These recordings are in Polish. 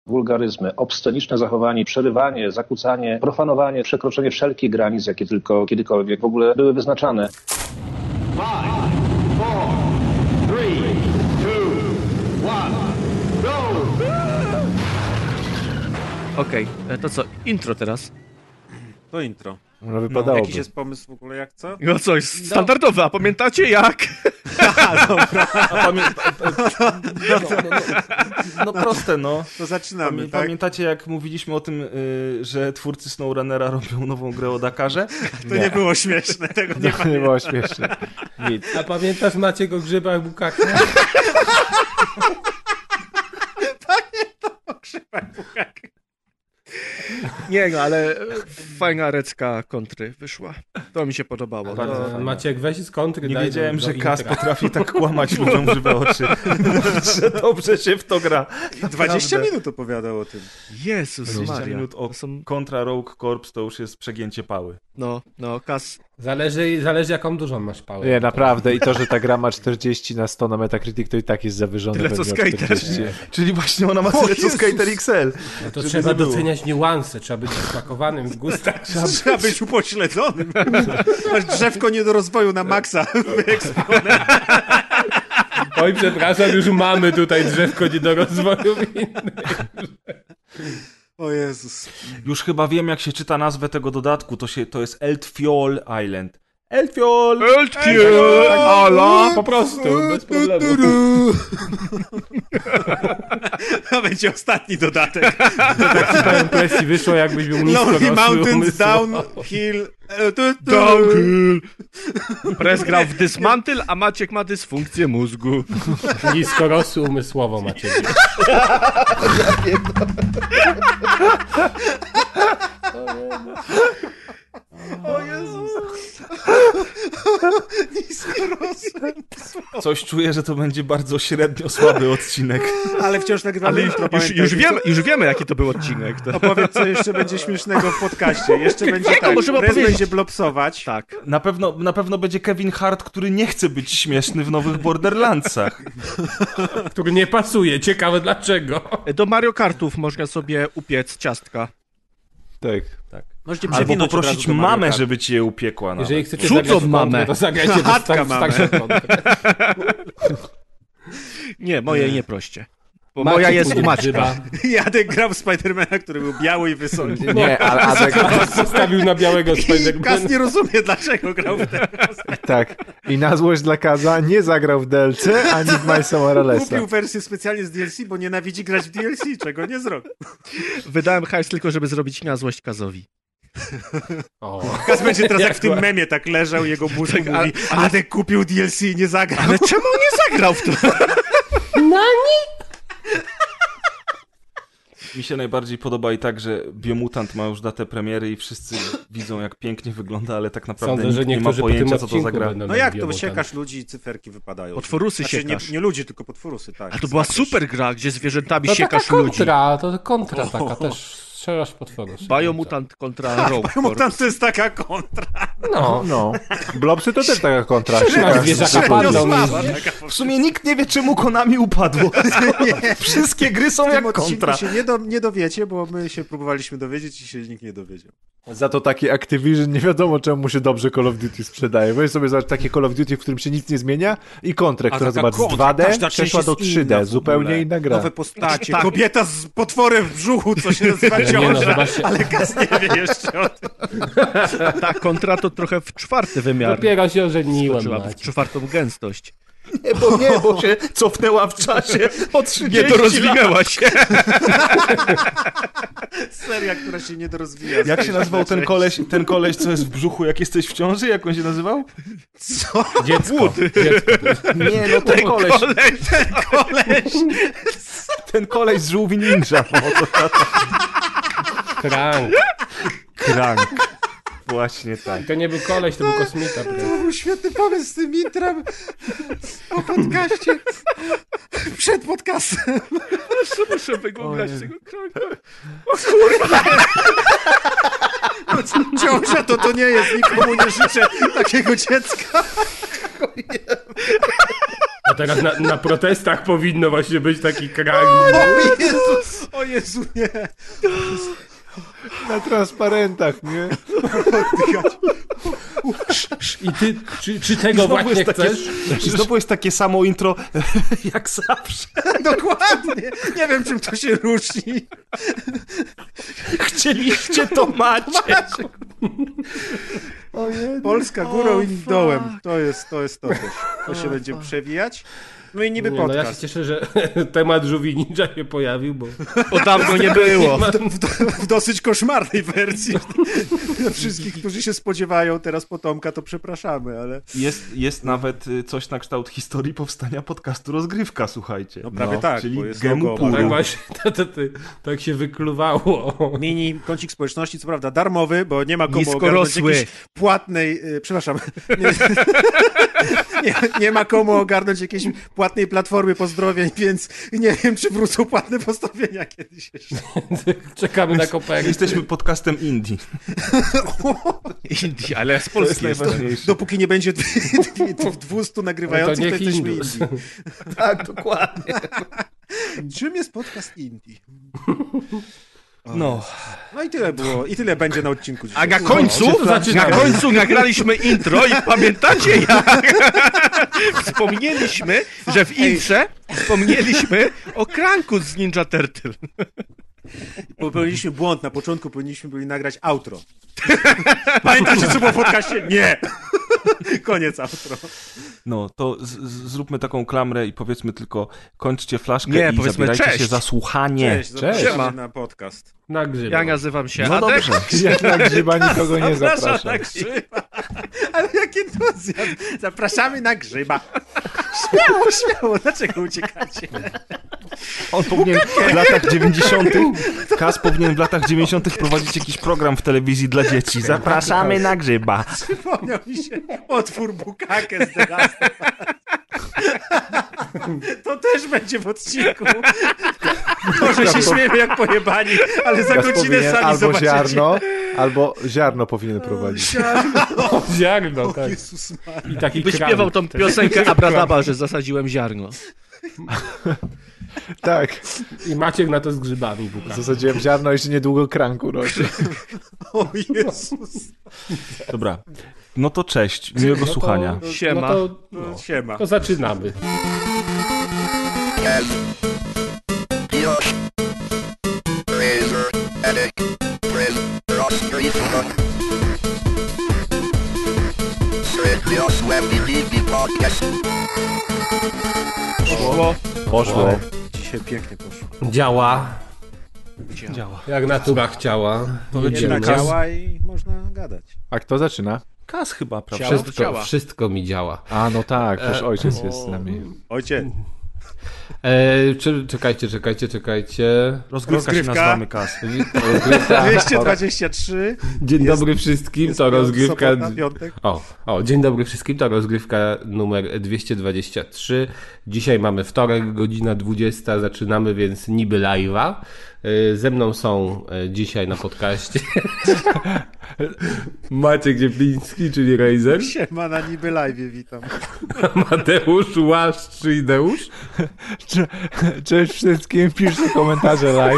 Wulgaryzmy, obsceniczne zachowanie, przerywanie, zakłócanie, profanowanie, przekroczenie wszelkich granic, jakie tylko kiedykolwiek w ogóle były wyznaczane. 5, 4, 3, 2, 1, go! Okej, to co, intro teraz? To intro. No wypadałoby. Jakiś jest pomysł w ogóle jak co? No coś, standardowe, a pamiętacie jak? No proste, no. To zaczynamy, tak? Pamiętacie jak mówiliśmy o tym, że twórcy SnowRunnera robią nową grę o Dakarze? To nie było śmieszne, tego nie pamiętam. Nie było śmieszne. Nic. A pamiętasz Maciek o grzybach bukaka? Pamiętam o grzybach bukaka. Nie no, ale fajna recka kontry wyszła. To mi się podobało. No, Maciek, weź z kontry. Nie wiedziałem, że Kaz potrafi tak kłamać ludziom w żywe oczy. Że dobrze się w to gra. 20 minut opowiadał o tym. Jezus 20 Maria. minut o kontra Rogue Corps to już jest przegięcie pały. No, Kaz. Zależy jaką dużą masz pałę. Nie, naprawdę. I to, że ta gra ma 40 na 100 na Metacritic, to i tak jest zawyżone. Tyle co Skater. Czyli właśnie ona ma tyle co Skater XL. No to trzeba doceniać niuanse, trzeba być smakowanym w gustach. Trzeba być upośledzonym. Masz drzewko nie do rozwoju na maksa. Oj, przepraszam, już mamy tutaj drzewko nie do rozwoju. O Jezus. Już chyba wiem, jak się czyta nazwę tego dodatku. To jest Eldfjall Island. Eldfjall! Ala! Po prostu, bez problemu. To będzie ostatni dodatek. Tak presji wyszło, jakbyś był nisko Lonely Mountains, umysłu. Downhill. Downhill. Press grał w Dismantle, a Maciek ma dysfunkcję mózgu. Niskorosły umysłowo Maciek. O Jezus. Niskorosły. Coś czuję, że to będzie bardzo średnio słaby odcinek. Ale wciąż nagrywamy intro, już wiemy, jaki to był odcinek. To. Opowiedz, co jeszcze będzie śmiesznego w podcaście. Jeszcze będzie tak, możemy Prez opowiedzieć. będzie blopsować. Tak. Na pewno będzie Kevin Hart, który nie chce być śmieszny w nowych Borderlandsach. Który nie pasuje. Ciekawe dlaczego. Do Mario Kartów można sobie upiec ciastka. Tak. Możecie Albo przewinąć od poprosić razu do Mario mamę, Kart. żeby ci je upiekła. Jeżeli chcecie Rzucą zagrać w mamę. kontrę, to zagrajcie Chatka w mamę. kontrę. Nie, moje nie proście. Bo Maciek moja jest pójdzie Maćka. grzyba. Jadek grał w Spidermana, który był biały i wysoki. Nie, ale Adek, Zostawił na białego I Kaz Spidermana. nie rozumie, dlaczego grał w ten. tak. I na złość dla Kaza nie zagrał w DLC ani w Milesa Moralesa. Kupił wersję specjalnie z DLC, bo nienawidzi grać w DLC, czego nie zrobił. Wydałem hajs tylko, żeby zrobić na złość Kazowi. O. Kaz będzie teraz jak w tym memie tak leżał, jego mózg mówi, Adek kupił DLC i nie zagrał. Ale czemu nie zagrał w to? Mi się najbardziej podoba i tak, że Biomutant ma już datę premiery i wszyscy widzą, jak pięknie wygląda, ale tak naprawdę Sądzę, że nikt nie ma niektórzy po tym pojęcia, co to odcinku za gra. będą No jak to, Biomutant. siekasz ludzi i cyferki wypadają. Potworusy Znaczy, siekasz. nie ludzi, tylko potworusy, tak. A to była Skaczesz. super gra, gdzie zwierzętami To taka siekasz ludzi. kontra, to kontra taka też. Strzelasz potworów. Biomutant kontra Rogue Corps. Biomutant to jest taka kontra. No. Blobsy to też taka kontra. Masz zwierzaka Średnio padną. słaba. W sumie nikt nie wie, czemu Konami upadło. Wszystkie gry są W tym jak odcinku kontra. się nie dowiecie, bo my się próbowaliśmy dowiedzieć i się nikt nie dowiedział. Za to taki Activision nie wiadomo, czemu mu się dobrze Call of Duty sprzedaje. Weź sobie zobacz takie Call of Duty, w którym się nic nie zmienia i kontrę, która taka zobacz z kontra, 2D każda część przeszła do jest inna 3D. w Zupełnie ogóle. inna gra. Nowe postacie, Tak. kobieta z potworem w brzuchu, co się nazywa Nie no, ciąża, zobaczcie. ale Kaz nie wie jeszcze o tym. Ta kontra to trochę w czwarty wymiar. Dopiero się ożeniłem. Skoczyła w Maciek. czwartą gęstość. Bo się cofnęła w czasie o 30 Nie dorozwinęła się. Seria, która się nie dorozwija. Jak się nazywał ten koleś, co jest w brzuchu, jak jesteś w ciąży? Jak on się nazywał? Co? Dziecko. Nie, no ten koleś. Ten koleś z żółwi ninja. Krank. Właśnie tak. To nie był koleś, to był kosmita. To był świetny pomysł z tym intrem o podcaście. Przed podcastem. Muszę wygooglać tego kranka. Ciąża to nie jest, nikomu nie życzę takiego dziecka. teraz na protestach powinno właśnie być taki kraj. O Jezu, nie. Na transparentach, nie? I ty, czy tego właśnie chcesz? Znowu jest takie samo intro jak zawsze. Dokładnie. Nie wiem, czym to się różni. Chcieliście, to macie. Polska górą i dołem. To jest to też. To się będzie przewijać. No i niby Nie, no ja się podcast. cieszę, że temat żółwi ninja się pojawił, bo Bo dawno nie było. W dosyć koszmarnej wersji. Dla wszystkich, którzy się spodziewają teraz potomka, to przepraszamy, ale... Jest nawet coś na kształt historii powstania podcastu Rozgrywka, słuchajcie. No prawie tak, czyli bo jest gemu logo. puru. tak właśnie tak się wykluwało. Mini kącik społeczności, co prawda darmowy, bo nie ma komu ogarnąć Niskorosły. jakiejś płatnej... przepraszam. Nie ma komu ogarnąć jakiejś płatnej platformy pozdrowień, więc nie wiem, czy wrócą płatne pozdrowienia kiedyś jeszcze. Czekamy na kopertę. Jesteśmy podcastem indie. Indie, ale z Polski jest. Dopóki nie będzie 200 nagrywających, No to to jesteśmy niech Indus. indie. Tak, dokładnie. Czym jest podcast indie? No. No i tyle było. I tyle będzie na odcinku dzisiaj. A na końcu nagraliśmy intro i pamiętacie jak wspomnieliśmy, że w intrze wspomnieliśmy o Kranku z Ninja Turtle. Popełniliśmy błąd. Na początku powinniśmy byli nagrać outro. Pamiętacie, co było w podcaście? Nie! Koniec outro. No, to zróbmy taką klamrę i powiedzmy tylko kończcie flaszkę Nie, i powiedzmy zabierajcie cześć. się za słuchanie. Cześć, zapraszamy Siema. na podcast. Na grzyb. Ja nazywam się No Adek. dobrze. Ja na grzyba nikogo nie Zapraszam zapraszam. na grzyba. Ale jaki entuzjazm! Zapraszamy na grzyba. Śmiało, śmiało. Dlaczego uciekacie? On powinien w latach 90. Kas powinien w latach 90. prowadzić jakiś program w telewizji dla dzieci. Zapraszamy na grzyba. Przypomniał mi się otwór Bukake z The Last of Us. To też będzie w odcinku. Może się śmiejemy jak pojebani, ale za Kas godzinę powinien sami albo zobaczycie. albo ziarno powinien prowadzić. Ziarno, tak. Jezus Maria. I taki By kran. śpiewał tą piosenkę Abradaba, że zasadziłem ziarno. Tak, I Maciek na to z grzybami buka. zasadziłem ziarno i się niedługo kranku rośnie. O Jezus. Dobra. No to cześć. Miłego słuchania. Siema. No Siema. to zaczynamy. Dios. Razor, Edek, Prez, Rozgrywka. Dios Web DVD Podcast. Poszło. Dzisiaj pięknie poszło. Działa. Działa. Jak natura chciała. Jedna Kas. działa i można gadać. A kto zaczyna? Kas chyba, prawda? Ciało. Wszystko mi działa. A, no tak, przecież ojciec jest z nami. Ojciec. Czekajcie. Rozgrywka się Rozgrywka. nazywamy Kas. Rozgrywka. 223. Dzień dobry wszystkim, to rozgrywka... Sobota, piątek. Dzień dobry wszystkim, to rozgrywka numer 223. Dzisiaj mamy wtorek, godzina 20, zaczynamy więc niby live'a. Ze mną są dzisiaj na podcaście Maciek Dziepliński, czyli Razer, Siema na niby live, witam. Mateusz Łaszcz, czyli Deusz, Cześć wszystkim, piszcie komentarze live.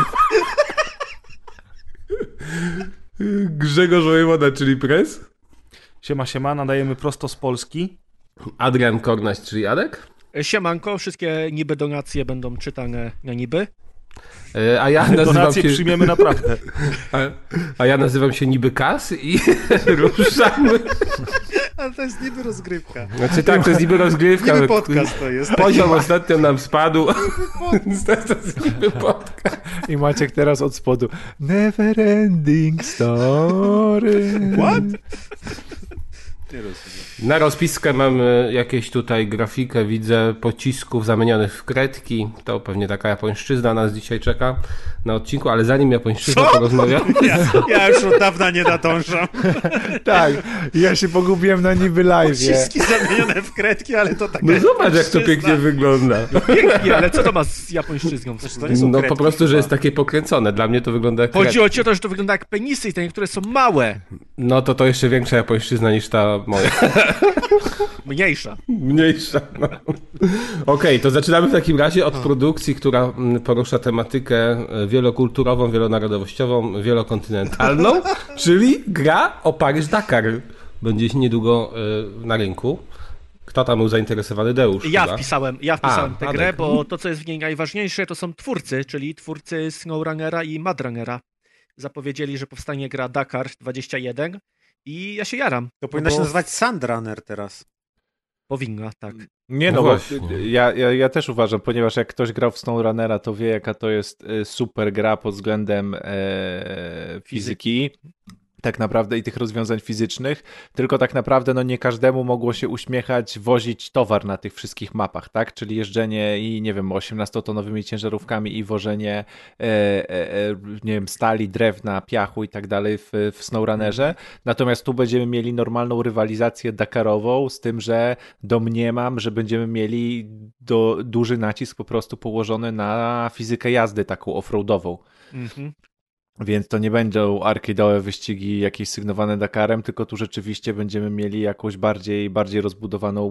Grzegorz Wojewoda, czyli Press, Siema, nadajemy prosto z Polski. Adrian Kornaś, czyli Adek, Siemanko, wszystkie niby donacje będą czytane na niby. a ja nazywam Donacje się... przyjmiemy naprawdę. A ja nazywam się niby Kas i ruszamy. Ale to jest niby rozgrywka. Znaczy tak, to jest niby rozgrywka. Niby podcast to jest. Poziom ostatnio nam spadł. To jest niby podcast. I Maciek teraz od spodu. Never ending story. What? Nie rozumiem. Na rozpiskę mamy jakieś tutaj grafikę, widzę pocisków zamienionych w kredki. To pewnie taka japońszczyzna nas dzisiaj czeka na odcinku, ale zanim japońszczyzna porozmawiamy... Ja już od dawna nie nadążam. Tak, ja się pogubiłem na niby live. Ciski zamienione w kredki, ale to tak. No zobacz, jak to pięknie wygląda. Pięknie, ale co to ma z japońszczyzną? To nie są No kredki, po prostu, że chyba. jest takie pokręcone. Dla mnie to wygląda jak kredki. Chodziło ci o to, że to wygląda jak penisy i te niektóre są małe. No to jeszcze większa japońszczyzna niż ta była moja. Mniejsza. Mniejsza. No. Okej, to zaczynamy w takim razie od produkcji, która porusza tematykę wielokulturową, wielonarodowościową, wielokontynentalną, czyli gra o Paryż-Dakar. Będzie niedługo na rynku. Kto tam był zainteresowany? Deusz Ja chyba. wpisałem tę grę, bo to, co jest w niej najważniejsze, to są twórcy, czyli twórcy SnowRunnera i Mudrunnera. Zapowiedzieli, że powstanie gra Dakar 21 i ja się jaram. To powinna się nazywać Sandrunner teraz. Powinna, tak. Nie No no, bo właśnie. ja też uważam, ponieważ jak ktoś grał w SnowRunnera, to wie, jaka to jest super gra pod względem fizyki. Tak naprawdę i tych rozwiązań fizycznych, tylko tak naprawdę no nie każdemu mogło się uśmiechać wozić towar na tych wszystkich mapach, tak? Czyli jeżdżenie i nie wiem, 18-tonowymi ciężarówkami i wożenie nie wiem, stali, drewna, piachu i tak dalej w SnowRunnerze. Natomiast tu będziemy mieli normalną rywalizację Dakarową z tym, że domniemam, że będziemy mieli duży nacisk po prostu położony na fizykę jazdy taką offroadową. Mhm. Więc to nie będą arcade'owe wyścigi jakieś sygnowane Dakarem, tylko tu rzeczywiście będziemy mieli jakąś bardziej rozbudowaną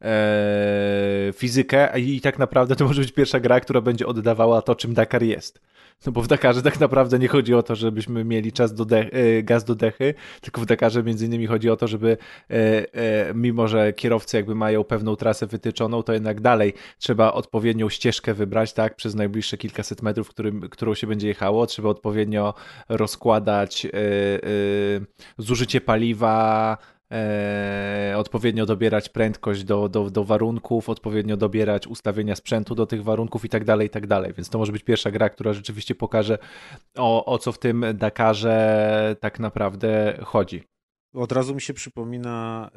fizykę i tak naprawdę to może być pierwsza gra, która będzie oddawała to, czym Dakar jest. No bo w Dakarze tak naprawdę nie chodzi o to, żebyśmy mieli gaz do dechy, tylko w Dakarze między innymi chodzi o to, żeby mimo, że kierowcy jakby mają pewną trasę wytyczoną, to jednak dalej trzeba odpowiednią ścieżkę wybrać, tak, przez najbliższe kilkaset metrów, którą się będzie jechało, trzeba odpowiednio rozkładać zużycie paliwa, odpowiednio dobierać prędkość do warunków, odpowiednio dobierać ustawienia sprzętu do tych warunków i tak dalej, więc to może być pierwsza gra, która rzeczywiście pokaże o co w tym Dakarze tak naprawdę chodzi. Od razu mi się przypomina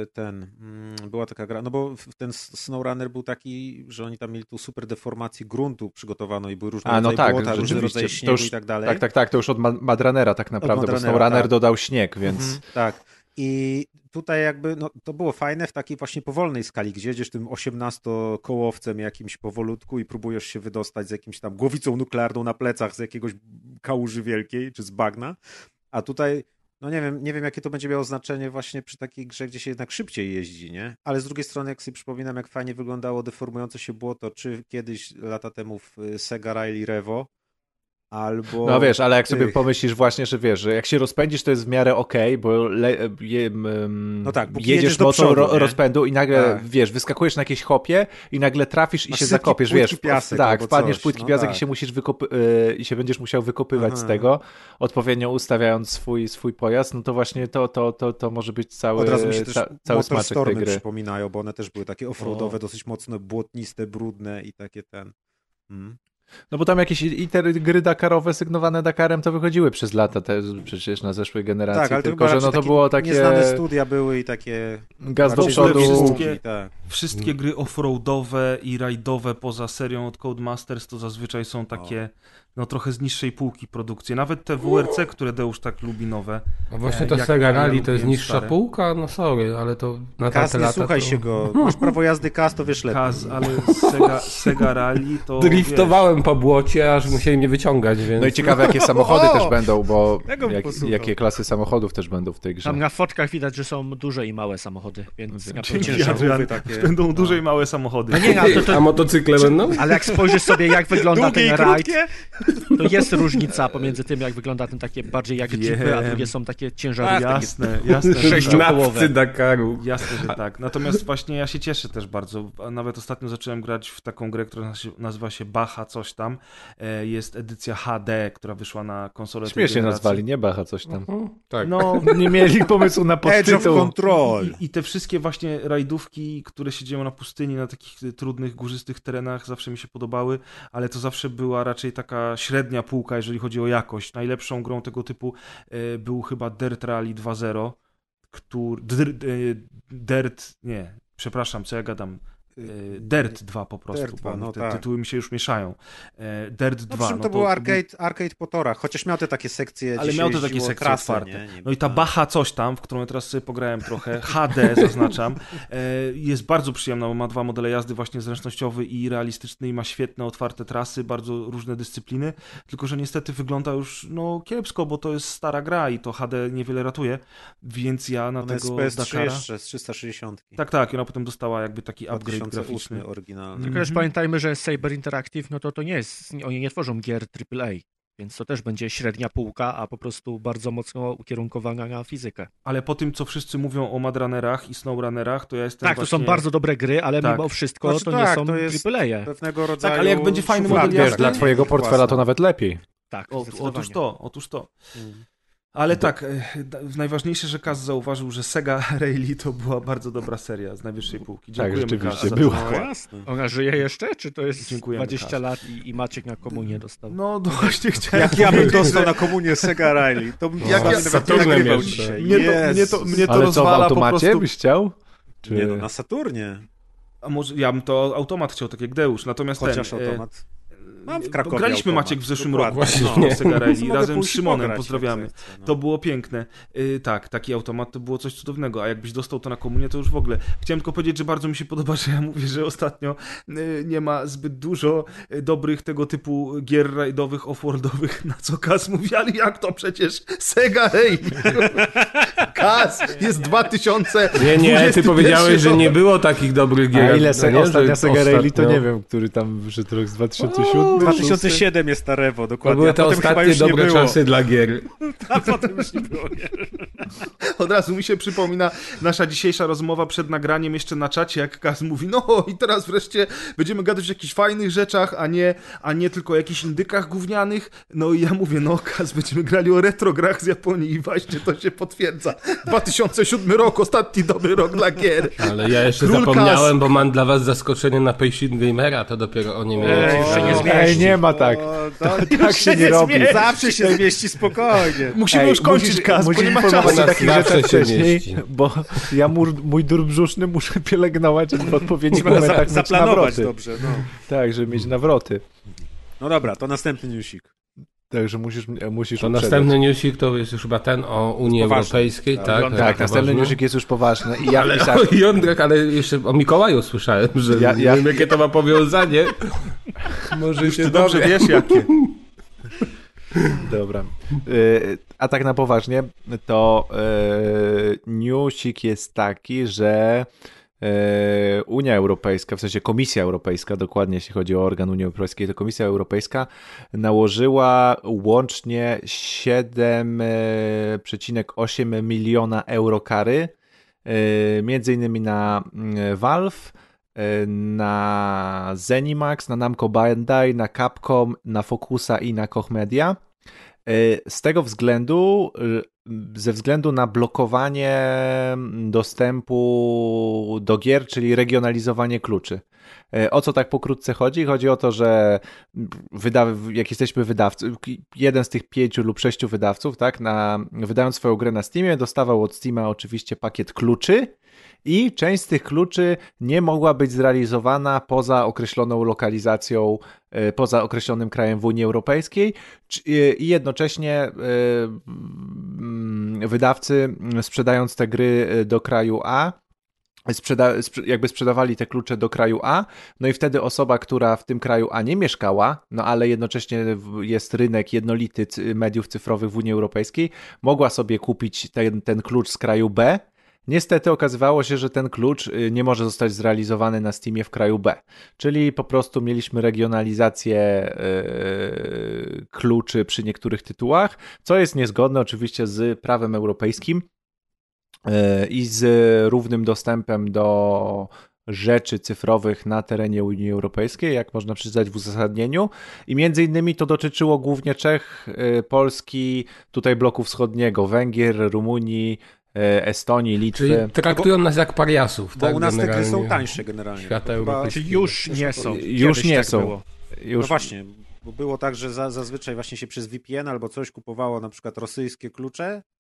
była taka gra, no bo ten SnowRunner był taki, że oni tam mieli tu super deformację gruntu przygotowaną i były różne rodzaje błota, różne rodzaje śniegu i tak dalej. Tak, to już od Mudrunnera tak naprawdę, bo SnowRunner dodał śnieg, więc... Tak. I tutaj jakby, no to było fajne w takiej właśnie powolnej skali, gdzie jedziesz tym 18-kołowcem jakimś powolutku i próbujesz się wydostać z jakimś tam głowicą nuklearną na plecach z jakiegoś kałuży wielkiej, czy z bagna, a tutaj, no nie wiem jakie to będzie miało znaczenie właśnie przy takiej grze, gdzie się jednak szybciej jeździ, nie? Ale z drugiej strony, jak sobie przypominam, jak fajnie wyglądało deformujące się błoto, czy kiedyś lata temu w Sega Rally Revo, albo... No wiesz, ale jak sobie pomyślisz właśnie, że wiesz, że jak się rozpędzisz, to jest w miarę okej, bo no tak, jedziesz mocą rozpędu i nagle, wiesz, wyskakujesz na jakieś hopie i nagle trafisz i się zakopiesz, wiesz, piasek, tak, wpadniesz w płytki no piasek tak. i się musisz i się będziesz musiał wykopywać z tego, odpowiednio ustawiając swój pojazd, no to właśnie to może być Od razu mi się też cały smaczek tej gry. przypominają, bo one też były takie offroadowe, dosyć mocno błotniste, brudne i takie No bo tam jakieś gry Dakarowe sygnowane Dakarem to wychodziły przez lata przecież na zeszłej generacji, tak, ale tylko że no to było takie... Nieznane studia były i takie... Gaz do przodu. Wszystkie gry offroadowe i rajdowe poza serią od Codemasters to zazwyczaj są takie no trochę z niższej półki produkcje. Nawet te WRC, które Deusz tak lubi nowe. A właśnie to Sega Rally to jest niższa półka? No sorry, ale to na Kaz, te nie lata słuchaj się go. Masz prawo jazdy Kaz, to wiesz lepiej. Kaz, ale Sega Rally to... Driftowałem po błocie, aż musieli mnie wyciągać, więc... No i ciekawe, jakie samochody też będą, bo jakie klasy samochodów też będą w tej grze. Tam na fotkach widać, że są duże i małe samochody, więc takie... Będą duże i małe samochody. No nie, A motocykle będą? Ale jak spojrzysz sobie, jak wygląda ten rajd, to jest różnica pomiędzy tym, jak wygląda ten takie bardziej jak jeepy, a drugie są takie ciężarówki. Jasne. Sześciokołowe. Dakaru. Jasne, że tak. Natomiast właśnie ja się cieszę też bardzo. Nawet ostatnio zacząłem grać w taką grę, która nazywa się Bacha coś tam. Jest edycja HD, która wyszła na konsolę. Śmiesznie nazwali, nie Bacha coś tam. Tak. No, nie mieli pomysłu na podtytuł. Edge of Control. I te wszystkie właśnie rajdówki, które się dzieją na pustyni, na takich trudnych, górzystych terenach, zawsze mi się podobały, ale to zawsze była raczej taka średnia półka, jeżeli chodzi o jakość. Najlepszą grą tego typu był chyba Dirt Rally 2.0, co ja gadam? Dirt 2 po prostu, Dirt 2, bo no te tak. tytuły mi się już mieszają. Dirt 2. No, to był arcade po torach, chociaż miał te takie sekcje, ale miał te takie sekcje trasy, otwarte. nie? No i ta Bacha coś tam, w którą ja teraz sobie pograłem trochę, HD zaznaczam, jest bardzo przyjemna, bo ma 2 modele jazdy, właśnie zręcznościowy i realistyczny i ma świetne, otwarte trasy, bardzo różne dyscypliny, tylko że niestety wygląda już kiepsko, bo to jest stara gra i to HD niewiele ratuje, więc ja na tego PS3 Dakara... jeszcze z 360. Tak, i ona potem dostała jakby taki upgrade 2008 graficzny. oryginalny. Tylko też pamiętajmy, że Saber Interactive, no to nie jest, oni nie tworzą gier AAA, więc to też będzie średnia półka, a po prostu bardzo mocno ukierunkowana na fizykę. Ale po tym, co wszyscy mówią o Madrunnerach i Snowrunnerach, to ja jestem Tak, właśnie... to są bardzo dobre gry, ale Tak. mimo wszystko Znaczy to tak, nie są to jest AAA. pewnego rodzaju ale jak będzie fajny model szufladka. jazdy- Wiesz, dla twojego portfela to nawet lepiej. Tak, Otóż to. Ale tak, najważniejsze, że Kaz zauważył, że Sega Rally to była bardzo dobra seria z najwyższej półki. Dziękujemy, rzeczywiście, Kaz, za była. ten No, wkład. jasne. Ona żyje jeszcze, czy to jest Dziękujemy, 20 Kaz. lat i Maciek na komunię dostał? No właśnie chciałem Jak ja bym powiedzieć, dostał że na komunię Sega Rally, to bym Jak ja z Saturnem nagrywał jeszcze. dzisiaj. mnie to Ale co, w rozwala po automacie prostu. byś chciał? Czy... Nie no, na Saturnie. A może ja bym to automat chciał, tak jak Deusz, natomiast Chociaż ten... automat. Mam w Krakowie Graliśmy, automat. Maciek, w zeszłym Dokładnie. roku Właśnie. w Sega Rally Mogę razem z pójść i Szymonem, pograć, pozdrawiamy. jak zechcę, no. To było piękne. Tak, taki automat to było coś cudownego, a jakbyś dostał to na komunię, to już w ogóle. Chciałem tylko powiedzieć, że bardzo mi się podoba, że ja mówię, że ostatnio nie ma zbyt dużo dobrych tego typu gier rajdowych, offworldowych, na co Kaz mówi, ale jak to przecież Sega Rally? Kaz, jest 2000. Nie, ty powiedziałeś, że nie było takich dobrych gier. A ile No nie, ostatnia że Sega Rally, to ostatnio- nie wiem, który tam wyszedł rok z 2007? 2007 jest ta Revo, To dokładnie. były a te potem chyba ostatnie już nie dobre było. czasy dla gier. A potem już nie było. Od razu mi się przypomina nasza dzisiejsza rozmowa przed nagraniem jeszcze na czacie, jak Kaz mówi, no i teraz wreszcie będziemy gadać o jakichś fajnych rzeczach, a nie tylko o jakichś indykach gównianych. No i ja mówię, no Kaz, będziemy grali o retro grach z Japonii i właśnie to się potwierdza. 2007 rok, ostatni dobry rok dla gier. Ale ja jeszcze Król zapomniałem, bo mam dla was zaskoczenie na Payshit Gamera, to dopiero o nim się nie zmieści. Ej, nie ma tak. Tak się nie robi. Zawsze się zmieści spokojnie. Musimy już kończyć, Kaz, bo nie musisz ma informować czasu. o takich Zawsze rzeczach się wcześniej, mieści. bo ja mój dur brzuszny muszę pielęgnować w odpowiednich Trzeba momentach mieć zaplanować nawroty. dobrze. No. Tak, żeby mieć nawroty. No dobra, to następny newsik. Także musisz To uprzedzać. następny newsik to jest już chyba ten o Unii Poważny. Europejskiej, tak? Tak, następny newsik jest już poważny. I ja Ale pisałem, o jądrach, ale jeszcze o Mikołaju słyszałem, że Ja- nie wiem jakie to ma powiązanie. Może się Dobrze dowie. wiesz jakie. dobra. A tak na poważnie, to newsik jest taki, że Unia Europejska, w sensie Komisja Europejska, dokładnie jeśli chodzi o organ Unii Europejskiej, to Komisja Europejska nałożyła łącznie 7,8 miliona euro kary, między innymi na Valve, na Zenimax, na Namco Bandai, na Capcom, na Focusa i na Koch Media. Z tego względu, ze względu na blokowanie dostępu do gier, czyli regionalizowanie kluczy. O co tak pokrótce chodzi? Chodzi o to, że jak jesteśmy wydawcą, jeden z tych 5 lub 6 wydawców, tak, wydając swoją grę na Steamie, dostawał od Steama oczywiście pakiet kluczy i część z tych kluczy nie mogła być zrealizowana poza określoną lokalizacją, poza określonym krajem w Unii Europejskiej i jednocześnie wydawcy, sprzedając te gry do kraju A, jakby sprzedawali te klucze do kraju A, no i wtedy osoba, która w tym kraju A nie mieszkała, no ale jednocześnie jest rynek jednolity mediów cyfrowych w Unii Europejskiej, mogła sobie kupić ten klucz z kraju B. Niestety okazywało się, że ten klucz nie może zostać zrealizowany na Steamie w kraju B. Czyli po prostu mieliśmy regionalizację kluczy przy niektórych tytułach, co jest niezgodne oczywiście z prawem europejskim i z równym dostępem do rzeczy cyfrowych na terenie Unii Europejskiej, jak można przeczytać w uzasadnieniu. I między innymi to dotyczyło głównie Czech, Polski, tutaj bloku wschodniego, Węgier, Rumunii, Estonii, Litwy. Czyli traktują nas jak pariasów, Bo tak? u nas te gry generalnie. są tańsze generalnie. Świata To chyba- europejskiego. Już nie są. Już Kiedyś nie tak są. było. Już... No właśnie, bo było tak, że zazwyczaj właśnie się przez VPN albo coś kupowało na przykład rosyjskie klucze,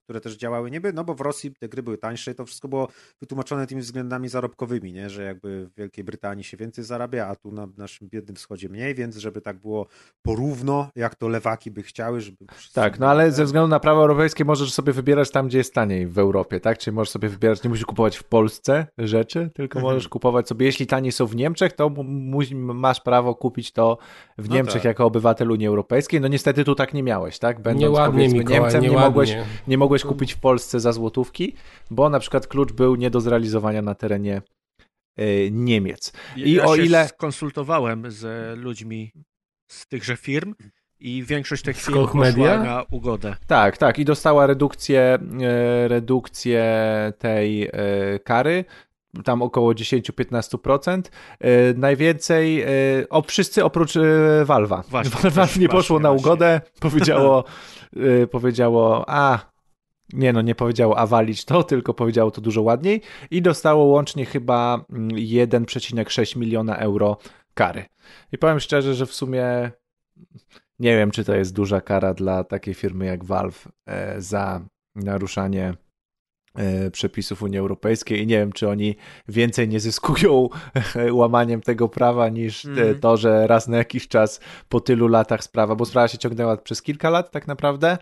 które też działały niby, no bo w Rosji te gry były tańsze i to wszystko było wytłumaczone tymi względami zarobkowymi, nie? Że jakby w Wielkiej Brytanii się więcej zarabia, a tu na naszym biednym wschodzie mniej, więc żeby tak było porówno, jak to lewaki by chciały, żeby... Tak, no ale ze względu na prawo europejskie możesz sobie wybierać tam, gdzie jest taniej w Europie, tak? Czyli możesz sobie wybierać, nie musisz kupować w Polsce rzeczy, tylko możesz kupować sobie, jeśli taniej są w Niemczech, to masz prawo kupić to w Niemczech jako obywatel Unii Europejskiej. No niestety tu tak nie miałeś, tak? Będąc Nieładnie, powiedzmy Mikołaj, Niemcem, nieładnie. nie mogłeś kupić w Polsce za złotówki, bo na przykład klucz był nie do zrealizowania na terenie Niemiec. I ja o się ile... skonsultowałem z ludźmi z tychże firm i większość tych firm Koch poszła Media? na ugodę. Tak, i dostała redukcję tej kary, tam około 10-15%. Najwięcej, wszyscy oprócz Valve'a. Valve nie poszło na ugodę, powiedziało, nie powiedziało walić to, tylko powiedziało to dużo ładniej i dostało łącznie chyba 1,6 miliona euro kary. I powiem szczerze, że w sumie nie wiem, czy to jest duża kara dla takiej firmy jak Valve za naruszanie przepisów Unii Europejskiej i nie wiem, czy oni więcej nie zyskują łamaniem tego prawa niż to, że raz na jakiś czas po tylu latach bo sprawa się ciągnęła przez kilka lat tak naprawdę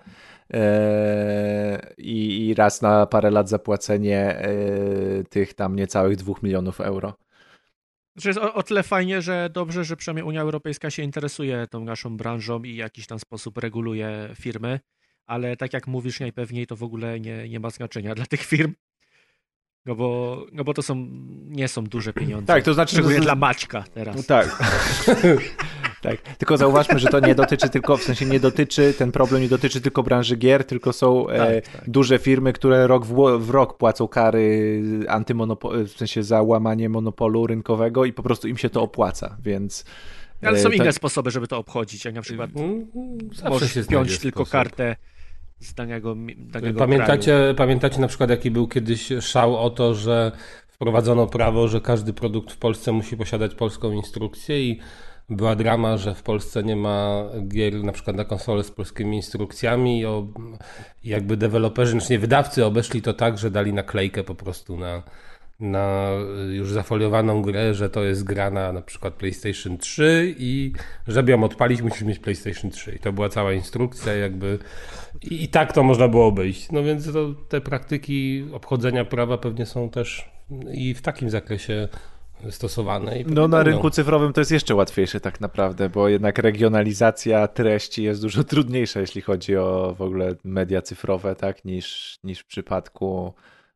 i raz na parę lat zapłacenie tych tam niecałych 2 milionów euro. Znaczy jest o tyle fajnie, że dobrze, że przynajmniej Unia Europejska się interesuje tą naszą branżą i w jakiś tam sposób reguluje firmy, ale tak jak mówisz, najpewniej to w ogóle nie ma znaczenia dla tych firm, no bo to nie są duże pieniądze. Tak, to znaczy, szczególnie dla Maćka teraz. Tak. Tak, tylko zauważmy, że to nie dotyczy, ten problem nie dotyczy tylko branży gier, tylko są duże firmy, które rok w rok płacą kary w sensie za łamanie monopolu rynkowego i po prostu im się to opłaca, więc... Ale są inne sposoby, żeby to obchodzić, jak na przykład możesz piąć tylko kartę z danego Pamiętacie na przykład, jaki był kiedyś szał o to, że wprowadzono prawo, że każdy produkt w Polsce musi posiadać polską instrukcję i była drama, że w Polsce nie ma gier na przykład na konsolę z polskimi instrukcjami i jakby deweloperzy, znaczy nie wydawcy obeszli to tak, że dali naklejkę po prostu na już zafoliowaną grę, że to jest gra na przykład PlayStation 3 i żeby ją odpalić musisz mieć PlayStation 3 i to była cała instrukcja jakby i tak to można było obejść. No więc te praktyki obchodzenia prawa pewnie są też i w takim zakresie stosowane. No na rynku cyfrowym to jest jeszcze łatwiejsze tak naprawdę, bo jednak regionalizacja treści jest dużo trudniejsza, jeśli chodzi o w ogóle media cyfrowe, tak, niż w przypadku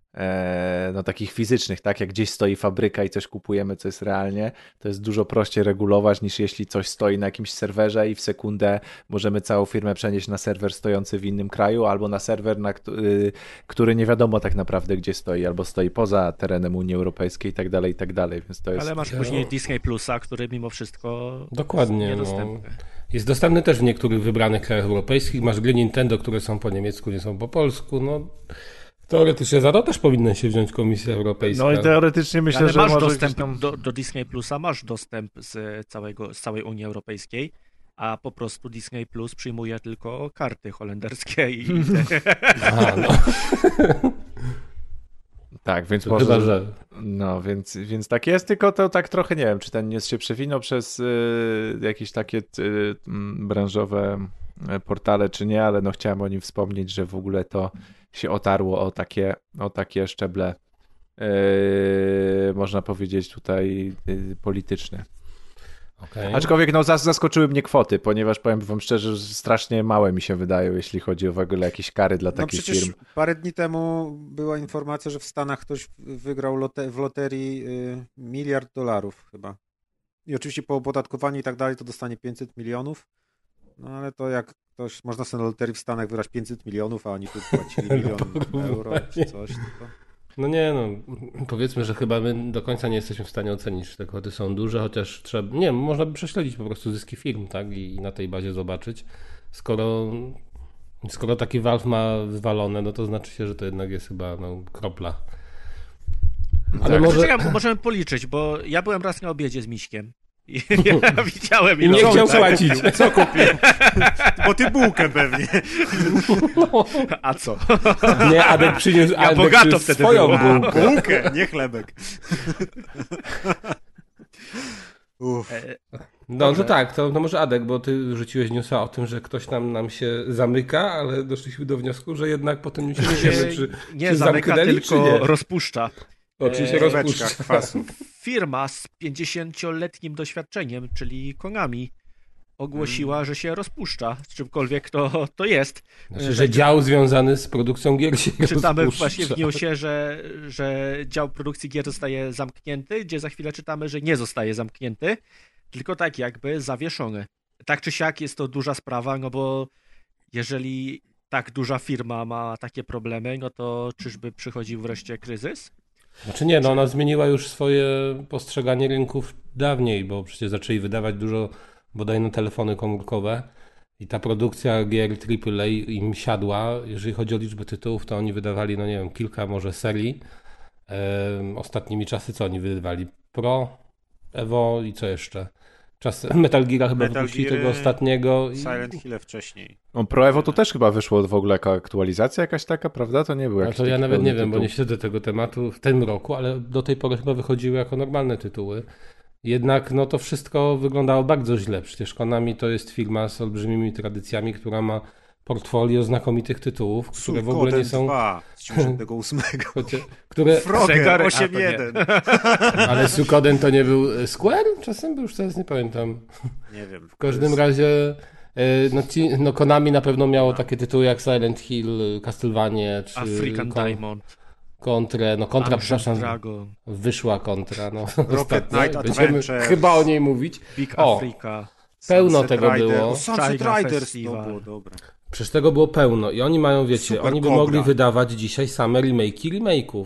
takich fizycznych, tak, jak gdzieś stoi fabryka i coś kupujemy, co jest realnie, to jest dużo prościej regulować niż jeśli coś stoi na jakimś serwerze i w sekundę możemy całą firmę przenieść na serwer stojący w innym kraju albo na serwer, który nie wiadomo tak naprawdę gdzie stoi, albo stoi poza terenem Unii Europejskiej i tak dalej, więc to jest... Ale masz później Disney Plusa, który mimo wszystko dokładnie, jest niedostępny. Jest dostępny też w niektórych wybranych krajach europejskich, masz gry Nintendo, które są po niemiecku, nie są po polsku, teoretycznie za to też powinna się wziąć Komisja Europejska. No i teoretycznie myślę, że masz może dostęp tam... do Disney Plusa, masz dostęp z całej Unii Europejskiej, a po prostu Disney Plus przyjmuje tylko karty holenderskie i Aha, no. Tak, więc to chyba, że... No, więc tak jest, tylko to tak trochę nie wiem, czy ten news się przewinął przez jakieś takie branżowe portale, czy nie, ale chciałem o nim wspomnieć, że w ogóle to się otarło o takie szczeble, można powiedzieć tutaj polityczne. Okay. Aczkolwiek zaskoczyły mnie kwoty, ponieważ powiem wam szczerze, że strasznie małe mi się wydają, jeśli chodzi o w ogóle jakieś kary dla takich firm. Przecież parę dni temu była informacja, że w Stanach ktoś wygrał w loterii $1 miliard chyba. I oczywiście po opodatkowaniu i tak dalej to dostanie 500 milionów. No ale to jak ktoś, można sobie na loterii w Stanach wygrać 500 milionów, a oni tu płacili $1 milion euro czy coś. Powiedzmy, że chyba my do końca nie jesteśmy w stanie ocenić, czy te kwoty są duże, chociaż można by prześledzić po prostu zyski firm, tak, i na tej bazie zobaczyć. Skoro taki Valve ma wywalone, no to znaczy się, że to jednak jest chyba kropla. Ale możemy policzyć, bo ja byłem raz na obiedzie z Miśkiem Ja widziałem. I nie chciał płacić. Co kupił? Bo ty bułkę pewnie. A co? Nie, Adek przyniósł, Ja bogato przyniósł wtedy swoją byłem. bułkę. Bułkę, nie chlebek. Uff. No to tak, to może Adek, bo ty rzuciłeś newsa o tym, że ktoś nam się zamyka, ale doszliśmy do wniosku, że jednak potem nie wiemy, czy Nie czy zamyka, zamknęli, czy tylko nie. rozpuszcza. Oczywiście Beczka rozpuszcza. kwasu. Firma z 50-letnim doświadczeniem, czyli Konami, ogłosiła, że się rozpuszcza, czymkolwiek to jest. Znaczy, że dział związany z produkcją gier się Czytamy rozpuszcza. właśnie w newsie, że dział produkcji gier zostaje zamknięty, gdzie za chwilę czytamy, że nie zostaje zamknięty, tylko tak jakby zawieszony. Tak czy siak jest to duża sprawa, no bo jeżeli tak duża firma ma takie problemy, no to czyżby przychodził wreszcie kryzys? Znaczy nie, no ona zmieniła już swoje postrzeganie rynków dawniej, bo przecież zaczęli wydawać dużo bodaj na telefony komórkowe i ta produkcja gier AAA im siadła. Jeżeli chodzi o liczbę tytułów, to oni wydawali, no nie wiem, kilka może serii. Ostatnimi czasy co oni wydawali? Pro, Evo i co jeszcze? Metal Gear chyba wypuścili tego ostatniego. Silent Hill wcześniej. Pro Evo to też chyba wyszło w ogóle jako aktualizacja jakaś taka, prawda? To nie było No jakiś to ja taki nawet nie pełny wiem, bo tytuł. nie śledzę tego tematu w tym roku, ale do tej pory chyba wychodziły jako normalne tytuły. Jednak no to wszystko wyglądało bardzo źle. Przecież Konami to jest firma z olbrzymimi tradycjami, która ma portfolio znakomitych tytułów, które w ogóle nie są... 2 z 98. które... Frogger A, to nie. 8.1. Ale Suikoden to nie był Square? Czasem był, już teraz nie pamiętam. Nie wiem. W każdym razie Konami na pewno miało takie tytuły jak Silent Hill, Castlevania czy African Diamond, Contra, Ancient przepraszam, Dragon, wyszła Contra, Rocket Knight będziemy Adventure. chyba o niej mówić. Big O. Africa. Pełno Sunset tego Rider. było. O, Sunset China Riders Festival. to było dobre. Przecież tego było pełno i oni mają, wiecie, Super oni by Cobra. mogli wydawać dzisiaj same remake'ów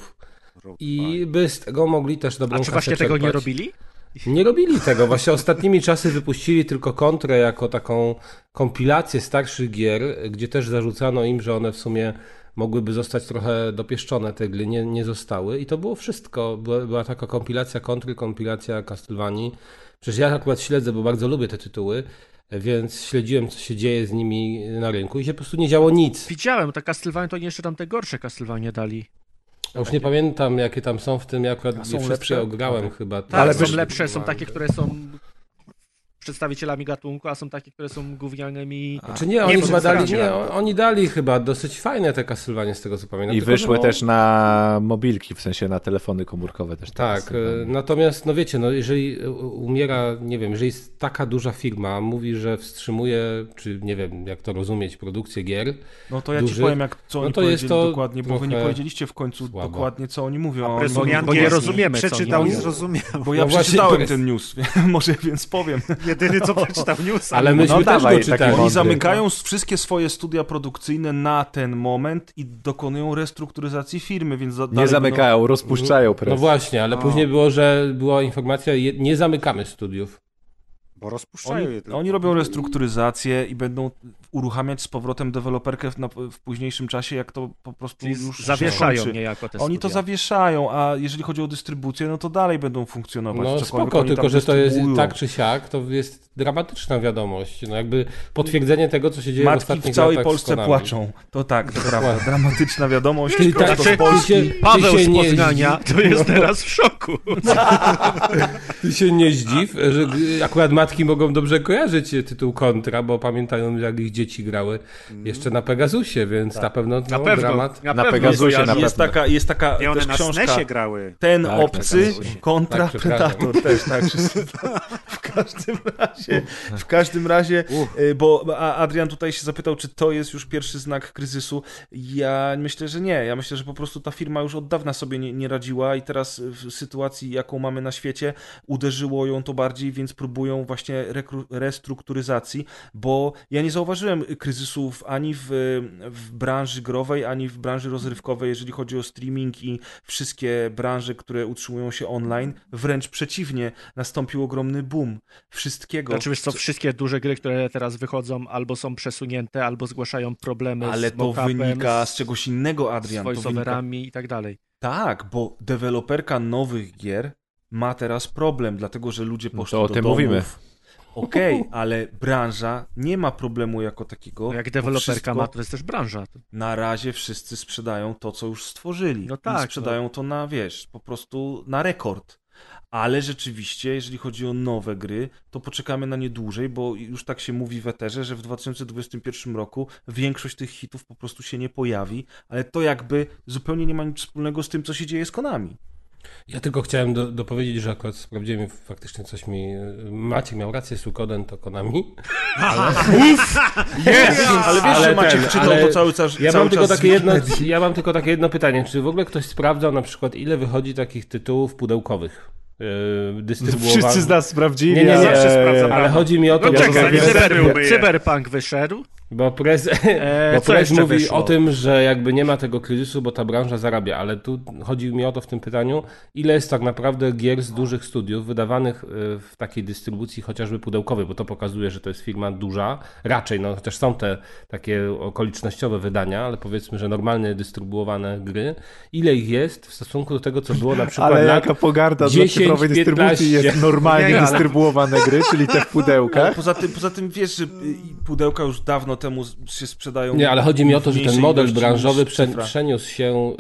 i by z tego mogli też dobrą A czy kasę właśnie tego nie czerpać. robili? Nie robili tego. Właśnie ostatnimi czasy wypuścili tylko Kontrę jako taką kompilację starszych gier, gdzie też zarzucano im, że one w sumie mogłyby zostać trochę dopieszczone, te gry nie zostały i to było wszystko. Była taka kompilacja Kontry, kompilacja Castlevanii. Przecież ja akurat śledzę, bo bardzo lubię te tytuły, więc śledziłem, co się dzieje z nimi na rynku i się po prostu nie działo nic. Widziałem, to Castlevania to nie jeszcze tam te gorsze Castlevania dali. Ja już nie pamiętam, jakie tam są w tym, ja akurat A nie są wszystkie lepsze? ograłem chyba. Tak, Ale są wyszli- lepsze, są takie, które są przedstawicielami gatunku, a są takie, które są gównianymi. Czy nie, oni chyba dali, przedstawicielami. oni dali chyba dosyć fajne te Castlevanie z tego co pamiętam. I tylko, wyszły no, też na mobilki, w sensie na telefony komórkowe też. Tak, teraz. natomiast no wiecie, no jeżeli umiera, nie wiem, jeżeli jest taka duża firma, mówi, że wstrzymuje, czy nie wiem jak to rozumieć, produkcję gier, No to ja duży, ci powiem, co no oni to jest powiedzieli to dokładnie, bo wy nie trochę powiedzieliście w końcu słabo. dokładnie, co oni mówią. A Oni Preston mówią, bo nie Jankiewski rozumiemy, co oni przeczytał i mówią. zrozumiał. bo ja No właśnie, przeczytałem ten news, może więc powiem. Jedyny, co przeczytał newsa. ale myśmy też dawaj, go taki czytali. Oni mądry. zamykają wszystkie swoje studia produkcyjne na ten moment i dokonują restrukturyzacji firmy, więc Nie zamykają, rozpuszczają presję. No właśnie, ale później było, że była informacja, nie zamykamy studiów. Bo rozpuszczają je tylko. Oni robią restrukturyzację i będą uruchamiać z powrotem deweloperkę w późniejszym czasie, jak to po prostu Czyli już się zawieszają skończy. niejako te Oni to studia. zawieszają, a jeżeli chodzi o dystrybucję, no to dalej będą funkcjonować. No Cokolwiek spoko, oni tam tylko że to jest dystrybuują. tak czy siak, to jest dramatyczna wiadomość. No jakby potwierdzenie tego, co się dzieje w Matki ostatnich w całej latach z Polsce Konami. płaczą. To tak, to prawda. Dramatyczna wiadomość. Ty, tak, Znaczy, Paweł z Poznania to jest teraz w szoku. Ty się nie zdziw, że akurat matki mogą dobrze kojarzyć tytuł Kontra, bo pamiętają, jak ich dzieci grały jeszcze na Pegasusie, więc na pewno Na pewno. dramat. Na Pegasusie na pewno. Jest taka I one też na książka. SNESie grały. Ten Tak, obcy tak, kontra tak, przepraszam. Predator też, tak. W każdym razie, bo Adrian tutaj się zapytał, czy to jest już pierwszy znak kryzysu. Ja myślę, że nie. Ja myślę, że po prostu ta firma już od dawna sobie nie radziła i teraz w sytuacji, jaką mamy na świecie, uderzyło ją to bardziej, więc próbują właśnie restrukturyzacji, bo ja nie zauważyłem kryzysów ani w branży growej, ani w branży rozrywkowej, jeżeli chodzi o streaming i wszystkie branże, które utrzymują się online. Wręcz przeciwnie, nastąpił ogromny boom wszystkiego. Znaczy, wiesz co, wszystkie duże gry, które teraz wychodzą, albo są przesunięte, albo zgłaszają problemy Ale z to mock-upem, wynika z czegoś innego, z Adrian. To wynika... voiceoverami i tak dalej. Tak, bo deweloperka nowych gier ma teraz problem, dlatego że ludzie poszli to o do tym domów. mówimy. Okej, ale branża nie ma problemu jako takiego. No jak bo deweloperka wszystko- ma, to jest też branża. Na razie wszyscy sprzedają to, co już stworzyli. No tak, I sprzedają to na, po prostu na rekord. Ale rzeczywiście, jeżeli chodzi o nowe gry, to poczekamy na nie dłużej, bo już tak się mówi w eterze, że w 2021 roku większość tych hitów po prostu się nie pojawi, ale to jakby zupełnie nie ma nic wspólnego z tym, co się dzieje z Konami. Ja tylko chciałem dopowiedzieć, że akurat sprawdziłem faktycznie coś mi... Maciek miał rację, Suikoden to Konami. Ale wiesz, że Maciek czytał to cały czas. Ja mam tylko takie jedno pytanie. Czy w ogóle ktoś sprawdzał na przykład, ile wychodzi takich tytułów pudełkowych? Dystrybuowanych? Wszyscy z nas sprawdzili. Nie, zawsze sprawdzam. ale chodzi mi o to, No czekaj, że Cyberpunk wyszedł. Bo Prez co jeszcze mówi wyszło? o tym, że jakby nie ma tego kryzysu, bo ta branża zarabia, ale tu chodzi mi o to w tym pytaniu, ile jest tak naprawdę gier z dużych studiów wydawanych w takiej dystrybucji chociażby pudełkowej, bo to pokazuje, że to jest firma duża, raczej, no chociaż są te takie okolicznościowe wydania, ale powiedzmy, że normalnie dystrybuowane gry, ile ich jest w stosunku do tego, co było na przykład Ale lat jaka pogarda 10, dla cyfrowej dystrybucji 15. jest normalnie Nie, ale- dystrybuowane gry, czyli te w Ale pudełkach. poza tym wiesz, że pudełka już dawno temu się sprzedają. Nie, ale chodzi mi o to, w że ten mniejszej model ilości branżowy niż cyfra. przeniósł się,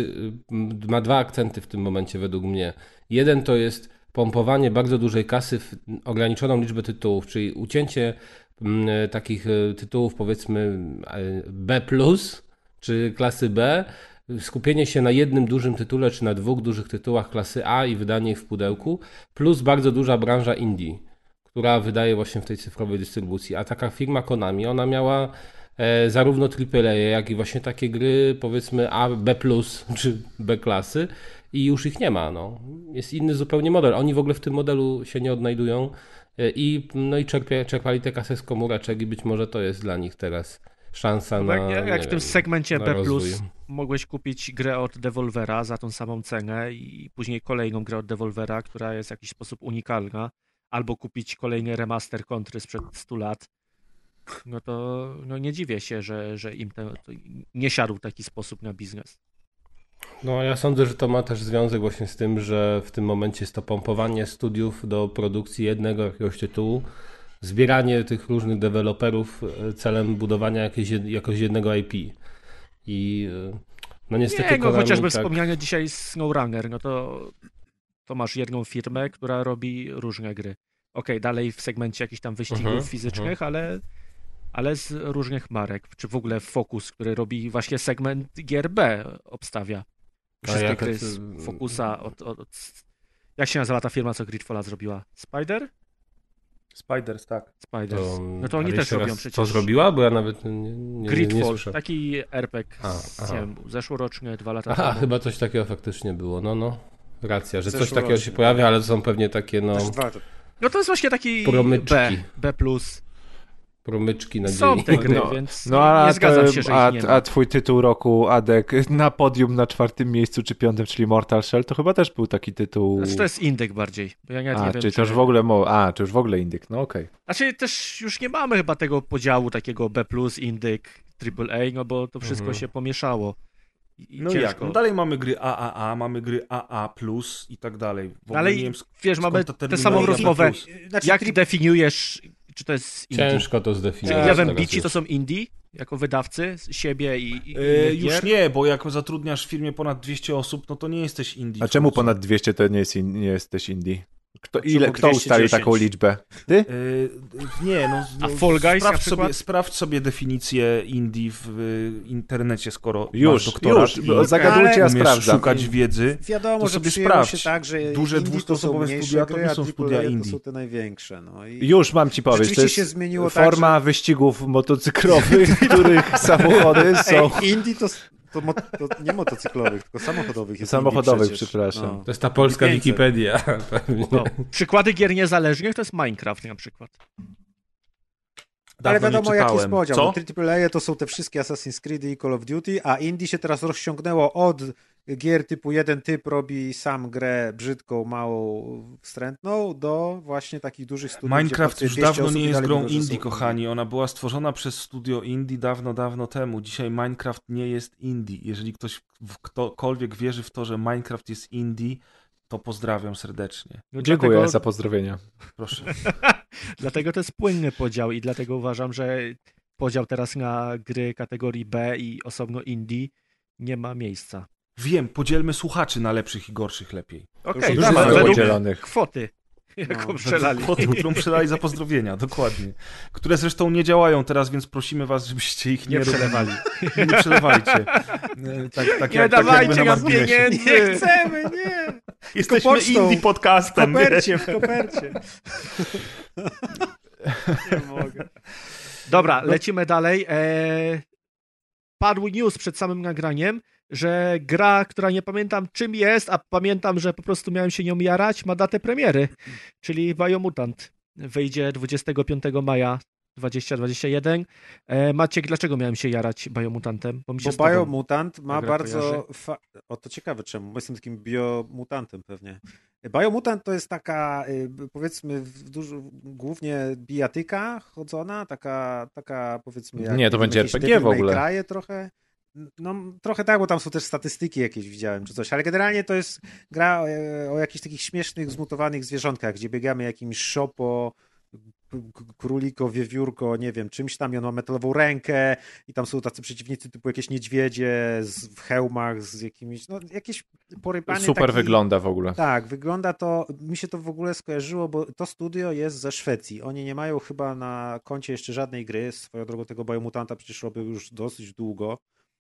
ma dwa akcenty w tym momencie według mnie. Jeden to jest pompowanie bardzo dużej kasy w ograniczoną liczbę tytułów, czyli ucięcie takich tytułów powiedzmy B+, czy klasy B, skupienie się na jednym dużym tytule, czy na dwóch dużych tytułach klasy A i wydanie ich w pudełku, plus bardzo duża branża indie, która wydaje właśnie w tej cyfrowej dystrybucji. A taka firma Konami, ona miała zarówno AAA, jak i właśnie takie gry powiedzmy A, B+, czy B klasy i już ich nie ma. No. Jest inny zupełnie model. Oni w ogóle w tym modelu się nie odnajdują i czerpali tę kasę z komóreczek i być może to jest dla nich teraz szansa na... Jak w tym segmencie na B+, rozwój. mogłeś kupić grę od Devolvera za tą samą cenę i później kolejną grę od Devolvera, która jest w jakiś sposób unikalna, albo kupić kolejny remaster Kontry sprzed 100 lat, no to nie dziwię się, że im to nie siadł w taki sposób na biznes. No ja sądzę, że to ma też związek właśnie z tym, że w tym momencie jest to pompowanie studiów do produkcji jednego jakiegoś tytułu, zbieranie tych różnych deweloperów celem budowania jakiegoś jednego IP. I no niestety Konami chociażby tak... wspomniane dzisiaj SnowRunner, no to masz jedną firmę, która robi różne gry. Okej, dalej w segmencie jakichś tam wyścigów fizycznych, ale z różnych marek, czy w ogóle Focus, który robi właśnie segment gier B, obstawia wszystkie gry z Focusa jak się nazywa ta firma, co Gridfalla zrobiła? Spiders, tak. Spiders. No to oni też robią przecież. Co zrobiła? Bo ja nawet nie Gridfall, słyszałem. taki RPG nie wiem, zeszłoroczny, 2 lata Aha, temu. chyba coś takiego faktycznie było. No. Racja, że coś Zeszłoroczny. takiego się pojawia, ale to są pewnie takie Też dwa. No to jest właśnie taki Promyczki. B+. Promyczki nadziei. Są te gry, No, więc No nie zgadzam się, że ich nie ma. a twój tytuł roku, Adek, na podium na 4. miejscu czy 5, czyli Mortal Shell, to chyba też był taki tytuł... Znaczy to jest indyk bardziej, bo ja nie wiem, czyli to już w ogóle... to już w ogóle indyk, no okej. Znaczy też już nie mamy chyba tego podziału takiego B+, indyk, AAA, no bo to wszystko się pomieszało. I No ciężko. jak? No dalej mamy gry AAA, mamy gry AA+, i tak dalej. W ogóle Ale nie wiem, wiesz, mamy ta tę terminologia samą rozmowę. plus. Znaczy, Jak definiujesz, czy to jest indie? Ciężko to Czy zdefiniować. 11 teraz Bici już. to są indie? Jako wydawcy siebie i Już gier? nie, bo jak zatrudniasz w firmie ponad 200 osób, no to nie jesteś indie. A czemu ponad 200 to nie jesteś indie? Kto ustalił 210? taką liczbę? Ty? Nie, no, A Fall Guys na przykład? sprawdź sobie definicję indie w internecie, skoro masz Już, doktorat i zagadujcie, ja umiesz sprawdzam. szukać wiedzy. Wiadomo, to że sobie przyjęło sprawdź. się tak, że Duże indie to są 200-osobowe mniejsze studia to gry, nie a są AAA studia to indie. są te największe. No i Już mam ci powiedzieć, to Rzeczywiście jest się zmieniło tak, forma wyścigów motocyklowych, w których samochody są... indie to nie motocyklowych, tylko samochodowych jest Samochodowych, indie przecież. przepraszam. No. To jest ta polska 500. Wikipedia. pewnie. No. Przykłady gier niezależnych to jest Minecraft na przykład. Ale Dawno nie wiadomo, jaki jest czytałem. podział. Co? No, AAA to są te wszystkie Assassin's Creed i Call of Duty, a indie się teraz rozciągnęło od gier typu jeden typ robi sam grę brzydką, małą, wstrętną, do właśnie takich dużych studiów. Minecraft gdzie już 200 dawno osób nie i jest dalej grą mówią, że są indie, kochani. Ona była stworzona przez studio indie dawno, dawno temu. Dzisiaj Minecraft nie jest indie. Jeżeli ktokolwiek wierzy w to, że Minecraft jest indie, to pozdrawiam serdecznie. No Dziękuję dlatego, za pozdrowienia. Proszę. dlatego to jest płynny podział i dlatego uważam, że podział teraz na gry kategorii B i osobno indie nie ma miejsca. Wiem, podzielmy słuchaczy na lepszych i gorszych lepiej. Okej, Już dawaj, jest według podzielonych. kwoty, jaką No, przelali. Kwotę, którą przelali za pozdrowienia, dokładnie. Które zresztą nie działają teraz, więc prosimy was, żebyście ich Nie przelewali. Nie przelewajcie. Nie dawajcie nam Marginesie. pieniędzy! Nie chcemy, nie! Jesteśmy pocztą. indie W podcastem. kopercie, w kopercie. Nie mogę. Dobra, lecimy dalej. Padł news przed samym nagraniem, że gra, która nie pamiętam czym jest, a pamiętam, że po prostu miałem się nią jarać, ma datę premiery, czyli Biomutant. Wyjdzie 25 maja 2021. Maciek, dlaczego miałem się jarać Biomutantem? Bo mi się Bo z tobą Biomutant ma ta gra bardzo... kojarzy. O, to ciekawe czemu, bo jestem takim biomutantem pewnie. Biomutant to jest taka, powiedzmy, głównie bijatyka chodzona, taka powiedzmy... Jak Nie, to będzie jakieś RPG w Devil May ogóle. Cry'e trochę. No, trochę tak, bo tam są też statystyki jakieś widziałem, czy coś, ale generalnie to jest gra o jakichś takich śmiesznych, zmutowanych zwierzątkach, gdzie biegamy jakimś szopo, króliko, wiewiórko, nie wiem, czymś tam i on ma metalową rękę i tam są tacy przeciwnicy typu jakieś niedźwiedzie w hełmach z jakimiś, no jakieś porypanie. Super wygląda w ogóle. Tak, wygląda to, mi się to w ogóle skojarzyło, bo to studio jest ze Szwecji. Oni nie mają chyba na koncie jeszcze żadnej gry, swoją drogą tego Biomutanta przecież robią już dosyć długo.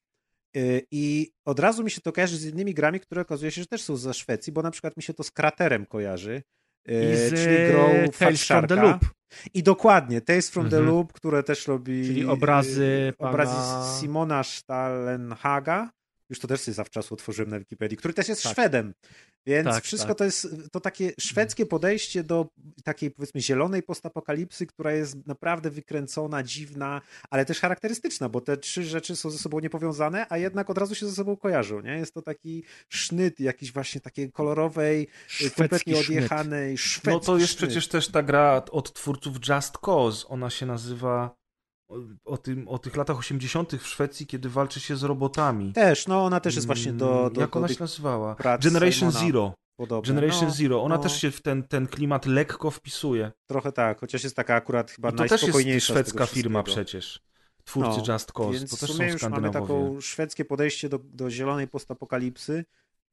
I od razu mi się to kojarzy z innymi grami, które okazuje się, że też są ze Szwecji, bo na przykład mi się to z Kraterem kojarzy. I z czyli grą Tales from the Fatsharka. Loop. I dokładnie, Tales from the Loop, które też robi... Czyli obrazy Simona Stalenhaga. Już to też sobie zawczasu otworzyłem na Wikipedii, który też jest Tak. Szwedem. Więc Tak, wszystko tak. to jest to takie szwedzkie podejście do takiej, powiedzmy, zielonej postapokalipsy, która jest naprawdę wykręcona, dziwna, ale też charakterystyczna, bo te trzy rzeczy są ze sobą niepowiązane, a jednak od razu się ze sobą kojarzą, nie? Jest to taki sznyt jakiś właśnie takiej kolorowej, kompletnie sznyt. odjechanej, szwedzki No to jest sznyt. przecież też ta gra od twórców Just Cause. Ona się nazywa o tych latach 80. w Szwecji, kiedy walczy się z robotami. Też, no ona też jest właśnie do Jak ona tych się nazywała? prac Generation Simona Zero. podobne. Generation No, Zero. Ona no, też się w ten klimat lekko wpisuje. trochę tak, chociaż jest taka akurat chyba I to też najspokojniejsza jest z tego szwedzka firma wszystkiego. przecież. Twórcy No, Just Cause. Więc To w też sumie są już mamy Skandynawowie. taką szwedzkie podejście do zielonej postapokalipsy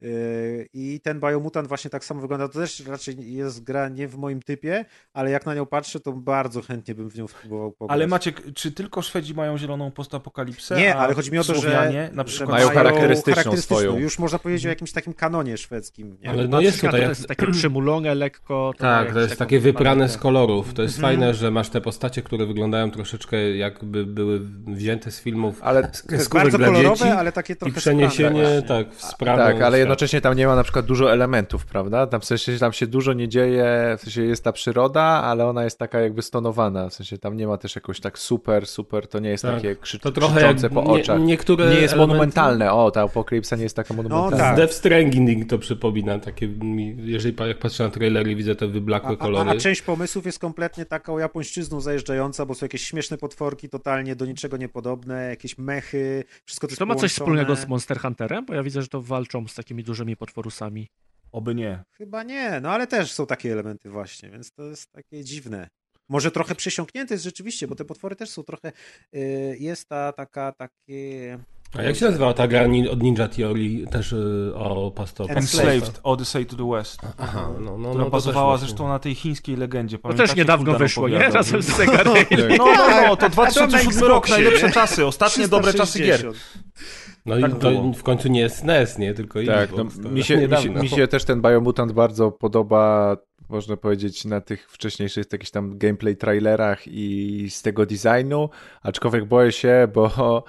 i ten Biomutant właśnie tak samo wygląda. To też raczej jest gra nie w moim typie, ale jak na nią patrzę, to bardzo chętnie bym w nią spróbował pograć. Ale Maciek, czy tylko Szwedzi mają zieloną postapokalipsę? Nie, a ale chodzi mi o to, Słowianie że, na że przykład mają charakterystyczną swoją. Już można powiedzieć o jakimś takim kanonie szwedzkim. Nie? Ale no jest To tutaj... jest takie przymulone lekko. Tak, to jest takie wyprane z kolorów. To jest Mhm. fajne, że masz te postacie, które wyglądają troszeczkę jakby były wzięte z filmów Ale To jest skórek bardzo dla kolorowe, dzieci ale takie i trochę przeniesienie sprane tak w sprawę. tak, ale jednocześnie tam nie ma na przykład dużo elementów, prawda? Tam w sensie tam się dużo nie dzieje, w sensie jest ta przyroda, ale ona jest taka jakby stonowana, w sensie tam nie ma też jakoś tak super, to nie jest Tak. takie To trochę krzyczące jak po oczach. niektóre Nie jest elementy- monumentalne, ta apokalipsa nie jest taka monumentalna. tak. Z Death Stranding to przypomina takie, jeżeli jak patrzę na trailery, widzę te wyblakłe kolory. A część pomysłów jest kompletnie taką japońszczyzną zajeżdżająca, bo są jakieś śmieszne potworki, totalnie do niczego niepodobne, jakieś mechy, wszystko to jest To ma coś połączone. wspólnego z Monster Hunterem? Bo ja widzę, że to walczą z takimi dużymi potworusami. Oby nie. Chyba nie, no ale też są takie elementy właśnie, więc to jest takie dziwne. Może trochę przesiąknięte jest rzeczywiście, bo te potwory też są trochę, jest takie... A jak się nazywała ta gra od Ninja Theory też o pastorach? Enslaved, Odyssey to the West. Aha, no, Która to bazowała też zresztą na tej chińskiej legendzie. To Pamiętacie, też niedawno Kudan wyszło, nie? opowiadał? Razem z Sega Rally. No, to 2007 rok, najlepsze czasy, ostatnie dobre czasy gier. 360. No i Tak to było. w końcu nie jest SNES, nie? Tylko Tak, Xbox. no, To mi się też ten Biomutant bardzo podoba, można powiedzieć, na tych wcześniejszych jakichś tam gameplay trailerach i z tego designu, aczkolwiek boję się, bo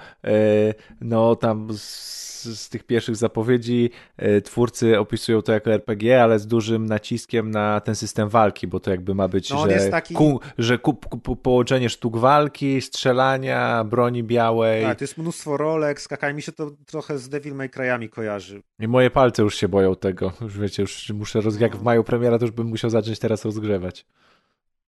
no tam z tych pierwszych zapowiedzi twórcy opisują to jako RPG, ale z dużym naciskiem na ten system walki, bo to jakby ma być, No, on jest taki- połączenie sztuk walki, strzelania, broni białej. Tak, to jest mnóstwo rolek, skakania, mi się to trochę z Devil May Cry'ami kojarzy. I moje palce już się boją tego. Już wiecie, już muszę, jak w maju premiera, to już bym musiał zacząć teraz rozgrzewać.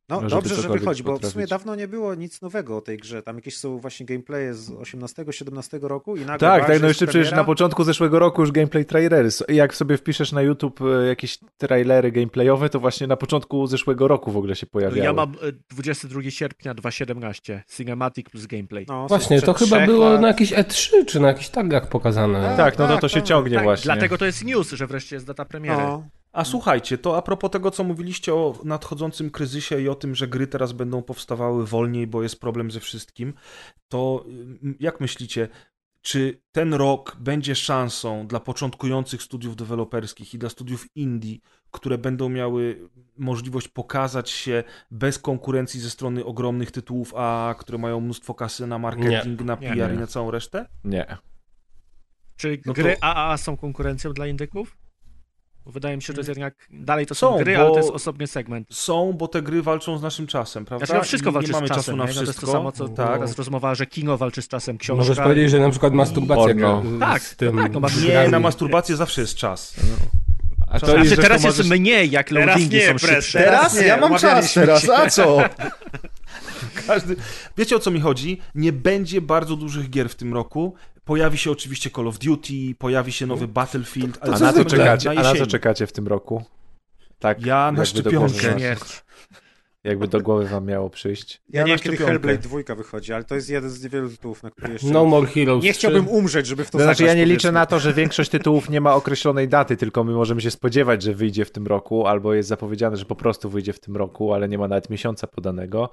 No żeby dobrze, że cokolwiek wychodzi, bo w potrafić. sumie dawno nie było nic nowego o tej grze. Tam jakieś są właśnie gameplaye z 18-17 roku i nagle Tak, jest no jeszcze przecież premiera. na początku zeszłego roku już gameplay trailery. Jak sobie wpiszesz na YouTube jakieś trailery gameplayowe, to właśnie na początku zeszłego roku w ogóle się pojawiały. Ja mam 22 sierpnia 2017, Cinematic plus gameplay. No, Właśnie, to sprzed chyba 3 było lat. na jakiś E3 czy na jakichś tagach pokazane. Tak, no to się tak, ciągnie tak, właśnie. Dlatego to jest news, że wreszcie jest data premiery. No, A słuchajcie, to a propos tego, co mówiliście o nadchodzącym kryzysie i o tym, że gry teraz będą powstawały wolniej, bo jest problem ze wszystkim, to jak myślicie, czy ten rok będzie szansą dla początkujących studiów deweloperskich i dla studiów indie, które będą miały możliwość pokazać się bez konkurencji ze strony ogromnych tytułów A, które mają mnóstwo kasy na marketing, na Nie. PR i na całą resztę? Nie. Czy No gry to- AAA są konkurencją dla indyków? Bo wydaje mi się, że to jest jednak dalej to Są, są gry, bo- ale to jest osobny segment. Są, bo te gry walczą z naszym czasem, prawda? Znaczy, no wszystko I walczy nie mamy z czasem, czasu na nie? No to wszystko. jest to samo, co tak. teraz rozmowa, że kino walczy z czasem, książka. Możesz powiedzieć, że na przykład masturbacja Porno. Tak, z tym... tak, no masz- z Nie, grami. na masturbację zawsze jest czas. A to Znaczy, jest, że teraz to jest możesz... mniej, jak Teraz loadingi nie, są Press, szybsze. teraz nie, ja mam czas umawialiśmy teraz, się. a co? Każdy... Wiecie, o co mi chodzi? Nie będzie bardzo dużych gier w tym roku. Pojawi się oczywiście Call of Duty, pojawi się nowy Battlefield. ale A to na co będzie czekacie? na A na co jesieni. czekacie w tym roku? Tak, Ja na jakby do szczepionkę. głowy- Śmierć. Jakby do głowy wam miało przyjść. ja nie nie wiem, wiem, kiedy szczepionkę. Hellblade 2 wychodzi, ale to jest jeden z niewielu tytułów, na który jeszcze... No More Heroes nie 3. chciałbym umrzeć, żeby w to To znaczy, zagrać, ja nie liczę powiedzmy. na to, że większość tytułów nie ma określonej daty, tylko my możemy się spodziewać, że wyjdzie w tym roku, albo jest zapowiedziane, że po prostu wyjdzie w tym roku, ale nie ma nawet miesiąca podanego.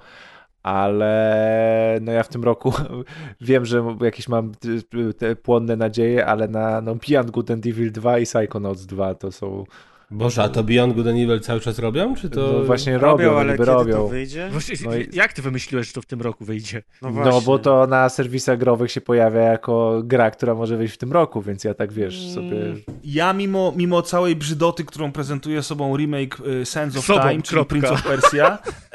Ale no ja w tym roku wiem, że jakieś mam te płonne nadzieje, ale na Beyond Good and Evil 2 i Psychonauts 2 to są... Boże, a to Beyond Good and Evil cały czas robią? Czy to... No właśnie Robią, ale niby kiedy to robią. wyjdzie? Właśnie, No i- Jak ty wymyśliłeś, że to w tym roku wyjdzie? No właśnie. No bo to na serwisach growych się pojawia jako gra, która może wyjść w tym roku, więc ja tak wiesz sobie... Ja mimo całej brzydoty, którą prezentuje sobą remake Sands of Sobą, Time, czyli kropka. Prince of Persia,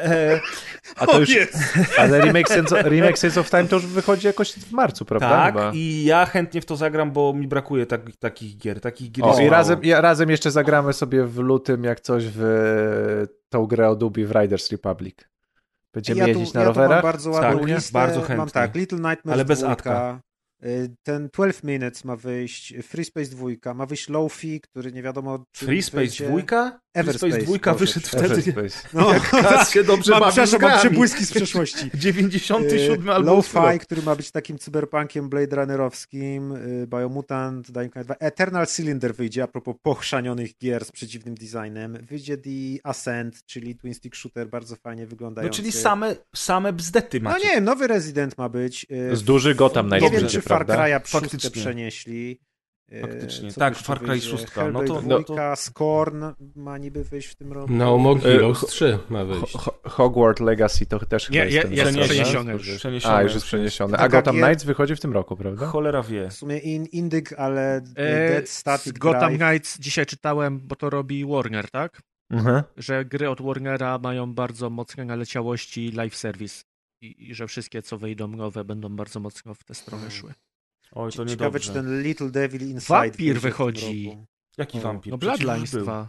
A to już, ale remake Sense of Time to już wychodzi jakoś w marcu, prawda? tak, Chyba. i ja chętnie w to zagram, bo mi brakuje takich gier. Takich gier O, jest i mało. razem jeszcze zagramy sobie w lutym jak coś w tą grę o Dubi w Riders Republic. Będziemy jeździć na ja tu mam rowerach? bardzo ładną Tak, listę. bardzo Mam chętnie. tak, Little Nightmares Ale bez 2, Atka. ten 12 Minutes ma wyjść, Free Space 2, ma wyjść Lofi, który nie wiadomo czy Free Space wyjdzie. 2? Free Everspace, Space 2 Boże, wyszedł wtedy, Everspace. No, jak Kaz się dobrze bawił z przepraszam, mam grami. przebłyski z przeszłości. 97 albo Lo-Fi, który ma być takim cyberpunkiem Blade Runnerowskim, Biomutant, Dying Light 2. Eternal Cylinder wyjdzie, a propos pochrzanionych gier z przeciwnym designem. Wyjdzie The Ascent, czyli twin stick shooter, bardzo fajnie No, wyglądający. czyli same bzdety No macie. nie, nowy Resident ma być. Z duży Gotham Nie Knight wiem, wyjdzie, czy Far prawda? Cry'a 6 Faktycznie. przenieśli. Faktycznie. Co Tak, jeszcze Far Cry wyjdzie? 6. No Hellblade to- 2, no to- Scorn ma niby wyjść w tym roku. No More Heroes 3 ma wyjść. Hogwarts Legacy to też chyba Nie, jest ten jest rok, przeniesione prawda? już. Przeniesione A, już jest przeniesione. A Taka Gotham gier- Knights wychodzi w tym roku, prawda? Cholera wie. W sumie Indyk, ale Dead Static Gotham Drive. Knights dzisiaj czytałem, bo to robi Warner, tak? Mhm. Że gry od Warnera mają bardzo mocne naleciałości live service i że wszystkie, co wyjdą nowe, będą bardzo mocno w tę stronę szły. Oj, to Ciekawe, niedobrze. czy ten Little Devil Inside Wampir wyjdzie w tym wychodzi. roku. Jaki wampir? No Przecież Bloodlines już był. 2.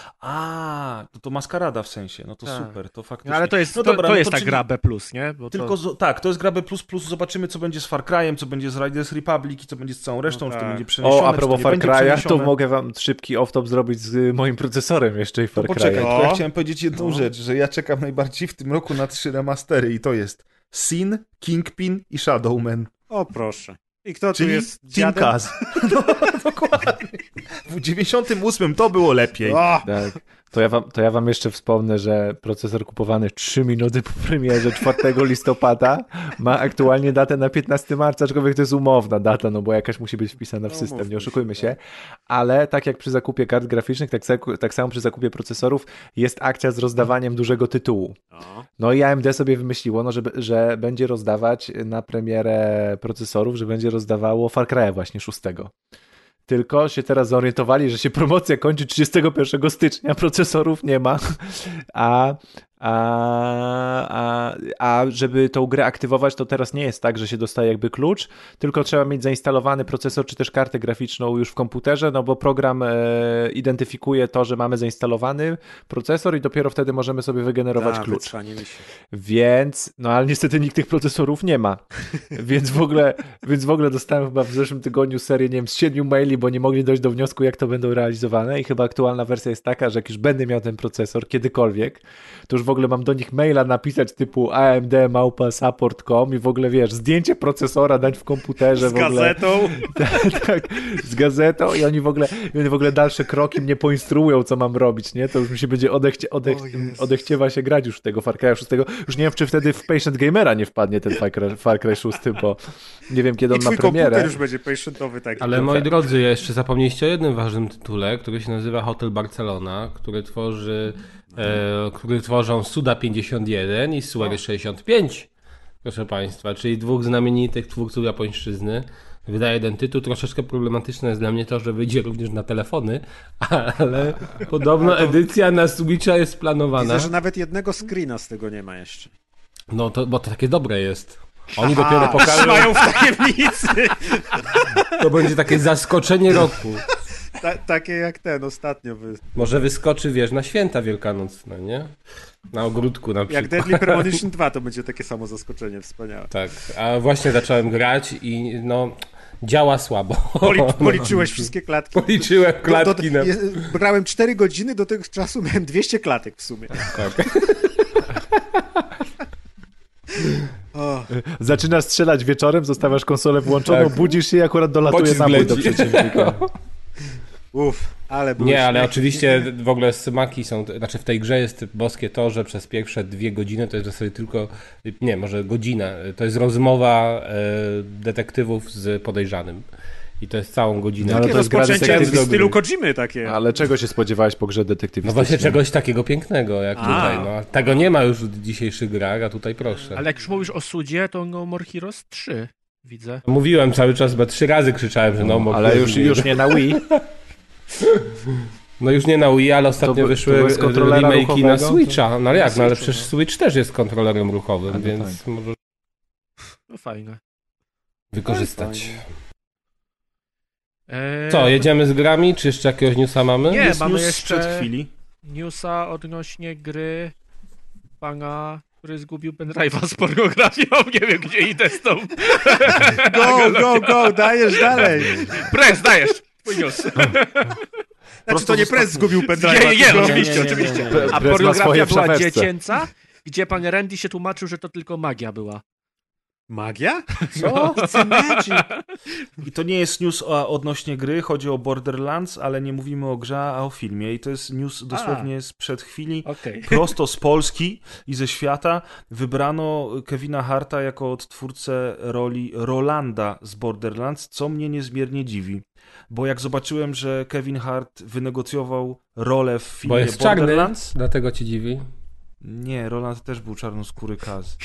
A, to maskarada w sensie. No to Tak. super, to faktycznie. No ale to jest, No to, dobra, to no jest to ta czyli- gra B+, nie? Bo Tylko, tak, to jest gra B++, zobaczymy co będzie z Far Cry'em, co będzie z Riders Republic i co będzie z całą resztą, No czy to tak. będzie przeniesione, O, a czy propos to Far nie będzie Cry'a, to przeniesione. mogę wam szybki off-top zrobić z moim procesorem jeszcze i Far Poczekaj, Cry'a. tylko ja chciałem powiedzieć jedną rzecz, że ja czekam najbardziej w tym roku na 3 remastery i to jest Sin, Kingpin i Shadowman. O proszę. I kto tu Czyli jest Team dziadem? Kaz. No, dokładnie. W 98 to było lepiej. O! Tak. To ja wam jeszcze wspomnę, że procesor kupowany 3 minuty po premierze 4 listopada ma aktualnie datę na 15 marca, aczkolwiek to jest umowna data, no bo jakaś musi być wpisana w No, system, umówmy nie oszukujmy się, się. Ale tak jak przy zakupie kart graficznych, tak samo przy zakupie procesorów jest akcja z rozdawaniem dużego tytułu. No i AMD sobie wymyśliło, no, że będzie rozdawać na premierę procesorów, że będzie rozdawało Far Cry'a właśnie 6. Tylko się teraz zorientowali, że się promocja kończy 31 stycznia, procesorów nie ma, a A żeby tą grę aktywować, to teraz nie jest tak, że się dostaje jakby klucz, tylko trzeba mieć zainstalowany procesor czy też kartę graficzną już w komputerze, no bo program identyfikuje to, że mamy zainstalowany procesor i dopiero wtedy możemy sobie wygenerować klucz. Więc, no ale niestety nikt tych procesorów nie ma. więc w ogóle dostałem chyba w zeszłym tygodniu serię, nie wiem, z 7 maili, bo nie mogli dojść do wniosku, jak to będą realizowane i chyba aktualna wersja jest taka, że jak już będę miał ten procesor kiedykolwiek, to już w ogóle mam do nich maila napisać typu amd@support.com i w ogóle, wiesz, zdjęcie procesora dać w komputerze. Z gazetą? Tak, z gazetą i oni w ogóle dalsze kroki mnie poinstruują, co mam robić, nie? To już mi się będzie odechciewa się grać już w tego Far Cry 6. Już nie wiem, czy wtedy w Patient Gamera nie wpadnie ten Far Cry 6, bo nie wiem, kiedy on ma premierę. Komputer już będzie patientowy taki. Ale moi drodzy, jeszcze zapomnieliście o jednym ważnym tytule, który się nazywa Hotel Barcelona, który tworzą Suda 51 i Suery 65, proszę Państwa, czyli dwóch znamienitych twórców japońszczyzny. Wydaje jeden tytuł, troszeczkę problematyczne jest dla mnie to, że wyjdzie również na telefony, ale podobno edycja na Switcha jest planowana. Widzę, że nawet jednego screena z tego nie ma jeszcze. No to, bo to takie dobre jest. Oni dopiero pokażą. Trzymają w tajemnicy. To będzie takie zaskoczenie roku. Takie jak ten ostatnio. Może wyskoczy, wiesz, na święta wielkanocne, nie? Na ogródku na przykład. Jak Deadly Premonition 2 to będzie takie samo zaskoczenie, wspaniałe. Tak, a właśnie zacząłem grać i no działa słabo. Policzyłeś wszystkie klatki? Policzyłem klatki. Grałem 4 godziny, do tego czasu miałem 200 klatek w sumie. Tak. Zaczynasz strzelać wieczorem, zostawiasz konsolę włączoną, budzisz się i akurat dolatuje nabój do przeciwnika. Ale nie, ale oczywiście w ogóle smaki są, znaczy w tej grze jest boskie to, że przez pierwsze 2 godziny to jest w zasadzie tylko, nie, może godzina, to jest rozmowa detektywów z podejrzanym. I to jest całą godzinę. No, ale to jest rozpoczęcie w stylu Kojimy takie. Ale czego się spodziewałeś po grze detektywistycznej? No właśnie czegoś takiego pięknego jak tutaj. No. Tego nie ma już w dzisiejszych grach, a tutaj proszę. Ale jak już mówisz o Sudzie, to No More Heroes 3 widzę. Mówiłem cały czas, bo 3 razy krzyczałem, że No More ale już nie na Wii. No już nie na Wii, ale ostatnio wyszły remake'i na Switcha. No jak, no ale przecież Switch też jest kontrolerem ruchowym, więc tak. Może no fajne. Wykorzystać. Co, jedziemy z grami, czy jeszcze jakiegoś newsa mamy? Nie, jest mamy news jeszcze sprzed chwili. Newsa odnośnie gry pana, który zgubił pendrive'a z pornografią, nie wiem gdzie idę z tą. Go, dajesz dalej. Press, dajesz, twój news. Znaczy to nie Press zgubił pendrive'a. Nie, oczywiście. A pornografia była dziecięca, gdzie pan Randy się tłumaczył, że to tylko magia była. Magia? Co? I to nie jest news odnośnie gry, chodzi o Borderlands, ale nie mówimy o grze, a o filmie. I to jest news dosłownie sprzed chwili, prosto z Polski i ze świata. Wybrano Kevina Harta jako odtwórcę roli Rolanda z Borderlands, co mnie niezmiernie dziwi. Bo jak zobaczyłem, że Kevin Hart wynegocjował rolę w filmie bo jest Borderlands... czarny, dlatego ci dziwi. Nie, Roland też był czarnoskóry Kaz.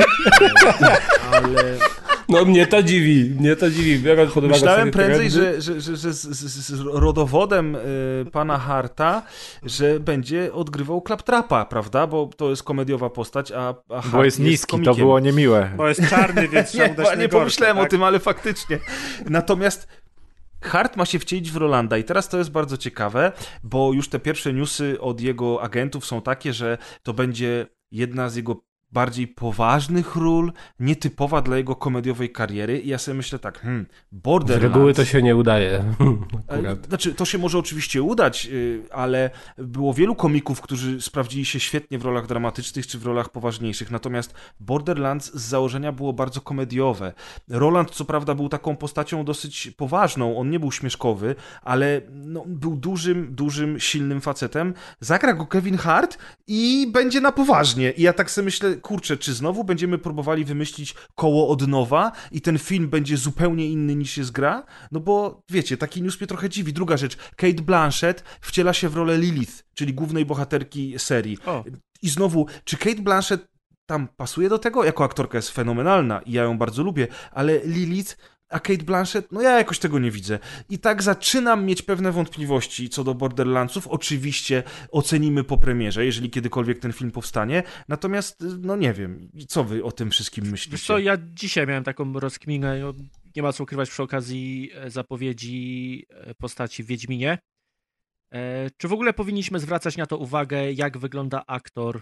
Ale... No mnie to dziwi, biorąc pod uwagę. Myślałem prędzej, że z rodowodem pana Harta, że będzie odgrywał Claptrapa, prawda? Bo to jest komediowa postać, a Hart bo jest niski, komikiem. to było niemiłe. Bo jest czarny, więc trzeba dać nie pomyślałem o tym, ale faktycznie. Natomiast Hart ma się wcielić w Rolanda i teraz to jest bardzo ciekawe, bo już te pierwsze newsy od jego agentów są takie, że to będzie jedna z jego bardziej poważnych ról, nietypowa dla jego komediowej kariery i ja sobie myślę tak, Borderlands... Z reguły to się nie udaje. Znaczy, to się może oczywiście udać, ale było wielu komików, którzy sprawdzili się świetnie w rolach dramatycznych czy w rolach poważniejszych, natomiast Borderlands z założenia było bardzo komediowe. Roland co prawda był taką postacią dosyć poważną, on nie był śmieszkowy, ale no, był dużym, silnym facetem. Zagra go Kevin Hart i będzie na poważnie. I ja tak sobie myślę, kurczę, czy znowu będziemy próbowali wymyślić koło od nowa i ten film będzie zupełnie inny niż jest gra? No bo wiecie, taki news mnie trochę dziwi. Druga rzecz, Cate Blanchett wciela się w rolę Lilith, czyli głównej bohaterki serii. I znowu, czy Cate Blanchett tam pasuje do tego? Jako aktorka jest fenomenalna i ja ją bardzo lubię, ale Lilith A Cate Blanchett? No ja jakoś tego nie widzę. I tak zaczynam mieć pewne wątpliwości co do Borderlandsów. Oczywiście ocenimy po premierze, jeżeli kiedykolwiek ten film powstanie. Natomiast, no nie wiem, co wy o tym wszystkim myślicie? Wiesz co, ja dzisiaj miałem taką rozkminę, no, nie ma co ukrywać przy okazji zapowiedzi postaci w Wiedźminie. Czy w ogóle powinniśmy zwracać na to uwagę, jak wygląda aktor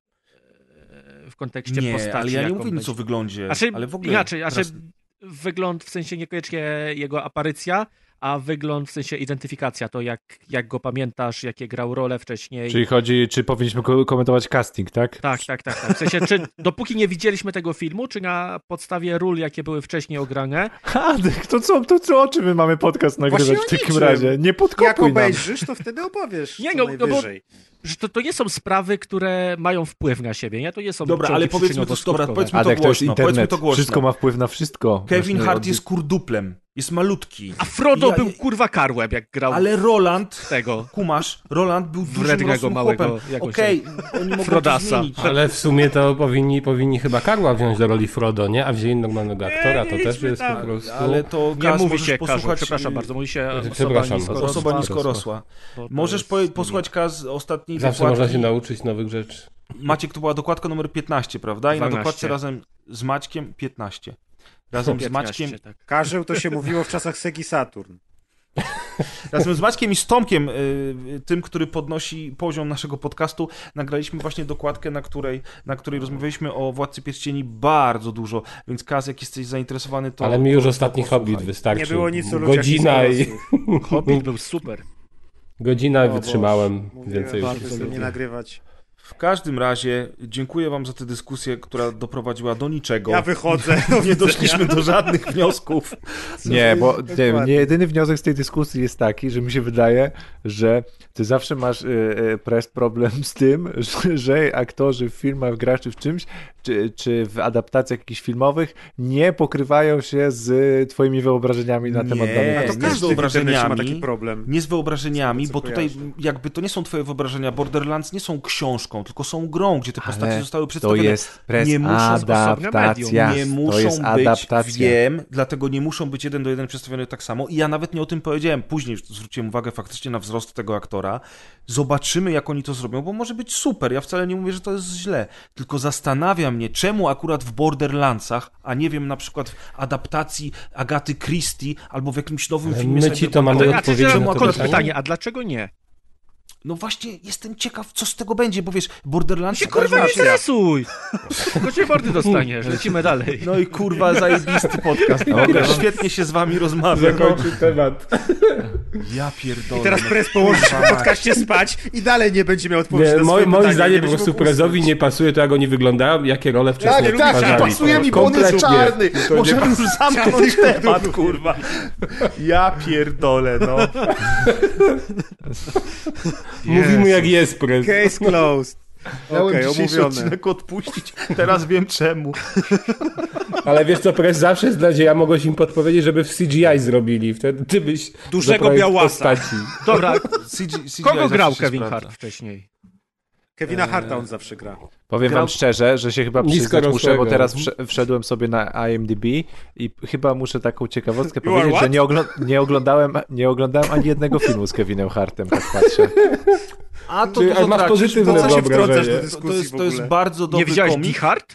w kontekście nie, postaci? Ale ja nie jaką mówię nic o wyglądzie. Ale w ogóle inaczej, teraz... wygląd w sensie niekoniecznie jego aparycja, a wygląd w sensie identyfikacja, to jak go pamiętasz, jakie grał rolę wcześniej. Czyli chodzi, czy powinniśmy komentować casting, tak? Tak. W sensie, czy dopóki nie widzieliśmy tego filmu, czy na podstawie ról, jakie były wcześniej ograne. To co, o czym my mamy podcast nagrywać w takim razie? Nie podkopuj Jak nam. obejrzysz, to wtedy opowiesz. Nie, co no bo najwyżej. że to nie są sprawy, które mają wpływ na siebie, nie? To nie są Dobra, ale powiedzmy to, powiedzmy Adek, to to jest głośno. internet. Wszystko ma wpływ na wszystko. Kevin Hart jest kurduplem. Jest malutki. A Frodo był kurwa karłem, jak grał. Ale Roland, tego. Kumasz, Roland był dużym Wrednego rosłym małego, chłopem. Okej, oni mogą Frodasa. to zmienić. Ale w sumie to powinni chyba Karła wziąć do roli Frodo, nie? A wzięli normalnego aktora, to też jest po prostu... Ale to Nie mówi możesz się posłuchać... Karzeł, przepraszam bardzo, mówi się Osoba niskorosła. Możesz posłuchać Kaz ostatniej Zawsze dokładki. można się nauczyć nowych rzeczy. Maciek, to była dokładka numer 15, prawda? I 12. na dokładce razem z Maćkiem 15. Razem z Maćkiem... Tak. Karzeł to się mówiło w czasach Segi Saturn. Razem z Maćkiem i z Tomkiem, tym, który podnosi poziom naszego podcastu, nagraliśmy właśnie dokładkę, na której rozmawialiśmy o Władcy Pierścieni bardzo dużo, więc Kaz, jak jesteś zainteresowany, to... Ale mi już ostatni Hobbit wystarczył. Nie było nic o ludziach Godzina i... Hobbit był super. Godzina wytrzymałem, Boże, więcej mówiłem, już żeby nie nie nagrywać. W każdym razie dziękuję wam za tę dyskusję, która doprowadziła do niczego. Ja wychodzę. Nie doszliśmy do żadnych wniosków. Nie, bo Dokładnie. jedyny wniosek z tej dyskusji jest taki, że mi się wydaje, że ty zawsze masz problem z tym, że aktorzy w filmach, grach czy w czymś, czy w adaptacjach jakichś filmowych nie pokrywają się z twoimi wyobrażeniami na temat danej A to postaci. nie z każdy w internecie wyobrażeniami, ma taki problem. Nie z wyobrażeniami, Co bo tutaj kojarzę. jakby to nie są twoje wyobrażenia. Borderlands nie są książką, tylko są grą, gdzie te postacie Ale zostały to przedstawione. jest Nie muszą adaptacja. Nie To muszą jest być, adaptacja. wiem, dlatego nie muszą być 1:1 przedstawione tak samo. I ja nawet nie o tym powiedziałem. Później zwróciłem uwagę faktycznie na wzrost tego aktora. Zobaczymy, jak oni to zrobią, bo może być super. Ja wcale nie mówię, że to jest źle. Tylko zastanawia mnie, czemu akurat w Borderlandsach, a nie wiem, na przykład w adaptacji Agaty Christie albo w jakimś nowym Ale filmie my ci to mamy cyberpunkowym. odpowiedzieć na to pytanie? pytanie, a dlaczego nie? No właśnie, jestem ciekaw, co z tego będzie, bo wiesz, Borderlands... Się kurwa nie interesuj! Tylko cię mordy dostaniesz, lecimy dalej. No i kurwa, zajebisty podcast. Świetnie się z wami rozmawia. Zakończył temat. Ja pierdolę. I teraz Prez położy się w podcaście spać i dalej nie będzie miał odpowiedzi Nie, na swoje moim pytanie, zdaniem nie po będzie prostu mógł Prezowi usłyszeć. nie pasuje to, jak oni wyglądają, jakie role wcześniej tak, odtwarzali. pasuje mi, bo on jest Kompletnie. czarny. Możemy już zamknąć temat, kurwa. Ja pierdolę, no. Mówimy jak jest, Prez. Case closed. Miałem Okej, dzisiejszy omówione. odcinek odpuścić, teraz wiem czemu. Ale wiesz co, Prez, zawsze jest nadzieja, mogłeś im podpowiedzieć, żeby w CGI zrobili. Wtedy ty byś Dużego za projekt białasa. postaci. Dobra, CGI kogo zawsze grał się Kevin sprawdza. Hart wcześniej? Kevina Harta on zawsze gra. Powiem wam szczerze, że się chyba przyznać muszę, bo Niskorosłego. teraz wszedłem sobie na IMDb i chyba muszę taką ciekawostkę You are powiedzieć, że what? nie oglądałem ani jednego filmu z Kevinem Hartem, tak patrzę. A to Ty, ale masz tracisz, pozytywne bo co się wyobrażenie. wtrącasz do To dyskusji jest, w to jest ogóle? bardzo dobry Nie widziałeś komik. Die Hard?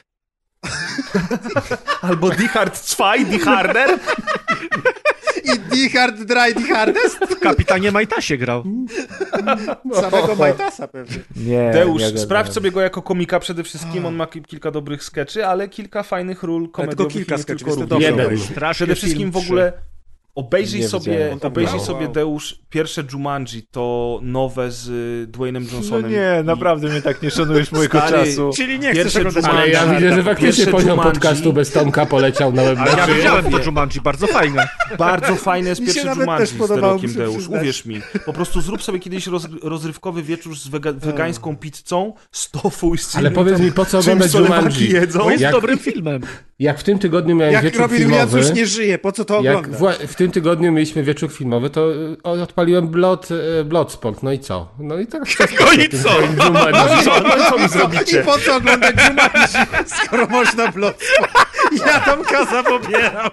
Albo Die Hard 2, Die Harder. I Die Hard Dry Die Hardest? W Kapitanie Majtasie grał. Samego Majtasa pewnie. Nie, Deusz, nie sprawdź sobie go jako komika przede wszystkim, on ma kilka dobrych skeczy, ale kilka fajnych ról komediowych. kilka i nie skeczy, tylko jest to ról. dobrze. Jeden. obejrzeć. Strasznie Przede wszystkim film w ogóle obejrzyj Nie sobie, widziałem. obejrzyj Wow, sobie wow. Deusz, pierwsze Jumanji, to nowe z Dwaynem No Johnsonem. nie, I- naprawdę mnie tak nie szanujesz mojego Stary, czasu. Czyli nie Pierwsze chcesz oglądać Ale ja Jumanji. widzę, że faktycznie Pierwsze poziom Jumanji. podcastu bez Tomka poleciał na web. Ale ja Znaczy, widziałem to wie. Jumanji, bardzo fajne. Bardzo fajne jest Mi się pierwsze nawet Jumanji też z podobało, Rokiem muszę Deusz, przyznać. uwierz mi. Po prostu zrób sobie kiedyś rozrywkowy wieczór z wegańską pizzą, z tofu i z Ale powiedz mi, po co czym oglądać solewaki Jumanji? jedzą. To jest Jak- dobrym filmem. Jak w tym tygodniu miałem Jak wieczór Robin filmowy, Williams już nie żyje, po co to jak oglądać? w tym tym tygodniu mieliśmy wieczór filmowy, to odpaliłem Bloodsport, no i co? No i teraz... No i co? Co mi zrobicie? I po co oglądać Jumanji, skoro można Bloodsport? Ja tam Kaza pobieram.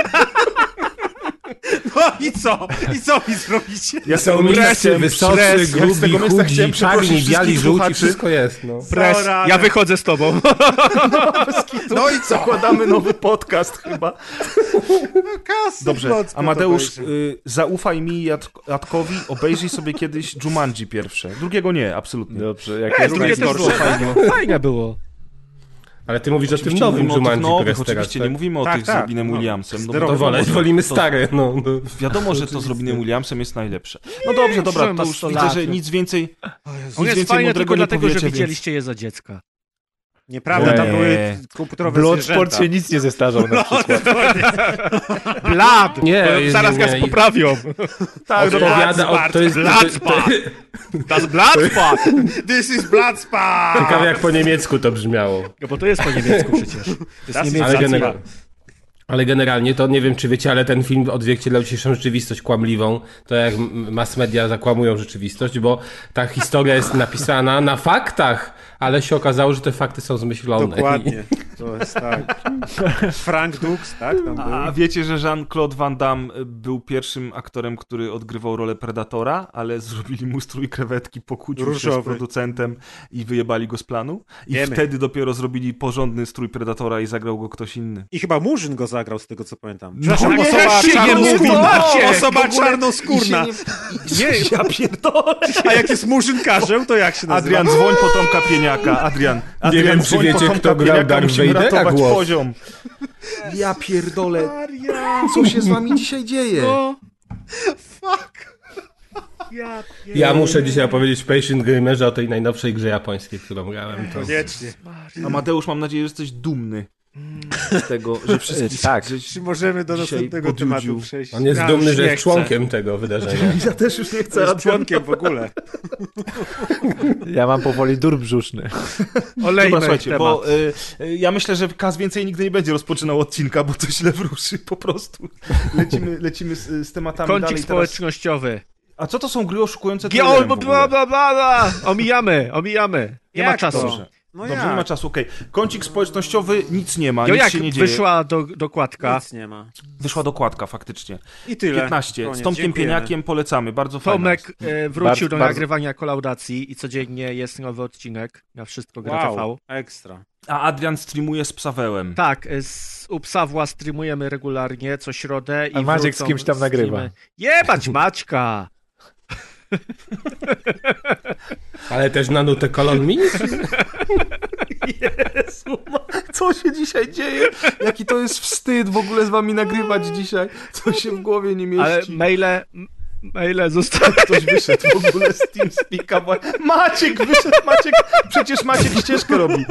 No i co? I co mi zrobicie? Ja Są miejsce wysocy, grubi, chudzi, czarni, biali, żółci, wszystko jest. No. Pres, ja wychodzę z tobą. No i co? Zakładamy nowy podcast chyba. Kasy Dobrze, Bloodsport Amadeusz, obejrzę. zaufaj mi, Jadkowi, obejrzyj sobie kiedyś Jumanji pierwsze. Drugiego nie, absolutnie. Dobrze, jak jest Drugie też było fajne było. Ale ty mówisz o tym Oczywiście nowym mówimy o tych Jumanji nowych, teraz, oczywiście, tak? nie mówimy o Tak, tych z tak, Robinem no. Williamsem. No, To wolimy stare, no. Wiadomo, że to z Robinem Williamsem jest najlepsze. No dobrze, dobra, że to ma już 100 widzę, lat. że nic więcej On jest więcej fajny mądrego tylko nie dlatego, że powiecie, więc- widzieliście je za dziecka. Nieprawda, tam Nie. były komputerowe Bloodsport się zwierzęta. nic nie zestarzał na przykład. Blad! Nie, Zaraz nie, nas nie. poprawią. Tak, Odpowiada, to jest... Bloodsport! Das Bloodsport! This is Bloodsport! Ciekawe jak po niemiecku to brzmiało. No bo to jest po niemiecku przecież. To jest Ale niemiecka. Ale generalnie to nie wiem, czy wiecie, ale ten film odzwierciedlał dzisiejszą rzeczywistość kłamliwą. To jak mass media zakłamują rzeczywistość, bo ta historia jest napisana na faktach, ale się okazało, że te fakty są zmyślone. Dokładnie. To jest tak. Frank Dux, tak? Tam był. A wiecie, że Jean-Claude Van Damme był pierwszym aktorem, który odgrywał rolę Predatora, ale zrobili mu strój krewetki, pokłócił się z Różowy. producentem i wyjebali go z planu. I Wiemy. wtedy dopiero zrobili porządny strój Predatora i zagrał go ktoś inny. I chyba Murzyn go zagrał, z tego co pamiętam. No Przepraszam, nie, osoba się nie mówi, czarnoskórna. macie! Osoba W ogóle- czarnoskórna. Ja pierdolę! A jak jest Murzynkarzem, to jak się nazywa? Adrian, dzwoń po Tomka Pieniaka. Adrian, wiem, czy dzwoń po wiecie, Tomka kto grał Pieniaka, Darth musimy Vadera ratować głos. poziom. Ja pierdolę. Co się z wami dzisiaj dzieje? No. Fuck. Ja muszę dzisiaj opowiedzieć w Patient Gamerze o tej najnowszej grze japońskiej, którą grałem. To... Koniecznie. Amadeusz, mam nadzieję, że jesteś dumny z tego, że wszystkich... Tak. Czy możemy do Dzisiaj następnego podjudził. tematu przejść? On jest Ja dumny, już że nie jest chcę. członkiem tego wydarzenia. Ja też już nie chcę, Jest Adrian. członkiem w ogóle. Ja mam powoli dur brzuszny. Olejmy Dobra, słuchajcie, temat. bo ja myślę, że Kaz więcej nigdy nie będzie rozpoczynał odcinka, bo to źle wruszy po prostu. Lecimy z tematami Kącik dalej teraz. społecznościowy. A co to są gry oszukujące O, trailerem w ogóle? bla, bla, bla, bla. Omijamy. Nie ma Jak czasu. to? Dobrze. No Dobrze, jak? nie ma czasu, okej. Kącik społecznościowy, nic nie ma, Jo, nic jak się nie dzieje. wyszła dokładka. Nic nie ma. Wyszła dokładka faktycznie. I tyle. 15. Koniec. Z Tomkiem Dziękujemy. Pieniakiem polecamy, bardzo fajnie. Tomek wrócił do Bardzo- nagrywania kolaudacji i codziennie jest nowy odcinek na Wszystko Gra TV. Wow, ekstra. A Adrian streamuje z Psawełem. Tak, u Psawła streamujemy regularnie co środę i A Maciek z wrócą kimś tam nagrywa. streamy. Jebać Maćka! Ale też na nutę kolon mini? Jezu, co się dzisiaj dzieje? Jaki to jest wstyd w ogóle z wami nagrywać dzisiaj. Co się w głowie nie mieści. Ale maile zostały. Ktoś wyszedł w ogóle z TeamSpeaka. Maciek wyszedł, Maciek. Przecież Maciek ścieżkę robi.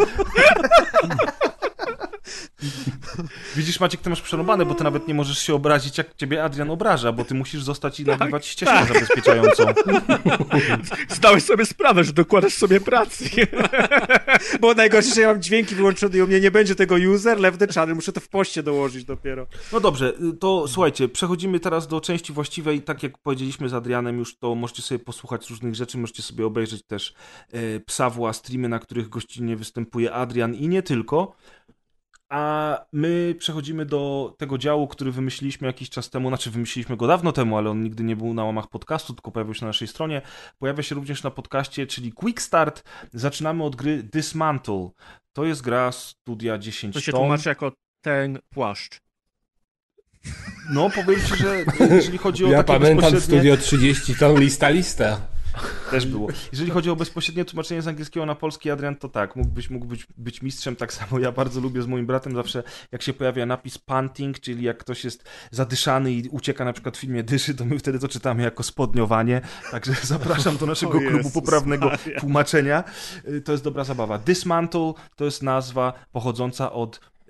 Widzisz, Maciek, ty masz przerobane, bo ty nawet nie możesz się obrazić, jak ciebie Adrian obraża, bo ty musisz zostać i nagrywać ścieżkę zabezpieczającą. Zdałeś sobie sprawę, że dokładasz sobie pracy. Bo najgorsze, że ja mam dźwięki wyłączone i u mnie nie będzie tego user, left the channel. Muszę to w poście dołożyć dopiero. No dobrze, to słuchajcie, przechodzimy teraz do części właściwej. Tak jak powiedzieliśmy z Adrianem już, to możecie sobie posłuchać różnych rzeczy, możecie sobie obejrzeć też Psawła, streamy, na których gościnnie występuje Adrian i nie tylko. A my przechodzimy do tego działu, który wymyśliliśmy jakiś czas temu, znaczy wymyśliliśmy go dawno temu, ale on nigdy nie był na łamach podcastu, tylko pojawił się na naszej stronie. Pojawia się również na podcaście, czyli Quick Start. Zaczynamy od gry Dismantle. To jest gra studia 10 To się ton. tłumaczy jako ten płaszcz. No, powiem ci, że jeżeli chodzi o Ja takie pamiętam bezpośrednie... studio 30 ton lista. Też było. Jeżeli chodzi o bezpośrednie tłumaczenie z angielskiego na polski, Adrian, to tak, mógłbyś być mistrzem, tak samo ja bardzo lubię z moim bratem zawsze, jak się pojawia napis punting, czyli jak ktoś jest zadyszany i ucieka na przykład w filmie Dyszy, to my wtedy to czytamy jako spodniowanie, także zapraszam do naszego klubu Jezus poprawnego Maria. tłumaczenia. To jest dobra zabawa. Dismantle to jest nazwa pochodząca od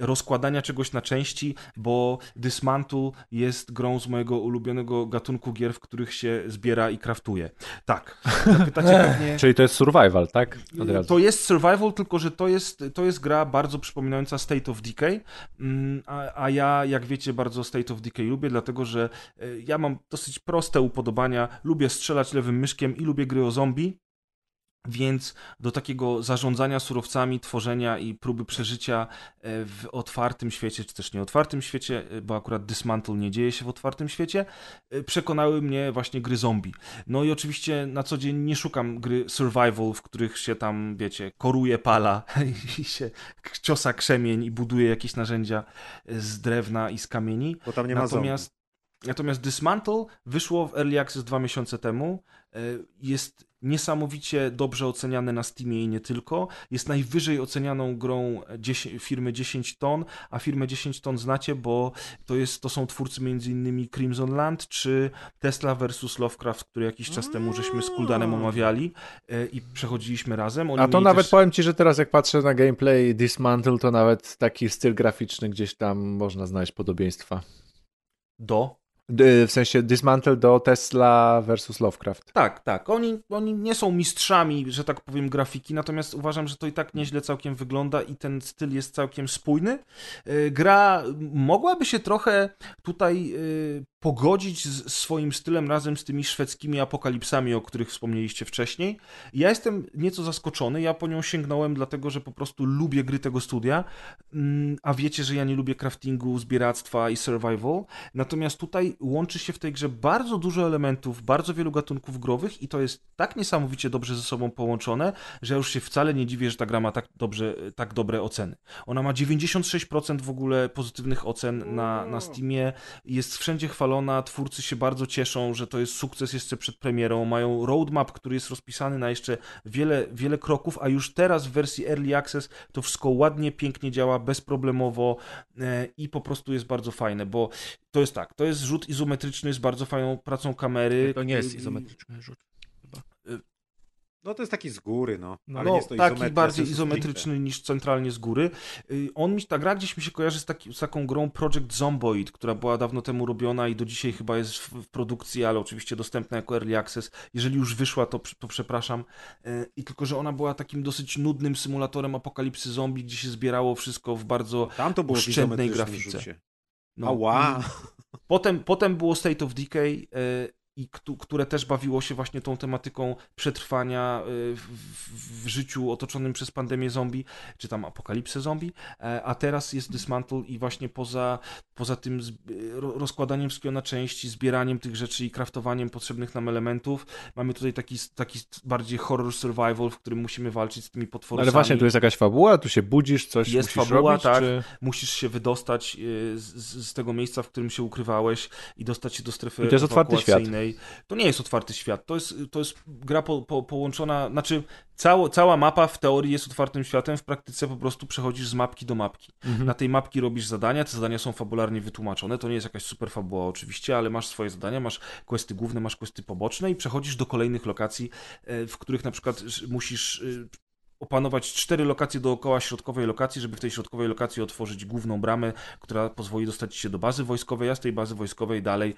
rozkładania czegoś na części, bo Dismantle jest grą z mojego ulubionego gatunku gier, w których się zbiera i kraftuje. Tak. Zapytacie pewnie... Czyli to jest survival, tak? Od razu. To jest survival, tylko że to jest gra bardzo przypominająca State of Decay, a ja, jak wiecie, bardzo State of Decay lubię, dlatego że ja mam dosyć proste upodobania, lubię strzelać lewym myszkiem i lubię gry o zombie, więc do takiego zarządzania surowcami, tworzenia i próby przeżycia w otwartym świecie, czy też nieotwartym świecie, bo akurat Dismantle nie dzieje się w otwartym świecie, przekonały mnie właśnie gry zombie. No i oczywiście na co dzień nie szukam gry survival, w których się tam, wiecie, koruje pala i się ciosa krzemień i buduje jakieś narzędzia z drewna i z kamieni. Bo tam nie ma zombie. Natomiast Dismantle wyszło w Early Access 2 miesiące temu. Jest niesamowicie dobrze oceniany na Steamie i nie tylko. Jest najwyżej ocenianą grą firmy 10 ton, a firmę 10 ton znacie, bo to są twórcy m.in. Crimson Land czy Tesla vs. Lovecraft, który jakiś czas temu żeśmy z Kuldanem omawiali i przechodziliśmy razem. A to nawet powiem ci, że teraz jak patrzę na gameplay Dismantle, to nawet taki styl graficzny gdzieś tam można znaleźć podobieństwa. W sensie Dismantle do Tesla versus Lovecraft. Tak. Oni nie są mistrzami, że tak powiem, grafiki, natomiast uważam, że to i tak nieźle całkiem wygląda i ten styl jest całkiem spójny. Gra mogłaby się trochę tutaj pogodzić z swoim stylem razem z tymi szwedzkimi apokalipsami, o których wspomnieliście wcześniej. Ja jestem nieco zaskoczony, ja po nią sięgnąłem dlatego, że po prostu lubię gry tego studia, a wiecie, że ja nie lubię craftingu, zbieractwa i survival, natomiast tutaj łączy się w tej grze bardzo dużo elementów, bardzo wielu gatunków growych i to jest tak niesamowicie dobrze ze sobą połączone, że ja już się wcale nie dziwię, że ta gra ma tak dobre oceny. Ona ma 96% w ogóle pozytywnych ocen na Steamie, jest wszędzie chwalona, twórcy się bardzo cieszą, że to jest sukces jeszcze przed premierą, mają roadmap, który jest rozpisany na jeszcze wiele kroków, a już teraz w wersji Early Access to wszystko ładnie, pięknie działa, bezproblemowo i po prostu jest bardzo fajne, bo to jest tak, to jest rzut izometryczny z bardzo fajną pracą kamery. To nie jest izometryczny rzut. No to jest taki z góry, no. Ale no nie jest to taki bardziej izometryczny niż centralnie z góry. Ta gra gdzieś mi się kojarzy z taką grą Project Zomboid, która była dawno temu robiona i do dzisiaj chyba jest w produkcji, ale oczywiście dostępna jako Early Access. Jeżeli już wyszła, to przepraszam. I tylko, że ona była takim dosyć nudnym symulatorem apokalipsy zombie, gdzie się zbierało wszystko w bardzo oszczędnej grafice. Ała! Potem było State of Decay, które też bawiło się właśnie tą tematyką przetrwania w życiu otoczonym przez pandemię zombie, czy tam apokalipsę zombie, a teraz jest Dismantle i właśnie poza tym rozkładaniem wszystkiego na części, zbieraniem tych rzeczy i craftowaniem potrzebnych nam elementów, mamy tutaj taki bardziej horror survival, w którym musimy walczyć z tymi potworami. Ale właśnie tu jest jakaś fabuła, tu się budzisz, coś jest musisz fabuła, robić? Tak, czy... musisz się wydostać z tego miejsca, w którym się ukrywałeś i dostać się do strefy I to jest otwarty świat. To nie jest otwarty świat, to jest gra połączona, znaczy cała mapa w teorii jest otwartym światem, w praktyce po prostu przechodzisz z mapki do mapki. Na tej mapki robisz zadania, te zadania są fabularnie wytłumaczone, to nie jest jakaś super fabuła oczywiście, ale masz swoje zadania, masz questy główne, masz questy poboczne i przechodzisz do kolejnych lokacji, w których na przykład musisz opanować 4 lokacje dookoła środkowej lokacji, żeby w tej środkowej lokacji otworzyć główną bramę, która pozwoli dostać się do bazy wojskowej, a z tej bazy wojskowej dalej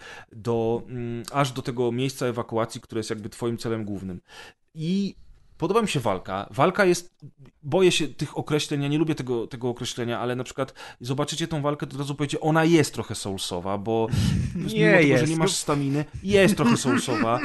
aż do tego miejsca ewakuacji, które jest jakby twoim celem głównym. I podoba mi się walka. Walka jest... Boję się tych określeń, ja nie lubię tego określenia, ale na przykład zobaczycie tą walkę, to od razu powiecie, ona jest trochę soulsowa, bo mimo tego, że nie masz staminy, jest trochę soulsowa.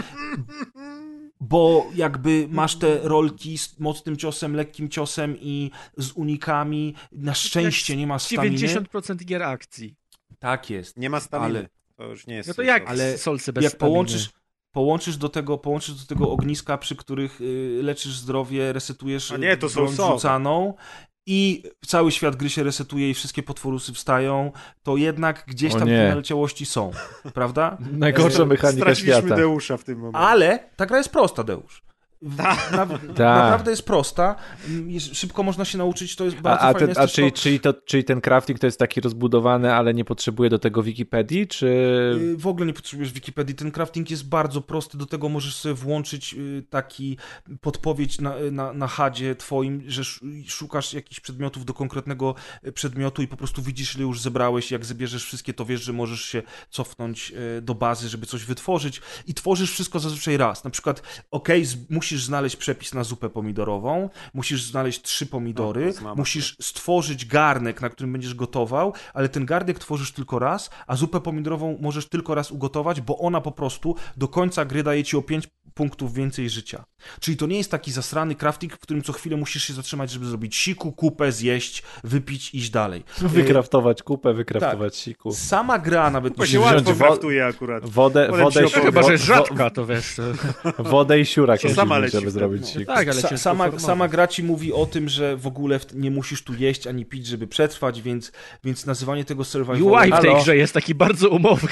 Bo jakby masz te rolki z mocnym ciosem, lekkim ciosem i z unikami. Na szczęście nie ma staminy. 90% gier akcji. Tak jest. Nie ma staminy. Ale, to już nie jest. No to jak ale solce bez jak staminy? Połączysz do tego ogniska, przy których leczysz zdrowie, resetujesz broń rzucaną i cały świat gry się resetuje i wszystkie potworusy wstają, to jednak gdzieś tam te naleciałości są, prawda? Najgorsza mechanika świata. Straciliśmy Deusza w tym momencie. Ale ta gra jest prosta, Deusz. Naprawdę jest prosta. Szybko można się nauczyć, to jest bardzo fajne. Czyli ten crafting to jest taki rozbudowany, ale nie potrzebuje do tego Wikipedii, czy... W ogóle nie potrzebujesz Wikipedii. Ten crafting jest bardzo prosty. Do tego możesz sobie włączyć taki podpowiedź na HUD-zie twoim, że szukasz jakichś przedmiotów do konkretnego przedmiotu i po prostu widzisz, ile już zebrałeś. Jak zbierzesz wszystkie, to wiesz, że możesz się cofnąć do bazy, żeby coś wytworzyć i tworzysz wszystko zazwyczaj raz. Na przykład, musisz znaleźć przepis na zupę pomidorową, musisz znaleźć 3 pomidory, musisz stworzyć garnek, na którym będziesz gotował, ale ten garnek tworzysz tylko raz, a zupę pomidorową możesz tylko raz ugotować, bo ona po prostu do końca gry daje ci o 5 punktów więcej życia. Czyli to nie jest taki zasrany crafting, w którym co chwilę musisz się zatrzymać, żeby zrobić siku, kupę, zjeść, wypić, iść dalej. Wykraftować kupę, wykraftować siku. Sama gra nawet... To się łatwo kraftuje akurat. Wodę chyba, że jest rzadka, to wiesz... Wodę i siurak, żeby zrobić siku. Tak, ale sama gra ci mówi o tym, że w ogóle nie musisz tu jeść ani pić, żeby przetrwać, więc nazywanie tego survival... UI w tej grze jest taki bardzo umowny.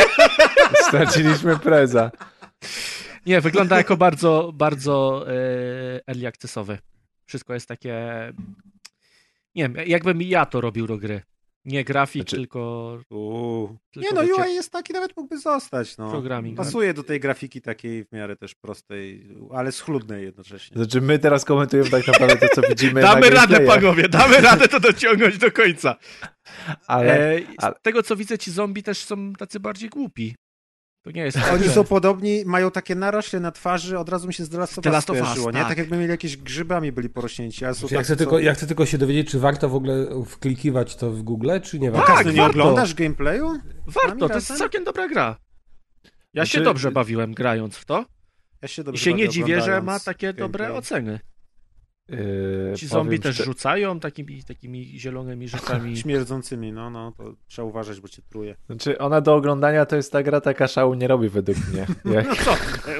Straciliśmy preza. Nie, wygląda jako bardzo, bardzo early accessowy. Wszystko jest takie... Nie wiem, jakbym ja to robił do gry. Nie grafik, tylko nie no, UI jest taki, nawet mógłby zostać. No. Programming. Pasuje do tej grafiki takiej w miarę też prostej, ale schludnej jednocześnie. Znaczy my teraz komentujemy tak naprawdę to, co widzimy Damy radę, panowie, damy radę to dociągnąć do końca. Ale z tego, co widzę, ci zombie też są tacy bardziej głupi. To nie jest Oni są podobni, mają takie narośle na twarzy, od razu mi się z The Last of Us skojarzyło, nie? Tak jakby mieli jakieś grzybami byli porośnięci. Ja chcę tylko się dowiedzieć, czy warto w ogóle wklikiwać to w Google, czy nie warto? Tak, nie oglądasz gameplayu? Warto, to jest całkiem dobra gra. Ja się dobrze bawiłem grając w to. I się nie dziwię, że ma takie dobre oceny. Ci zombie też rzucają takimi zielonymi rzeczami. Śmierdzącymi, no, to trzeba uważać, bo cię truje. Znaczy, ona do oglądania to jest ta gra, taka szału nie robi według mnie. No co?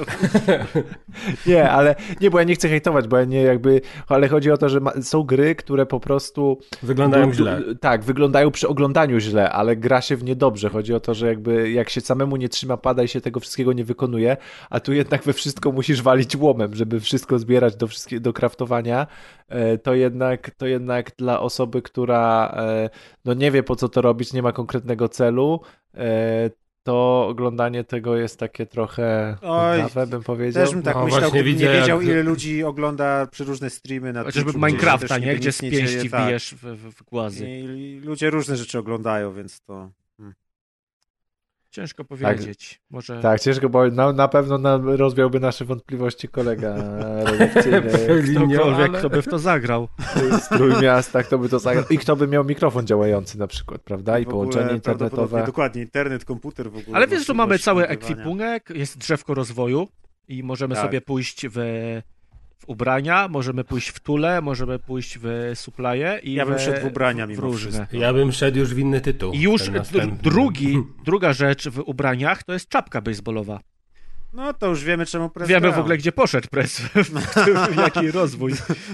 Nie, ale, bo ja nie chcę hejtować, bo ja nie jakby, ale chodzi o to, że są gry, które po prostu... Wyglądają źle. Tak, wyglądają przy oglądaniu źle, ale gra się w nie dobrze. Chodzi o to, że jakby jak się samemu nie trzyma pada i się tego wszystkiego nie wykonuje, a tu jednak we wszystko musisz walić łomem, żeby wszystko zbierać do craftowania, to jednak dla osoby, która no nie wie po co to robić, nie ma konkretnego celu, to oglądanie tego jest takie trochę nowe, bym powiedział. Też bym tak myślał, gdybym nie wiedział, ile ludzi ogląda przeróżne streamy na Twitchu. Chociażby Minecrafta, nie? Gdzie z pięści bijesz w głazy. I ludzie różne rzeczy oglądają, więc to... Ciężko powiedzieć. Może... Tak, ciężko, bo na pewno rozwiałby nasze wątpliwości kolega redakcyjny. Ktokolwiek, kto by w to zagrał. Z Trójmiasta, kto by to zagrał. I kto by miał mikrofon działający na przykład, prawda? I połączenie internetowe. Dokładnie, internet, komputer w ogóle. Ale wiesz, że mamy cały ekwipunek, jest drzewko rozwoju i możemy sobie pójść w ubrania, możemy pójść w tule, możemy pójść w supply'e i ja bym szedł w ubrania mimo różne. Ja bym szedł już w inny tytuł. I już druga rzecz w ubraniach to jest czapka baseballowa. No to już wiemy, czemu Prez Wiemy grał. w ogóle, gdzie poszedł Prez, w jaki rozwój.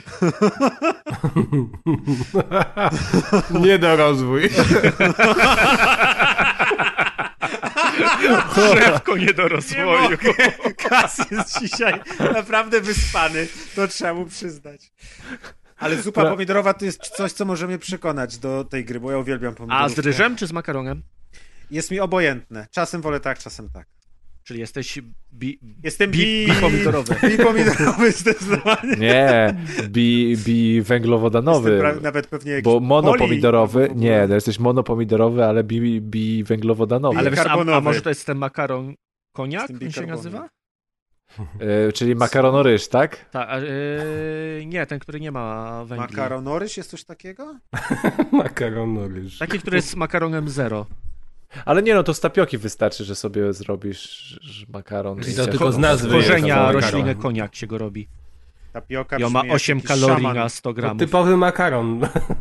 Nie do rozwój. Drzewko nie do rozwoju. Kas jest dzisiaj naprawdę wyspany, to trzeba mu przyznać. Ale zupa pomidorowa to jest coś, co może mnie przekonać do tej gry, bo ja uwielbiam pomidorówkę. A z ryżem czy z makaronem? Jest mi obojętne. Czasem wolę tak, czasem tak. Czyli jesteś Jestem pomidorowy. Pomidorowy zdecydowanie. Nie, węglowodanowy. Nawet pewnie jakiś bo monopomidorowy, nie, jesteś monopomidorowy, ale węglowodanowy. Ale wiesz, a może to jest ten makaron koniak, on się nazywa? Czyli makaronoryż, tak? Tak, nie, ten, który nie ma węgli. Makaronoryż jest coś takiego? Makaronoryż. Taki, który jest z makaronem zero. Ale nie, no to z tapioki wystarczy, że sobie zrobisz makaron. I to tylko z nazwy. Korzenia rośliny koniak się go robi. Tapioka i on ma 8 kalorii na 100 gramów. Typowy makaron.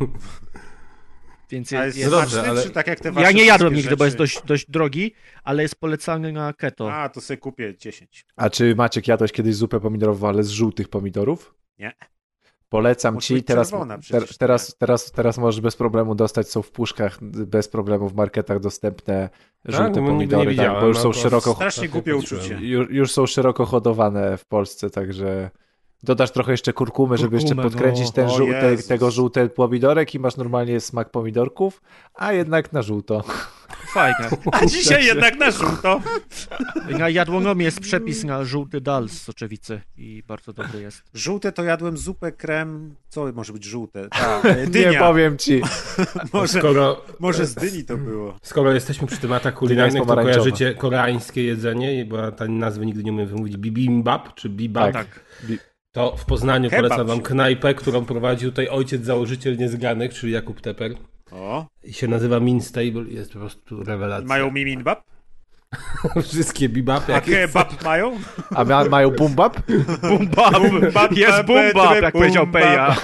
Więc jest dobrze, ale... czy tak jak te ja nie jadłem nigdy, bo jest dość drogi, ale jest polecany na keto. A, to sobie kupię 10. A czy Maciek jadłeś kiedyś zupę pomidorową, ale z żółtych pomidorów? Nie. Polecam Może ci, być czerwona przecież. teraz możesz bez problemu dostać, są w puszkach bez problemu w marketach dostępne żółte nigdy nie pomidory, widziałem, bo już są no to szeroko, Strasznie głupie uczucie. już są szeroko hodowane w Polsce, także dodasz trochę jeszcze kurkumy, żeby jeszcze Kurkumę, podkręcić ten O Jezus. tego żółte pomidorek i masz normalnie smak pomidorków, a jednak na żółto. Fajne. A dzisiaj jednak na żółto. Na jadłonomie jest przepis na żółty dal z soczewicy i bardzo dobry jest. Żółte to jadłem zupę, krem. Co może być żółte? Nie Dynia. powiem ci. Może z dyni to było. Skoro jesteśmy przy tematach kulinarnych, to pomarańczowa. kojarzycie koreańskie jedzenie, bo ta nazwy nigdy nie umiem wymówić, bibimbap czy bibap. Tak. To w Poznaniu Kebab polecam wam się- knajpę, którą prowadził tutaj ojciec założyciel Niezgranych, czyli Jakub Teper. O. I się nazywa Mince Table i jest po prostu rewelacja. Mają mimimbap? Wszystkie bibapy. A jakie kebab mają? A mają bumbap? Bumbab! Jest bumbab, jak powiedział Peja.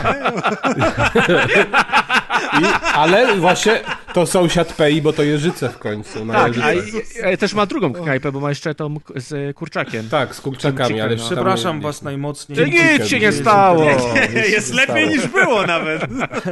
Ale właśnie to sąsiad Pei, bo to Jeżyce w końcu. Na Tak, Jeżyce. a też ma drugą knajpę, bo ma jeszcze tą z kurczakiem. Tak, z kurczakami, ale Chicken, Przepraszam tam was najmocniej. Ty nic się nie stało! Jest lepiej niż było nawet.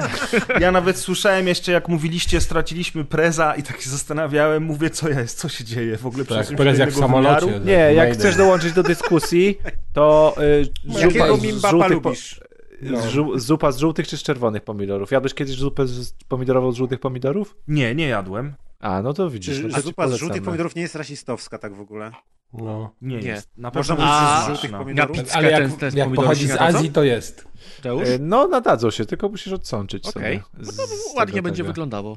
Ja nawet słyszałem jeszcze, jak mówiliście, straciliśmy preza i tak się zastanawiałem, mówię, co się dzieje w ogóle. Tak, przeszliśmy prez do jak w innego samolocie. wymiaru. Nie, jak Mayday. chcesz dołączyć do dyskusji, to Jakiego z mimbapa żółtych lubisz? zupa z żółtych czy z czerwonych pomidorów? Jadłeś kiedyś zupę pomidorową z żółtych pomidorów? Nie jadłem. A, no to widzisz. No to Czy ci zupa z polecamy. żółtych pomidorów nie jest rasistowska tak w ogóle? No. Nie Nie. jest. Na Można pewno mówić, jest że z A, żółtych smaczna. pomidorów? Na pizzkę Ale jak, ten jak pomidory pochodzi się z nadadzą? Azji, to jest. Teusz? No, nadadzą się, tylko musisz odsączyć Okej. sobie. No z to tego ładnie będzie tego. wyglądało.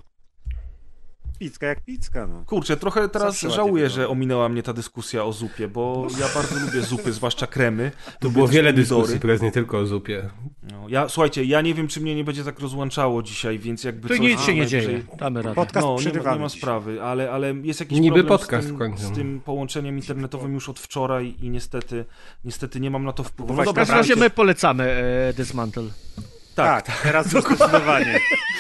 Pizka jak pizka, no. Kurczę, trochę teraz Zawsze ładnie żałuję, wygląda. że ominęła mnie ta dyskusja o zupie, bo ja bardzo lubię zupy, zwłaszcza kremy. Tu Lubię było też wiele pomidory. dyskusji, prez nie tylko o zupie. No, słuchajcie, ja nie wiem, czy mnie nie będzie tak rozłączało dzisiaj, więc jakby Tu coś... nic się nie najwyżej- dzieje. Damy radę. Podcast No, przerywamy nie ma dzisiaj. sprawy, ale jest jakiś Niby problem podcast z, w końcu. z tym połączeniem internetowym już od wczoraj i niestety nie mam na to wpływu. Właśnie W każdym razie my polecamy Dismantle. Tak, teraz zdecydowanie.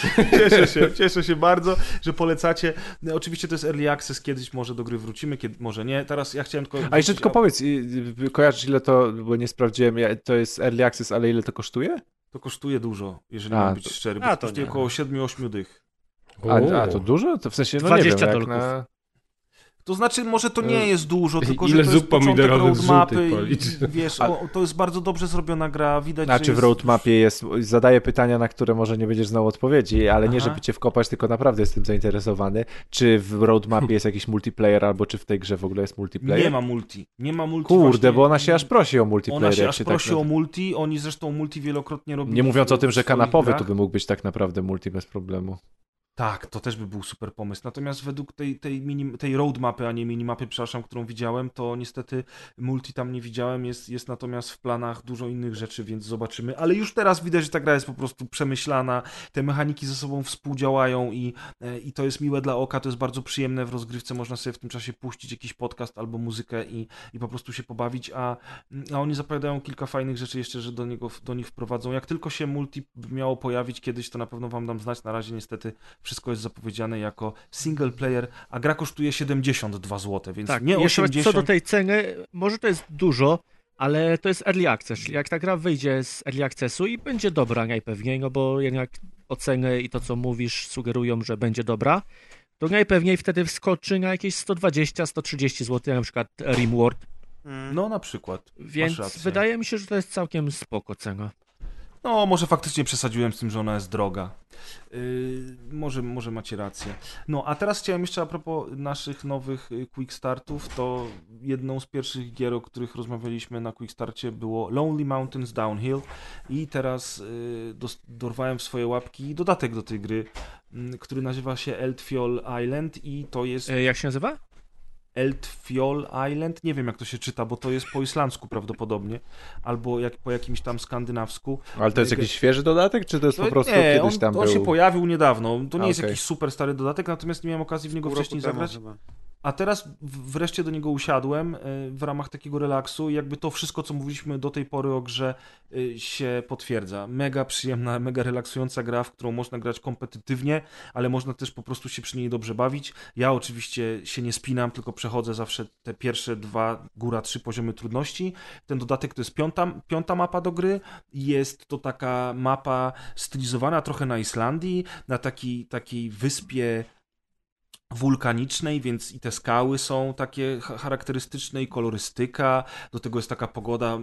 Cieszę się bardzo, że polecacie. No, oczywiście to jest early access, kiedyś może do gry wrócimy, kiedy może nie. Teraz ja chciałem tylko... A jeszcze tylko powiedz, kojarzysz ile to, bo nie sprawdziłem, to jest early access, ale ile to kosztuje? To kosztuje dużo, jeżeli A, mam być szczery, bo a, to to kosztuje nie. około 7-8 dych. A to dużo? To w sensie, no 20 nie wiem, jak dolków. na... To znaczy, może to nie jest dużo, tylko ile że to jest zup początek pomidorowych roadmapy żółtych i policz? wiesz, to jest bardzo dobrze zrobiona gra, widać, Znaczy że w jest... roadmapie jest, zadaję pytania, na które może nie będziesz znał odpowiedzi, ale nie Aha. żeby cię wkopać, tylko naprawdę jestem zainteresowany. Czy w roadmapie jest jakiś multiplayer, albo czy w tej grze w ogóle jest multiplayer? Nie ma multi. Kurde, właśnie. bo ona się aż prosi o multiplayer. Ona się jak aż się prosi tak o multi, oni zresztą multi wielokrotnie robili. Nie mówiąc o tym, w że swoich kanapowy grach. tu by mógł być tak naprawdę multi bez problemu. Tak, to też by był super pomysł. Natomiast według tej roadmapy, a nie minimapy, przepraszam, którą widziałem, to niestety multi tam nie widziałem. Jest natomiast w planach dużo innych rzeczy, więc zobaczymy. Ale już teraz widać, że ta gra jest po prostu przemyślana. Te mechaniki ze sobą współdziałają i to jest miłe dla oka, to jest bardzo przyjemne w rozgrywce. Można sobie w tym czasie puścić jakiś podcast albo muzykę i po prostu się pobawić, a oni zapowiadają kilka fajnych rzeczy jeszcze, że do nich wprowadzą. Jak tylko się multi miało pojawić kiedyś, to na pewno wam dam znać. Na razie niestety wszystko jest zapowiedziane jako single player, a gra kosztuje 72 zł, więc Tak, nie jeszcze 80. co do tej ceny, może to jest dużo, ale to jest early access, czyli jak ta gra wyjdzie z early accessu i będzie dobra najpewniej, no bo jednak oceny i to co mówisz sugerują, że będzie dobra, to najpewniej wtedy wskoczy na jakieś 120-130 zł, na przykład Rimworld, No na przykład. Masz więc rację. wydaje mi się, że to jest całkiem spoko cena. No, może faktycznie przesadziłem z tym, że ona jest droga. Może macie rację. No, a teraz chciałem jeszcze a propos naszych nowych Quick Startów, to jedną z pierwszych gier, o których rozmawialiśmy na Quick Starcie było Lonely Mountains Downhill i teraz dorwałem w swoje łapki dodatek do tej gry, który nazywa się Eldfjall Island i to jest... Jak się nazywa? Eldfjall Island, nie wiem jak to się czyta, bo to jest po islandzku prawdopodobnie, albo po jakimś tam skandynawsku. Ale to jest jakiś świeży dodatek, czy to jest po prostu nie, kiedyś tam on był? się pojawił niedawno, to nie jest okej. jakiś super stary dodatek, natomiast nie miałem okazji w niego Pół roku wcześniej temu zagrać. chyba. A teraz wreszcie do niego usiadłem w ramach takiego relaksu i jakby to wszystko, co mówiliśmy do tej pory o grze się potwierdza. Mega przyjemna, mega relaksująca gra, w którą można grać kompetytywnie, ale można też po prostu się przy niej dobrze bawić. Ja oczywiście się nie spinam, tylko przechodzę zawsze te pierwsze 2, góra 3 poziomy trudności. Ten dodatek to jest piąta mapa do gry. Jest to taka mapa stylizowana trochę na Islandii, na takiej wyspie wulkanicznej, więc i te skały są takie charakterystyczne i kolorystyka, do tego jest taka pogoda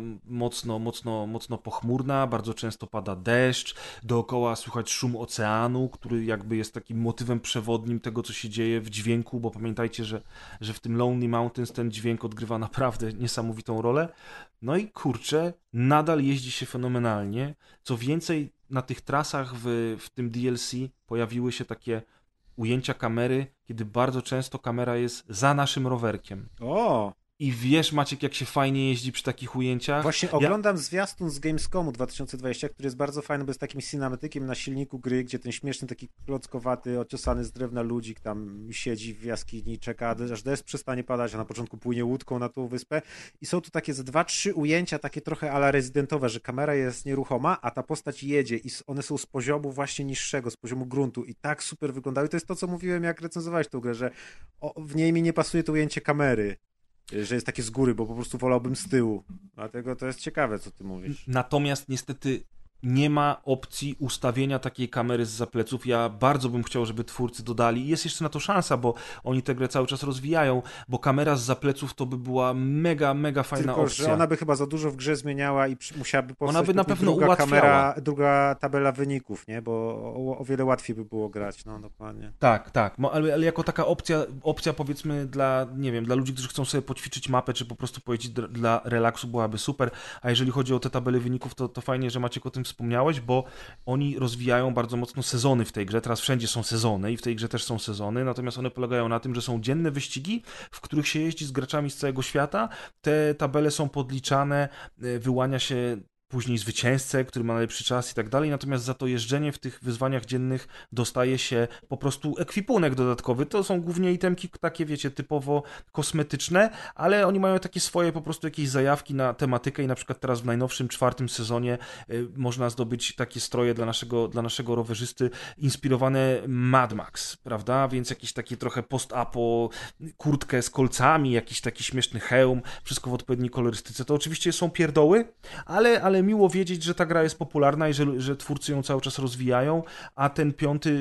mocno pochmurna, bardzo często pada deszcz, dookoła słychać szum oceanu, który jakby jest takim motywem przewodnim tego, co się dzieje w dźwięku, bo pamiętajcie, że w tym Lonely Mountains ten dźwięk odgrywa naprawdę niesamowitą rolę. No i kurczę, nadal jeździ się fenomenalnie. Co więcej, na tych trasach w tym DLC pojawiły się takie ujęcia kamery, kiedy bardzo często kamera jest za naszym rowerkiem. O! I wiesz, Maciek, jak się fajnie jeździ przy takich ujęciach. Właśnie oglądam zwiastun z Gamescomu 2020, który jest bardzo fajny, bo jest takim cinematykiem na silniku gry, gdzie ten śmieszny, taki klockowaty, ociosany z drewna ludzik tam siedzi w jaskini i czeka, aż deszcz przestanie padać, a na początku płynie łódką na tą wyspę. I są tu takie ze 2-3 ujęcia, takie trochę a la rezydentowe, że kamera jest nieruchoma, a ta postać jedzie i one są z poziomu właśnie niższego, z poziomu gruntu i tak super wyglądały. To jest to, co mówiłem, jak recenzowałeś tę grę, że w niej mi nie pasuje to ujęcie kamery, że jest takie z góry, bo po prostu wolałbym z tyłu. Dlatego to jest ciekawe, co ty mówisz. Natomiast niestety nie ma opcji ustawienia takiej kamery zza pleców. Ja bardzo bym chciał, żeby twórcy dodali. Jest jeszcze na to szansa, bo oni tę grę cały czas rozwijają, bo kamera zza pleców to by była mega, mega fajna opcja. Tylko, że ona by chyba za dużo w grze zmieniała i musiałaby powstać ona by na pewno druga ułatwiała. kamera, druga tabela wyników, nie? Bo o wiele łatwiej by było grać, no dokładnie. Tak, ale jako taka opcja powiedzmy dla, nie wiem, dla ludzi, którzy chcą sobie poćwiczyć mapę, czy po prostu pojeździć dla relaksu, byłaby super. A jeżeli chodzi o te tabele wyników, to fajnie, że Maciek o tym wspomniałeś, bo oni rozwijają bardzo mocno sezony w tej grze. Teraz wszędzie są sezony i w tej grze też są sezony, natomiast one polegają na tym, że są dzienne wyścigi, w których się jeździ z graczami z całego świata. Te tabele są podliczane, wyłania się później zwycięzcę, który ma najlepszy czas i tak dalej, natomiast za to jeżdżenie w tych wyzwaniach dziennych dostaje się po prostu ekwipunek dodatkowy. To są głównie itemki takie, wiecie, typowo kosmetyczne, ale oni mają takie swoje po prostu jakieś zajawki na tematykę i na przykład teraz w najnowszym 4. sezonie można zdobyć takie stroje dla naszego rowerzysty inspirowane Mad Max, prawda? Więc jakieś takie trochę post-apo, kurtkę z kolcami, jakiś taki śmieszny hełm, wszystko w odpowiedniej kolorystyce. To oczywiście są pierdoły, ale miło wiedzieć, że ta gra jest popularna i że twórcy ją cały czas rozwijają, a ten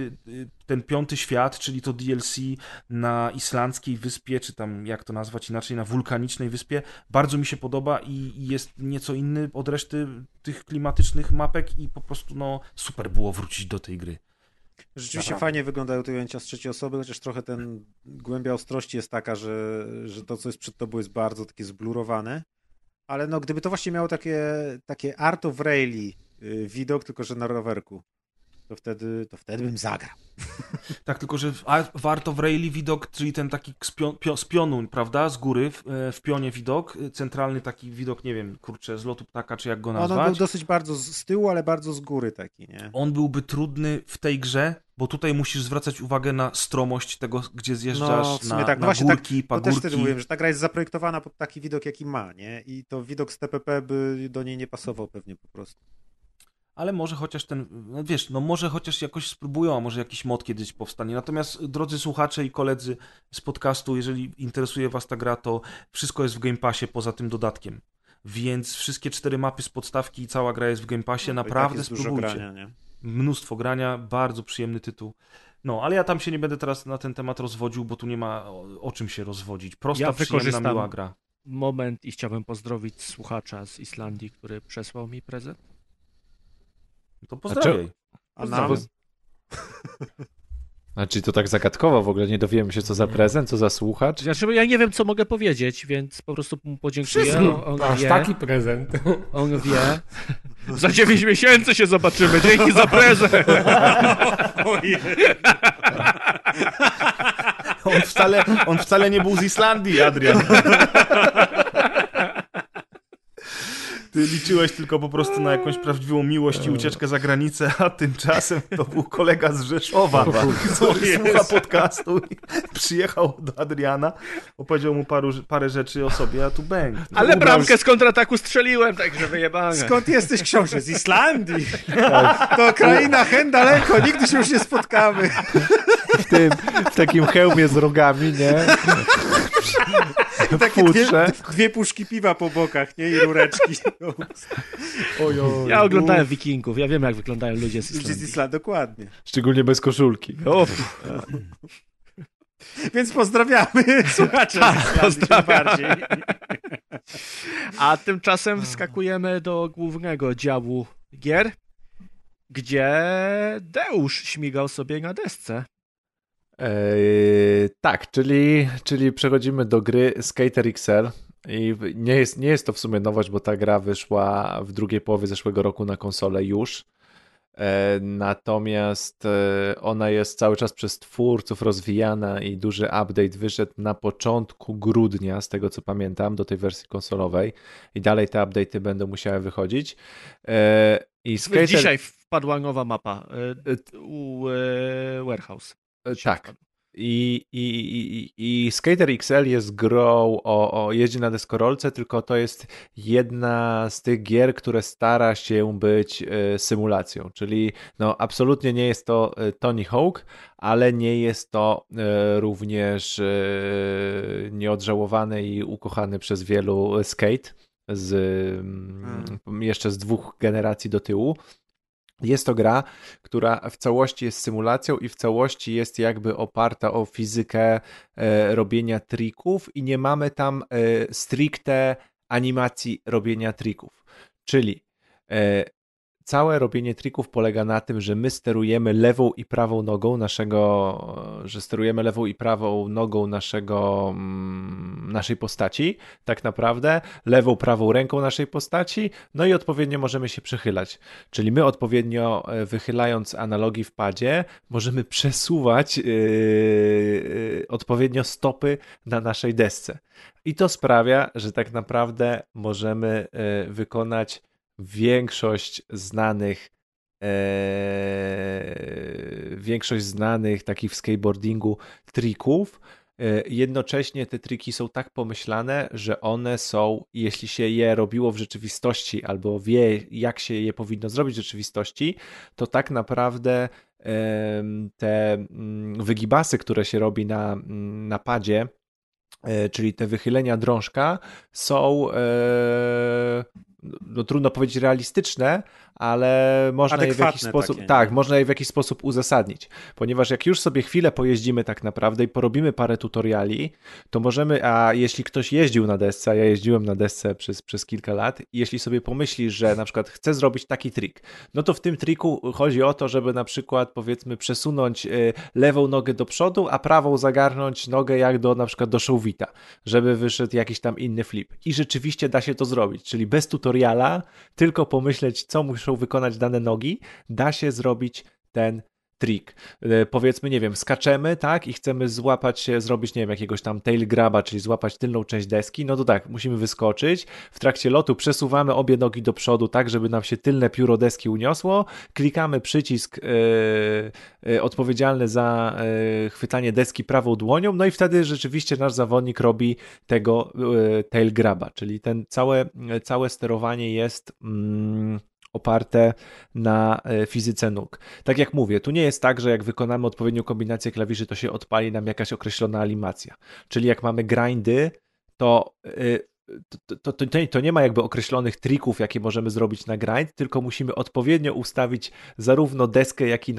piąty świat, czyli to DLC na islandzkiej wyspie, czy tam jak to nazwać inaczej, na wulkanicznej wyspie, bardzo mi się podoba i jest nieco inny od reszty tych klimatycznych mapek i po prostu super było wrócić do tej gry. Rzeczywiście fajnie wyglądają te ujęcia z trzeciej osoby, chociaż trochę głębia ostrości jest taka, że to, co jest przed tobą, jest bardzo takie zblurowane. Ale gdyby to właśnie miało takie Art of Rally widok, tylko że na rowerku, to wtedy bym zagrał. Tak, tylko że w Art of Rally widok, czyli ten taki z pionu, prawda, z góry, w pionie widok, centralny taki widok, nie wiem, kurczę, z lotu ptaka, czy jak go nazwać. On był dosyć bardzo z tyłu, ale bardzo z góry taki, nie? On byłby trudny w tej grze, bo tutaj musisz zwracać uwagę na stromość tego, gdzie zjeżdżasz, na górki, pagórki. To też wtedy mówiłem, że ta gra jest zaprojektowana pod taki widok, jaki ma, nie? I to widok z TPP by do niej nie pasował pewnie po prostu. Ale może chociaż może chociaż jakoś spróbują, a może jakiś mod kiedyś powstanie. Natomiast drodzy słuchacze i koledzy z podcastu, jeżeli interesuje was ta gra, to wszystko jest w Game Passie poza tym dodatkiem. Więc wszystkie 4 mapy z podstawki i cała gra jest w Game Passie. Naprawdę spróbujcie. Dużo grania, nie? Mnóstwo grania, bardzo przyjemny tytuł. Ale ja tam się nie będę teraz na ten temat rozwodził, bo tu nie ma o czym się rozwodzić. Prosta, przyjemna, miła gra. Moment i chciałbym pozdrowić słuchacza z Islandii, który przesłał mi prezent. To pozdrawiaj. A nam? Znaczy to tak zagadkowo, w ogóle nie dowiemy się, co za prezent, co za słuchacz. Znaczy, ja nie wiem, co mogę powiedzieć, więc po prostu mu podziękuję. Aż taki prezent. On wie. Za 9 miesięcy się zobaczymy. Dzięki za prezent. On wcale nie był z Islandii, Adrian. Ty liczyłeś tylko po prostu na jakąś prawdziwą miłość i ucieczkę za granicę, a tymczasem to był kolega z Rzeszowa, który słucha podcastu i Przyjechał do Adriana, opowiedział mu parę rzeczy o sobie, a tu bang. Ale bramkę z kontrataku strzeliłem, także wyjebane. Skąd jesteś, książę? Z Islandii. To kraina hen daleko, nigdy się już nie spotkamy. W takim hełmie z rogami, nie? Takie dwie puszki piwa po bokach, nie? I rureczki. Ja oglądałem Wikingów, ja wiem jak wyglądają ludzie z Ludzie z Islandii. Islandii, dokładnie. Szczególnie bez koszulki. Więc pozdrawiamy słuchaczy z Islandii bardziej. A tymczasem wskakujemy do głównego działu gier, gdzie Deusz śmigał sobie na desce. Tak, czyli przechodzimy do gry Skater XL i nie jest to w sumie nowość, bo ta gra wyszła w drugiej połowie zeszłego roku na konsolę już. Natomiast ona jest cały czas przez twórców rozwijana i duży update wyszedł na początku grudnia, z tego co pamiętam, do tej wersji konsolowej i dalej te update'y będą musiały wychodzić. I Skater... Dzisiaj wpadła nowa mapa Warehouse. Tak. I Skater XL jest grą o jeździe na deskorolce, tylko to jest jedna z tych gier, które stara się być symulacją, czyli no absolutnie nie jest to Tony Hawk, ale nie jest to również nieodżałowany i ukochany przez wielu skate jeszcze z 2 generacji do tyłu. Jest to gra, która w całości jest symulacją i w całości jest jakby oparta o fizykę robienia trików i nie mamy tam stricte animacji robienia trików. Czyli całe robienie trików polega na tym, że my sterujemy lewą i prawą nogą naszej postaci, tak naprawdę, lewą, prawą ręką naszej postaci, no i odpowiednio możemy się przechylać. Czyli my odpowiednio wychylając analogii w padzie, możemy przesuwać odpowiednio stopy na naszej desce. I to sprawia, że tak naprawdę możemy wykonać większość znanych takich w skateboardingu trików. Jednocześnie te triki są tak pomyślane, że one są, jeśli się je robiło w rzeczywistości albo wie, jak się je powinno zrobić w rzeczywistości, to tak naprawdę te wygibasy, które się robi na padzie, czyli te wychylenia drążka, są no trudno powiedzieć realistyczne, ale można je w jakiś sposób, takie, tak, można je w jakiś sposób uzasadnić, ponieważ jak już sobie chwilę pojeździmy tak naprawdę i porobimy parę tutoriali, to możemy, a jeśli ktoś jeździł na desce, a ja jeździłem na desce przez kilka lat, i jeśli sobie pomyśli, że na przykład chce zrobić taki trik, no to w tym triku chodzi o to, żeby na przykład powiedzmy przesunąć lewą nogę do przodu, a prawą zagarnąć nogę jak na przykład do showita, żeby wyszedł jakiś tam inny flip. I rzeczywiście da się to zrobić, czyli bez tutoriala, tylko pomyśleć, co muszą wykonać dane nogi, da się zrobić ten trik. Powiedzmy, nie wiem, skaczemy, tak, i chcemy złapać się, zrobić, nie wiem, jakiegoś tam tail graba, czyli złapać tylną część deski, no to tak, musimy wyskoczyć, w trakcie lotu przesuwamy obie nogi do przodu, tak, żeby nam się tylne pióro deski uniosło, klikamy przycisk odpowiedzialny za chwytanie deski prawą dłonią, no i wtedy rzeczywiście nasz zawodnik robi tego tail graba, czyli ten całe sterowanie jest oparte na fizyce nóg. Tak jak mówię, tu nie jest tak, że jak wykonamy odpowiednią kombinację klawiszy, to się odpali nam jakaś określona animacja. Czyli jak mamy grindy, to nie ma jakby określonych trików, jakie możemy zrobić na grind, tylko musimy odpowiednio ustawić zarówno deskę, jak i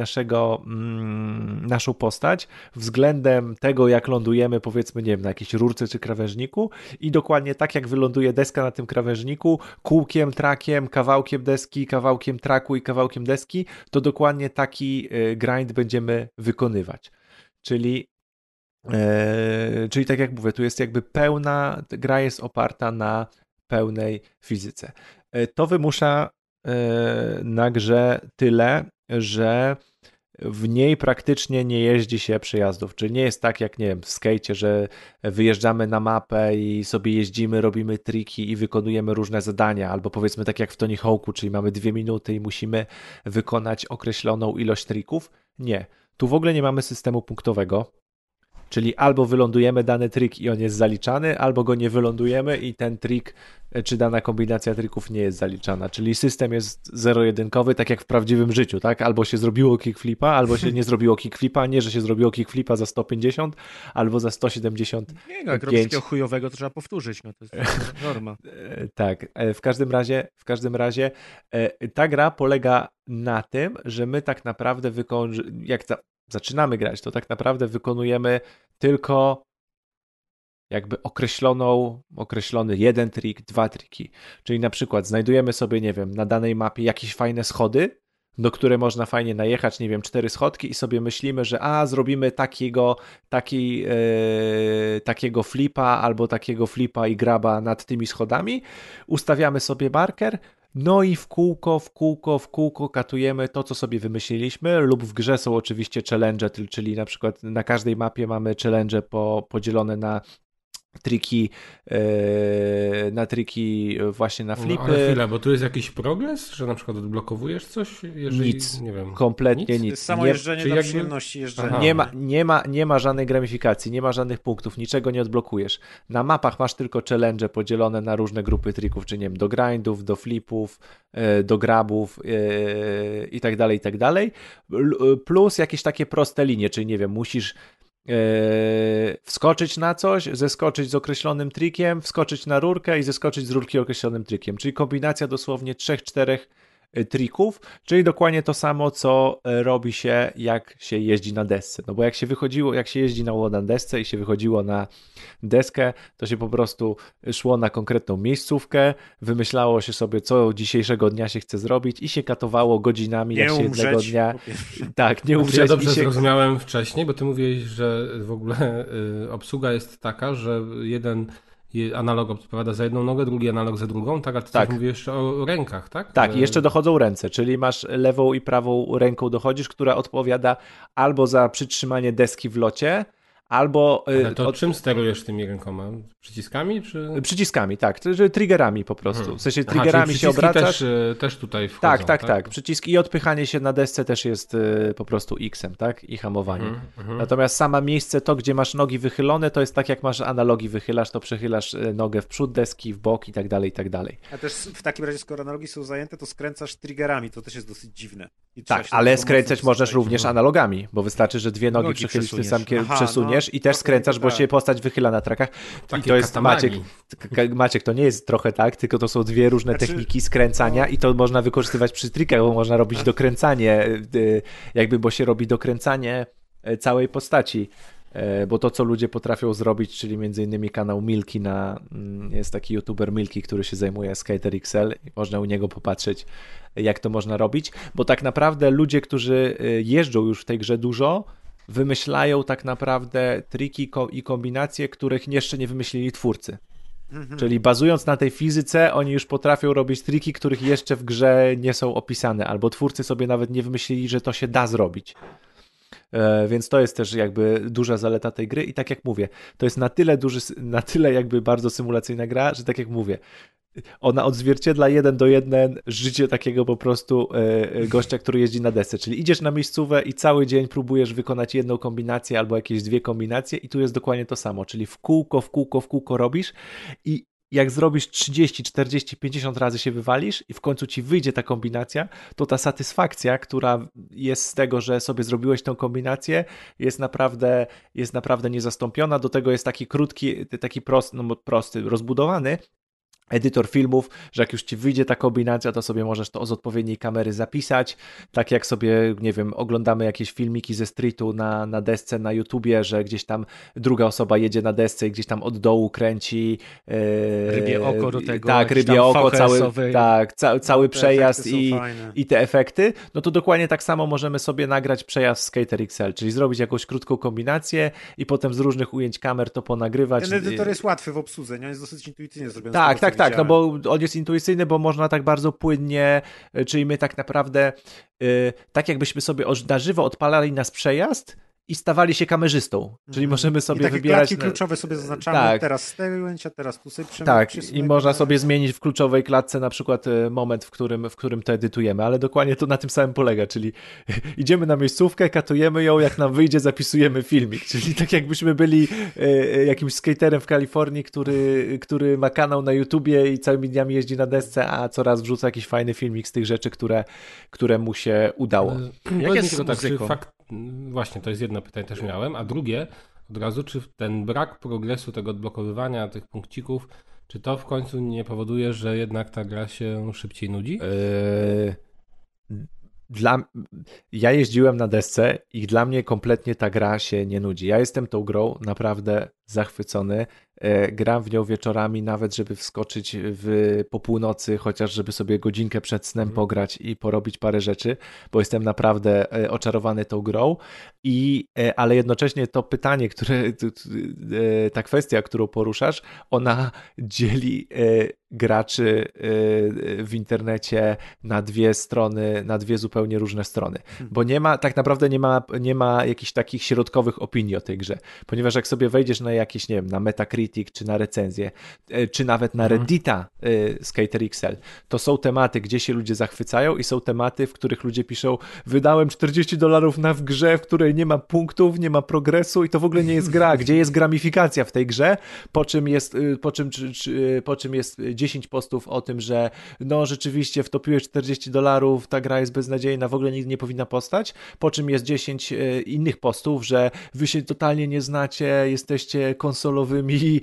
naszą postać względem tego, jak lądujemy, powiedzmy, nie wiem, na jakiejś rurce czy krawężniku i dokładnie tak, jak wyląduje deska na tym krawężniku, kółkiem, trakiem, kawałkiem deski, kawałkiem traku i kawałkiem deski, to dokładnie taki grind będziemy wykonywać. Czyli tak jak mówię, tu jest jakby gra jest oparta na pełnej fizyce. To wymusza na grze tyle, że w niej praktycznie nie jeździ się przejazdów, czyli nie jest tak jak, nie wiem, w skejcie, że wyjeżdżamy na mapę i sobie jeździmy, robimy triki i wykonujemy różne zadania, albo powiedzmy tak jak w Tony Hawku, czyli mamy 2 minuty i musimy wykonać określoną ilość trików. Nie, tu w ogóle nie mamy systemu punktowego. Czyli albo wylądujemy dany trik i on jest zaliczany, albo go nie wylądujemy i ten trik, czy dana kombinacja trików nie jest zaliczana. Czyli system jest zero-jedynkowy, tak jak w prawdziwym życiu, tak? Albo się zrobiło kickflipa, albo się nie zrobiło kickflipa, nie, że się zrobiło kickflipa za 150, albo za 170. Nie, no, jak robisz takiego chujowego, to trzeba powtórzyć, no to jest norma. Tak, w każdym razie ta gra polega na tym, że my tak naprawdę zaczynamy grać, to tak naprawdę wykonujemy tylko jakby określony jeden trik, 2 triki. Czyli na przykład znajdujemy sobie, nie wiem, na danej mapie jakieś fajne schody, do które można fajnie najechać, nie wiem, 4 schodki i sobie myślimy, że zrobimy takiego flipa albo takiego flipa i graba nad tymi schodami, ustawiamy sobie marker, no i w kółko katujemy to, co sobie wymyśliliśmy, lub w grze są oczywiście challenge, czyli na przykład na każdej mapie mamy challenge podzielone na triki, właśnie na flipy. No, ale chwila, bo tu jest jakiś progres, że na przykład odblokowujesz coś? Jeżeli, Nic, nie wiem, kompletnie nic. Samo jeżdżenie dla przyjemności jeżdżenia. Nie ma żadnej gamifikacji, nie ma żadnych punktów, niczego nie odblokujesz. Na mapach masz tylko challenge podzielone na różne grupy trików, czy nie wiem, do grindów, do flipów, do grabów i tak dalej, plus jakieś takie proste linie, czyli nie wiem, musisz wskoczyć na coś, zeskoczyć z określonym trikiem, wskoczyć na rurkę i zeskoczyć z rurki określonym trikiem, czyli kombinacja dosłownie 3-4 trików, czyli dokładnie to samo, co robi się, jak się jeździ na desce. No bo jak się jeździ na desce i się wychodziło na deskę, to się po prostu szło na konkretną miejscówkę, wymyślało się sobie, co dzisiejszego dnia się chce zrobić i się katowało godzinami, jak się jednego dnia... Tak, nie umrzeć. Ja dobrze zrozumiałem wcześniej, bo ty mówiłeś, że w ogóle obsługa jest taka, że jeden analog odpowiada za jedną nogę, drugi analog za drugą, tak? A ty coś mówisz jeszcze o rękach, tak? Tak, i jeszcze dochodzą ręce, czyli masz lewą i prawą ręką dochodzisz, która odpowiada albo za przytrzymanie deski w locie, albo... Ale to czym sterujesz tymi rękoma? Przyciskami, czy...? Przyciskami, tak, triggerami po prostu. W sensie triggerami się obracasz. Też tutaj wchodzą, tak. Przyciski i odpychanie się na desce też jest po prostu X-em, tak? I hamowanie. Natomiast sama miejsce, to gdzie masz nogi wychylone, to jest tak jak masz analogi wychylasz, to przechylasz nogę w przód deski, w bok i tak dalej, i tak dalej. A też w takim razie, skoro analogi są zajęte, to skręcasz triggerami, to też jest dosyć dziwne. Tak, ale skręcać możesz również analogami, bo wystarczy, że 2 nogi przechylisz w tym samym przesuniesz i też skręcasz, bo się postać wychyla na trakach. I to jest Maciek, to nie jest trochę tak, tylko to są 2 różne techniki skręcania i to można wykorzystywać przy trikach, bo można robić dokręcanie, bo się robi dokręcanie całej postaci. Bo to, co ludzie potrafią zrobić, czyli między innymi kanał Milky, jest taki youtuber Milky, który się zajmuje Skater XL i można u niego popatrzeć, jak to można robić, bo tak naprawdę ludzie, którzy jeżdżą już w tej grze dużo, wymyślają tak naprawdę triki i kombinacje, których jeszcze nie wymyślili twórcy. Czyli bazując na tej fizyce, oni już potrafią robić triki, których jeszcze w grze nie są opisane, albo twórcy sobie nawet nie wymyślili, że to się da zrobić. Więc to jest też jakby duża zaleta tej gry i tak jak mówię, to jest na tyle jakby bardzo symulacyjna gra, że tak jak mówię, ona odzwierciedla 1:1 życie takiego po prostu gościa, który jeździ na desce, czyli idziesz na miejscówę i cały dzień próbujesz wykonać jedną kombinację albo jakieś 2 kombinacje i tu jest dokładnie to samo, czyli w kółko robisz i jak zrobisz 30, 40, 50 razy się wywalisz i w końcu ci wyjdzie ta kombinacja, to ta satysfakcja, która jest z tego, że sobie zrobiłeś tą kombinację, jest naprawdę niezastąpiona. Do tego jest taki krótki, taki prosty, rozbudowany edytor filmów, że jak już ci wyjdzie ta kombinacja, to sobie możesz to z odpowiedniej kamery zapisać, tak jak sobie, nie wiem, oglądamy jakieś filmiki ze streetu na desce na YouTubie, że gdzieś tam druga osoba jedzie na desce i gdzieś tam od dołu kręci rybie oko do tego. Tak, rybie oko, cały przejazd i te efekty, no to dokładnie tak samo możemy sobie nagrać przejazd w Skater XL, czyli zrobić jakąś krótką kombinację i potem z różnych ujęć kamer to ponagrywać. Ten edytor jest łatwy w obsłudze, nie? On jest dosyć intuicyjnie zrobiony. Tak, no bo on jest intuicyjny, bo można tak bardzo płynnie, czyli my tak naprawdę tak jakbyśmy sobie na żywo odpalali nas przejazd i stawali się kamerzystą, czyli możemy sobie I takie wybierać... klatki kluczowe sobie zaznaczamy, Tak. teraz z tego ujęcia, teraz tu sobie Tak, przesuwamy. i można sobie zmienić w kluczowej klatce na przykład moment, w którym to edytujemy, ale dokładnie to na tym samym polega, czyli idziemy na miejscówkę, katujemy ją, jak nam wyjdzie, zapisujemy filmik, czyli tak jakbyśmy byli jakimś skaterem w Kalifornii, który ma kanał na YouTubie i całymi dniami jeździ na desce, a coraz wrzuca jakiś fajny filmik z tych rzeczy, które mu się udało. Jak jest tylko z tak, czy muzyką? właśnie, to jest jedno pytanie też miałem, a drugie od razu, czy ten brak progresu, tego odblokowywania tych punkcików, czy to w końcu nie powoduje, że jednak ta gra się szybciej nudzi? Ja jeździłem na desce i dla mnie kompletnie ta gra się nie nudzi. Ja jestem tą grą naprawdę zachwycony. Gram w nią wieczorami nawet, żeby wskoczyć po północy, chociaż żeby sobie godzinkę przed snem pograć i porobić parę rzeczy, bo jestem naprawdę oczarowany tą grą. Ale jednocześnie to pytanie, ta kwestia, którą poruszasz, ona dzieli graczy w internecie na dwie strony, na dwie zupełnie różne strony. Bo tak naprawdę nie ma jakichś takich środkowych opinii o tej grze. Ponieważ jak sobie wejdziesz na jakieś, nie wiem, na Metacritic, czy na recenzję, czy nawet na Reddita Skater XL, to są tematy, gdzie się ludzie zachwycają i są tematy, w których ludzie piszą: wydałem $40 w grze, w której nie ma punktów, nie ma progresu i to w ogóle nie jest gra. Gdzie jest gramifikacja w tej grze? Po czym jest 10 postów o tym, że no rzeczywiście wtopiłeś $40, ta gra jest beznadziejna, w ogóle nigdy nie powinna powstać. Po czym jest 10 innych postów, że wy się totalnie nie znacie, jesteście konsolowymi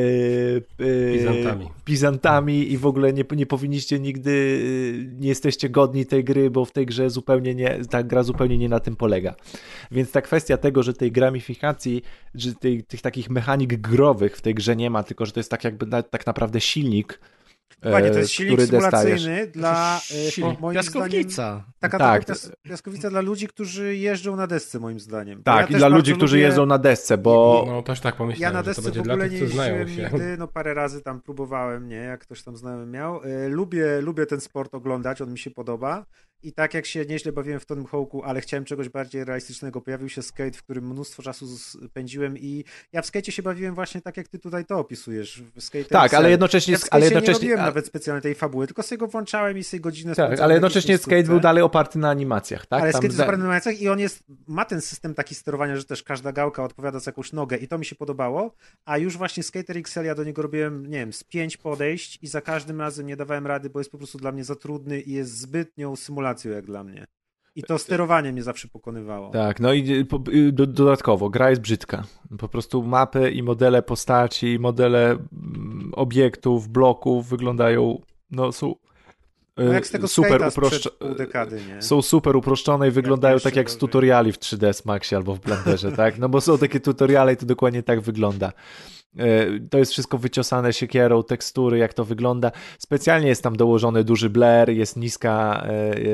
pizantami i w ogóle nie powinniście nigdy, nie jesteście godni tej gry, bo w tej grze ta gra zupełnie nie na tym polega. Więc ta kwestia tego, że tej gramifikacji, że tych takich mechanik growych w tej grze nie ma, tylko że to jest tak jakby tak naprawdę silnik, Panie, to jest silnik symulacyjny dostajesz. dla moim Piaskownica. zdaniem, piaskownica dla ludzi, którzy jeżdżą na desce, moim zdaniem. Tak, ja i dla ludzi, którzy jeżdżą na desce, bo... No też tak pomyślałem, ja na że to desce będzie w dla ogóle tych, nie co znają jeździłem się. nigdy, parę razy tam próbowałem, jak ktoś tam znajomy miał. Lubię ten sport oglądać, on mi się podoba. I tak jak się nieźle bawiłem w Tony Hawk'u, ale chciałem czegoś bardziej realistycznego, pojawił się skate, w którym mnóstwo czasu spędziłem i ja w skate'cie się bawiłem właśnie tak, jak ty tutaj to opisujesz. Tak, ale jednocześnie... Ja nie robiłem nawet specjalnie tej fabuły, tylko sobie go włączałem i sobie godzinę tak, ale jednocześnie skate był dalej oparty na animacjach, tak? Ale skate jest oparty na animacjach i on ma ten system taki sterowania, że też każda gałka odpowiada za jakąś nogę i to mi się podobało, a już właśnie Skater XL ja do niego robiłem, nie wiem, z 5 podejść i za każdym razem nie dawałem rady, bo jest po prostu dla mnie za trudny i jest zbytnią symulacją jak dla mnie. I to sterowanie mnie zawsze pokonywało. Tak, no i dodatkowo, gra jest brzydka. Po prostu mapy i modele postaci, i modele obiektów, bloków wyglądają, są jak z tego super pół dekady, nie? Są super uproszczone i wyglądają tak jak z tutoriali w 3ds Maxie albo w Blenderze, tak? No bo są takie tutoriale i to dokładnie tak wygląda. To jest wszystko wyciosane siekierą, tekstury, jak to wygląda. Specjalnie jest tam dołożony duży blur, jest niska,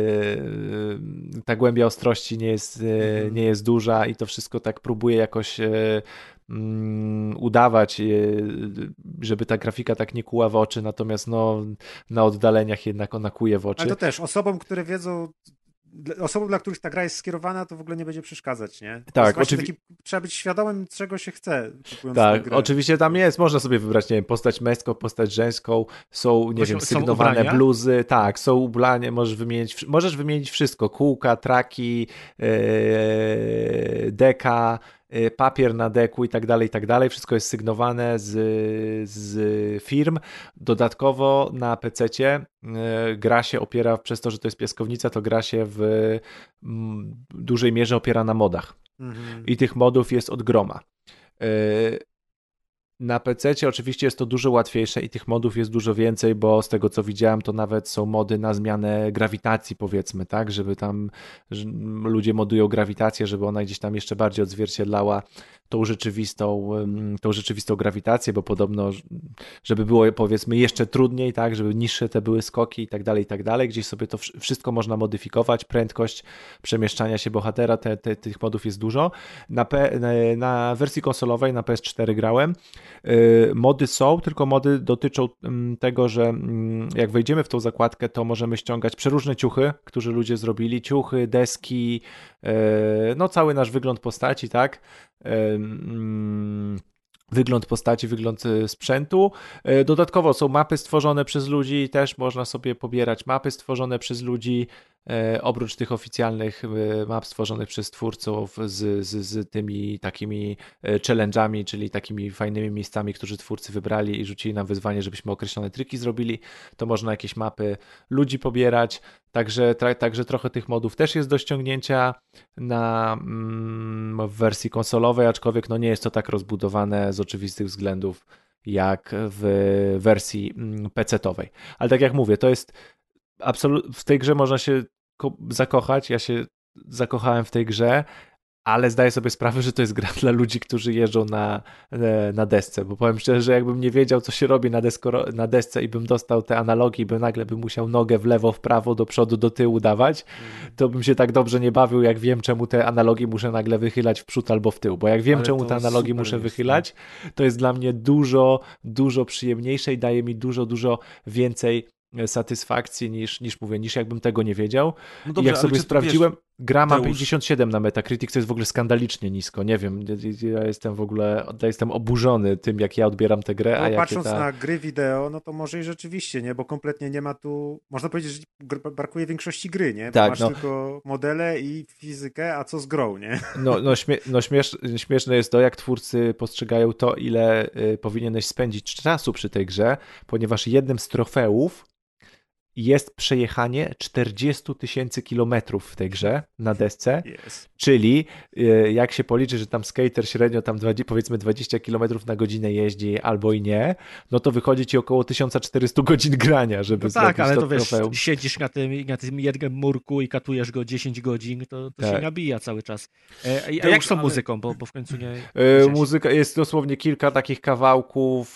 ta głębia ostrości nie jest duża i to wszystko tak próbuje jakoś udawać, żeby ta grafika tak nie kuła w oczy, natomiast na oddaleniach jednak ona kuje w oczy. Ale to też osobom, które wiedzą, osobom, dla których ta gra jest skierowana, to w ogóle nie będzie przeszkadzać, nie? Tak, oczywiście. Trzeba być świadomym, czego się chce. Tak, oczywiście tam można sobie wybrać, nie wiem, postać męską, postać żeńską, są, nie wiem, sygnowane bluzy, tak, są ubrania, możesz wymienić wszystko, kółka, traki, deka, papier na deku i tak dalej, wszystko jest sygnowane z firm. Dodatkowo na PC-cie gra się opiera, przez to, że to jest piaskownica, to gra się w dużej mierze opiera na modach. I tych modów jest od groma. Na PC-cie oczywiście jest to dużo łatwiejsze i tych modów jest dużo więcej, bo z tego co widziałem, to nawet są mody na zmianę grawitacji, powiedzmy, tak, żeby tam ludzie modują grawitację, żeby ona gdzieś tam jeszcze bardziej odzwierciedlała tą rzeczywistą grawitację, bo podobno, żeby było, powiedzmy, jeszcze trudniej, tak, żeby niższe te były skoki i tak dalej, gdzieś sobie to wszystko można modyfikować, prędkość przemieszczania się bohatera, tych modów jest dużo. Na wersji konsolowej, na PS4 grałem, Mody są, tylko mody dotyczą tego, że jak wejdziemy w tą zakładkę, to możemy ściągać przeróżne ciuchy, które ludzie zrobili, ciuchy, deski, no cały nasz wygląd postaci, tak? Wygląd postaci, wygląd sprzętu. Dodatkowo są mapy stworzone przez ludzi, też można sobie pobierać mapy stworzone przez ludzi, oprócz tych oficjalnych map stworzonych przez twórców z tymi takimi challenge'ami, czyli takimi fajnymi miejscami, które twórcy wybrali i rzucili nam wyzwanie, żebyśmy określone triki zrobili, to można jakieś mapy ludzi pobierać, także trochę tych modów też jest do ściągnięcia w wersji konsolowej, aczkolwiek no nie jest to tak rozbudowane z oczywistych względów jak w wersji PC-towej. Ale tak jak mówię, to jest w tej grze można się zakochać, ja się zakochałem w tej grze, ale zdaję sobie sprawę, że to jest gra dla ludzi, którzy jeżdżą na desce, bo powiem szczerze, że jakbym nie wiedział, co się robi na desce i bym dostał te analogi, nagle bym musiał nogę w lewo, w prawo, do przodu, do tyłu dawać, to bym się tak dobrze nie bawił, jak wiem, czemu te analogi muszę nagle wychylać w przód albo w tył, bo jak wiem, Ale czemu te analogi muszę wychylać, to jest dla mnie dużo, dużo przyjemniejsze i daje mi dużo, dużo więcej satysfakcji niż jakbym tego nie wiedział. No dobrze, i jak sobie sprawdziłem, gra ma Teusz. 57 na Metacritic, co jest w ogóle skandalicznie nisko. Nie wiem, ja jestem oburzony tym, jak ja odbieram tę grę. No, patrząc na gry wideo, no to może i rzeczywiście, nie? Bo kompletnie nie ma tu, można powiedzieć, że brakuje większości gry, nie? Bo tak, masz tylko modele i fizykę, a co z grą, nie? Śmieszne jest to, jak twórcy postrzegają to, ile powinieneś spędzić czasu przy tej grze, ponieważ jednym z trofeów jest przejechanie 40 000 kilometrów w tej grze na desce, czyli jak się policzy, że tam skater średnio tam powiedzmy 20 km na godzinę jeździ albo i nie, no to wychodzi ci około 1400 godzin grania, żeby zrobić ale to trofeum. Wiesz, siedzisz na tym jednym murku i katujesz go 10 godzin, to się nabija cały czas. A jak z tą muzyką, bo w końcu nie... Muzyka jest dosłownie kilka takich kawałków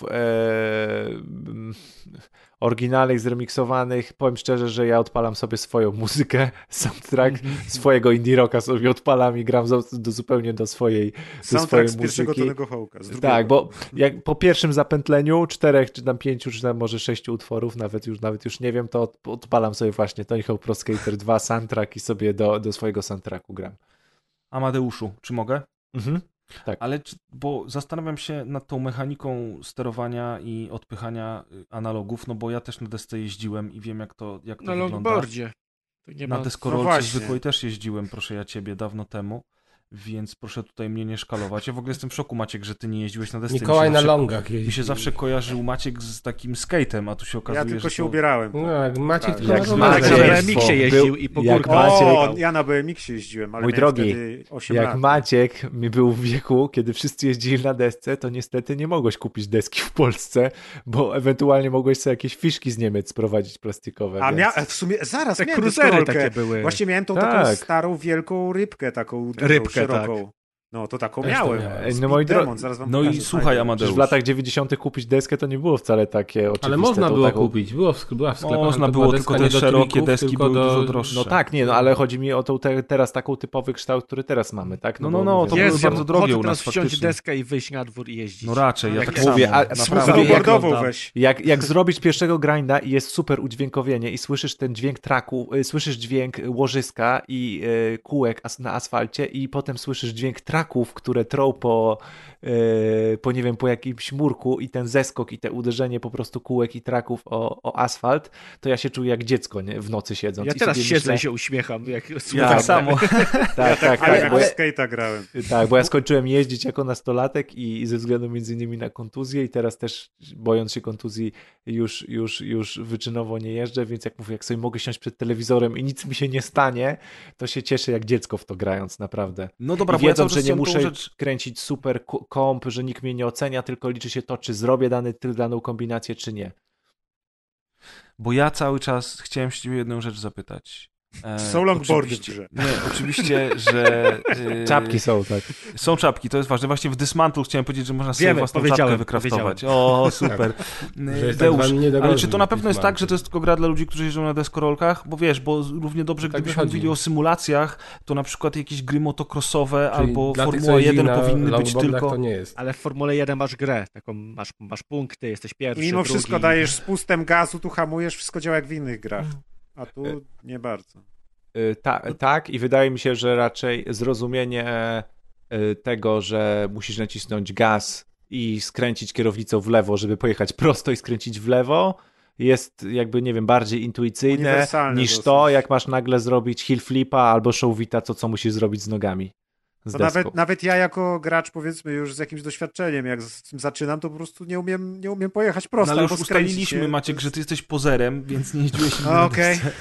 oryginalnych, zremiksowanych. Powiem szczerze, że ja odpalam sobie swoją muzykę, soundtrack swojego indie rocka sobie odpalam i gram zupełnie do swojej Soundtrack z muzyki. pierwszego Tonego Hawka. Tak, bo jak po pierwszym zapętleniu 4 czy tam 5 czy tam może 6 utworów, nawet już nie wiem, to odpalam sobie właśnie Tony Hawk Pro Skater 2 soundtrack i sobie do swojego soundtracku gram. Amadeuszu, czy mogę? Tak. Ale bo zastanawiam się nad tą mechaniką sterowania i odpychania analogów, no bo ja też na desce jeździłem i wiem jak to wygląda. Na longboardzie. Na deskorolce zwykłej też jeździłem, proszę ja ciebie, dawno temu, więc proszę tutaj mnie nie szkalować. Ja w ogóle jestem w szoku, Maciek, że ty nie jeździłeś na desce. Mikołaj na longach jeździ. Mi się zawsze kojarzył Maciek z takim skate'em, a tu się okazuje, ja tylko że się ubierałem. No, jak Maciek jak na BMX-ie jeździł i po górkach. Ja na BMX-ie jeździłem, ale mój drogi, wtedy 8 jak lat. Maciek mi był w wieku, kiedy wszyscy jeździli na desce, to niestety nie mogłeś kupić deski w Polsce, bo ewentualnie mogłeś sobie jakieś fiszki z Niemiec sprowadzić plastikowe. A w sumie zaraz te miałem cruisery deskorolkę. takie były. Właśnie miałem tą taką starą, wielką rybkę, taką dużą, szeroką. Tak. No to taką Też miałem. to miałem. No, moi Demon, zaraz wam No pokażę. i słuchaj, Amadeusz. W latach 90. kupić deskę to nie było wcale takie oczywiste. Ale można było taką... kupić, była w sklepach. Można to było, była tylko deska te nie do szerokie trików, deski tylko były dużo droższe. No tak, nie, no ale chodzi mi o tą teraz taką typowy kształt, który teraz mamy, tak? No, bo to mówię, były bardzo drogie u nas teraz wziąć faktycznie. deskę i wyjść na dwór i jeździć. No raczej, ja Jak tak mówię, samo. a Naprawdę. Snowboardową weź. Jak zrobić pierwszego grinda i jest super udźwiękowienie i słyszysz ten dźwięk traku, słyszysz dźwięk łożyska i kółek na asfalcie i potem słyszysz dźwięk traków, które trą nie wiem, po jakimś murku i ten zeskok i te uderzenie po prostu kółek i traków o asfalt, to ja się czuję jak dziecko, nie? W nocy siedząc. Ja I teraz sobie siedzę myślę, i się uśmiecham. Ja tak samo. Tak, Ale bo w skate'a grałem. tak, bo ja skończyłem jeździć jako nastolatek i ze względu między innymi na kontuzję i teraz też bojąc się kontuzji już wyczynowo nie jeżdżę, więc jak mówię, jak sobie mogę siąść przed telewizorem i nic mi się nie stanie, to się cieszę jak dziecko w to grając, naprawdę. No dobra, I bo ja wiedząc, cały że czas nie chciałem tą muszę rzecz... kręcić super komp, że nikt mnie nie ocenia, tylko liczy się to, czy zrobię daną kombinację, czy nie. Bo ja cały czas chciałem się ciebie jedną rzecz zapytać. Są longboardy w oczywiście, grze. nie, oczywiście, że... Czapki są, tak. Są czapki, to jest ważne. Właśnie w Dismantle chciałem powiedzieć, że można sobie Wiemy, własną powiedziałem, czapkę wykraftować. O, super. Że jest Deusz, tak zwany niedogodny ale czy to na pewno jest Dismantle. tak, że to jest tylko gra dla ludzi, którzy jeżdżą na deskorolkach? Bo wiesz, bo równie dobrze, Tak gdybyśmy wychodzi. mówili o symulacjach, to na przykład jakieś gry motocrossowe Czyli albo dla tych, co Formuła jeździli 1 na powinny być longboardach, tylko... to nie jest. Ale w Formule 1 masz grę, taką masz punkty, jesteś pierwszy, I mimo drugi. wszystko dajesz spustem gazu, tu hamujesz, wszystko działa jak w innych grach. A tu nie bardzo. Tak, i wydaje mi się, że raczej zrozumienie tego, że musisz nacisnąć gaz i skręcić kierownicą w lewo, żeby pojechać prosto i skręcić w lewo, jest jakby, nie wiem, bardziej intuicyjne Uniwersalne niż dosyć. to, jak masz nagle zrobić hill flipa albo show vita, co musisz zrobić z nogami. Z To deską. nawet ja jako gracz, powiedzmy już z jakimś doświadczeniem, jak z tym zaczynam, to po prostu nie umiem pojechać prosto, No, ale już albo skręcić, ustaliliśmy, nie? Maciek, że ty jesteś pozerem, więc nie jeździłeś nigdy A, na okej. desce.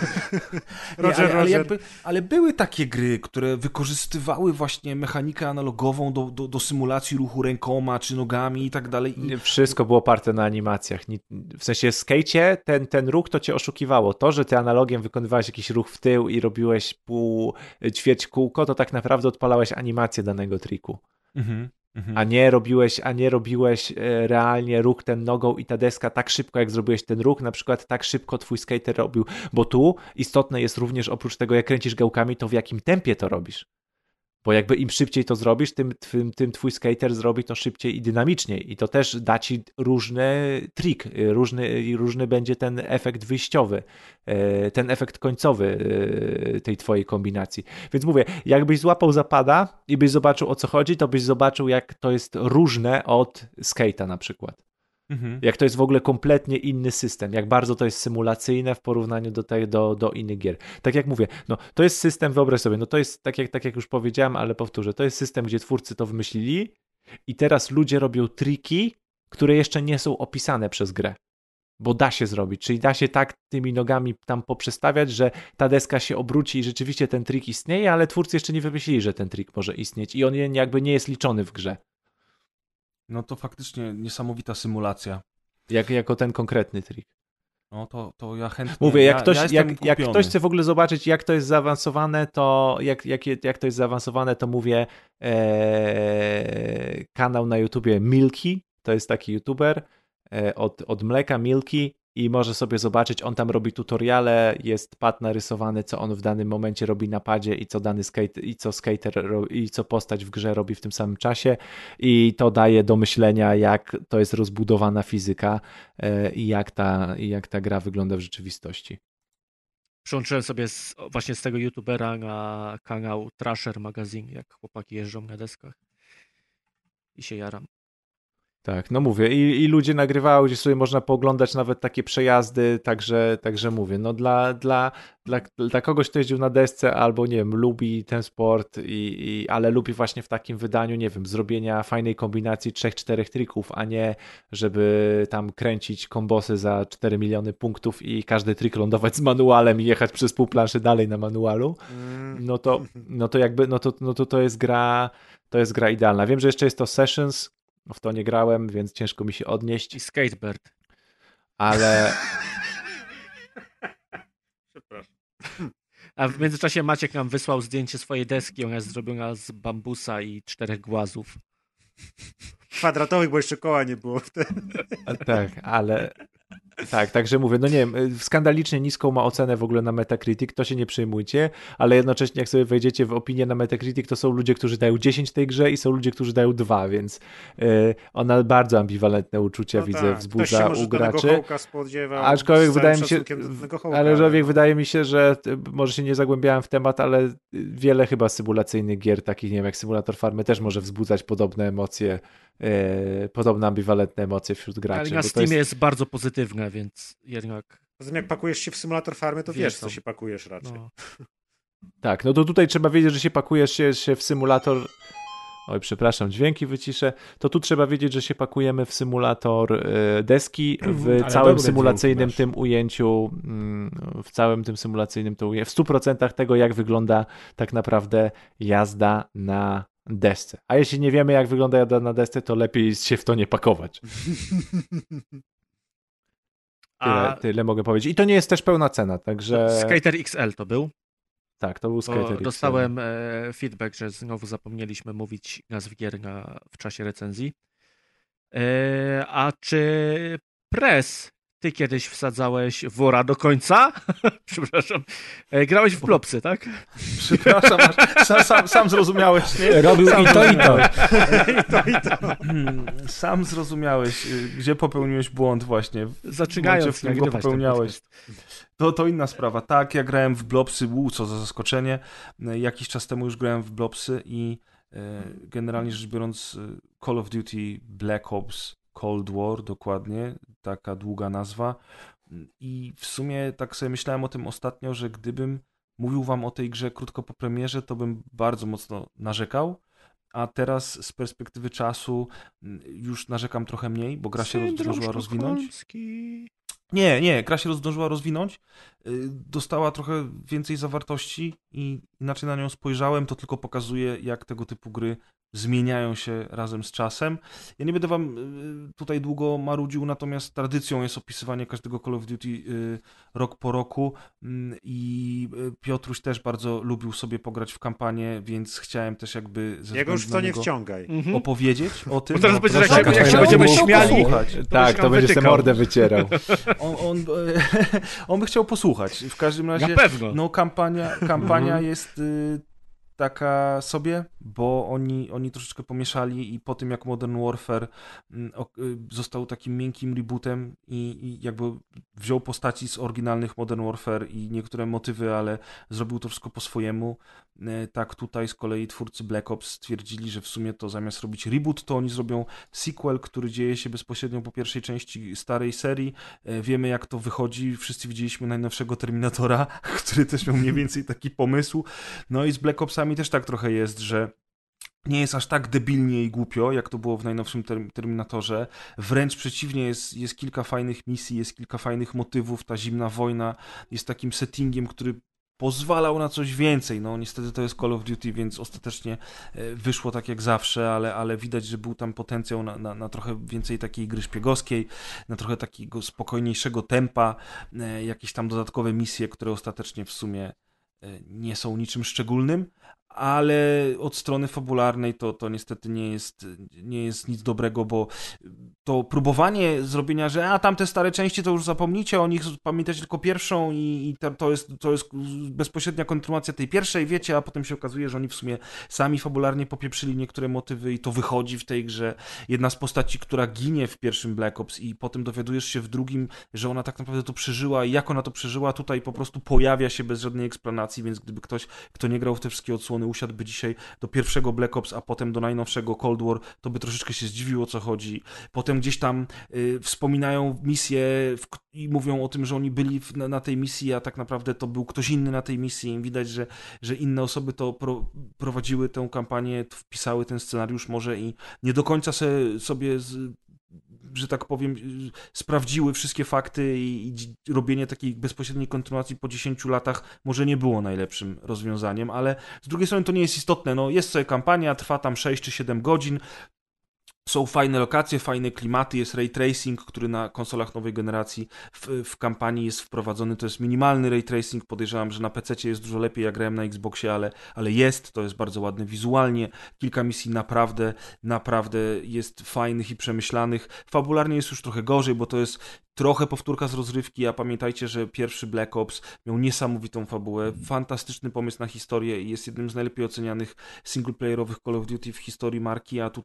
Roger, ale, Roger. ale były takie gry, które wykorzystywały właśnie mechanikę analogową do symulacji ruchu rękoma czy nogami i tak dalej. I Wszystko było oparte na animacjach. W sensie w skejcie ten ruch to cię oszukiwało. To, że ty analogiem wykonywałeś jakiś ruch w tył i robiłeś ćwierć kółko, to tak naprawdę odpalałeś animację danego triku. A nie robiłeś realnie ruch ten nogą i ta deska tak szybko, jak zrobiłeś ten ruch, na przykład tak szybko twój skater robił, bo tu istotne jest również oprócz tego, jak kręcisz gałkami, to w jakim tempie to robisz. Bo jakby im szybciej to zrobisz, tym twój skater zrobi to szybciej i dynamiczniej. I to też da ci różny trik, różny będzie ten efekt wyjściowy, ten efekt końcowy tej twojej kombinacji. Więc mówię, jakbyś złapał zapada i byś zobaczył, o co chodzi, to byś zobaczył, jak to jest różne od skate'a na przykład. Jak to jest w ogóle kompletnie inny system, jak bardzo to jest symulacyjne w porównaniu do innych gier. Tak jak mówię, no to jest system, wyobraź sobie, no to jest tak jak już powiedziałem, ale powtórzę, to jest system, gdzie twórcy to wymyślili i teraz ludzie robią triki, które jeszcze nie są opisane przez grę. Bo da się zrobić, czyli da się tak tymi nogami tam poprzestawiać, że ta deska się obróci i rzeczywiście ten trik istnieje, ale twórcy jeszcze nie wymyślili, że ten trik może istnieć i on jakby nie jest liczony w grze. no to faktycznie niesamowita symulacja. Jako ten konkretny trik. No to ja chętnie... Mówię, jak jestem ktoś chce w ogóle zobaczyć, jak to jest zaawansowane, to jak to jest zaawansowane, to mówię kanał na YouTubie Milky, to jest taki YouTuber od mleka Milky i może sobie zobaczyć, on tam robi tutoriale, jest pad narysowany, co on w danym momencie robi na padzie i co dany skater i co postać w grze robi w tym samym czasie i to daje do myślenia, jak to jest rozbudowana fizyka i jak ta gra wygląda w rzeczywistości. Przyłączyłem sobie właśnie z tego youtubera na kanał Trasher Magazine, jak chłopaki jeżdżą na deskach i się jaram. Tak, no mówię, i ludzie nagrywały, gdzie sobie można pooglądać nawet takie przejazdy, także mówię, no dla kogoś, kto jeździł na desce albo, nie wiem, lubi ten sport, ale lubi właśnie w takim wydaniu, nie wiem, zrobienia fajnej kombinacji 3-4 trików, a nie żeby tam kręcić kombosy za 4 miliony punktów i każdy trik lądować z manualem i jechać przez pół planszy dalej na manualu, to jest gra idealna. Wiem, że jeszcze jest to Sessions, w to nie grałem, więc ciężko mi się odnieść. I Skatebird. Ale... Przepraszam. A w międzyczasie Maciek nam wysłał zdjęcie swojej deski. Ona jest zrobiona z bambusa i 4 głazów. Kwadratowych, bo jeszcze koła nie było wtedy. Tak, ale... Tak, także mówię, no nie wiem, skandalicznie niską ma ocenę w ogóle na Metacritic, to się nie przejmujcie, ale jednocześnie jak sobie wejdziecie w opinię na Metacritic, to są ludzie, którzy dają 10 tej grze i są ludzie, którzy dają 2, więc ona bardzo ambiwalentne uczucia, widzę, wzbudza u graczy. Aczkolwiek wydaje mi się, że może się nie zagłębiałem w temat, ale wiele chyba symulacyjnych gier, takich, nie wiem, jak Simulator Farmy, też może wzbudzać podobne emocje, podobne ambiwalentne emocje wśród graczy. Ale na Steamie jest bardzo pozytywne, więc jednak... Poza tym jak pakujesz się w Symulator Farmy, to wiesz, co się pakujesz raczej. No. Tak, no to tutaj trzeba wiedzieć, że się pakujesz się w symulator... Oj, przepraszam, dźwięki wyciszę. To tu trzeba wiedzieć, że się pakujemy w symulator deski w całym symulacyjnym tym ujęciu, w całym tym symulacyjnym to ujęciu, w 100% tego, jak wygląda tak naprawdę jazda na desce. A jeśli nie wiemy, jak wygląda jazda na desce, to lepiej się w to nie pakować. Tyle mogę powiedzieć. I to nie jest też pełna cena, także... Skater XL to był. Tak, to był Skater XL. Dostałem feedback, że znowu zapomnieliśmy mówić nazw gier w czasie recenzji. A czy Press, ty kiedyś wsadzałeś wora do końca? Przepraszam. Grałeś w Blobsy, tak? Przepraszam, sam zrozumiałeś, nie? Robił i to, i to. Sam zrozumiałeś, gdzie popełniłeś błąd właśnie. Zaczynając, w którym go popełniałeś. To inna sprawa. Tak, ja grałem w Blobsy, co za zaskoczenie. Jakiś czas temu już grałem w Blobsy i generalnie rzecz biorąc Call of Duty Black Ops Cold War, dokładnie, taka długa nazwa. I w sumie tak sobie myślałem o tym ostatnio, że gdybym mówił wam o tej grze krótko po premierze, to bym bardzo mocno narzekał, a teraz z perspektywy czasu już narzekam trochę mniej, bo gra się zdążyła rozwinąć. Nie, gra się zdążyła rozwinąć, dostała trochę więcej zawartości i inaczej na nią spojrzałem, to tylko pokazuje, jak tego typu gry zmieniają się razem z czasem. Ja nie będę wam tutaj długo marudził, natomiast tradycją jest opisywanie każdego Call of Duty rok po roku i Piotruś też bardzo lubił sobie pograć w kampanię, więc chciałem też jakby Jego już w to nie wciągaj. Opowiedzieć o tym. Bo teraz będziesz, jak się będziemy śmiali, tak, to będzie sobie mordę wycierał. On by chciał posłuchać. W każdym razie na pewno. No, kampania jest taka sobie, bo oni troszeczkę pomieszali i po tym jak Modern Warfare został takim miękkim rebootem i jakby wziął postaci z oryginalnych Modern Warfare i niektóre motywy, ale zrobił to wszystko po swojemu, tak tutaj z kolei twórcy Black Ops stwierdzili, że w sumie to zamiast robić reboot, to oni zrobią sequel, który dzieje się bezpośrednio po pierwszej części starej serii. Wiemy jak to wychodzi, wszyscy widzieliśmy najnowszego Terminatora, który też miał mniej więcej taki pomysł. No i z Black Opsami też tak trochę jest, że nie jest aż tak debilnie i głupio, jak to było w najnowszym Terminatorze. Wręcz przeciwnie, jest kilka fajnych misji, jest kilka fajnych motywów. Ta zimna wojna jest takim settingiem, który pozwalał na coś więcej. No niestety to jest Call of Duty, więc ostatecznie wyszło tak jak zawsze, ale widać, że był tam potencjał na trochę więcej takiej gry szpiegowskiej, na trochę takiego spokojniejszego tempa, jakieś tam dodatkowe misje, które ostatecznie w sumie nie są niczym szczególnym, ale od strony fabularnej to niestety nie jest nic dobrego, bo to próbowanie zrobienia, że tamte stare części to już zapomnijcie o nich, pamiętacie tylko pierwszą i to jest bezpośrednia kontynuacja tej pierwszej, wiecie, a potem się okazuje, że oni w sumie sami fabularnie popieprzyli niektóre motywy i to wychodzi w tej grze. Jedna z postaci, która ginie w pierwszym Black Ops i potem dowiadujesz się w drugim, że ona tak naprawdę to przeżyła i jak ona to przeżyła, tutaj po prostu pojawia się bez żadnej eksplanacji, więc gdyby ktoś, kto nie grał w te wszystkie odsłony, usiadłby dzisiaj do pierwszego Black Ops, a potem do najnowszego Cold War, to by troszeczkę się zdziwił, o co chodzi. Potem gdzieś tam wspominają misję i mówią o tym, że oni byli na tej misji, a tak naprawdę to był ktoś inny na tej misji. I widać, że inne osoby to prowadziły tę kampanię, wpisały ten scenariusz może i nie do końca sobie że tak powiem, sprawdziły wszystkie fakty i robienie takiej bezpośredniej kontynuacji po 10 latach może nie było najlepszym rozwiązaniem, ale z drugiej strony to nie jest istotne. No, jest sobie kampania, trwa tam 6 czy 7 godzin, są fajne lokacje, fajne klimaty, jest ray tracing, który na konsolach nowej generacji w kampanii jest wprowadzony, to jest minimalny ray tracing, podejrzewam, że na PC jest dużo lepiej, ja grałem na Xboxie, ale to jest bardzo ładne wizualnie, kilka misji naprawdę jest fajnych i przemyślanych, fabularnie jest już trochę gorzej, bo to jest trochę powtórka z rozrywki, a pamiętajcie, że pierwszy Black Ops miał niesamowitą fabułę, fantastyczny pomysł na historię i jest jednym z najlepiej ocenianych singleplayerowych Call of Duty w historii marki, a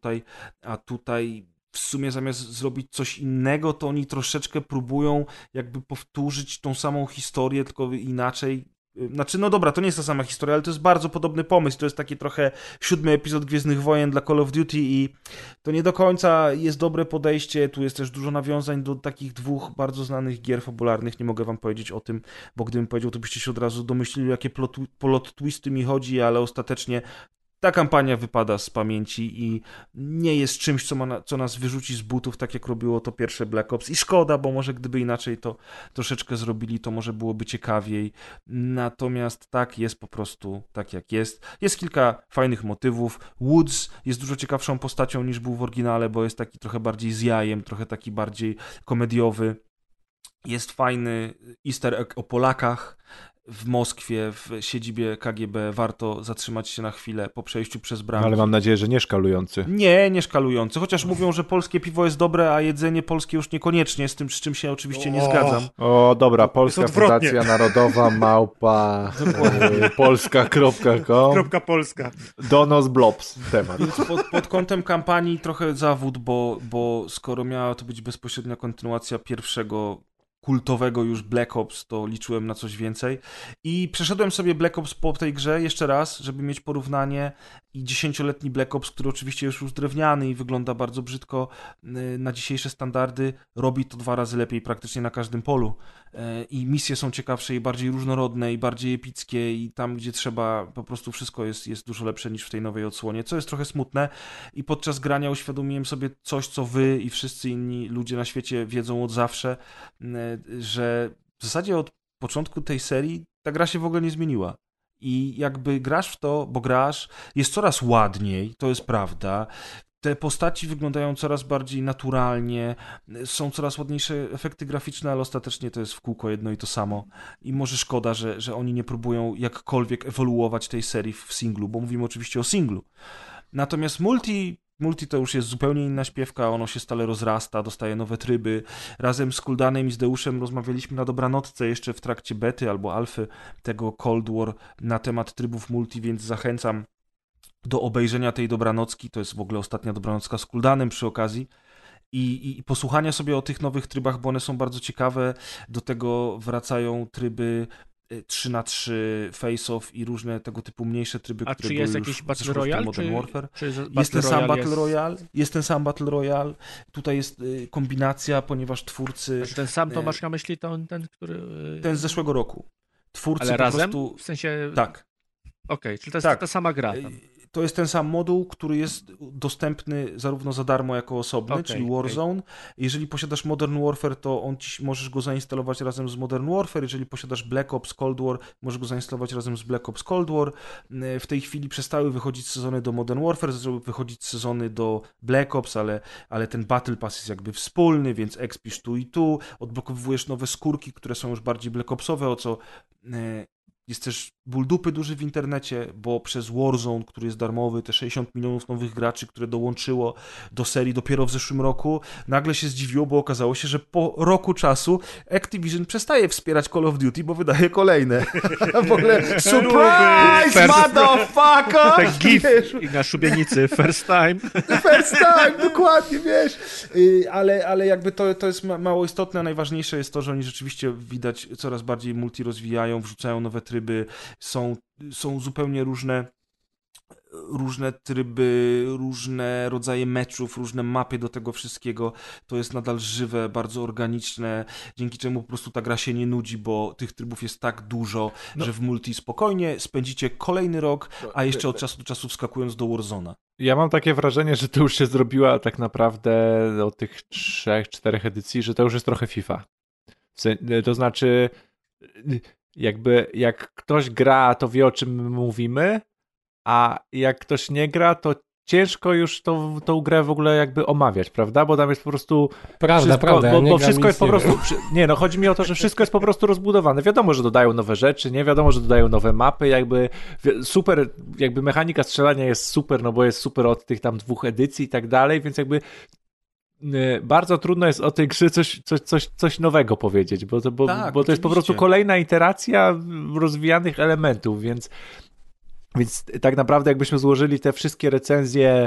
tutaj w sumie zamiast zrobić coś innego, to oni troszeczkę próbują jakby powtórzyć tą samą historię, tylko inaczej. Znaczy, no dobra, to nie jest ta sama historia, ale to jest bardzo podobny pomysł. To jest taki trochę 7. epizod Gwiezdnych Wojen dla Call of Duty i to nie do końca jest dobre podejście. Tu jest też dużo nawiązań do takich dwóch bardzo znanych gier fabularnych. Nie mogę wam powiedzieć o tym, bo gdybym powiedział, to byście się od razu domyślili, jakie plot twisty mi chodzi, ale ostatecznie ta kampania wypada z pamięci i nie jest czymś, co nas wyrzuci z butów, tak jak robiło to pierwsze Black Ops. I szkoda, bo może gdyby inaczej to troszeczkę zrobili, to może byłoby ciekawiej. Natomiast tak, jest po prostu tak jak jest. Jest kilka fajnych motywów. Woods jest dużo ciekawszą postacią niż był w oryginale, bo jest taki trochę bardziej z jajem, trochę taki bardziej komediowy. Jest fajny easter egg o Polakach w Moskwie, w siedzibie KGB. Warto zatrzymać się na chwilę po przejściu przez bramki. Ale mam nadzieję, że nie szkalujący. Nie szkalujący. Chociaż mówią, że polskie piwo jest dobre, a jedzenie polskie już niekoniecznie, z czym się oczywiście nie zgadzam. O, dobra, Polska Fundacja Narodowa, małpa, polska.com. Polska. Donos Blobs temat. Więc pod kątem kampanii trochę zawód, bo skoro miała to być bezpośrednia kontynuacja pierwszego kultowego już Black Ops, to liczyłem na coś więcej. I przeszedłem sobie Black Ops po tej grze jeszcze raz, żeby mieć porównanie, i 10-letni Black Ops, który oczywiście już drewniany i wygląda bardzo brzydko na dzisiejsze standardy, robi to 2 razy lepiej praktycznie na każdym polu. I misje są ciekawsze i bardziej różnorodne i bardziej epickie i tam, gdzie trzeba, po prostu wszystko jest dużo lepsze niż w tej nowej odsłonie, co jest trochę smutne. I podczas grania uświadomiłem sobie coś, co wy i wszyscy inni ludzie na świecie wiedzą od zawsze, że w zasadzie od początku tej serii ta gra się w ogóle nie zmieniła. I jakby grasz w to, bo grasz, jest coraz ładniej, to jest prawda. Te postaci wyglądają coraz bardziej naturalnie, są coraz ładniejsze efekty graficzne, ale ostatecznie to jest w kółko jedno i to samo. I może szkoda, że oni nie próbują jakkolwiek ewoluować tej serii w singlu, bo mówimy oczywiście o singlu. Natomiast multi to już jest zupełnie inna śpiewka, ono się stale rozrasta, dostaje nowe tryby. Razem z Kuldanem i z Deuszem rozmawialiśmy na dobranocce jeszcze w trakcie bety albo alfy tego Cold War na temat trybów multi, więc zachęcam do obejrzenia tej dobranocki. To jest w ogóle ostatnia dobranocka z Kuldanem przy okazji. I posłuchania sobie o tych nowych trybach, bo one są bardzo ciekawe. Do tego wracają tryby 3x3 face-off i różne tego typu mniejsze tryby, które były jest już jakiś Battle Royale? Modern Warfare. Jest ten sam Battle Royale. Tutaj jest kombinacja, ponieważ twórcy... Znaczy ten sam to masz na myśli ten, który... Ten z zeszłego roku. Twórcy ale po razem? prostu... W sensie... Tak. Okej, czyli to jest ta sama gra tam. To jest ten sam moduł, który jest dostępny zarówno za darmo jako osobny, czyli Warzone. Jeżeli posiadasz Modern Warfare, to możesz go zainstalować razem z Modern Warfare. Jeżeli posiadasz Black Ops Cold War, możesz go zainstalować razem z Black Ops Cold War. W tej chwili przestały wychodzić sezony do Modern Warfare, zaczęły wychodzić sezony do Black Ops, ale ten Battle Pass jest jakby wspólny, więc expisz tu i tu. Odblokowujesz nowe skórki, które są już bardziej Black Opsowe, o co... Jest też ból dupy duży w internecie, bo przez Warzone, który jest darmowy, te 60 milionów nowych graczy, które dołączyło do serii dopiero w zeszłym roku, nagle się zdziwiło, bo okazało się, że po roku czasu Activision przestaje wspierać Call of Duty, bo wydaje kolejne. W ogóle surprise, motherfucker! Tak gif na szubienicy, first time. First time, dokładnie, wiesz. Ale jakby to jest mało istotne, a najważniejsze jest to, że oni rzeczywiście widać coraz bardziej multi rozwijają, wrzucają nowe tryby, są zupełnie różne tryby, różne rodzaje meczów, różne mapy do tego wszystkiego. To jest nadal żywe, bardzo organiczne, dzięki czemu po prostu ta gra się nie nudzi, bo tych trybów jest tak dużo, że w multi spokojnie spędzicie kolejny rok, a jeszcze od czasu do czasu wskakując do Warzona. Ja mam takie wrażenie, że to już się zrobiła tak naprawdę od tych 3-4 edycji, że to już jest trochę FIFA. To znaczy... Jakby jak ktoś gra, to wie, o czym mówimy, a jak ktoś nie gra, to ciężko już tą grę w ogóle jakby omawiać, prawda? Bo tam jest po prostu... Prawda. Bo wszystko jest po prostu... Chodzi mi o to, że wszystko jest po prostu rozbudowane. Wiadomo, że dodają nowe rzeczy, nie? Wiadomo, że dodają nowe mapy, jakby super, jakby mechanika strzelania jest super, no bo jest super od tych tam 2 edycji i tak dalej, więc jakby bardzo trudno jest o tej grze coś nowego powiedzieć, bo to jest po prostu kolejna iteracja rozwijanych elementów, więc tak naprawdę jakbyśmy złożyli te wszystkie recenzje,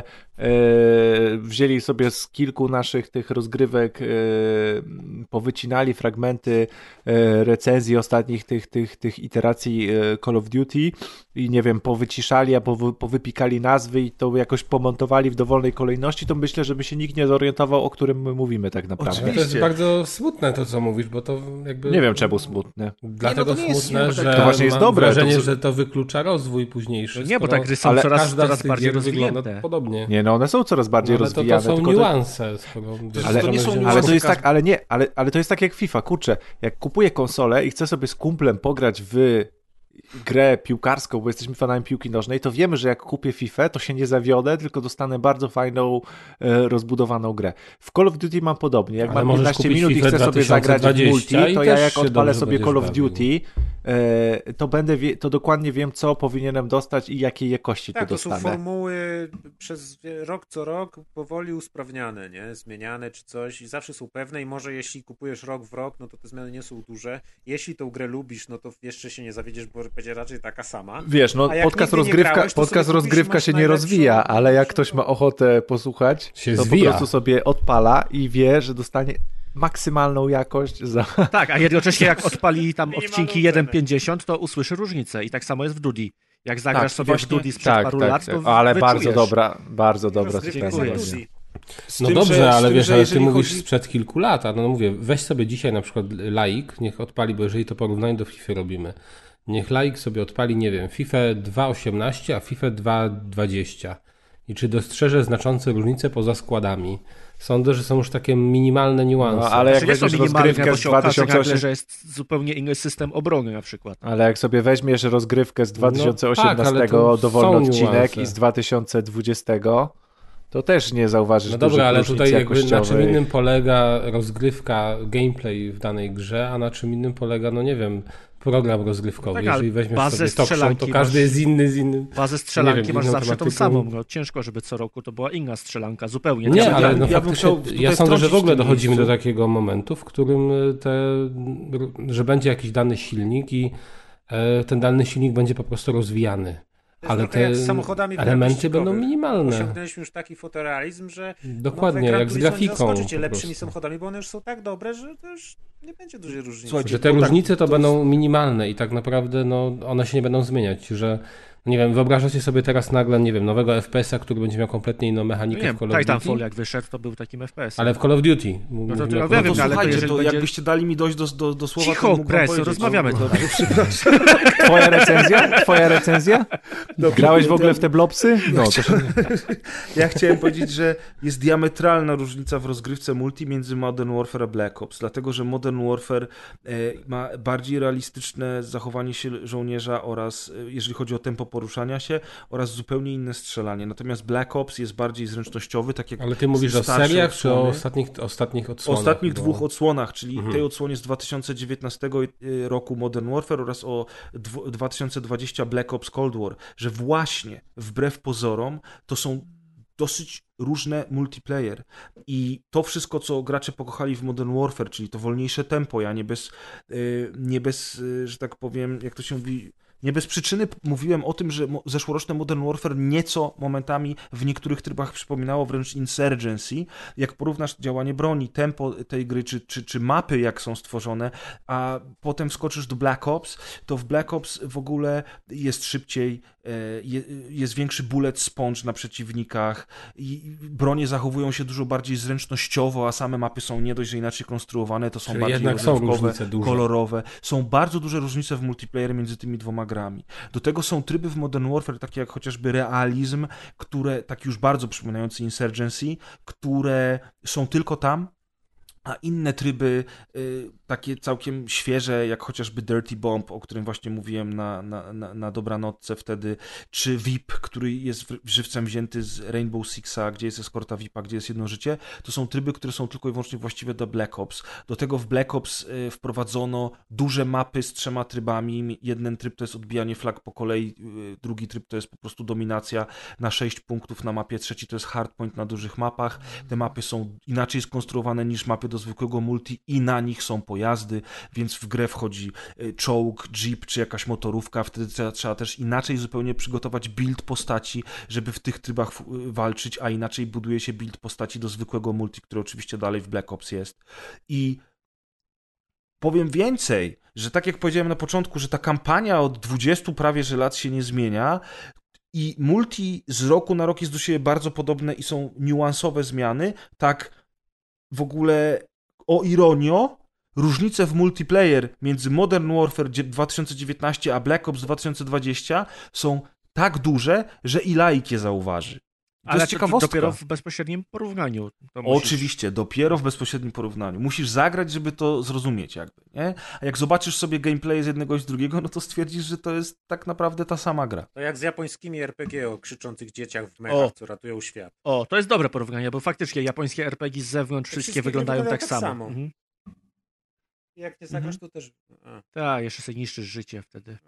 wzięli sobie z kilku naszych tych rozgrywek, powycinali fragmenty recenzji ostatnich tych iteracji Call of Duty i nie wiem, powyciszali, a powypikali nazwy i to jakoś pomontowali w dowolnej kolejności, to myślę, żeby się nikt nie zorientował, o którym my mówimy tak naprawdę. Oczywiście. To jest bardzo smutne to, co mówisz, bo to jakby... Nie wiem, czemu smutne. Dlatego smutne, że to właśnie jest dobre. Wrażenie, że to wyklucza rozwój późniejszy. Nie, bo te gry są coraz bardziej rozwinięte. Podobnie. Nie, no one są coraz bardziej rozwijane. To są niuanse. Ale to jest tak jak FIFA, kurczę, jak kupuję konsolę i chcę sobie z kumplem pograć w grę piłkarską, bo jesteśmy fanami piłki nożnej, to wiemy, że jak kupię FIFA, to się nie zawiodę, tylko dostanę bardzo fajną, rozbudowaną grę. W Call of Duty mam podobnie. Jak Ale mam możesz 15 kupić minut i FIFA chcę sobie zagrać w 2020 multi, to i ja też jak się odpalę dobrze sobie będziesz Call of bawił. Duty, to dokładnie wiem, co powinienem dostać i jakiej jakości Tak, to to są dostanę. formuły przez rok co rok powoli usprawniane, nie? Zmieniane czy coś i zawsze są pewne i może jeśli kupujesz rok w rok, no to te zmiany nie są duże. Jeśli tą grę lubisz, no to jeszcze się nie zawiedziesz, bo będzie raczej taka sama. Wiesz, no A jak podcast nigdy nie grałeś, to sobie kupisz, rozgrywka masz się nie najlepszą, rozwija, ale jak najlepszą, ktoś ma ochotę posłuchać, Się to zwija. po prostu sobie odpala i wie, że dostanie maksymalną jakość za... Tak, a jednocześnie jak odpali tam Minimalną odcinki cenę. 1.50, to usłyszy różnicę. I tak samo jest w Dudi. Jak zagrasz Tak, sobie właśnie- w Dudi sprzed paru lat, to ale wyczujesz. bardzo dobra Rozgrywka jest Dziękuję. jak Duzi. No dobrze, ale wiesz, ale ty jeżeli mówisz chodzi- sprzed kilku lat, a no mówię, weź sobie dzisiaj na przykład laik, niech odpali, bo jeżeli to porównanie do FIFA robimy, niech laik sobie odpali, nie wiem, FIFA 2.18, a FIFA 2.20 i czy dostrzeże znaczące różnice poza składami. Sądzę, że są już takie minimalne niuanse. No, ale jak Znaczy, nie są weźmiesz minimalne, rozgrywkę bo z się okaże nagle, 2008... że jest zupełnie inny system obrony na przykład. Ale jak sobie weźmiesz rozgrywkę z 2018 No tak, ale to dowolny są odcinek niuanse. i z 2020, to też nie zauważysz No dużych dobra, ale różnic tutaj jakby na czym jakościowych. innym polega rozgrywka, gameplay w danej grze, a na czym innym polega, no nie wiem, program rozgrywkowy. No tak, Jeżeli ale weźmiesz bazę sobie talk show, to strzelanki każdy masz- jest inny z innym. Bazę strzelanki Nie wiem, masz inną zawsze tą tematyką. samą. No, ciężko, żeby co roku to była inna strzelanka, zupełnie. Nie, Tak, ale jak- no ja bym faktycznie, chciał tutaj ja sądzę, że w wtrącić ogóle w tym dochodzimy miejscu. do takiego momentu, w którym że będzie jakiś dany silnik i ten dany silnik będzie po prostu rozwijany. To jest Ale trochę jak te z samochodami w grach elementy wyścigowych. będą minimalne. Osiągnęliśmy już taki fotorealizm, że Dokładnie, nowe Gran jak z Turismo grafiką. nie zaskoczycie po lepszymi prostu. samochodami, bo one już są tak dobre, że to już nie będzie dużej różnicy. Słuchajcie, Że te bo tak, różnice to to będą minimalne i tak naprawdę one się nie będą zmieniać, że nie wiem, wyobrażacie sobie teraz nagle, nie wiem, nowego FPS-a, który będzie miał kompletnie inną No mechanikę nie w Call wiem, of Titanfall Duty, jak wyszedł, to był takim FPS. ale w Call of Duty. to Mówimy ja o wiem, Call of No to ale to słuchajcie, jeżeli to będzie- jakbyście dali mi dojść do słowa, to Cicho, mógłbym Press, powiedzieć. rozmawiamy. No, przepraszam. Twoja recenzja? Grałeś w ogóle w te blobsy? No, to się... Ja chciałem powiedzieć, że jest diametralna różnica w rozgrywce multi między Modern Warfare a Black Ops, dlatego że Modern Warfare ma bardziej realistyczne zachowanie się żołnierza oraz, jeżeli chodzi o tempo poruszania się, oraz zupełnie inne strzelanie. Natomiast Black Ops jest bardziej zręcznościowy, tak jak Ale ty mówisz o starsze seriach czy o odsłony. ostatnich O odsłonach? ostatnich Bo- dwóch odsłonach, czyli tej odsłonie z 2019 roku Modern Warfare oraz o 2020 Black Ops Cold War, że właśnie wbrew pozorom to są dosyć różne multiplayer i to wszystko, co gracze pokochali w Modern Warfare, czyli to wolniejsze tempo, ja nie bez, że tak powiem, jak to się mówi, nie bez przyczyny mówiłem o tym, że zeszłoroczne Modern Warfare nieco momentami w niektórych trybach przypominało wręcz Insurgency. Jak porównasz działanie broni, tempo tej gry, czy mapy, jak są stworzone, a potem skoczysz do Black Ops, to w Black Ops w ogóle jest szybciej, jest większy bullet sponge na przeciwnikach i bronie zachowują się dużo bardziej zręcznościowo, a same mapy są nie dość, że inaczej konstruowane, to są Czyli bardziej jednak są rozrywkowe, różnice duże. kolorowe. Są bardzo duże różnice w multiplayer między tymi dwoma grami. Do tego są tryby w Modern Warfare, takie jak chociażby realizm, taki już bardzo przypominający Insurgency, które są tylko tam, a inne tryby, takie całkiem świeże, jak chociażby Dirty Bomb, o którym właśnie mówiłem na dobranocce wtedy, czy VIP, który jest żywcem wzięty z Rainbow Sixa, gdzie jest eskorta VIP-a, gdzie jest jedno życie, to są tryby, które są tylko i wyłącznie właściwe do Black Ops. Do tego w Black Ops wprowadzono duże mapy z 3 trybami. Jeden tryb to jest odbijanie flag po kolei, drugi tryb to jest po prostu dominacja na 6 punktów na mapie, trzeci to jest hardpoint na dużych mapach. Te mapy są inaczej skonstruowane niż mapy do zwykłego multi i na nich są pojazdy, więc w grę wchodzi czołg, jeep czy jakaś motorówka, wtedy trzeba też inaczej zupełnie przygotować build postaci, żeby w tych trybach walczyć, a inaczej buduje się build postaci do zwykłego multi, który oczywiście dalej w Black Ops jest. I powiem więcej, że tak jak powiedziałem na początku, że ta kampania od 20 prawie że lat się nie zmienia, i multi z roku na rok jest do siebie bardzo podobne i są niuansowe zmiany, tak w ogóle o ironio, różnice w multiplayer między Modern Warfare 2019 a Black Ops 2020 są tak duże, że i laik je zauważy. Ale jest ciekawostka. dopiero w bezpośrednim porównaniu. To musisz... Oczywiście, dopiero w bezpośrednim porównaniu. Musisz zagrać, żeby to zrozumieć jakby, nie? A jak zobaczysz sobie gameplay z jednego i z drugiego, no to stwierdzisz, że to jest tak naprawdę ta sama gra. To jak z japońskimi RPG o krzyczących dzieciach w mechach, co ratują świat. O, to jest dobre porównanie, bo faktycznie japońskie RPG z zewnątrz wszystkie wyglądają tak samo. Mhm. Jak nie zagrasz, to też... Tak, jeszcze sobie niszczysz życie wtedy.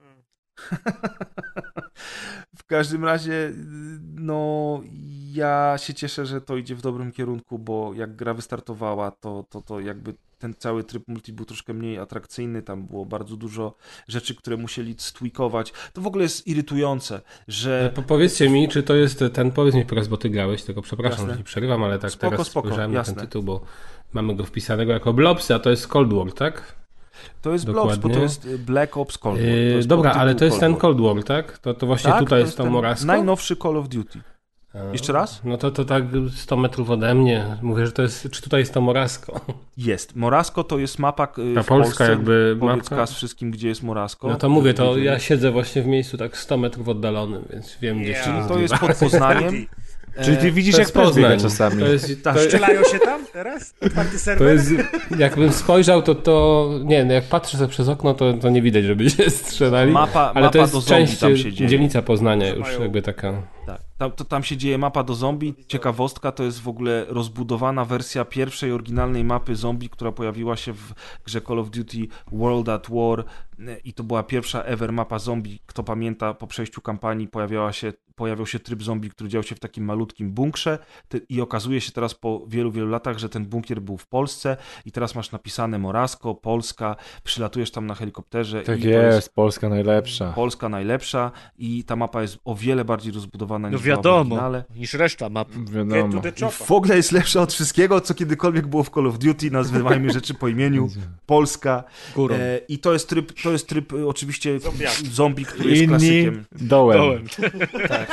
W każdym razie, no ja się cieszę, że to idzie w dobrym kierunku, bo jak gra wystartowała, to jakby ten cały tryb multi był troszkę mniej atrakcyjny, tam było bardzo dużo rzeczy, które musieli stwikować. To w ogóle jest irytujące, że... Powiedzcie mi, czy to jest powiedz mi teraz, bo ty grałeś, tylko przepraszam, że ci przerywam, ale tak teraz spojrzałem na ten tytuł, bo mamy go wpisanego jako Blobs, a to jest Cold War, tak? To jest Blobs, bo to jest Black Ops Cold War. Dobra, ale to jest ten Cold War, tak? To właśnie tak, tutaj jest to Morasko? Najnowszy Call of Duty. Jeszcze raz? No to tak 100 metrów ode mnie. Mówię, że to jest, czy tutaj jest to Morasko? Jest. Morasko to jest mapa ta w polska Polsce. jakby mapka z wszystkim, gdzie jest Morasko. No to mówię, to ja siedzę właśnie w miejscu tak 100 metrów oddalonym, więc wiem, gdzie się to jest pod Poznaniem. Czyli ty widzisz, jak Poznań czasami. Strzelają się tam teraz? Otwarty serwer? To jest, jakbym spojrzał, to nie, no jak patrzę sobie przez okno, to nie widać, żeby się strzelali. Ale to jest część, dzielnica Poznania już jakby taka. Tak. Tam się dzieje mapa do zombie. Ciekawostka, to jest w ogóle rozbudowana wersja pierwszej oryginalnej mapy zombie, która pojawiła się w grze Call of Duty World at War i to była pierwsza ever mapa zombie. Kto pamięta, po przejściu kampanii pojawiał się tryb zombie, który dział się w takim malutkim bunkrze i okazuje się teraz po wielu, wielu latach, że ten bunkier był w Polsce i teraz masz napisane Morasko, Polska, przylatujesz tam na helikopterze. Tak jest, Polska najlepsza. Polska najlepsza i ta mapa jest o wiele bardziej rozbudowana niż wiadomo, niż reszta map. Wiadomo. W ogóle jest lepsza od wszystkiego, co kiedykolwiek było w Call of Duty, nazywajmy rzeczy po imieniu. Polska. I to jest tryb oczywiście zombie, który jest klasykiem. Dołem. Tak.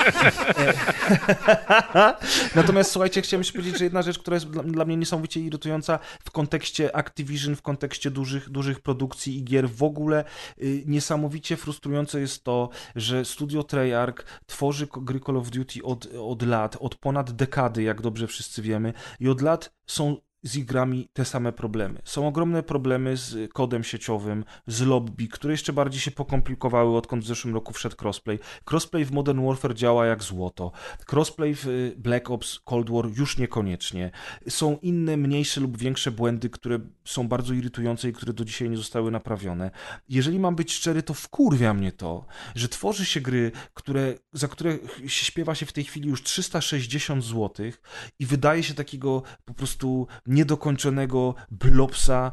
Natomiast słuchajcie, chciałem jeszcze powiedzieć, że jedna rzecz, która jest dla mnie niesamowicie irytująca w kontekście Activision, w kontekście dużych produkcji i gier w ogóle, niesamowicie frustrujące jest to, że studio Treyarch tworzy gry Call of Duty od lat, od ponad dekady, jak dobrze wszyscy wiemy, i od lat są z ich grami te same problemy. Są ogromne problemy z kodem sieciowym, z lobby, które jeszcze bardziej się pokomplikowały, odkąd w zeszłym roku wszedł crossplay. Crossplay w Modern Warfare działa jak złoto. Crossplay w Black Ops Cold War już niekoniecznie. Są inne, mniejsze lub większe błędy, które są bardzo irytujące i które do dzisiaj nie zostały naprawione. Jeżeli mam być szczery, to wkurwia mnie to, że tworzy się gry, za które śpiewa się w tej chwili już 360 zł i wydaje się takiego po prostu niedokończonego blobsa,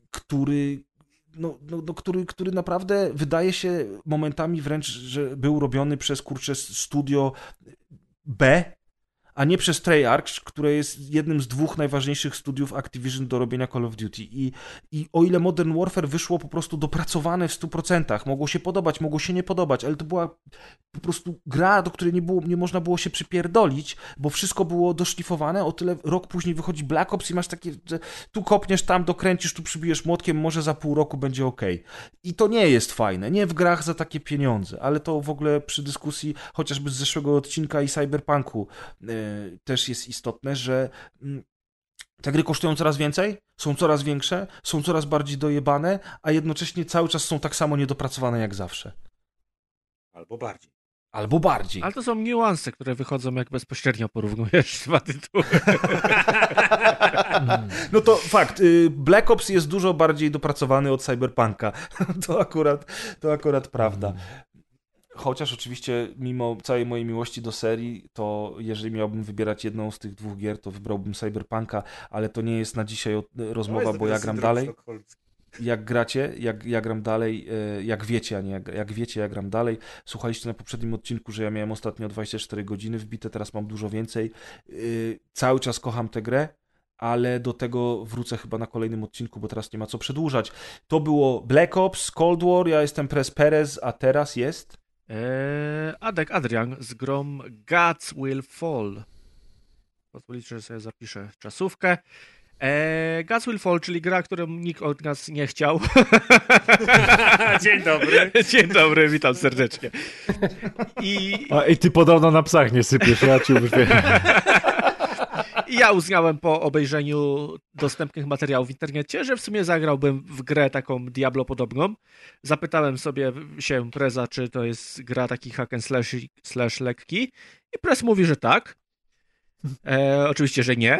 który naprawdę wydaje się momentami wręcz, że był robiony przez studio B, a nie przez Treyarch, które jest jednym z dwóch najważniejszych studiów Activision do robienia Call of Duty. I o ile Modern Warfare wyszło po prostu dopracowane w 100%, mogło się podobać, mogło się nie podobać, ale to była po prostu gra, do której nie można było się przypierdolić, bo wszystko było doszlifowane, o tyle rok później wychodzi Black Ops i masz takie, że tu kopniesz, tam dokręcisz, tu przybijesz młotkiem, może za pół roku będzie okej. I to nie jest fajne, nie w grach za takie pieniądze, ale to w ogóle przy dyskusji chociażby z zeszłego odcinka i Cyberpunku też jest istotne, że te gry kosztują coraz więcej, są coraz większe, są coraz bardziej dojebane, a jednocześnie cały czas są tak samo niedopracowane jak zawsze. Albo bardziej. Ale to są niuanse, które wychodzą, jak bezpośrednio porównujesz dwa tytuły. No to fakt. Black Ops jest dużo bardziej dopracowany od Cyberpunka. To akurat prawda. Chociaż oczywiście mimo całej mojej miłości do serii, to jeżeli miałbym wybierać jedną z tych dwóch gier, to wybrałbym Cyberpunka, ale to nie jest na dzisiaj rozmowa, bo ja gram dalej. Jak gracie, ja gram dalej, jak wiecie, a nie jak wiecie, ja gram dalej. Słuchaliście na poprzednim odcinku, że ja miałem ostatnio 24 godziny wbite, teraz mam dużo więcej. Cały czas kocham tę grę, ale do tego wrócę chyba na kolejnym odcinku, bo teraz nie ma co przedłużać. To było Black Ops, Cold War, ja jestem Prez Perez, a teraz jest... Adrian z grą Gods Will Fall. Pozwolicie, że sobie zapiszę czasówkę. Gods Will Fall, czyli gra, którą nikt od nas nie chciał. Dzień dobry. Dzień dobry, witam serdecznie. I ty podobno na psach nie sypiesz, ja ci już wiem. I ja uznałem po obejrzeniu dostępnych materiałów w internecie, że w sumie zagrałbym w grę taką Diablo podobną. Zapytałem sobie się Preza, czy to jest gra taki hack and slash lekki. I Prez mówi, że tak. Oczywiście, że nie.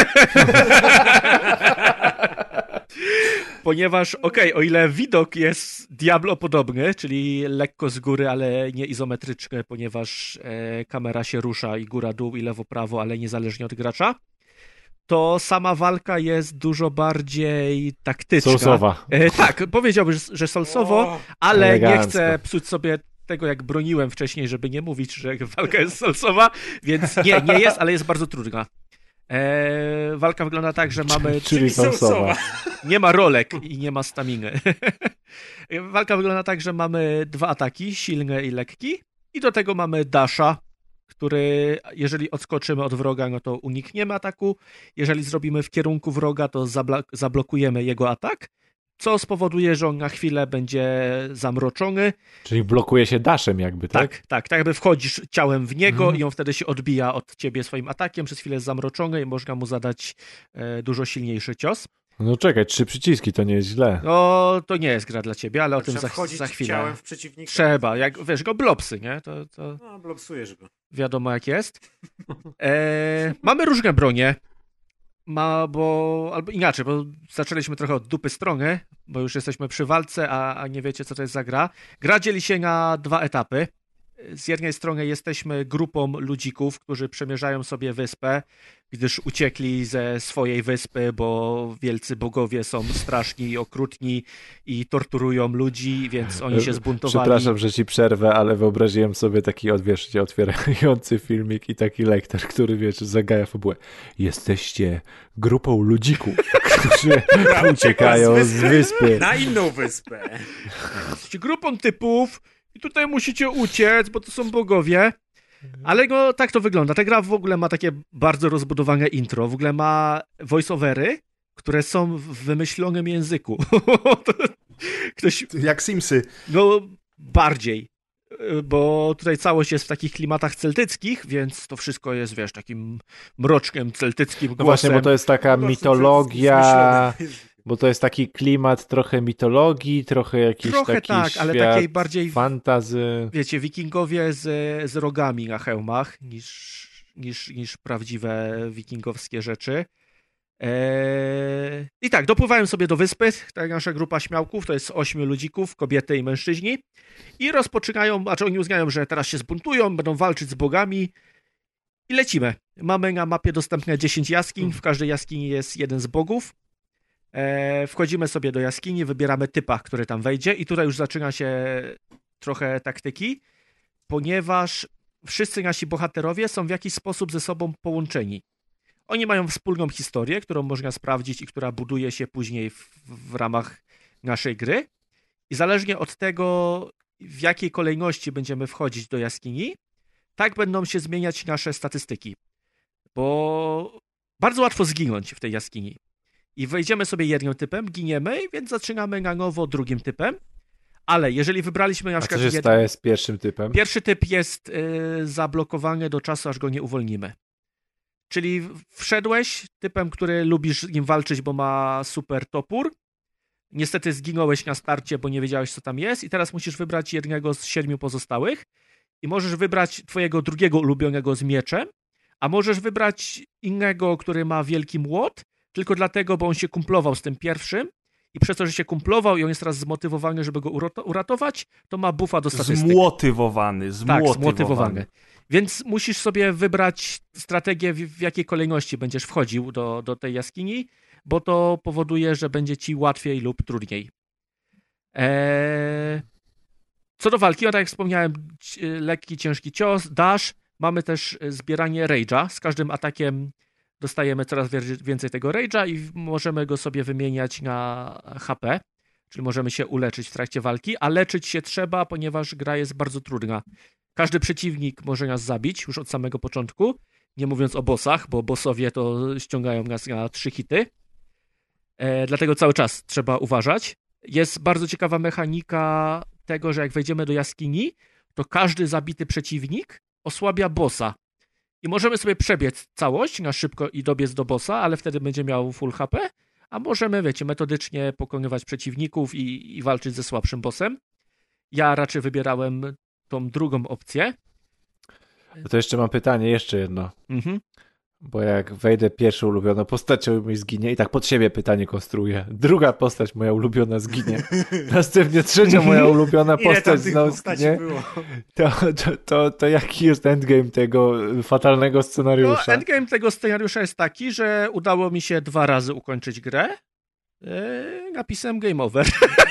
Ponieważ, o ile widok jest Diablo podobny, czyli lekko z góry, ale nie izometryczny, ponieważ kamera się rusza i góra-dół i lewo-prawo, ale niezależnie od gracza, to sama walka jest dużo bardziej taktyczna. Soulsowa. Tak, powiedziałbym, że soulsowo, ale elegancko. nie chcę psuć sobie tego, jak broniłem wcześniej, żeby nie mówić, że walka jest soulsowa, więc nie jest, ale jest bardzo trudna. Walka wygląda tak, że mamy... Czyli soulsowa. Nie ma rolek i nie ma staminy. Walka wygląda tak, że mamy 2 ataki, silny i lekki, i do tego mamy dasha, który, jeżeli odskoczymy od wroga, no to unikniemy ataku. Jeżeli zrobimy w kierunku wroga, to zablokujemy jego atak, co spowoduje, że on na chwilę będzie zamroczony. Czyli blokuje się dashem jakby, tak? Tak jakby wchodzisz ciałem w niego i on wtedy się odbija od ciebie swoim atakiem, przez chwilę jest zamroczony i można mu zadać dużo silniejszy cios. No czekaj, 3 przyciski to nie jest źle. No, to nie jest gra dla ciebie, ale o tym za chwilę. Ciałem w przeciwnika. Trzeba, jak wiesz, go blopsy, nie? To No, blopsujesz go. wiadomo jak jest. Mamy różne bronie. Albo inaczej, bo zaczęliśmy trochę od dupy strony, bo już jesteśmy przy walce, a nie wiecie, co to jest za gra. Gra dzieli się na 2 etapy. Z jednej strony jesteśmy grupą ludzików, którzy przemierzają sobie wyspę, gdyż uciekli ze swojej wyspy, bo wielcy bogowie są straszni i okrutni i torturują ludzi, więc oni się zbuntowali. Przepraszam, że ci przerwę, ale wyobraziłem sobie taki, otwierający filmik i taki lektor, który, wiesz, zagaja fabułę. Jesteście grupą ludzików, którzy uciekają z wyspy. Na inną wyspę. Jesteście grupą typów i tutaj musicie uciec, bo to są bogowie. Ale no, tak to wygląda. Ta gra w ogóle ma takie bardzo rozbudowane intro. W ogóle ma voice-overy, które są w wymyślonym języku. Jak Simsy. No, bardziej. Bo tutaj całość jest w takich klimatach celtyckich, więc to wszystko jest, wiesz, takim mroczkiem celtyckim głosem. No właśnie, bo to jest taka mitologia... Bo to jest taki klimat trochę mitologii, trochę jakiś taki tak, świat, ale takiej bardziej fantazy. Wiecie, wikingowie z rogami na hełmach niż prawdziwe wikingowskie rzeczy. I tak, dopływają sobie do wyspy, ta nasza grupa śmiałków, to jest 8 ludzików, kobiety i mężczyźni, i rozpoczynają, znaczy oni uznają, że teraz się zbuntują, będą walczyć z bogami i lecimy. Mamy na mapie dostępne 10 jaskiń, w każdej jaskini jest jeden z bogów. Wchodzimy sobie do jaskini, wybieramy typa, który tam wejdzie, i tutaj już zaczyna się trochę taktyki, ponieważ wszyscy nasi bohaterowie są w jakiś sposób ze sobą połączeni. Oni mają wspólną historię, którą można sprawdzić i która buduje się później w ramach naszej gry, i zależnie od tego, w jakiej kolejności będziemy wchodzić do jaskini, tak będą się zmieniać nasze statystyki, bo bardzo łatwo zginąć w tej jaskini. I wejdziemy sobie jednym typem, giniemy, więc zaczynamy na nowo drugim typem. Ale jeżeli wybraliśmy na przykład... A co się staje z pierwszym typem? Pierwszy typ jest zablokowany do czasu, aż go nie uwolnimy. Czyli wszedłeś typem, który lubisz z nim walczyć, bo ma super topór. Niestety zginąłeś na starcie, bo nie wiedziałeś, co tam jest, i teraz musisz wybrać jednego z 7 pozostałych. I możesz wybrać twojego drugiego ulubionego z mieczem, a możesz wybrać innego, który ma wielki młot, tylko dlatego, bo on się kumplował z tym pierwszym, i przez to, że się kumplował i on jest teraz zmotywowany, żeby go uratować, to ma buffa do statystyk. Zmotywowany. Tak, zmotywowany. Więc musisz sobie wybrać strategię, w jakiej kolejności będziesz wchodził do tej jaskini, bo to powoduje, że będzie ci łatwiej lub trudniej. Co do walki, tak jak wspomniałem, lekki, ciężki cios, dash. Mamy też zbieranie rage'a. Z każdym atakiem dostajemy coraz więcej tego rage'a i możemy go sobie wymieniać na HP, czyli możemy się uleczyć w trakcie walki, a leczyć się trzeba, ponieważ gra jest bardzo trudna. Każdy przeciwnik może nas zabić już od samego początku, nie mówiąc o bossach, bo bossowie to ściągają nas na 3 hity. Dlatego cały czas trzeba uważać. Jest bardzo ciekawa mechanika tego, że jak wejdziemy do jaskini, to każdy zabity przeciwnik osłabia bossa. I możemy sobie przebiec całość na szybko i dobiec do bossa, ale wtedy będzie miał full HP, a możemy, wiecie, metodycznie pokonywać przeciwników i walczyć ze słabszym bossem. Ja raczej wybierałem tą drugą opcję. To jeszcze mam pytanie, jeszcze jedno. Mhm. Bo jak wejdę pierwszą ulubioną postacią mi zginie i tak pod siebie pytanie konstruuję. Druga postać moja ulubiona zginie. Następnie trzecia moja ulubiona Ile tam postać tych znowu postaci zginie. było? To jaki jest endgame tego fatalnego No, scenariusza? endgame tego scenariusza jest taki, że udało mi się 2 razy ukończyć grę. Napisem game over.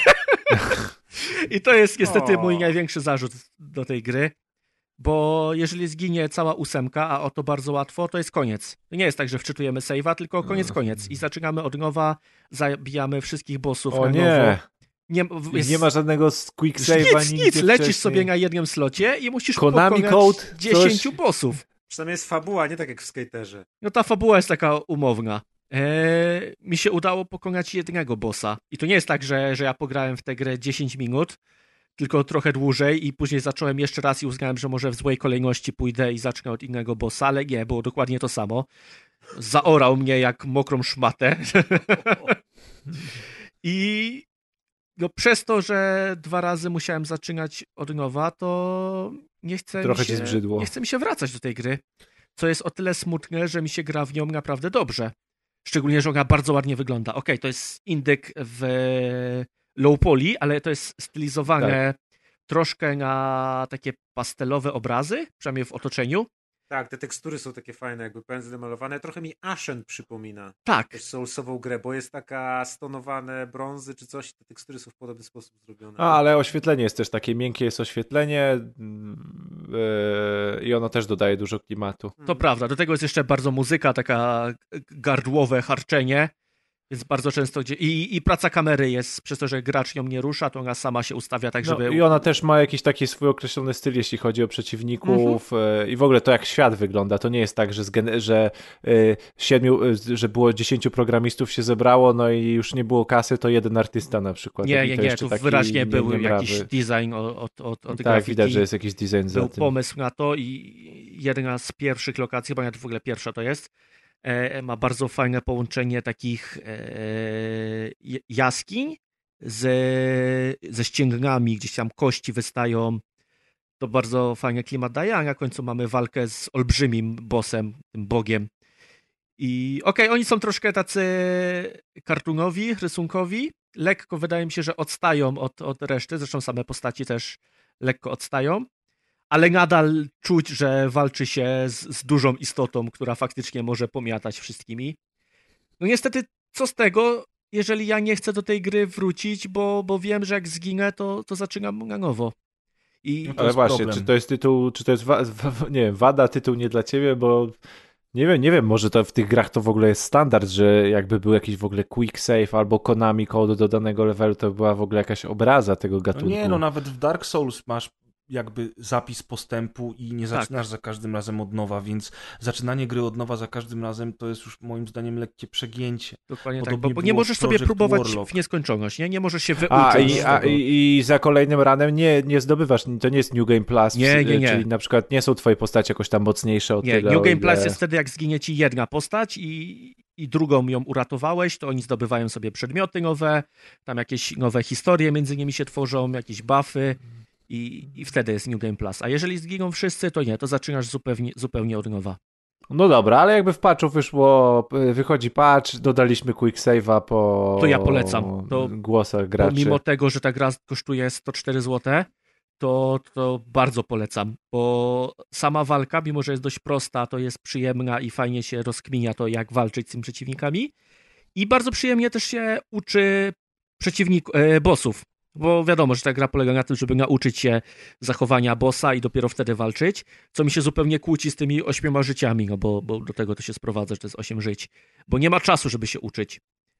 I to jest niestety mój największy zarzut do tej gry. Bo jeżeli zginie cała 8, a o to bardzo łatwo, to jest koniec. To nie jest tak, że wczytujemy save'a, tylko koniec. I zaczynamy od nowa, zabijamy wszystkich bossów O na nie! nowo. Nie ma żadnego quick save'a Nic, lecisz wcześniej. sobie na jednym slocie i musisz Konami pokonać Code, 10 coś? bossów. Przynajmniej jest fabuła, nie tak jak w Skaterze. No ta fabuła jest taka umowna. Mi się udało pokonać jednego bossa. I to nie jest tak, że ja pograłem w tę grę 10 minut, tylko trochę dłużej i później zacząłem jeszcze raz i uznałem, że może w złej kolejności pójdę i zacznę od innego bossa, ale nie, było dokładnie to samo. Zaorał mnie jak mokrą szmatę. I no, przez to, że 2 razy musiałem zaczynać od nowa, to nie chce mi się wracać do tej gry. Co jest o tyle smutne, że mi się gra w nią naprawdę dobrze. Szczególnie, że ona bardzo ładnie wygląda. Okej, to jest indyk w low poly, ale to jest stylizowane troszkę na takie pastelowe obrazy, przynajmniej w otoczeniu. Tak, te tekstury są takie fajne, jakby pędzle malowane. Trochę mi Ashen przypomina. Tak. Też soulsową grę, bo jest taka stonowane brązy czy coś, te tekstury są w podobny sposób zrobione. Ale oświetlenie jest też takie, miękkie jest oświetlenie i ono też dodaje dużo klimatu. To prawda, do tego jest jeszcze bardzo muzyka, taka gardłowe harczenie, więc bardzo często i praca kamery jest, przez to, że gracz ją nie rusza, to ona sama się ustawia tak, żeby... I ona też ma jakiś taki swój określony styl, jeśli chodzi o przeciwników i w ogóle to, jak świat wygląda. To nie jest tak, że było 10 programistów się zebrało, no i już nie było kasy, to jeden artysta na przykład. Nie, tu wyraźnie był jakiś design od tak, grafiki. widać, że jest jakiś design za był tym. pomysł na to i jedna z pierwszych lokacji, chyba nawet w ogóle pierwsza to jest, ma bardzo fajne połączenie takich jaskiń ze ścięgnami, gdzieś tam kości wystają. To bardzo fajny klimat daje, a na końcu mamy walkę z olbrzymim bossem, tym bogiem. I oni są troszkę tacy kartunowi, rysunkowi. Lekko wydaje mi się, że odstają od reszty, zresztą same postaci też lekko odstają. Ale nadal czuć, że walczy się z dużą istotą, która faktycznie może pomiatać wszystkimi. No niestety, co z tego, jeżeli ja nie chcę do tej gry wrócić, bo wiem, że jak zginę, to zaczynam na nowo. Ale właśnie, problem. czy to jest tytuł, czy to jest nie wiem, wada, tytuł nie dla ciebie, bo nie wiem, może to w tych grach to w ogóle jest standard, że jakby był jakiś w ogóle quick save albo Konami Code do danego levelu, to była w ogóle jakaś obraza tego gatunku. Nawet w Dark Souls masz jakby zapis postępu i nie zaczynasz za każdym razem od nowa, więc zaczynanie gry od nowa za każdym razem to jest już moim zdaniem lekkie przegięcie. Dokładnie Podobnie tak, bo nie możesz sobie Project próbować Warlock. w nieskończoność, nie możesz się wyuczyć. I za kolejnym ranem nie zdobywasz, to nie jest New Game Plus, Nie. Czyli na przykład nie są twoje postacie jakoś tam mocniejsze od tego. New Game Plus jest wtedy, jak zginie ci jedna postać i drugą ją uratowałeś, to oni zdobywają sobie przedmioty nowe, tam jakieś nowe historie między nimi się tworzą, jakieś buffy i wtedy jest New Game Plus. A jeżeli zginą wszyscy, to nie, to zaczynasz zupełnie od nowa. No dobra, ale jakby w patchu wychodzi patch, dodaliśmy quick save'a To ja polecam. głosach graczy. Mimo tego, że ta gra kosztuje 104 zł, to bardzo polecam, bo sama walka, mimo że jest dość prosta, to jest przyjemna i fajnie się rozkminia to, jak walczyć z tymi przeciwnikami. I bardzo przyjemnie też się uczy bossów. Bo wiadomo, że ta gra polega na tym, żeby nauczyć się zachowania bossa i dopiero wtedy walczyć, co mi się zupełnie kłóci z tymi 8 życiami, no bo do tego to się sprowadza, że to jest 8 żyć. Bo nie ma czasu, żeby się uczyć.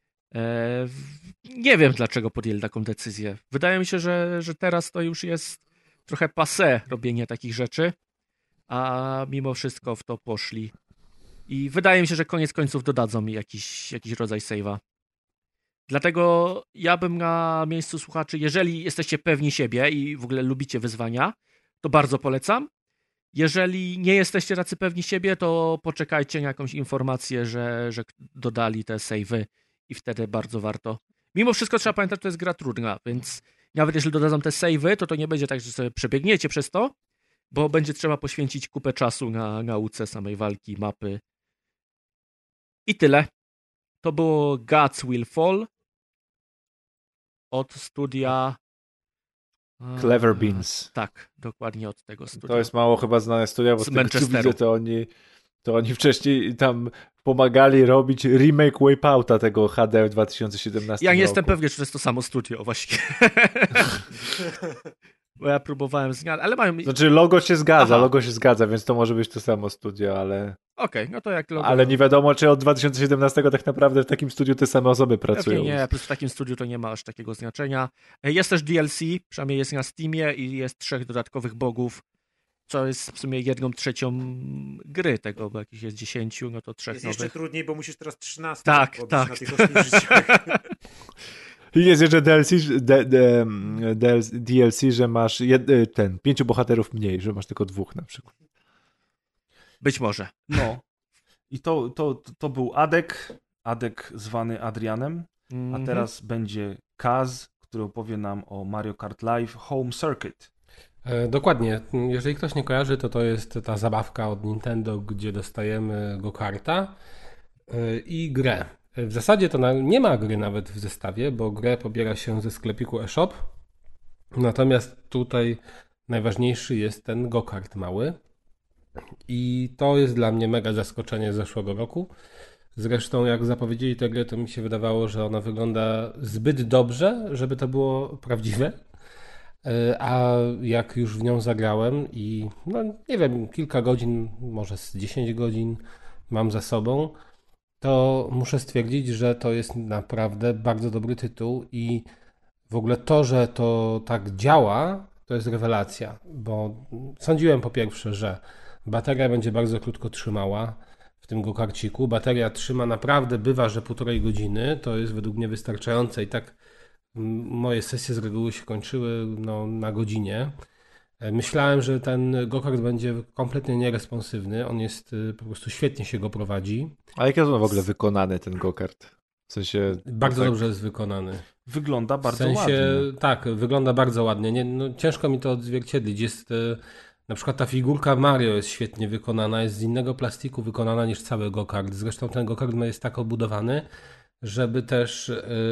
Nie wiem, dlaczego podjęli taką decyzję. Wydaje mi się, że teraz to już jest trochę passé robienie takich rzeczy, a mimo wszystko w to poszli. I wydaje mi się, że koniec końców dodadzą mi jakiś rodzaj save'a. Dlatego ja bym na miejscu słuchaczy, jeżeli jesteście pewni siebie i w ogóle lubicie wyzwania, to bardzo polecam. Jeżeli nie jesteście tacy pewni siebie, to poczekajcie na jakąś informację, że dodali te save'y i wtedy bardzo warto. Mimo wszystko trzeba pamiętać, że to jest gra trudna, więc nawet jeśli dodadzą te save'y, to nie będzie tak, że sobie przebiegniecie przez to, bo będzie trzeba poświęcić kupę czasu na nauce samej walki, mapy. I tyle. To było Gods Will Fall od studia Clever Beans. Tak, dokładnie od tego studia. To jest mało chyba znane studia, bo z tego co Manchesteru. widzę, to oni wcześniej tam pomagali robić remake Wipeouta tego HD w 2017 Ja nie roku. jestem pewny, czy to jest to samo studio właśnie. Bo ja próbowałem znaleźć, ale mają... Znaczy logo się zgadza, Aha. Więc to może być to samo studio, ale... Okej, no to jak logo... Ale nie wiadomo, czy od 2017 tak naprawdę w takim studiu te same osoby pracują. Pewnie nie, plus w takim studiu to nie ma aż takiego znaczenia. Jest też DLC, przynajmniej jest na Steamie i jest 3 dodatkowych bogów, co jest w sumie 1/3 gry tego, bo jakiś jest 10, no to 3 Jest nowych. jeszcze trudniej, bo musisz teraz 13 Tak, robić tak. na tych ośmiorzyciach. I jest jeszcze DLC, że masz 5 bohaterów mniej, że masz tylko 2 na przykład. Być może. No. I to był Adek zwany Adrianem, a teraz będzie Kaz, który opowie nam o Mario Kart Live Home Circuit. Dokładnie. Jeżeli ktoś nie kojarzy, to jest ta zabawka od Nintendo, gdzie dostajemy go-karta i grę. W zasadzie to nie ma gry nawet w zestawie, bo grę pobiera się ze sklepiku eShop. Natomiast tutaj najważniejszy jest ten go-kart mały. I to jest dla mnie mega zaskoczenie z zeszłego roku. Zresztą jak zapowiedzieli tę grę, to mi się wydawało, że ona wygląda zbyt dobrze, żeby to było prawdziwe. A jak już w nią zagrałem i no nie wiem, kilka godzin, może z 10 godzin mam za sobą, to muszę stwierdzić, że to jest naprawdę bardzo dobry tytuł i w ogóle to, że to tak działa, to jest rewelacja, bo sądziłem po pierwsze, że bateria będzie bardzo krótko trzymała w tym go-karciku. Bateria trzyma naprawdę, bywa, że 1,5 godziny, to jest według mnie wystarczające i tak moje sesje z reguły się kończyły na godzinie. Myślałem, że ten go-kart będzie kompletnie nieresponsywny. On jest, po prostu świetnie się go prowadzi. A jak jest on w ogóle wykonany, ten go-kart? W sensie... Bardzo dobrze jest wykonany. Wygląda bardzo ładnie. Tak, wygląda bardzo ładnie. Ciężko mi to odzwierciedlić. Jest na przykład ta figurka Mario jest świetnie wykonana, jest z innego plastiku wykonana niż cały go-kart. Zresztą ten go-kart jest tak obudowany, żeby też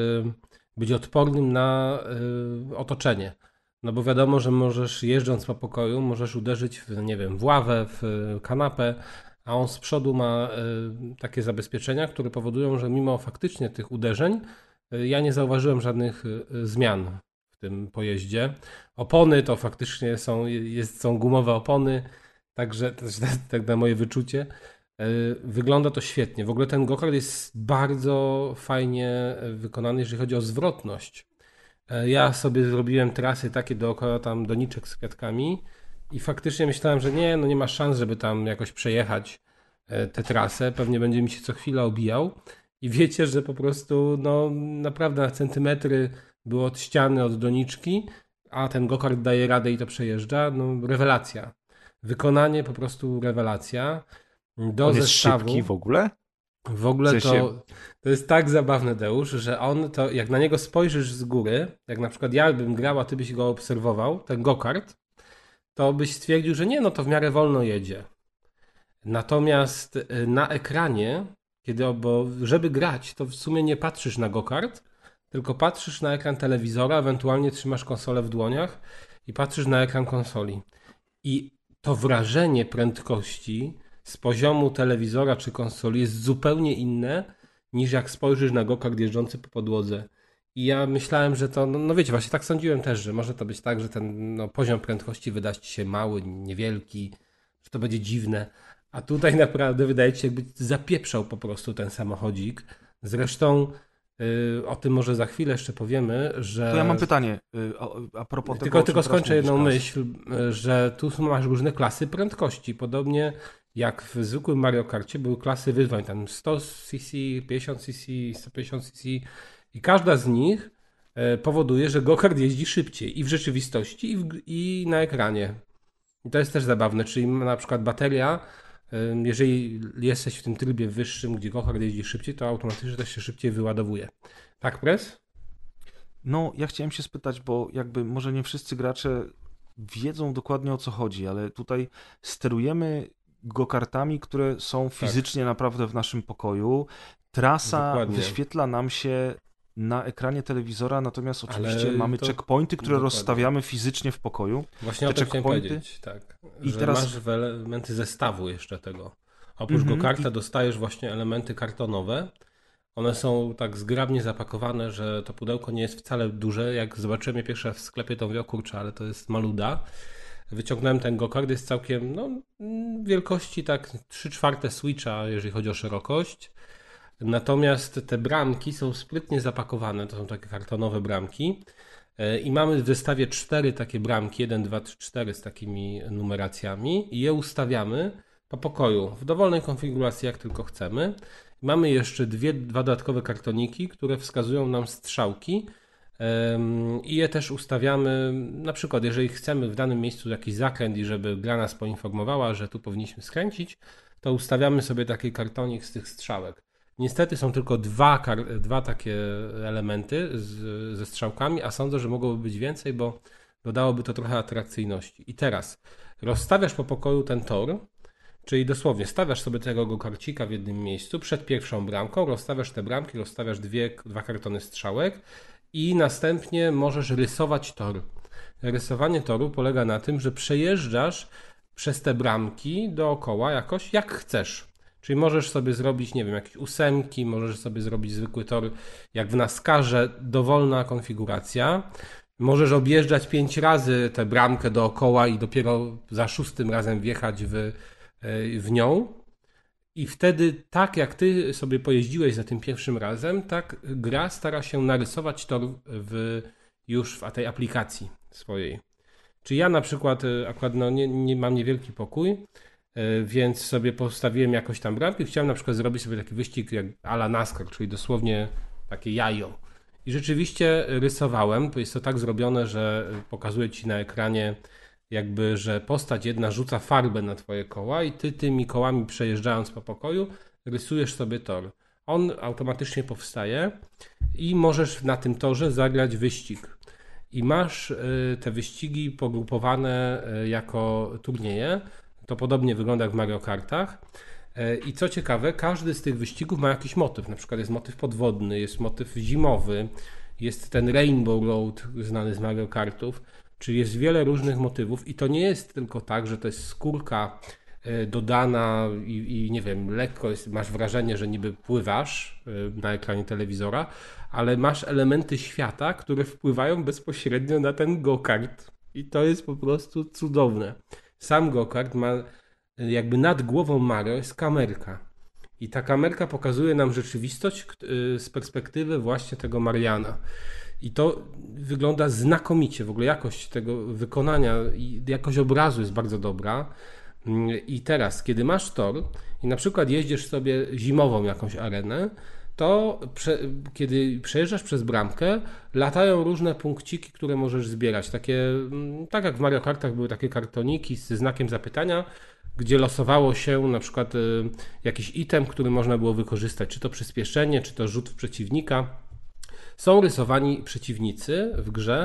być odpornym na otoczenie. No bo wiadomo, że możesz jeżdżąc po pokoju, możesz uderzyć w ławę, w kanapę, a on z przodu ma takie zabezpieczenia, które powodują, że mimo faktycznie tych uderzeń ja nie zauważyłem żadnych zmian w tym pojeździe. Opony to faktycznie są gumowe opony, także tak na moje wyczucie. Wygląda to świetnie. W ogóle ten go-kart jest bardzo fajnie wykonany, jeżeli chodzi o zwrotność. Ja sobie zrobiłem trasy takie dookoła tam doniczek z kwiatkami i faktycznie myślałem, że nie ma szans, żeby tam jakoś przejechać tę trasę. Pewnie będzie mi się co chwila obijał. I wiecie, że po prostu naprawdę na centymetry było od ściany, od doniczki, a ten go-kart daje radę i to przejeżdża. Rewelacja. Wykonanie po prostu rewelacja. On jest szybki w ogóle? W ogóle to jest tak zabawne, Deusz, że on to, jak na niego spojrzysz z góry, jak na przykład ja bym grał, a ty byś go obserwował, ten go-kart, to byś stwierdził, że to w miarę wolno jedzie. Natomiast na ekranie, bo żeby grać, to w sumie nie patrzysz na go-kart, tylko patrzysz na ekran telewizora, ewentualnie trzymasz konsolę w dłoniach i patrzysz na ekran konsoli. I to wrażenie prędkości z poziomu telewizora czy konsoli jest zupełnie inne niż jak spojrzysz na go-kart jeżdżący po podłodze. I ja myślałem, że to, wiecie, właśnie tak sądziłem też, że może to być tak, że ten poziom prędkości wyda ci się mały, niewielki, że to będzie dziwne. A tutaj naprawdę wydaje ci się, jakby zapieprzał po prostu ten samochodzik. Zresztą o tym może za chwilę jeszcze powiemy, że... To ja mam pytanie a propos tego... Tylko skończę jedną myśl, że tu masz różne klasy prędkości. Podobnie jak w zwykłym Mario Karcie były klasy wyzwań, tam 100cc, 50cc, 150cc I każda z nich powoduje, że go-kart jeździ szybciej i w rzeczywistości, i na ekranie. I to jest też zabawne, czyli na przykład bateria, jeżeli jesteś w tym trybie wyższym, gdzie go-kart jeździ szybciej, to automatycznie też się szybciej wyładowuje. Tak, Press? No, ja chciałem się spytać, bo jakby może nie wszyscy gracze wiedzą dokładnie o co chodzi, ale tutaj sterujemy go-kartami, które są fizycznie naprawdę w naszym pokoju. Trasa Dokładnie. wyświetla nam się na ekranie telewizora, natomiast oczywiście Ale mamy to- checkpointy, które dokładnie. rozstawiamy fizycznie w pokoju. Właśnie o Te tym chciałem checkpointy. powiedzieć, tak. I Że teraz- masz elementy zestawu jeszcze tego. Oprócz go-karta dostajesz właśnie elementy kartonowe. One są tak zgrabnie zapakowane, że to pudełko nie jest wcale duże. Jak zobaczyłem je pierwszy raz w sklepie, to mówię, o kurczę, ale to jest maluda. Wyciągnąłem ten go-kart, jest całkiem wielkości tak 3/4 Switcha, jeżeli chodzi o szerokość. Natomiast te bramki są sprytnie zapakowane, to są takie kartonowe bramki. I mamy w zestawie 4 takie bramki, 1, 2, 3, 4 z takimi numeracjami i je ustawiamy po pokoju w dowolnej konfiguracji, jak tylko chcemy. Mamy jeszcze dwa dodatkowe kartoniki, które wskazują nam strzałki i je też ustawiamy, na przykład jeżeli chcemy w danym miejscu jakiś zakręt i żeby gra nas poinformowała, że tu powinniśmy skręcić, to ustawiamy sobie taki kartonik z tych strzałek. Niestety są tylko dwa takie elementy ze strzałkami, a sądzę, że mogłoby być więcej, bo dodałoby to trochę atrakcyjności. I teraz rozstawiasz po pokoju ten tor, czyli dosłownie stawiasz sobie tego go-karcika w jednym miejscu przed pierwszą bramką, rozstawiasz te bramki, rozstawiasz dwa kartony strzałek i następnie możesz rysować tor. Rysowanie toru polega na tym, że przejeżdżasz przez te bramki dookoła jakoś jak chcesz. Czyli możesz sobie zrobić, nie wiem, jakieś 8, możesz sobie zrobić zwykły tor jak w NASCARze, dowolna konfiguracja. Możesz objeżdżać 5 razy tę bramkę dookoła i dopiero za 6 razem wjechać w nią. I wtedy tak jak ty sobie pojeździłeś za tym pierwszym razem, tak gra stara się narysować tor już w tej aplikacji swojej. Czyli ja na przykład akurat nie mam niewielki pokój, więc sobie postawiłem jakoś tam bramki. Chciałem na przykład zrobić sobie taki wyścig jak à la NASCAR, czyli dosłownie takie jajo. I rzeczywiście rysowałem, bo jest to tak zrobione, że pokazuje ci na ekranie jakby, że postać jedna rzuca farbę na twoje koła i ty tymi kołami przejeżdżając po pokoju rysujesz sobie tor. On automatycznie powstaje i możesz na tym torze zagrać wyścig. I masz te wyścigi pogrupowane jako turnieje. To podobnie wygląda jak w Mario Kartach. I co ciekawe, każdy z tych wyścigów ma jakiś motyw. Na przykład jest motyw podwodny, jest motyw zimowy, jest ten Rainbow Road znany z Mario Kartów, czyli jest wiele różnych motywów i to nie jest tylko tak, że to jest skórka dodana i nie wiem, lekko masz wrażenie, że niby pływasz na ekranie telewizora, ale masz elementy świata, które wpływają bezpośrednio na ten go-kart. I to jest po prostu cudowne. Sam go-kart ma jakby nad głową Mario jest kamerka. I ta kamerka pokazuje nam rzeczywistość z perspektywy właśnie tego Mariana. I to wygląda znakomicie. W ogóle jakość tego wykonania i jakość obrazu jest bardzo dobra. I teraz, kiedy masz tor i na przykład jeździsz sobie zimową jakąś arenę, to kiedy przejeżdżasz przez bramkę, latają różne punkciki, które możesz zbierać. Tak jak w Mario Kartach były takie kartoniki ze znakiem zapytania, gdzie losowało się na przykład jakiś item, który można było wykorzystać, czy to przyspieszenie, czy to rzut w przeciwnika. Są rysowani przeciwnicy w grze.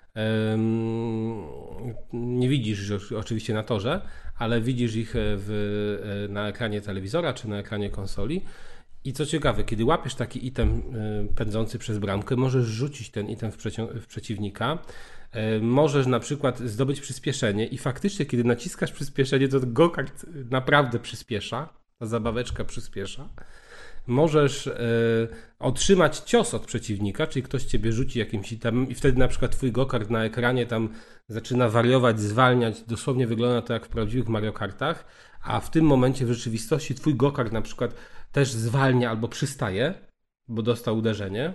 Nie widzisz ich oczywiście na torze, ale widzisz ich na ekranie telewizora, czy na ekranie konsoli. I co ciekawe, kiedy łapiesz taki item pędzący przez bramkę, możesz rzucić ten item w przeciwnika. Możesz na przykład zdobyć przyspieszenie i faktycznie, kiedy naciskasz przyspieszenie, to go-kart naprawdę przyspiesza. Ta zabaweczka przyspiesza. Możesz otrzymać cios od przeciwnika, czyli ktoś ciebie rzuci jakimś itemem i wtedy na przykład twój go-kart na ekranie tam zaczyna wariować, zwalniać. Dosłownie wygląda to jak w prawdziwych Mario Kartach, a w tym momencie w rzeczywistości twój go-kart na przykład też zwalnia albo przystaje, bo dostał uderzenie.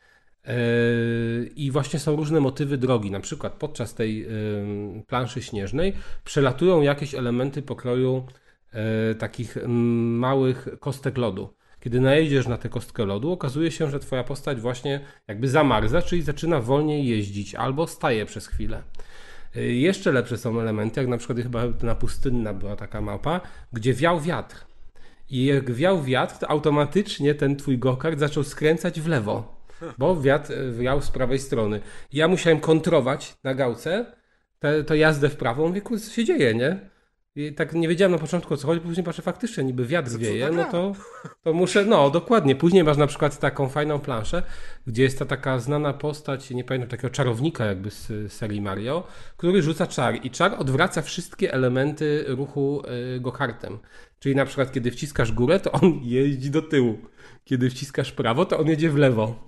I właśnie są różne motywy drogi. Na przykład podczas tej planszy śnieżnej przelatują jakieś elementy pokroju takich małych kostek lodu. Kiedy najedziesz na tę kostkę lodu, okazuje się, że twoja postać właśnie jakby zamarza, czyli zaczyna wolniej jeździć albo staje przez chwilę. Jeszcze lepsze są elementy, jak na przykład chyba na Pustynna była taka mapa, gdzie wiał wiatr. I jak wiał wiatr, to automatycznie ten twój go-kart zaczął skręcać w lewo, bo wiatr wiał z prawej strony. I ja musiałem kontrować na gałce to jazdę w prawo. Mówię, kurde, co się dzieje, nie? I tak nie wiedziałem na początku, o co chodzi, później patrzę, faktycznie niby wiatr wieje, no to muszę, no dokładnie. Później masz na przykład taką fajną planszę, gdzie jest ta taka znana postać, nie pamiętam, takiego czarownika jakby z serii Mario, który rzuca czar i czar odwraca wszystkie elementy ruchu go-kartem. Czyli na przykład kiedy wciskasz górę, to on jeździ do tyłu. Kiedy wciskasz prawo, to on jedzie w lewo.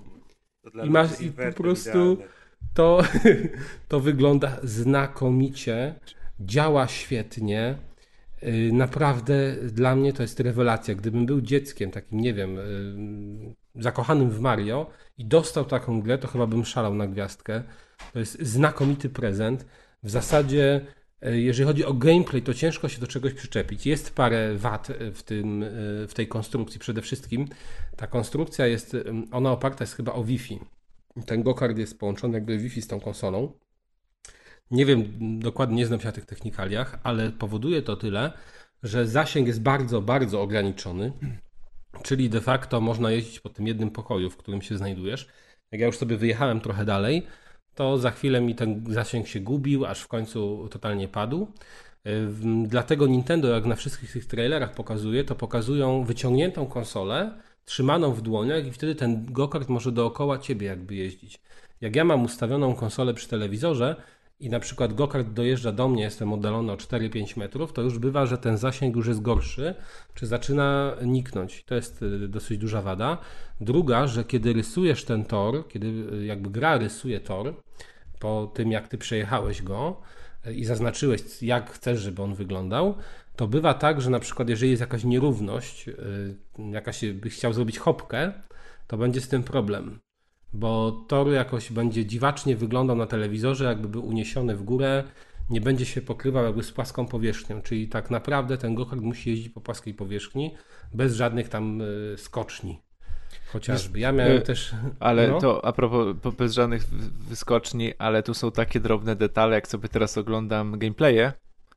I po prostu to wygląda znakomicie. Działa świetnie. Naprawdę dla mnie to jest rewelacja. Gdybym był dzieckiem, takim, nie wiem, zakochanym w Mario i dostał taką grę, to chyba bym szalał na gwiazdkę. To jest znakomity prezent. W zasadzie, jeżeli chodzi o gameplay, to ciężko się do czegoś przyczepić. Jest parę wad w tej konstrukcji. Przede wszystkim ta konstrukcja jest, ona oparta jest chyba o Wi-Fi. Ten go-kart jest połączony jakby Wi-Fi z tą konsolą. Nie wiem, dokładnie nie znam się na tych technikaliach, ale powoduje to tyle, że zasięg jest bardzo, bardzo ograniczony, czyli de facto można jeździć po tym jednym pokoju, w którym się znajdujesz. Jak ja już sobie wyjechałem trochę dalej, to za chwilę mi ten zasięg się gubił, aż w końcu totalnie padł. Dlatego Nintendo, jak na wszystkich tych trailerach pokazuje, to pokazują wyciągniętą konsolę, trzymaną w dłoniach i wtedy ten go-kart może dookoła ciebie jakby jeździć. Jak ja mam ustawioną konsolę przy telewizorze, i na przykład go-kart dojeżdża do mnie, jestem oddalony o 4-5 metrów, to już bywa, że ten zasięg już jest gorszy, czy zaczyna niknąć. To jest dosyć duża wada. Druga, że kiedy rysujesz ten tor, kiedy jakby gra rysuje tor, po tym jak ty przejechałeś go i zaznaczyłeś, jak chcesz, żeby on wyglądał, to bywa tak, że na przykład jeżeli jest jakaś nierówność, jakaś byś chciał zrobić hopkę, to będzie z tym problem. Bo tor jakoś będzie dziwacznie wyglądał na telewizorze, jakby był uniesiony w górę, nie będzie się pokrywał jakby z płaską powierzchnią, czyli tak naprawdę ten go-kart musi jeździć po płaskiej powierzchni, bez żadnych tam skoczni. Chociażby. Ja miałem też... Ale to a propos bez żadnych wyskoczni, ale tu są takie drobne detale, jak sobie teraz oglądam gameplaye,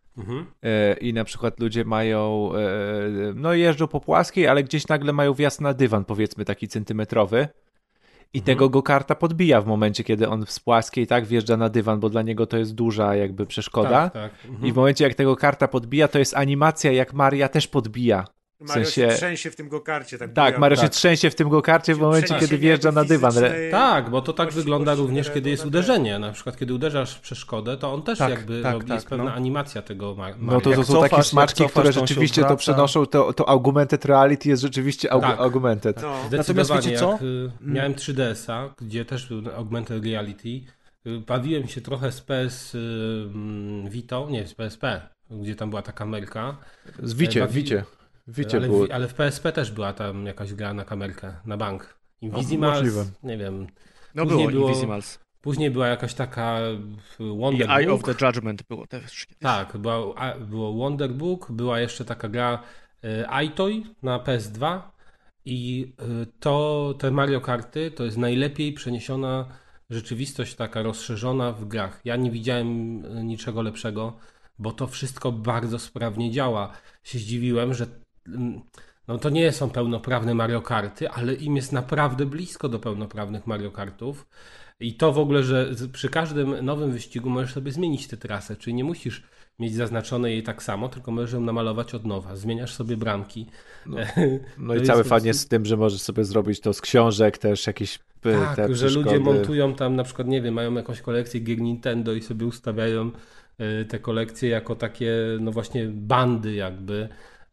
i na przykład ludzie mają, no jeżdżą po płaskiej, ale gdzieś nagle mają wjazd na dywan, powiedzmy taki centymetrowy. I tego go-karta podbija w momencie, kiedy on z płaskiej tak wjeżdża na dywan, bo dla niego to jest duża jakby przeszkoda. Tak. I w momencie, jak tego karta podbija, to jest animacja, jak Maria też podbija. W Mario sensie... się trzęsie w tym go-karcie. Tak, Mario się trzęsie w tym go-karcie w momencie, kiedy wjeżdża na dywan. Tak, bo to tak wygląda również, kiedy jest uderzenie. Na przykład, kiedy uderzasz w przeszkodę, to on też jakby robi, jest pewna animacja tego Maria. No to są takie smaczki, które rzeczywiście to przenoszą, to augmented reality jest rzeczywiście augmented. No. Natomiast wiecie co? Miałem 3DS-a, gdzie też był augmented reality. Bawiłem się trochę z PS Vita, nie, z PSP, gdzie tam była ta kamerka. Z Vicie. Ale w PSP też była tam jakaś gra na kamerkę, na bank. Invisimals, nie wiem. No było Invisimals. Później była jakaś taka Wonder Book. Eye Book. of the Judgment było też kiedyś. Tak, było Wonder Book, była jeszcze taka gra iToy na PS2 i te Mario Karty to jest najlepiej przeniesiona rzeczywistość taka rozszerzona w grach. Ja nie widziałem niczego lepszego, bo to wszystko bardzo sprawnie działa. Się zdziwiłem, że no to nie są pełnoprawne Mario Karty, ale im jest naprawdę blisko do pełnoprawnych Mario Kartów. I to w ogóle, że przy każdym nowym wyścigu możesz sobie zmienić tę trasę, czyli nie musisz mieć zaznaczone jej tak samo, tylko możesz ją namalować od nowa. Zmieniasz sobie bramki. No i cały fan jest z tym, że możesz sobie zrobić to z książek też jakieś tak, że ludzie montują tam na przykład, nie wiem, mają jakąś kolekcję gier Nintendo i sobie ustawiają te kolekcje jako takie, no właśnie bandy jakby.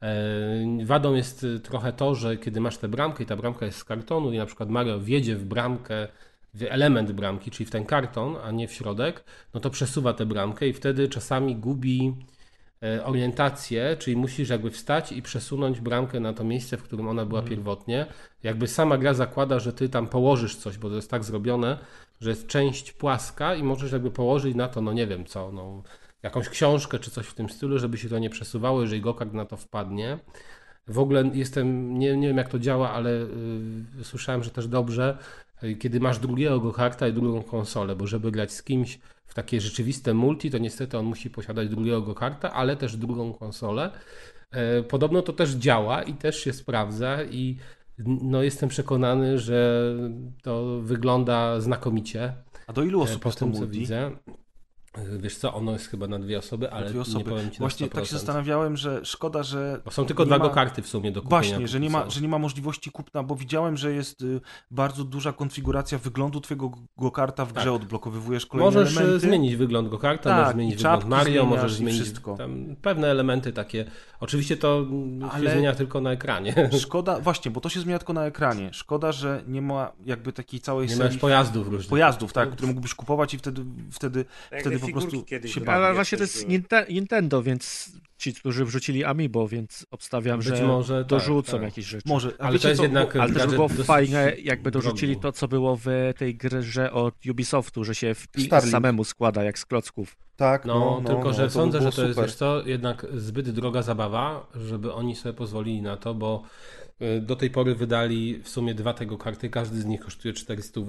Wadą jest trochę to, że kiedy masz tę bramkę i ta bramka jest z kartonu i na przykład Mario wjedzie w bramkę, w element bramki, czyli w ten karton, a nie w środek, no to przesuwa tę bramkę i wtedy czasami gubi orientację, czyli musisz jakby wstać i przesunąć bramkę na to miejsce, w którym ona była pierwotnie. Jakby sama gra zakłada, że ty tam położysz coś, bo to jest tak zrobione, że jest część płaska i możesz jakby położyć na to, no nie wiem co, no jakąś książkę czy coś w tym stylu, żeby się to nie przesuwało, jeżeli go-kart na to wpadnie. W ogóle nie wiem jak to działa, ale słyszałem, że też dobrze, kiedy masz drugiego go-karta i drugą konsolę, bo żeby grać z kimś w takie rzeczywiste multi, to niestety on musi posiadać drugiego go-karta, ale też drugą konsolę. Podobno to też działa i też się sprawdza i no jestem przekonany, że to wygląda znakomicie. A do ilu osób Po jest to tym, co multi? widzę. Wiesz co, ono jest chyba na 2 osoby, ale Dwie osoby. nie powiem ci na Właśnie 100%. tak się zastanawiałem, że szkoda, że Bo są tylko nie dwa ma- go-karty w sumie do kupienia. Właśnie, że póki co. nie ma możliwości kupna, bo widziałem, że jest bardzo duża konfiguracja wyglądu twojego go-karta w grze, odblokowywujesz kolejne Możesz elementy. zmienić wygląd go-karta, Tak, możesz i zmienić czapki wygląd Mario, zmieniasz możesz i zmienić wszystko. tam pewne elementy takie. Oczywiście to Ale- się zmienia tylko na ekranie. Szkoda, właśnie, bo to się zmienia tylko na ekranie. Szkoda, że nie ma jakby takiej całej Nie serii masz pojazdów różnych. pojazdów, tak, które mógłbyś kupować i wtedy Jak po figurki prostu kiedyś się były. bawię. Ale właśnie to też jest były. Nintendo, więc ci, którzy wrzucili Amiibo, więc obstawiam, Być że może tak, dorzucą tak. jakieś rzeczy. Może, a Ale wiecie to jest co, jednak- Ale też by gadżet było dosyć fajne, jakby dorzucili drogi. to, co było w tej grze od Ubisoftu, że się Starlink. samemu składa, jak z klocków. tak, No, tylko że to by sądzę, było że to jest super. wiesz co, jednak zbyt droga zabawa, żeby oni sobie pozwolili na to, bo do tej pory wydali w sumie 2 tego karty, każdy z nich kosztuje 400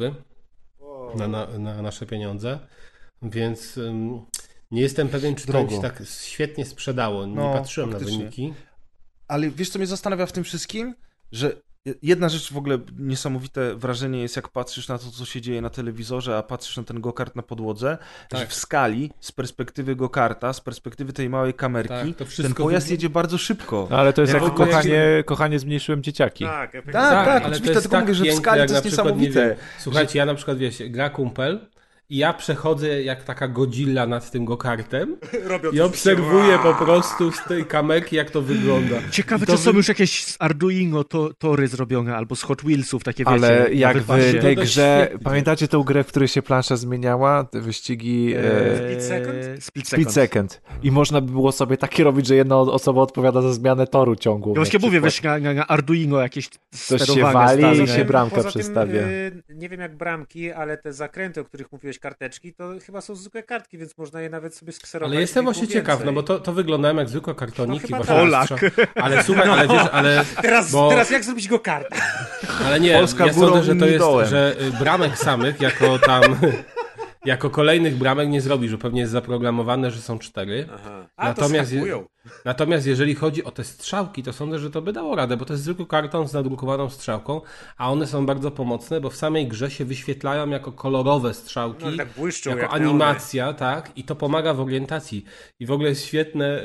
na nasze pieniądze, więc nie jestem pewien, czy to Drogo. im się tak świetnie sprzedało. Nie No, patrzyłem faktycznie. na wyniki. Ale wiesz, co mnie zastanawia w tym wszystkim? Że jedna rzecz w ogóle, niesamowite wrażenie jest, jak patrzysz na to, co się dzieje na telewizorze, a patrzysz na ten go-kart na podłodze, Tak. że w skali, z perspektywy go-karta, z perspektywy tej małej kamerki, Tak, to ten wszystko pojazd wygląda- jedzie bardzo szybko. No, ale to jest Ja jak w ogóle kochanie zmniejszyłem dzieciaki. Tak, Tak, ale oczywiście, to jest tylko mówię, że w piękne, skali jak to jest na przykład, niesamowite. nie wiem, słuchajcie, ja na przykład, wiesz, gra kumpel i ja przechodzę jak taka Godzilla nad tym go-kartem Robią i coś obserwuję takiego. po prostu z tej kamerki, jak to wygląda. Ciekawe, I to czy są już jakieś z Arduino tory zrobione, albo z Hot Wheelsów, takie wiecie. Ale jak na w wypasie. tej to grze, świetnie. pamiętacie tą grę, w której się plansza zmieniała? Te wyścigi Split Second? Split Split Second. I można by było sobie takie robić, że jedna osoba odpowiada za zmianę toru ciągłą. Ja właśnie na mówię, przykład. wiesz, na Arduino jakieś Coś się sterowanie wali stare. i się bramka Poza przestawia. nie wiem jak bramki, ale te zakręty, o których mówiłeś, karteczki, to chyba są zwykłe kartki, więc można je nawet sobie skserować. Ale jestem kilku właśnie ciekaw, więcej. no bo to wyglądają jak zwykłe kartoniki. No chyba właśnie tak. na strzał- Ale słuchaj, ale wiesz, ale... bo- Teraz jak zrobić go kartę? Ale nie, Polska ja górą, sądzę, że to inni jest, dołem. że bramek samych jako tam... Jako kolejnych bramek nie zrobi, że pewnie jest zaprogramowane, że są 4. Aha. Natomiast to skakują. Natomiast jeżeli chodzi o te strzałki, to sądzę, że to by dało radę, bo to jest zwykły karton z nadrukowaną strzałką, a one są bardzo pomocne, bo w samej grze się wyświetlają jako kolorowe strzałki, No, tak błyszczą jako jak animacja, tak, i to pomaga w orientacji. I w ogóle jest świetne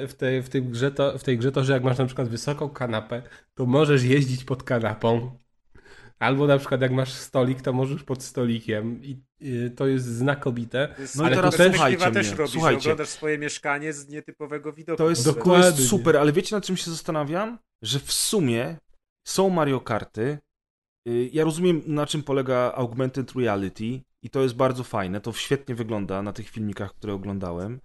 w tej grze to, że jak masz na przykład wysoką kanapę, to możesz jeździć pod kanapą. Albo na przykład jak masz stolik, to możesz pod stolikiem i to jest znakomite. No i ale teraz to też, słuchajcie też mnie, robisz, słuchajcie. oglądasz swoje mieszkanie z nietypowego widoku. To jest Dokładnie. super, ale wiecie, nad czym się zastanawiam? Że w sumie są Mario Karty. Ja rozumiem, na czym polega augmented reality i to jest bardzo fajne, to świetnie wygląda na tych filmikach, które oglądałem,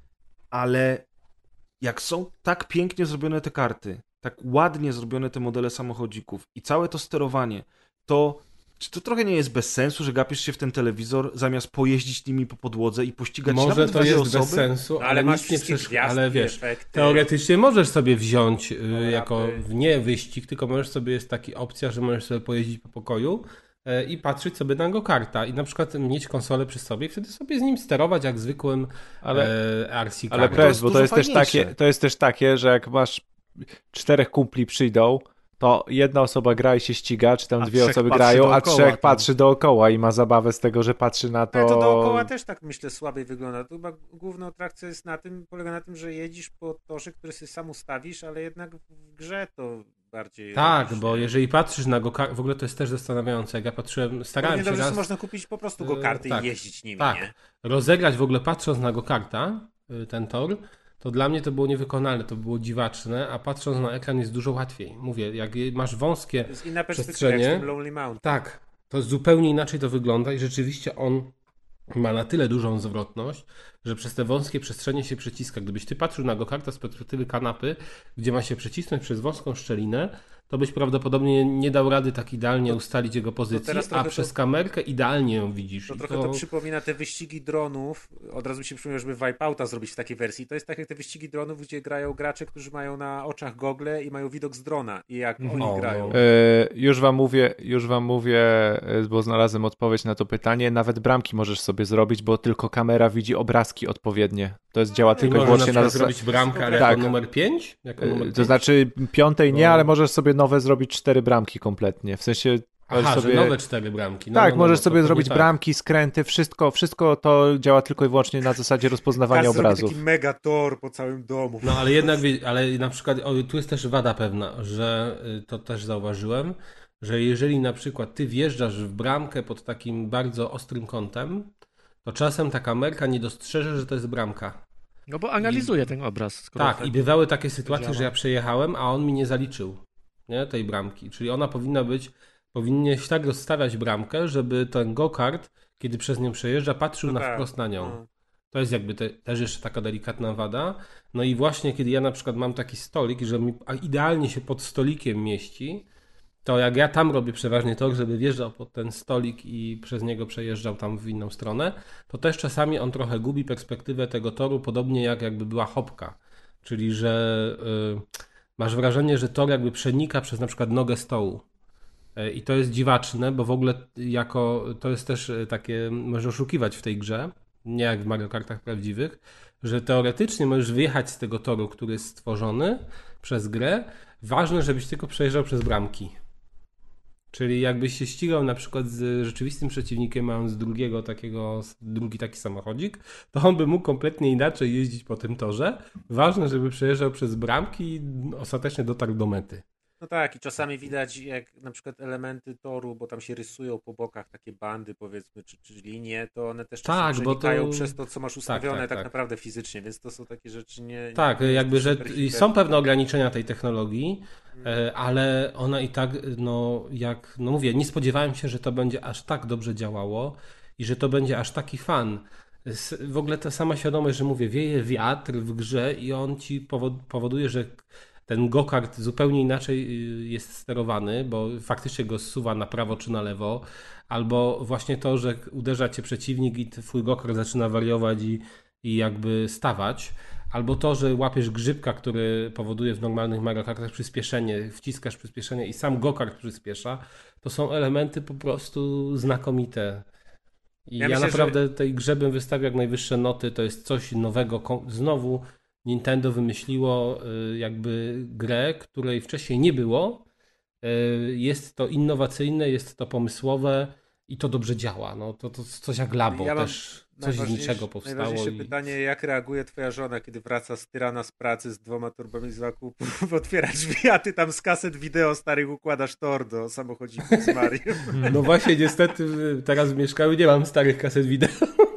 ale jak są tak pięknie zrobione te karty, tak ładnie zrobione te modele samochodzików i całe to sterowanie, to czy to trochę nie jest bez sensu, że gapisz się w ten telewizor zamiast pojeździć nimi po podłodze i pościgać Może nawet to dwie jest osoby? bez sensu, No, ale ale masz nic nie wszystkie przeszkadza. gwiazdki, Ale wiesz, efekty. teoretycznie możesz sobie wziąć rapy. jako nie wyścig, tylko możesz sobie, jest taka opcja, że możesz sobie pojeździć po pokoju i patrzeć sobie na go-karta i na przykład mieć konsolę przy sobie i wtedy sobie z nim sterować jak zwykłym RC Ale kartem. prez, bo to dużo jest też fajniejsze. takie, to jest też takie, że jak masz 4 kumpli przyjdą, to jedna osoba gra i się ściga, czy tam A 2 trzech osoby patrzy grają, a dookoła, 3 tak. patrzy dookoła i ma zabawę z tego, że patrzy na Ale to dookoła to... też tak myślę słabiej wygląda. To chyba główna atrakcja jest polega na tym, że jedziesz po torze, który sobie sam ustawisz, ale jednak w grze to bardziej Tak, robisz, bo nie? jeżeli patrzysz na go-kart, w ogóle to jest też zastanawiające, jak ja patrzyłem, starałem Równie się dobrze raz... sobie można kupić po prostu go karty tak, i jeździć nimi, tak. nie? Rozegrać w ogóle patrząc na go-karta, ten tor, to dla mnie to było niewykonalne, to było dziwaczne, a patrząc na ekran jest dużo łatwiej. Mówię, jak masz wąskie To jest inna perspektywa przestrzenie, jak w tym Lonely Mountain. tak, to zupełnie inaczej to wygląda i rzeczywiście on ma na tyle dużą zwrotność, że przez te wąskie przestrzenie się przeciska. Gdybyś ty patrzył na go-karta z perspektywy kanapy, gdzie ma się przecisnąć przez wąską szczelinę, to byś prawdopodobnie nie dał rady tak idealnie ustalić jego pozycji, a przez kamerkę idealnie ją widzisz. To trochę to przypomina te wyścigi dronów. Od razu mi się przypomina, żeby Wipeouta zrobić w takiej wersji. To jest tak jak te wyścigi dronów, gdzie grają gracze, którzy mają na oczach gogle i mają widok z drona. I jak oni grają. Już wam mówię, bo znalazłem odpowiedź na to pytanie. Nawet bramki możesz sobie zrobić, bo tylko kamera widzi obrazki odpowiednie. To jest działa tylko i wyłącznie na zrobić bramkę, ale jako numer 5? To znaczy 5 nie, ale możesz sobie nowe zrobić 4 bramki kompletnie. W sensie Aha, sobie... że nowe 4 bramki. Możesz sobie zrobić bramki, skręty, wszystko to działa tylko i wyłącznie na zasadzie rozpoznawania obrazów. Taki mega tor po całym domu. No ale jednak, ale na przykład tu jest też wada pewna, że to też zauważyłem, że jeżeli na przykład ty wjeżdżasz w bramkę pod takim bardzo ostrym kątem, to czasem ta kamerka nie dostrzeże, że to jest bramka. No bo analizuje ten obraz. Tak, i bywały takie sytuacje, że ja przejechałem, a on mi nie zaliczył, nie, tej bramki. Czyli ona powinieneś tak rozstawiać bramkę, żeby ten go-kart, kiedy przez nią przejeżdża, patrzył wprost na nią. To jest jakby też jeszcze taka delikatna wada. No i właśnie kiedy ja na przykład mam taki stolik, że mi idealnie się pod stolikiem mieści, to jak ja tam robię przeważnie tor, żeby wjeżdżał pod ten stolik i przez niego przejeżdżał tam w inną stronę, to też czasami on trochę gubi perspektywę tego toru, podobnie jakby była hopka. Czyli, że masz wrażenie, że tor jakby przenika przez na przykład nogę stołu. I to jest dziwaczne, bo w ogóle to jest też takie, możesz oszukiwać w tej grze, nie jak w Mario Kartach prawdziwych, że teoretycznie możesz wyjechać z tego toru, który jest stworzony przez grę. Ważne, żebyś tylko przejeżdżał przez bramki. Czyli jakbyś się ścigał na przykład z rzeczywistym przeciwnikiem, mając drugi taki samochodzik, to on by mógł kompletnie inaczej jeździć po tym torze. Ważne, żeby przejeżdżał przez bramki i ostatecznie dotarł do mety. No tak, i czasami widać jak na przykład elementy toru, bo tam się rysują po bokach takie bandy, powiedzmy, czy linie, to one też czasami przenikają przez to, co masz ustawione tak naprawdę fizycznie, więc to są takie rzeczy nie... Tak, jakby, że są pewne ograniczenia tej technologii, ale ona i tak, mówię, nie spodziewałem się, że to będzie aż tak dobrze działało i że to będzie aż taki fan. W ogóle ta sama świadomość, że mówię, wieje wiatr w grze i on ci powoduje, że ten go-kart zupełnie inaczej jest sterowany, bo faktycznie go zsuwa na prawo czy na lewo, albo właśnie to, że uderza cię przeciwnik i twój go-kart zaczyna wariować i jakby stawać, albo to, że łapiesz grzybka, który powoduje w normalnych Mario Kartach przyspieszenie, wciskasz przyspieszenie i sam go-kart przyspiesza, to są elementy po prostu znakomite. I ja myślę, naprawdę tej grze bym wystawił jak najwyższe noty, to jest coś nowego, znowu Nintendo wymyśliło jakby grę, której wcześniej nie było. Jest to innowacyjne, jest to pomysłowe i to dobrze działa. No, to coś jak Labo też. Coś z niczego powstało. Najważniejsze pytanie, jak reaguje twoja żona, kiedy wraca z tyrana z pracy z 2 torbami z zakupów, otwiera drzwi, a ty tam z kaset wideo starych układasz tor do samochodzików z Mario. No właśnie, niestety teraz w mieszkaniu nie mam starych kaset wideo.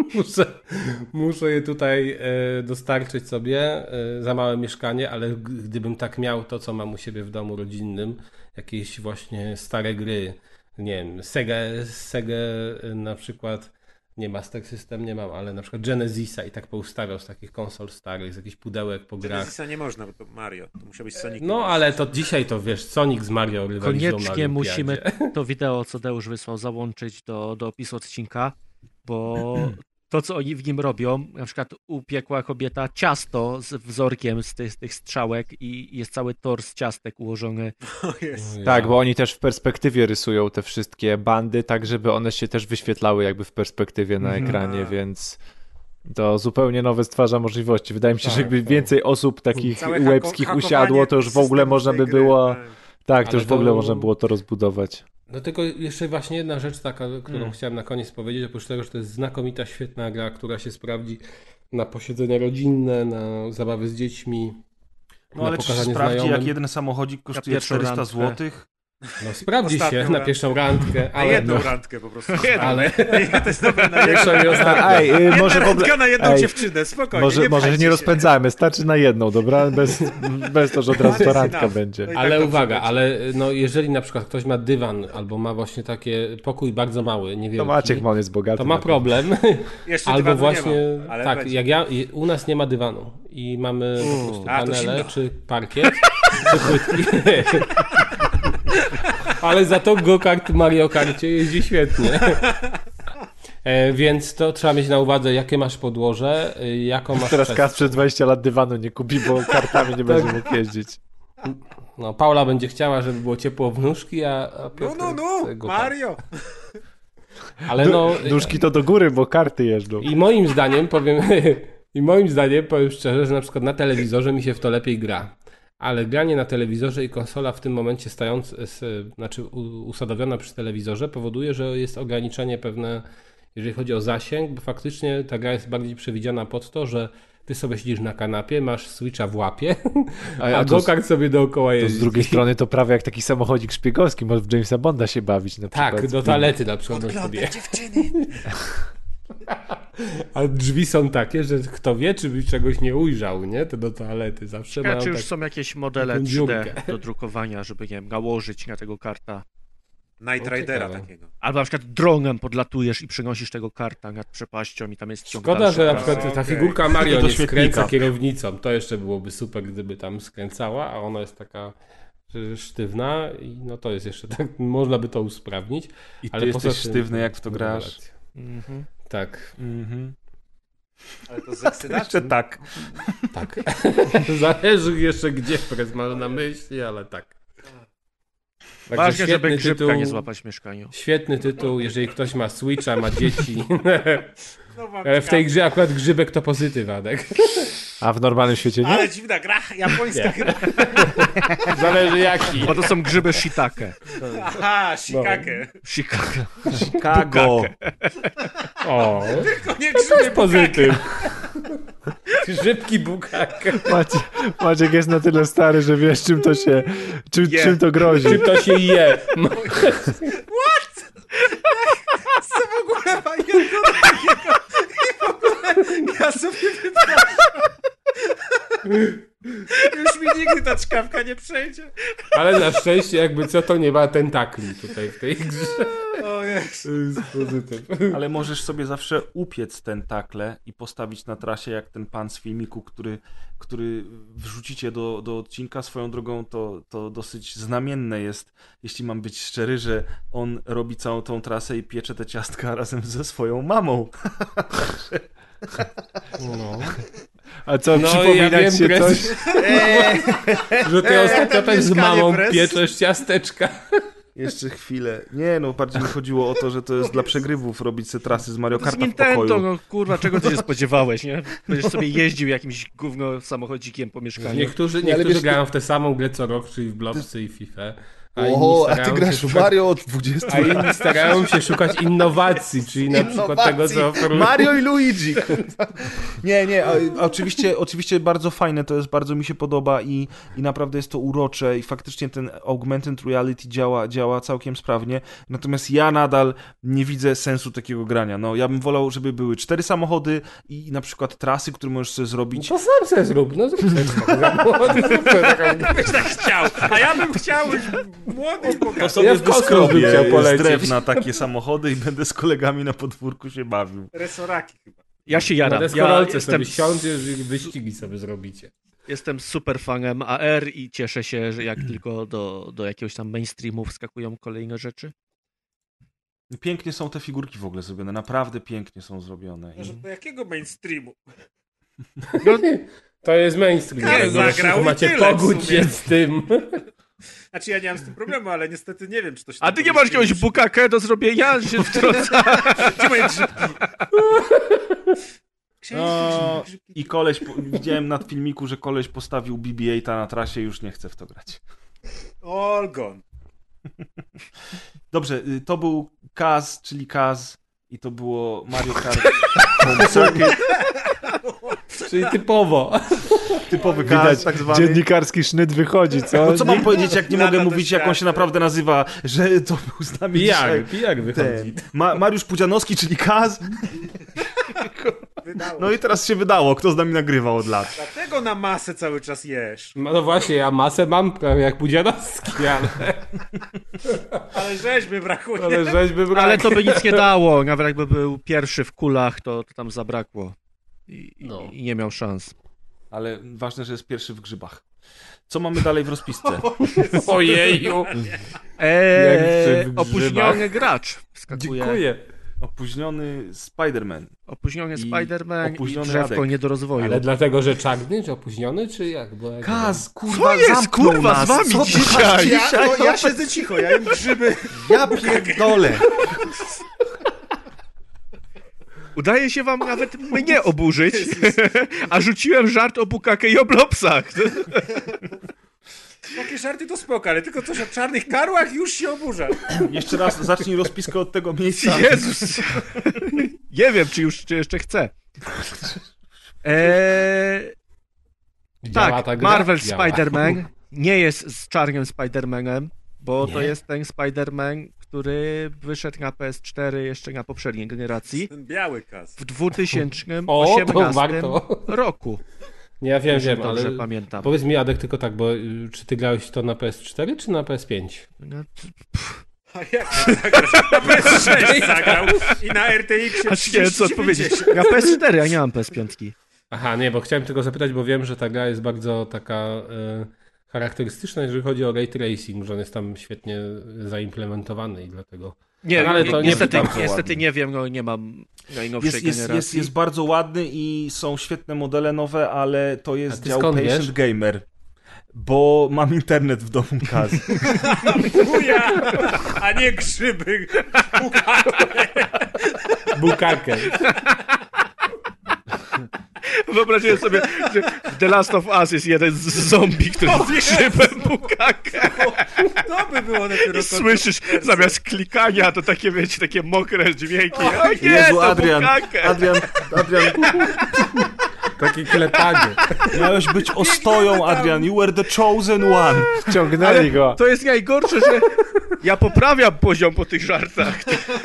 Muszę je tutaj dostarczyć sobie. Za małe mieszkanie, ale gdybym tak miał to, co mam u siebie w domu rodzinnym, jakieś właśnie stare gry, nie wiem, Sega na przykład, nie Master System nie mam, ale na przykład Genesisa i tak poustawiał z takich konsol starych, z jakichś pudełek po grach. Genesisa nie można, bo to Mario, to musiał być Sonic. No ale to dzisiaj to wiesz, Sonic z Mario rywalizują. Koniecznie musimy to wideo, co Deusz wysłał, załączyć do opisu odcinka, bo to, co oni w nim robią, na przykład upiekła kobieta ciasto z wzorkiem z tych strzałek i jest cały tor z ciastek ułożony. Tak, bo oni też w perspektywie rysują te wszystkie bandy, tak żeby one się też wyświetlały jakby w perspektywie na ekranie, więc to zupełnie nowe stwarza możliwości. Wydaje mi się, że jakby więcej osób takich łebskich usiadło, to już w ogóle można by było... Tak, to już w ogóle można było to rozbudować. No tylko jeszcze właśnie jedna rzecz taka, którą chciałem na koniec powiedzieć, oprócz tego, że to jest znakomita, świetna gra, która się sprawdzi na posiedzenia rodzinne, na zabawy z dziećmi, no ale czy się sprawdzi, jak jeden samochodzik kosztuje 400 zł? No sprawdzi się na pierwszą randkę. Ale... Na jedną randkę po prostu. Ale... To jest dobre na pierwszą i ostatnią. Może randka na jedną dziewczynę, spokojnie. Może nie rozpędzajmy, starczy na jedną, dobra? Bez to, że od razu to randka będzie. Ale uwaga, ale no, jeżeli na przykład ktoś ma dywan albo ma właśnie takie pokój bardzo mały, niewielki. To Maciek on jest bogaty. To ma problem. Albo właśnie, ma, tak, u nas nie ma dywanu i mamy po prostu panele, czy parkiet, czy płytki. Ale za to go-kart w Mario Karcie jeździ świetnie. Więc to trzeba mieć na uwadze, jakie masz podłoże, jaką masz... Teraz Kas przez 20 lat dywanu nie kupi, bo kartami nie będzie mógł jeździć. No, Paula będzie chciała, żeby było ciepło w nóżki, a Piotr Mario! Ale no... Nóżki to do góry, bo karty jeżdżą. I moim zdaniem, powiem szczerze, że na przykład na telewizorze mi się w to lepiej gra. Ale granie na telewizorze i konsola w tym momencie usadowiona przy telewizorze powoduje, że jest ograniczenie pewne, jeżeli chodzi o zasięg, bo faktycznie ta gra jest bardziej przewidziana pod to, że ty sobie siedzisz na kanapie, masz Switcha w łapie, a go-kart sobie dookoła jeździ. To z drugiej strony to prawie jak taki samochodzik szpiegowski, możesz w Jamesa Bonda się bawić na przykład. Tak, do toalety na przykład. Podglądaj dziewczyny! A drzwi są takie, że kto wie, czy by czegoś nie ujrzał, nie? To do toalety zawsze mają czy już tak... są jakieś modele 3D do drukowania, żeby, nie wiem, nałożyć na tego karta. Night Ridera takiego. Albo na przykład dronem podlatujesz i przenosisz tego karta nad przepaścią i tam jest ciąg Szkoda, dalszy. że na przykład ta figurka Mario nie skręca kierownicą. To jeszcze byłoby super, gdyby tam skręcała, a ona jest taka sztywna i no to jest jeszcze tak, można by to usprawnić. I ty ale jesteś sztywny, jak w to grasz. Tak. Ale to z ekscytacji. Jeszcze tak. Tak. Zależy jeszcze gdzie Prez ma na myśli, ale tak. Ważne, żeby grzybka nie złapać w mieszkaniu. Świetny tytuł, jeżeli ktoś ma Switcha, ma dzieci. W tej grze akurat grzybek to pozytyw, Adek. A w normalnym świecie nie? Ale dziwna gra, japońska gra. Zależy jaki. Bo to są grzyby shiitake. Aha, shikake. Shikake. Chicago. O, Tylko nie to grzyby jest pozytyw. Grzybki bukake. Maciek jest na tyle stary, że wiesz czym to się... Czym to grozi. Czym to się je. What? Co w ogóle ma jedno takiego? I w ogóle ja sobie wypraszam. Już mi nigdy ta czkawka nie przejdzie. Ale na szczęście jakby co to nie ma tentakli tutaj w tej grze. O jest. To jest pozytyw. Ale możesz sobie zawsze upiec tentakle i postawić na trasie jak ten pan z filmiku, który wrzucicie do odcinka. Swoją drogą to dosyć znamienne jest, jeśli mam być szczery, że on robi całą tą trasę i piecze te ciastka razem ze swoją mamą. No. A co, przypominać się coś? Że ty ostatnio też z mamą pieczesz ciasteczka. Jeszcze chwilę. Nie, no bardziej mi chodziło o to, że to jest dla przegrywów robić sobie trasy z Mario Karta w pokoju. No kurwa, czego ty się spodziewałeś, nie? Będziesz sobie jeździł jakimś gówno samochodzikiem po mieszkaniu. Niektórzy grają w tę samą grę co rok, czyli w Blobsy i FIFA. A ty grasz w Mario od 20 lat. A inni starają się szukać innowacji, czyli na przykład tego, co oferuje. Mario i Luigi. Nie, oczywiście bardzo fajne, to jest, bardzo mi się podoba i naprawdę jest to urocze i faktycznie ten augmented reality działa całkiem sprawnie, natomiast ja nadal nie widzę sensu takiego grania. No, ja bym wolał, żeby były 4 samochody i na przykład trasy, które możesz sobie zrobić. No to sam sobie zrób, zrób Byś tak chciał, a ja bym chciał młody pokazać. To sobie wyskrobię z drewna takie samochody i będę z kolegami na podwórku się bawił. Resoraki chyba. Ja się jaram. Ja sobie siądziesz i wyścigi sobie zrobicie. Jestem super fanem AR i cieszę się, że jak tylko do jakiegoś tam mainstreamu wskakują kolejne rzeczy. Pięknie są te figurki w ogóle zrobione, naprawdę pięknie są zrobione. Może do jakiego mainstreamu? No, to jest mainstream. Macie pogódź się z tym. Znaczy ja nie mam z tym problemu, ale niestety nie wiem, czy to się... A ty nie masz jakiegoś bukakę do zrobienia? Się wtrąca. Gdzie moje grzybki? No, i koleś, widziałem na filmiku, że koleś postawił BB-8 na trasie, już nie chce w to grać. All gone. Dobrze, to był Kaz, czyli Kaz i to było Mario Kart Home Circuit. Czyli typowo. Typowy Widać, Kaz, tak zwany. Dziennikarski sznyt wychodzi, co? No co mam powiedzieć, jak nie mogę mówić, jak on się naprawdę nazywa, że to był z nami dzisiaj. Pijak wychodzi. Mariusz Pudzianowski, czyli Kaz. No i teraz się wydało, kto z nami nagrywał od lat. Dlatego na masę cały czas jesz. No właśnie, ja masę mam prawie jak Pudzianowski, Ale rzeźby brakuje. Ale to by nic nie dało. Nawet jakby był pierwszy w kulach, to tam zabrakło. I nie miał szans. Ale ważne, że jest pierwszy w grzybach. Co mamy dalej w rozpisce? Ojeju! Opóźniony gracz wskakuje. Dziękuję. Opóźniony Spider-Man. Opóźniony Spider-Man i drzewko Radek. Nie do rozwoju. Ale dlatego, że czarny, czy opóźniony, czy jak? Bo jak Kaz, kurwa, co jest, kurwa, z wami dzisiaj? Ja siedzę cicho, ja jem grzyby. Ja pierdolę. Udaje się wam nawet mnie oburzyć, a rzuciłem żart o Bukake i o Blobsach. Takie żarty to spoko, ale tylko coś o czarnych karłach już się oburza. Jeszcze raz zacznij rozpiskę od tego miejsca. Jezus! Nie wiem, czy jeszcze chcę. Tak, Marvel Spider-Man nie jest z czarnym Spider-Manem, bo to jest ten Spider-Man, który wyszedł na PS4 jeszcze na poprzedniej generacji. Ten biały Kaz. W 2018 roku. Nie, ja wiem, ale pamiętam. Powiedz mi, Adek, tylko tak, bo czy ty grałeś to na PS4 czy na PS5? A jak zagrał? Na PS6 zagrał i na RTX-ie 3090. Na PS4, ja nie mam PS5. Aha, nie, bo chciałem tylko zapytać, bo wiem, że ta gra jest bardzo taka charakterystyczna, jeżeli chodzi o ray tracing, że on jest tam świetnie zaimplementowany i dlatego... Nie, ale to niestety nie wiem, no nie mam najnowszej generacji. Jest bardzo ładny i są świetne modele nowe, ale to jest dział Patient Gamer. Bo mam internet w domu, Kaz. Buja! A nie grzyby. Bukakę. Wyobraźcie sobie, że w The Last of Us jest jeden z zombie, który jest grzybem Bukakę. To by było dopiero. I słyszysz, zamiast klikania, to takie, wiecie, takie mokre dźwięki. O nie, Jezu, to Adrian. Takie klepanie. Miałeś być ostoją, Adrian. You were the chosen one. Wciągnęli go. To jest najgorsze, że ja poprawiam poziom po tych żartach.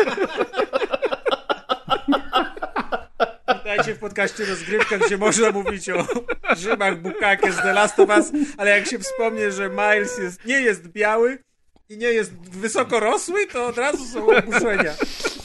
Witajcie w podcaście Rozgrywka, gdzie można mówić o grzybach Bukake z The Last of Us, ale jak się wspomnie, że Miles nie jest biały i nie jest wysokorosły, to od razu są oburzenia.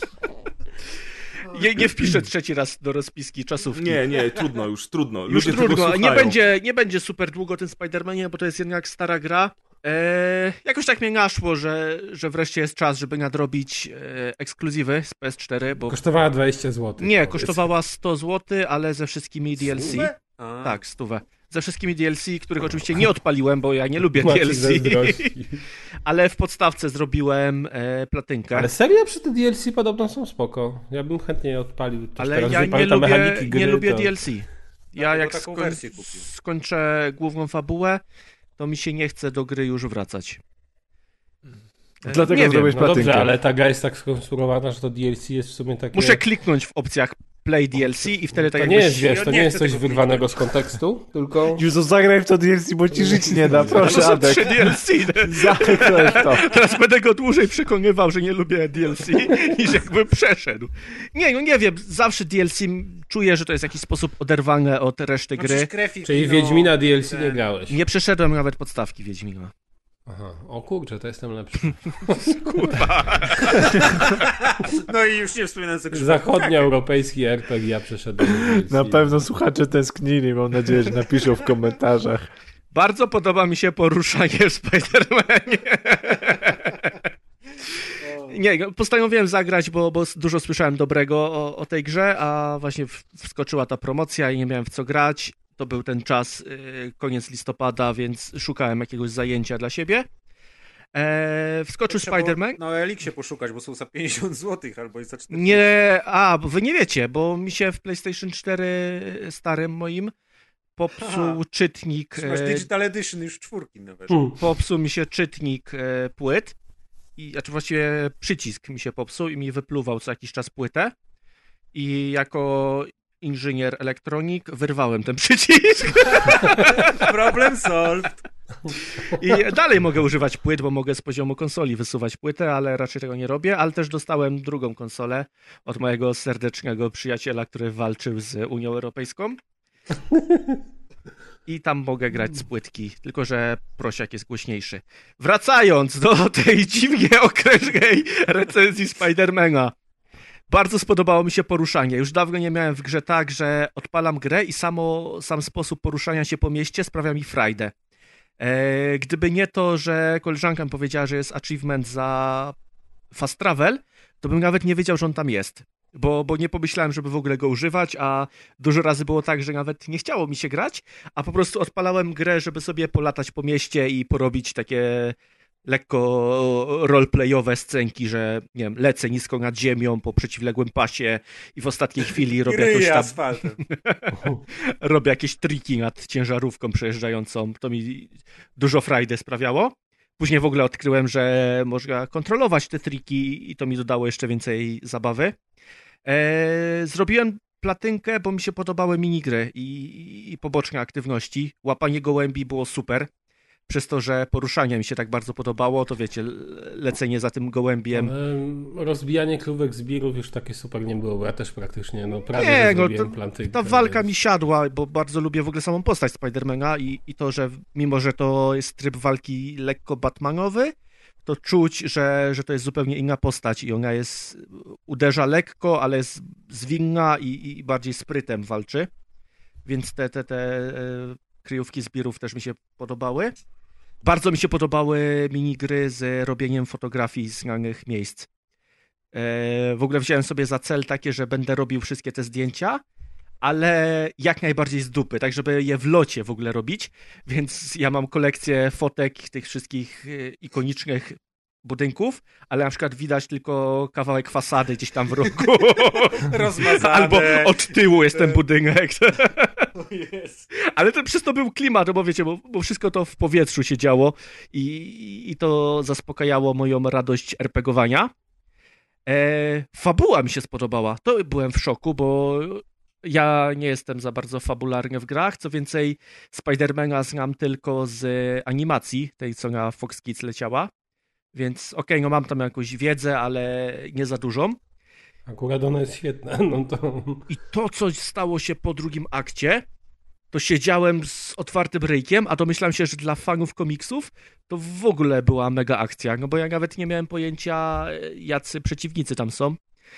Nie wpiszę trzeci raz do rozpiski czasówki. Nie, trudno. Już trudno, nie będzie super długo ten Spider-Manie, bo to jest jednak stara gra. Jakoś tak mnie naszło, że wreszcie jest czas, żeby nadrobić ekskluzywy z PS4, bo... Kosztowała 20 zł. Nie, kosztowała 100 zł, ale ze wszystkimi DLC. Tak, 100. Ze wszystkimi DLC, których oczywiście nie odpaliłem, bo ja nie lubię DLC. Ale w podstawce zrobiłem platynkę. Ale serio przy te DLC podobno są spoko. Ja bym chętnie odpalił. Ale ja nie lubię DLC. Ja jak skończę główną fabułę, to mi się nie chce do gry już wracać. Dlatego zrobisz platynkę. Dobrze, ale ta gra jest tak skonstruowana, że to DLC jest w sumie takie... Muszę kliknąć w opcjach Play DLC i wtedy tak to nie jest, wiesz, to nie jest coś wyrwanego z kontekstu, tylko... Jezu, zagraj w to DLC, bo ci żyć nie da, proszę, Adek. 3 DLC. Zagraj w to. Teraz będę go dłużej przekonywał, że nie lubię DLC, niż jakby przeszedł. Nie wiem, zawsze DLC czuję, że to jest w jakiś sposób oderwane od reszty gry. Czyli Wiedźmina DLC nie grałeś? Nie przeszedłem nawet podstawki Wiedźmina. Aha, o kurczę, to jestem lepszy. Kurwa. No i już nie wspominam co Zachodnioeuropejski RPG ja przeszedłem. Na pewno słuchacze tęsknili, mam nadzieję, że napiszą w komentarzach. Bardzo podoba mi się poruszanie w Spider-Manie. Nie, postanowiłem zagrać, bo dużo słyszałem dobrego o tej grze, a właśnie wskoczyła ta promocja i nie miałem w co grać. To był ten czas, koniec listopada, więc szukałem jakiegoś zajęcia dla siebie. Wskoczył Spider-Man. Na Elixie poszukać, bo są za 50 zł albo i za 40. Nie, bo wy nie wiecie, bo mi się w PlayStation 4 starym moim popsuł czytnik. Masz Digital Edition już 4 nawet. Popsuł mi się czytnik płyt. Znaczy właściwie przycisk mi się popsuł i mi wypluwał co jakiś czas płytę. I jako inżynier elektronik wyrwałem ten przycisk. Problem solved. I dalej mogę używać płyt, bo mogę z poziomu konsoli wysuwać płytę, ale raczej tego nie robię, ale też dostałem drugą konsolę od mojego serdecznego przyjaciela, który walczył z Unią Europejską. I tam mogę grać z płytki, tylko że prosiak jest głośniejszy. Wracając do tej dziwnie okrężnej recenzji Spider-Mana. Bardzo spodobało mi się poruszanie. Już dawno nie miałem w grze tak, że odpalam grę i sam sposób poruszania się po mieście sprawia mi frajdę. Gdyby nie to, że koleżanka mi powiedziała, że jest achievement za fast travel, to bym nawet nie wiedział, że on tam jest. Bo nie pomyślałem, żeby w ogóle go używać, a dużo razy było tak, że nawet nie chciało mi się grać, a po prostu odpalałem grę, żeby sobie polatać po mieście i porobić takie lekko roleplayowe scenki, że nie wiem, lecę nisko nad ziemią po przeciwległym pasie i w ostatniej chwili robię coś tam... asfaltem. robię jakieś triki nad ciężarówką przejeżdżającą. To mi dużo frajdy sprawiało. Później w ogóle odkryłem, że można kontrolować te triki i to mi dodało jeszcze więcej zabawy. Zrobiłem platynkę, bo mi się podobały minigry i poboczne aktywności. Łapanie gołębi było super. Przez to, że poruszanie mi się tak bardzo podobało, to wiecie, lecenie za tym gołębiem. Rozbijanie krówek zbirów już takie super nie było, bo ja też praktycznie prawie zrobiłem platynkę. Ta walka mi siadła, bo bardzo lubię w ogóle samą postać Spidermana i to, że mimo, że to jest tryb walki lekko batmanowy, to czuć, że to jest zupełnie inna postać i ona uderza lekko, ale jest zwinna i bardziej sprytem walczy. Więc te kryjówki zbirów też mi się podobały. Bardzo mi się podobały minigry z robieniem fotografii z znanych miejsc. W ogóle wziąłem sobie za cel takie, że będę robił wszystkie te zdjęcia, ale jak najbardziej z dupy, tak żeby je w locie w ogóle robić, więc ja mam kolekcję fotek tych wszystkich ikonicznych budynków, ale na przykład widać tylko kawałek fasady gdzieś tam w rogu. Rozmazane. Albo od tyłu jest ten budynek. Ale przez to był klimat, bo wiecie, bo wszystko to w powietrzu się działo i to zaspokajało moją radość RPGowania. Fabuła mi się spodobała. To byłem w szoku, bo ja nie jestem za bardzo fabularny w grach. Co więcej, Spidermana znam tylko z animacji, tej co na Fox Kids leciała. Więc okej, mam tam jakąś wiedzę, ale nie za dużą. Akurat ona jest świetna. I to, co stało się po drugim akcie, to siedziałem z otwartym ryjkiem, a domyślam się, że dla fanów komiksów to w ogóle była mega akcja, bo ja nawet nie miałem pojęcia, jacy przeciwnicy tam są.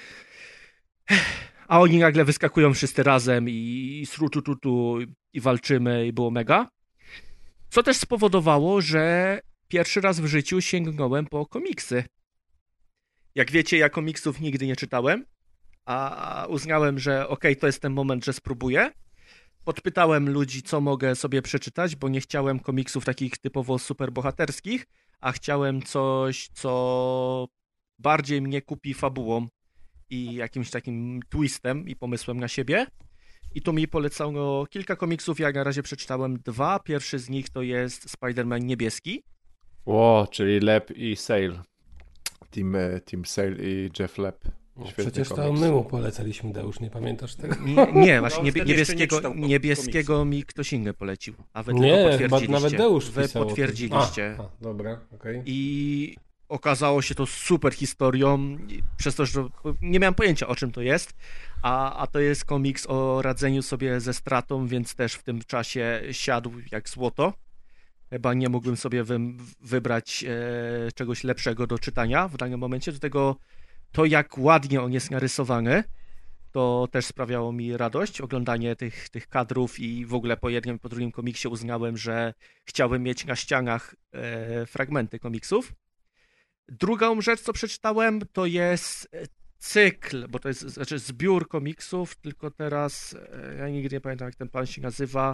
A oni nagle wyskakują wszyscy razem i srutututu i walczymy i było mega. Co też spowodowało, że pierwszy raz w życiu sięgnąłem po komiksy. Jak wiecie, ja komiksów nigdy nie czytałem, a uznałem, że to jest ten moment, że spróbuję. Podpytałem ludzi, co mogę sobie przeczytać, bo nie chciałem komiksów takich typowo superbohaterskich, a chciałem coś, co bardziej mnie kupi fabułą i jakimś takim twistem i pomysłem na siebie. I tu mi polecono kilka komiksów, ja na razie przeczytałem 2. Pierwszy z nich to jest Spider-Man niebieski. Czyli Leb i Sale. Team Sale i Jeff Leb. Przecież to my mu polecaliśmy, Deusz, nie pamiętasz tego? Nie, właśnie niebieskiego mi ktoś inny polecił, a wy tylko potwierdziliście. Nawet Deusz wy potwierdziliście. Dobra, okej. I okazało się to super historią, przez to, że nie miałem pojęcia, o czym to jest, a to jest komiks o radzeniu sobie ze stratą, więc też w tym czasie siadł jak złoto. Chyba nie mógłbym sobie wybrać czegoś lepszego do czytania w danym momencie. Do tego to, jak ładnie on jest narysowany, to też sprawiało mi radość. Oglądanie tych kadrów i w ogóle po jednym i po drugim komiksie uznałem, że chciałbym mieć na ścianach fragmenty komiksów. Drugą rzecz, co przeczytałem, to jest cykl, bo to jest zbiór komiksów, tylko teraz ja nigdy nie pamiętam, jak ten pan się nazywa.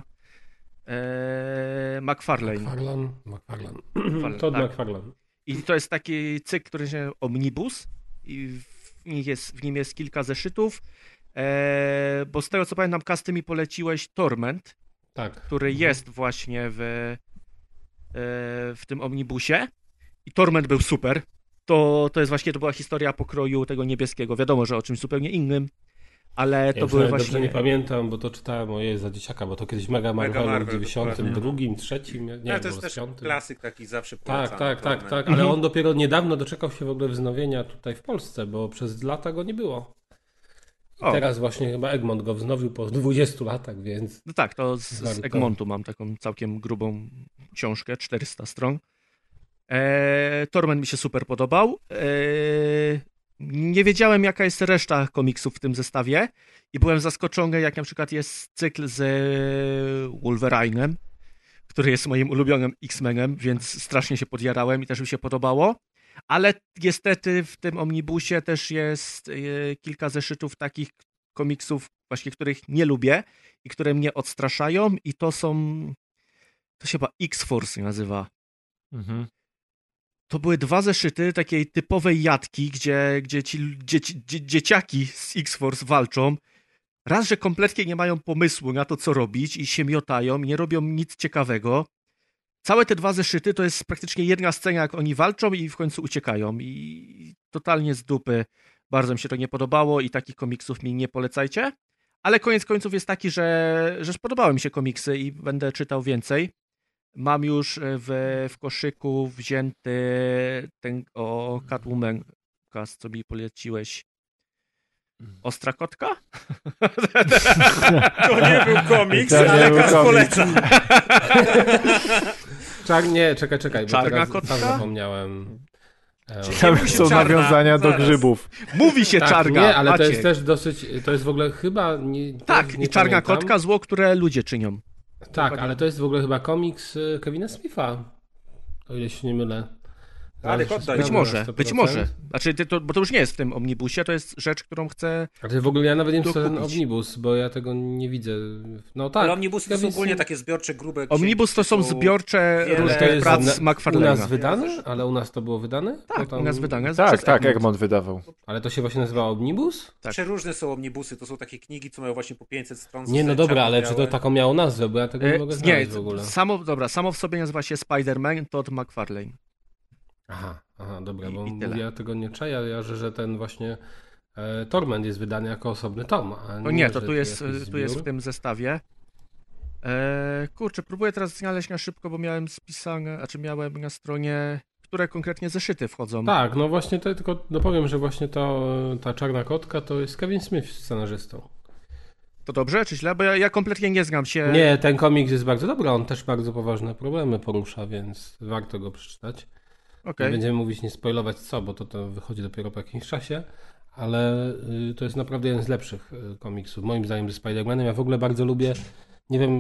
McFarlane. Todd tak. McFarlane. I to jest taki cykl, który się Omnibus i w nim jest kilka zeszytów, bo z tego co pamiętam, Kasty mi poleciłeś Torment, który jest właśnie w tym Omnibusie i Torment był super. To była historia pokroju tego niebieskiego. Wiadomo, że o czymś zupełnie innym, ale to były właśnie... Dobrze nie pamiętam, bo to czytałem za dzieciaka, bo to kiedyś Mega Marvel w 92, 3, nie to jest też 5. Klasyk taki zawsze polecany. Tak, ale on dopiero niedawno doczekał się w ogóle wznowienia tutaj w Polsce, bo przez lata go nie było. Teraz właśnie chyba Egmont go wznowił po 20 latach, więc... No tak, to z Egmontu mam taką całkiem grubą książkę, 400 stron. Torment mi się super podobał. Nie wiedziałem, jaka jest reszta komiksów w tym zestawie i byłem zaskoczony, jak na przykład jest cykl z Wolverine'em, który jest moim ulubionym X-Menem, więc strasznie się podjarałem i też mi się podobało. Ale niestety w tym omnibusie też jest kilka zeszytów takich komiksów, właśnie których nie lubię i które mnie odstraszają i to się chyba X-Force nazywa. Mhm. To były 2 zeszyty takiej typowej jatki, gdzie ci dzieciaki z X-Force walczą. Raz, że kompletnie nie mają pomysłu na to, co robić i się miotają, nie robią nic ciekawego. Całe te 2 zeszyty to jest praktycznie jedna scena, jak oni walczą i w końcu uciekają. I totalnie z dupy. Bardzo mi się to nie podobało i takich komiksów mi nie polecajcie. Ale koniec końców jest taki, że spodobały mi się komiksy i będę czytał więcej. Mam już w koszyku wzięty ten o Catwoman, co mi poleciłeś. Ostra kotka? To nie był komiks, ale Kas poleca. Czekaj, bo Czarna kotka? Zapomniałem. Tam są nawiązania do grzybów. Mówi się czarna. Nie, ale Maciek. To jest też dosyć, to jest w ogóle chyba... i czarna kotka, zło, które ludzie czynią. Tak, ale to jest w ogóle chyba komiks Kevina Smitha, o ile się nie mylę. Ale być może. Znaczy, bo to już nie jest w tym omnibusie, to jest rzecz, którą chcę. Ale w ogóle ja nawet nie wiem, co to ten omnibus, bo ja tego nie widzę. No tak. Ale omnibusy to są ogólnie takie zbiorcze, grube księgi. Omnibus to są zbiorcze różnych prac McFarlane'a. U nas wydane? Ale u nas to było wydane? Tak, u nas wydane. Tak, Egmont wydawał. Ale to się właśnie nazywa omnibus? Tak. Przeróżne są omnibusy, to są takie knigi, co mają właśnie po 500 stron. Nie, no dobra, ale czy to taką miało nazwę, bo ja tego nie mogę znaleźć w ogóle. Samo w sobie nazywa się Spider-Man Todd McFarlane. Aha, dobra, bo ja tego nie czaję, że ten właśnie Torment jest wydany jako osobny tom. No nie, to tu jest w tym zestawie. Kurczę, próbuję teraz znaleźć na szybko, bo miałem spisane, miałem na stronie, które konkretnie zeszyty wchodzą. Tak, no właśnie, tylko dopowiem, że właśnie ta czarna kotka to jest Kevin Smith scenarzystą. To dobrze czy źle? Bo ja kompletnie nie znam się. Nie, ten komiks jest bardzo dobry, on też bardzo poważne problemy porusza, więc warto go przeczytać. Okay. Nie będziemy mówić, nie spoilować co, bo to wychodzi dopiero po jakimś czasie, ale to jest naprawdę jeden z lepszych komiksów, moim zdaniem, ze Spider-Manem. Ja w ogóle bardzo lubię, nie wiem,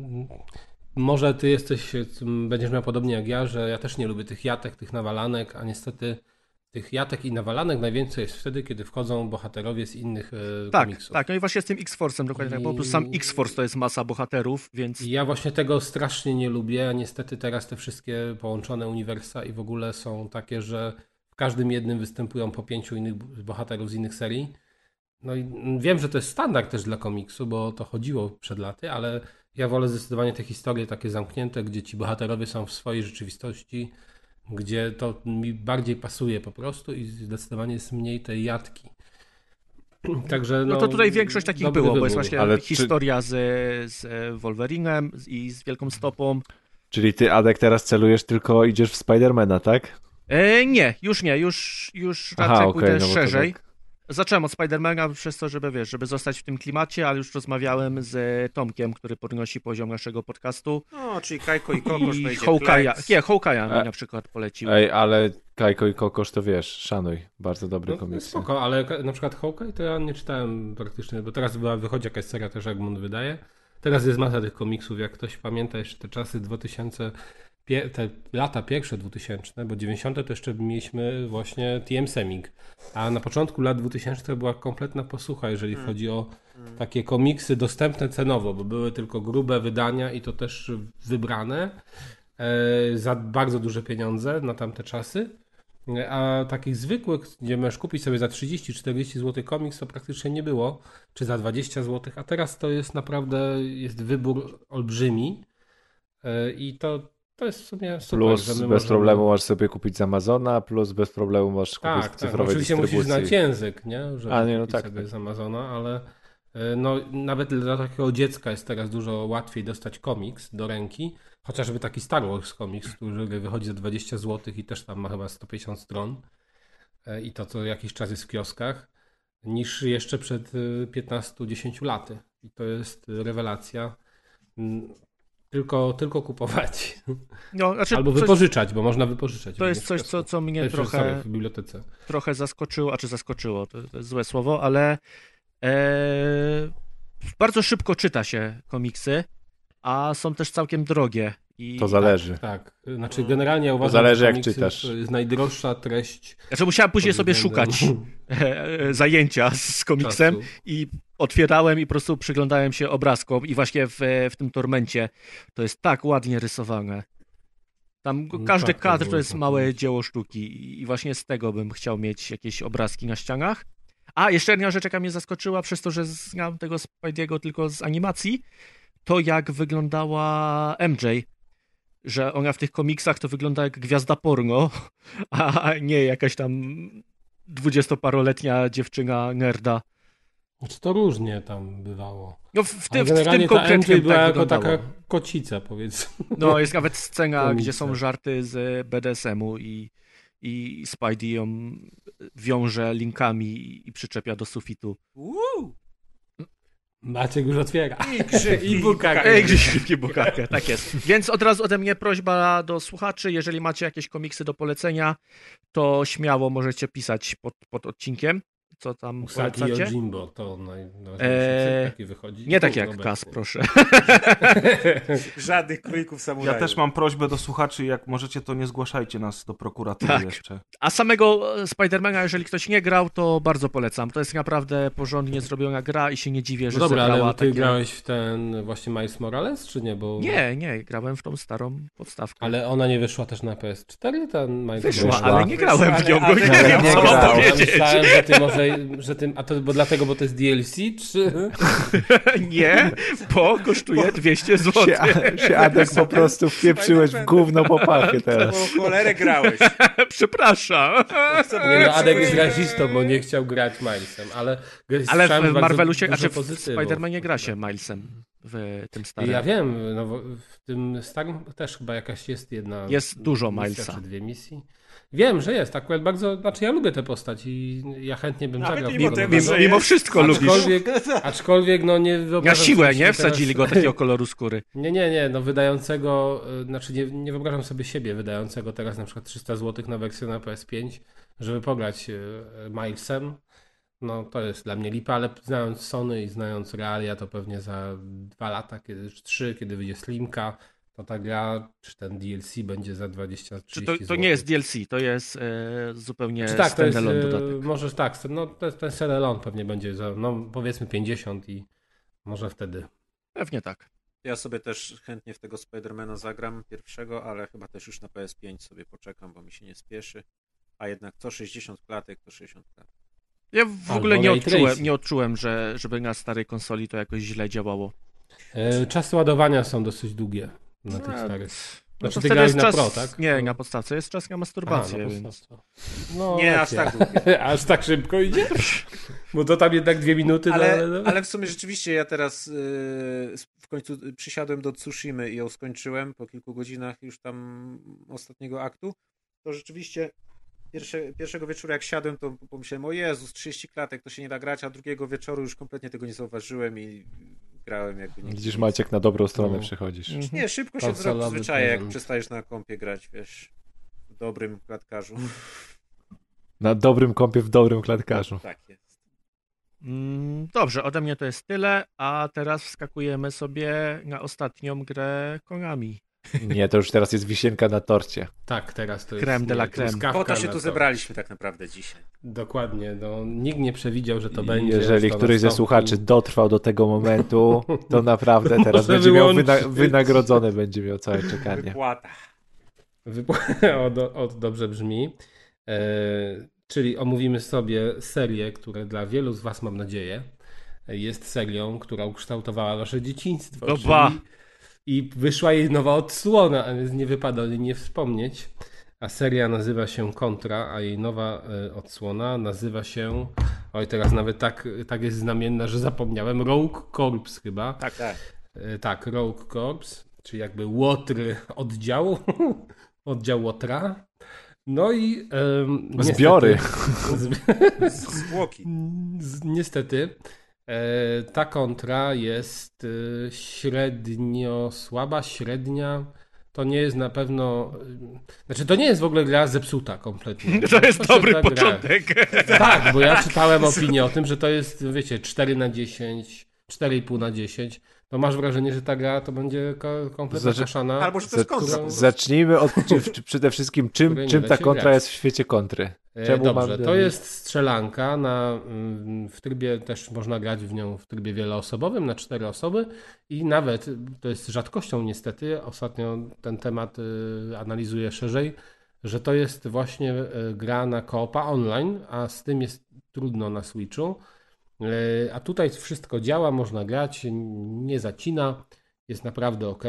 może ty będziesz miał podobnie jak ja, że ja też nie lubię tych jatek, tych nawalanek, a niestety tych jatek i nawalanek najwięcej jest wtedy, kiedy wchodzą bohaterowie z innych komiksów. Tak, no i właśnie z tym X-Force'em dokładnie, bo sam X-Force to jest masa bohaterów, więc... I ja właśnie tego strasznie nie lubię, a niestety teraz te wszystkie połączone uniwersa i w ogóle są takie, że w każdym jednym występują po 5 innych bohaterów z innych serii. No i wiem, że to jest standard też dla komiksu, bo to chodziło przed laty, ale ja wolę zdecydowanie te historie takie zamknięte, gdzie ci bohaterowie są w swojej rzeczywistości, gdzie to mi bardziej pasuje po prostu i zdecydowanie jest mniej tej jatki. Także no to tutaj większość takich było, bo jest właśnie historia z Wolverinem i z Wielką Stopą. Czyli ty, Adek, teraz celujesz tylko idziesz w Spidermana, tak? Nie, już raczej pójdę szerzej. Tak. Zacząłem od Spidermana przez to, żeby zostać w tym klimacie, ale już rozmawiałem z Tomkiem, który podnosi poziom naszego podcastu. No, czyli Kajko i Kokosz i Hawkeye'a mi na przykład polecił. Ej, ale Kajko i Kokosz to wiesz, szanuj, bardzo dobry komiks. Spoko, ale na przykład Hawkeye to ja nie czytałem praktycznie, bo teraz wychodzi jakaś seria też, jak on wydaje. Teraz jest masa tych komiksów, jak ktoś pamięta jeszcze te czasy 2000, te lata pierwsze 2000, bo 90 to jeszcze mieliśmy właśnie TM Semik, a na początku lat 2000 była kompletna posłucha, jeżeli chodzi o takie komiksy dostępne cenowo, bo były tylko grube wydania i to też wybrane za bardzo duże pieniądze na tamte czasy, a takich zwykłych, gdzie możesz kupić sobie za 30-40 zł komiks, to praktycznie nie było, czy za 20 zł, a teraz to jest naprawdę, jest wybór olbrzymi i to jest w sumie super. Plus bez problemu możesz sobie kupić z Amazona, plus bez problemu możesz kupić z cyfrowej oczywiście dystrybucji. Musisz znać język, nie? Żeby kupić tak, sobie z Amazona, ale no, nawet dla takiego dziecka jest teraz dużo łatwiej dostać komiks do ręki, chociażby taki Star Wars komiks, który wychodzi za 20 zł i też tam ma chyba 150 stron i to co jakiś czas jest w kioskach, niż jeszcze przed 15-10 laty. I to jest rewelacja. Tylko kupować. No, znaczy albo wypożyczać, bo można wypożyczać. To jest coś, co mnie trochę w bibliotece. Trochę zaskoczyło, to jest złe słowo, ale bardzo szybko czyta się komiksy, a są też całkiem drogie To zależy. Tak. Znaczy generalnie uważam, zależy, że jak czytasz. To jest najdroższa treść. Znaczy musiałem później sobie szukać zajęcia z komiksem i otwierałem i po prostu przyglądałem się obrazkom i właśnie w tym Tormencie to jest tak ładnie rysowane. Tam każdy kadr to jest małe dzieło sztuki i właśnie z tego bym chciał mieć jakieś obrazki na ścianach. A jeszcze jedna rzecz, jaka mnie zaskoczyła, przez to, że znam tego Spidey'ego tylko z animacji, to jak wyglądała MJ, że ona w tych komiksach to wygląda jak gwiazda porno, a nie jakaś tam 20-paroletnia dziewczyna nerda. Znaczy to różnie tam bywało. No w tym konkretnie była tak jako taka kocica, powiedzmy. No jest nawet scena, gdzie są żarty z BDSM-u i Spidey ją wiąże linkami i przyczepia do sufitu. Maciek już otwiera. I bukarkę. I bukarkę, tak jest. Więc od razu ode mnie prośba do słuchaczy, jeżeli macie jakieś komiksy do polecenia, to śmiało możecie pisać pod odcinkiem, co tam polecacie. Jimbo, to najważniejsze, taki wychodzi. Nie tak jak Kas, proszę. Żadnych królików samurajów. Ja też mam prośbę do słuchaczy, jak możecie, to nie zgłaszajcie nas do prokuratury jeszcze. A samego Spidermana, jeżeli ktoś nie grał, to bardzo polecam. To jest naprawdę porządnie zrobiona gra i się nie dziwię, że dobra, ale ty grałeś w ten właśnie Miles Morales, czy nie? Bo... Nie, grałem w tą starą podstawkę. Ale ona nie wyszła też na PS4? Ten Miles wyszła, ale nie grałem w nią, bo nie wiem, co mam powiedzieć. Myślałem, że ty może... A to dlatego, bo to jest DLC, czy... Nie, bo kosztuje 200 zł. Się Adek po prostu wpieprzyłeś w gówno popachy teraz. Bo cholerę grałeś. Przepraszam. Nie, Adek jest rasistą, bo nie chciał grać Milesem, ale w Marvelu się, w Spider-Manie gra się Milesem. W tym starym. Ja wiem, w tym starym też chyba jakaś jest jedna... Jest dużo Milesa. Czy 2 misji. Wiem, że jest. Akurat bardzo... Znaczy ja lubię tę postać i ja chętnie bym zagrał. Mimo wszystko lubisz. Aczkolwiek nie wyobrażam na siłę, nie? Wsadzili go takiego koloru skóry. Nie, wydającego... Znaczy nie wyobrażam sobie siebie wydającego teraz na przykład 300 zł na wersję na PS5, żeby pograć Milesem. No to jest dla mnie lipa, ale znając Sony i znając realia, to pewnie za 2 lata, 3, kiedy wyjdzie Slimka, to ta gra, czy ten DLC będzie za 20-30 zł. To nie jest DLC, to jest zupełnie standalone dodatek. Może tak, ten standalone pewnie będzie za, powiedzmy 50 i może wtedy. Pewnie tak. Ja sobie też chętnie w tego Spidermana zagram pierwszego, ale chyba też już na PS5 sobie poczekam, bo mi się nie spieszy. A jednak co 60 klatek, to 60 klatek. Ja w ogóle nie odczułem, żeby na starej konsoli to jakoś źle działało. Czasy ładowania są dosyć długie na tych starych. Znaczy ty grałeś na Pro, tak? Nie, na podstawce jest czas na masturbację. Więc... nie, aż tak długie. Aż tak szybko idzie? Bo to tam jednak 2 minuty. Ale w sumie rzeczywiście ja teraz w końcu przysiadłem do Tsushimy i ją skończyłem po kilku godzinach już tam ostatniego aktu. To rzeczywiście pierwszego wieczoru jak siadłem, to pomyślałem, o Jezus, 30 klatek, to się nie da grać, a drugiego wieczoru już kompletnie tego nie zauważyłem i grałem jakby nie. Widzisz, Maciek, na dobrą stronę przychodzisz. Nie, szybko się zwyczaje, jak przestajesz na kompie grać, wiesz, w dobrym klatkarzu. Na dobrym kompie w dobrym klatkarzu. Tak jest. Dobrze, ode mnie to jest tyle, a teraz wskakujemy sobie na ostatnią grę Konami. Nie, to już teraz jest wisienka na torcie. Tak, teraz to jest... Creme de la creme. Po to się tu zebraliśmy tak naprawdę dzisiaj. Dokładnie, nikt nie przewidział, że to będzie. Jeżeli któryś ze słuchaczy dotrwał do tego momentu, to naprawdę teraz będzie miał wynagrodzone, będzie miał całe czekanie. Wypłata. Dobrze brzmi. Czyli omówimy sobie serię, która dla wielu z was, mam nadzieję, jest serią, która ukształtowała wasze dzieciństwo. I wyszła jej nowa odsłona, a więc nie wypada o niej nie wspomnieć. A seria nazywa się Contra, a jej nowa odsłona nazywa się... Oj, teraz nawet tak jest znamienna, że zapomniałem. Rogue Corps chyba. Tak. Tak, Rogue Corps, czyli jakby łotry oddziału. Oddział łotra. No i... Zbiory. Zwłoki. Niestety... Ta kontra jest średnio słaba, średnia. To nie jest na pewno... Znaczy to nie jest w ogóle gra zepsuta kompletnie. To jest dobry początek. Tak, bo ja czytałem opinię o tym, że to jest, wiecie, 4/10, 4,5/10. to masz wrażenie, że ta gra to będzie kompletna kaszana. Albo że to jest kontra. Zacznijmy od przede wszystkim, czym ta kontra jest w świecie kontry. Dobrze, to jest strzelanka w trybie, też można grać w nią w trybie wieloosobowym na 4 osoby i nawet, to jest rzadkością niestety, ostatnio ten temat analizuję szerzej, że to jest właśnie gra na koopa online, a z tym jest trudno na Switchu. A tutaj wszystko działa, można grać, nie zacina, jest naprawdę ok.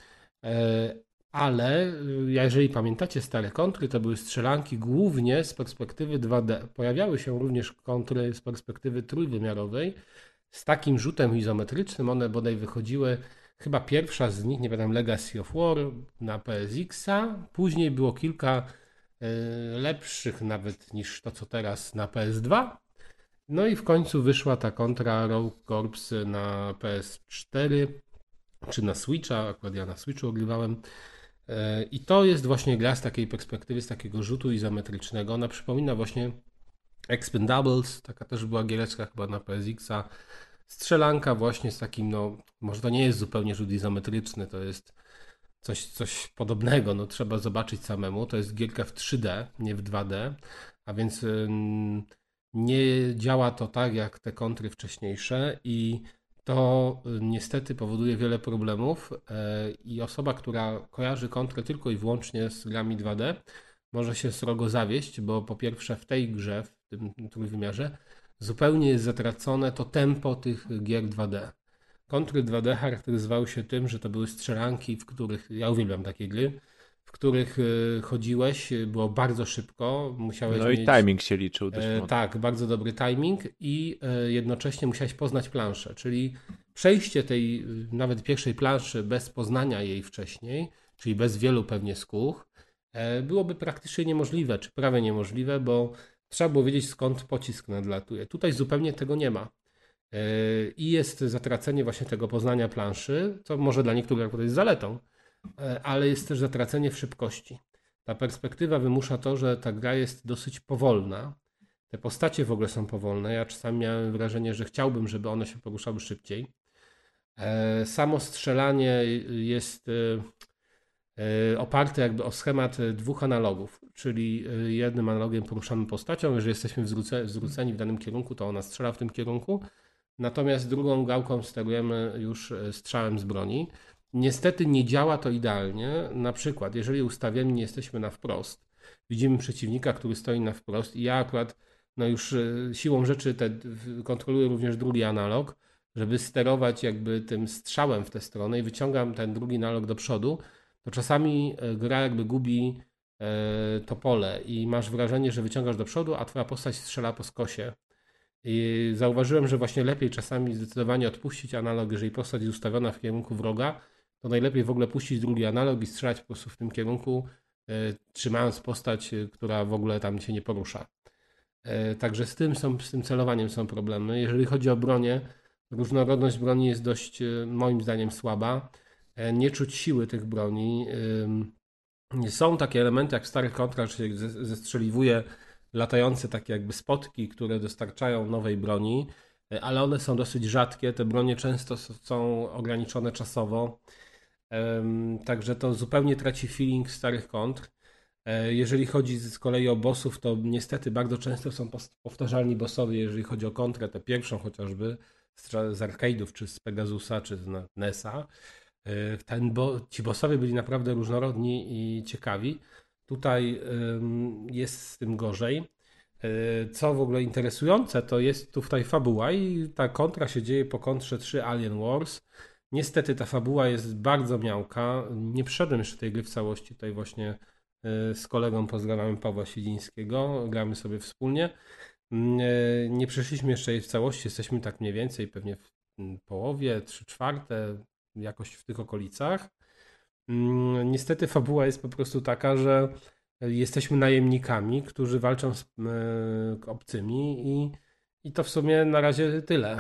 Ale jeżeli pamiętacie stare kontry, to były strzelanki głównie z perspektywy 2D. Pojawiały się również kontry z perspektywy trójwymiarowej z takim rzutem izometrycznym. One bodaj wychodziły, chyba pierwsza z nich, nie pamiętam, Legacy of War na PSX-a. Później było kilka lepszych nawet niż to, co teraz na PS2. No i w końcu wyszła ta kontra Rogue Corps na PS4 czy na Switcha, akurat ja na Switchu ogrywałem. I to jest właśnie gra z takiej perspektywy, z takiego rzutu izometrycznego. Ona przypomina właśnie Expendables, taka też była giereczka chyba na PSX-a. Strzelanka właśnie z takim, no może to nie jest zupełnie rzut izometryczny, to jest coś podobnego, no trzeba zobaczyć samemu. To jest gierka w 3D, nie w 2D, a więc nie działa to tak jak te kontry wcześniejsze i to niestety powoduje wiele problemów i osoba, która kojarzy kontrę tylko i wyłącznie z grami 2D, może się srogo zawieść, bo po pierwsze w tej grze, w tym trójwymiarze, zupełnie jest zatracone to tempo tych gier 2D. Kontry 2D charakteryzowały się tym, że to były strzelanki, w których, ja uwielbiam takie gry, w których chodziłeś, było bardzo szybko, musiałeś mieć... i timing się liczył też. Tak, bardzo dobry timing i jednocześnie musiałeś poznać planszę, czyli przejście tej nawet pierwszej planszy bez poznania jej wcześniej, czyli bez wielu pewnie skóch, byłoby praktycznie niemożliwe, czy prawie niemożliwe, bo trzeba było wiedzieć, skąd pocisk nadlatuje. Tutaj zupełnie tego nie ma. I jest zatracenie właśnie tego poznania planszy, co może dla niektórych akurat jest zaletą, ale jest też zatracenie w szybkości. Ta perspektywa wymusza to, że ta gra jest dosyć powolna. Te postacie w ogóle są powolne. Ja czasami miałem wrażenie, że chciałbym, żeby one się poruszały szybciej. Samo strzelanie jest oparte jakby o schemat 2 analogów, czyli jednym analogiem poruszamy postacią, jeżeli jesteśmy zwróceni w danym kierunku, to ona strzela w tym kierunku, natomiast drugą gałką sterujemy już strzałem z broni. Niestety nie działa to idealnie. Na przykład, jeżeli ustawieni jesteśmy na wprost, widzimy przeciwnika, który stoi na wprost i ja akurat już siłą rzeczy kontroluję również drugi analog, żeby sterować jakby tym strzałem w tę stronę i wyciągam ten drugi analog do przodu, to czasami gra jakby gubi to pole i masz wrażenie, że wyciągasz do przodu, a twoja postać strzela po skosie. I zauważyłem, że właśnie lepiej czasami zdecydowanie odpuścić analog, jeżeli postać jest ustawiona w kierunku wroga, to najlepiej w ogóle puścić drugi analog i strzelać po prostu w tym kierunku, trzymając postać, która w ogóle tam się nie porusza. Także z tym celowaniem są problemy. Jeżeli chodzi o bronię, różnorodność broni jest dość, moim zdaniem, słaba. Nie czuć siły tych broni. Są takie elementy jak w starych kontrach, że się zestrzeliwuje latające takie jakby spotki, które dostarczają nowej broni, ale one są dosyć rzadkie. Te bronie często są ograniczone czasowo. Także to zupełnie traci feeling starych kontr. Jeżeli chodzi z kolei o bossów, to niestety bardzo często są powtarzalni bossowie, jeżeli chodzi o kontrę, tę pierwszą chociażby z arcade'ów, czy z Pegasusa, czy z NES-a. Ci bossowie byli naprawdę różnorodni i ciekawi. Tutaj jest z tym gorzej. Co w ogóle interesujące, to jest tutaj fabuła i ta kontra się dzieje po kontrze 3 Alien Wars. Niestety ta fabuła jest bardzo miałka. Nie przeszedłem jeszcze tej gry w całości. Tutaj właśnie z kolegą pozdrawiamy Pawła Siedzińskiego. Gramy sobie wspólnie. Nie przeszliśmy jeszcze jej w całości. Jesteśmy tak mniej więcej pewnie w połowie, 3/4, jakoś w tych okolicach. Niestety fabuła jest po prostu taka, że jesteśmy najemnikami, którzy walczą z obcymi i to w sumie na razie tyle.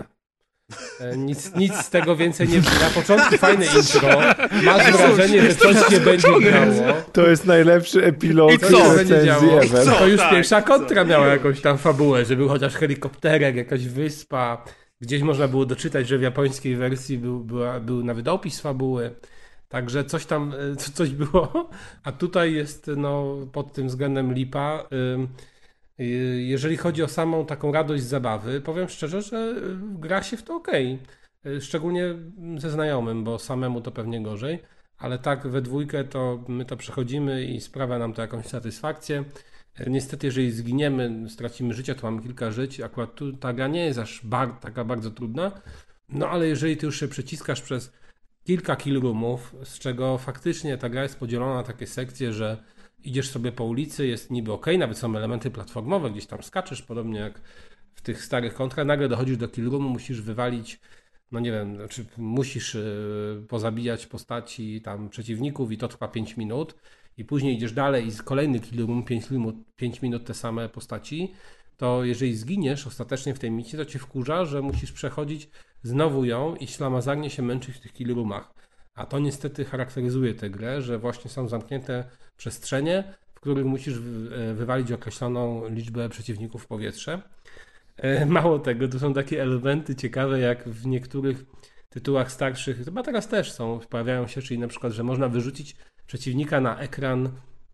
Nic z tego więcej nie... Na początku fajne intro, masz wrażenie, że coś nie będzie grało. To jest najlepszy epilog. I co? To już pierwsza kontra miała jakąś tam fabułę, że był chociaż helikopterek, jakaś wyspa, Gdzieś można było doczytać, że w japońskiej wersji był nawet opis fabuły. Także coś było, a tutaj jest pod tym względem lipa. Jeżeli chodzi o samą taką radość z zabawy, powiem szczerze, że gra się w to okej. Szczególnie ze znajomym, bo samemu to pewnie gorzej, ale tak we dwójkę to my to przechodzimy i sprawia nam to jakąś satysfakcję. Niestety, jeżeli zginiemy, stracimy życie, to mamy kilka żyć. Akurat tu ta gra nie jest aż taka bardzo trudna, ale jeżeli ty już się przeciskasz przez kilka kill roomów, z czego faktycznie ta gra jest podzielona na takie sekcje, że idziesz sobie po ulicy, jest niby okej, nawet są elementy platformowe, gdzieś tam skaczesz, podobnie jak w tych starych kontrach, nagle dochodzisz do kill roomu, musisz wywalić, nie wiem, znaczy musisz pozabijać postaci tam przeciwników i to trwa 5 minut i później idziesz dalej i z kolejny kill room, 5 minut te same postaci, to jeżeli zginiesz ostatecznie w tej misji, to cię wkurza, że musisz przechodzić znowu ją i ślamazarnie się męczyć w tych kill roomach. A to niestety charakteryzuje tę grę, że właśnie są zamknięte przestrzenie, w których musisz wywalić określoną liczbę przeciwników w powietrze. Mało tego, to są takie elementy ciekawe, jak w niektórych tytułach starszych, chyba teraz też pojawiają się, czyli na przykład, że można wyrzucić przeciwnika na ekran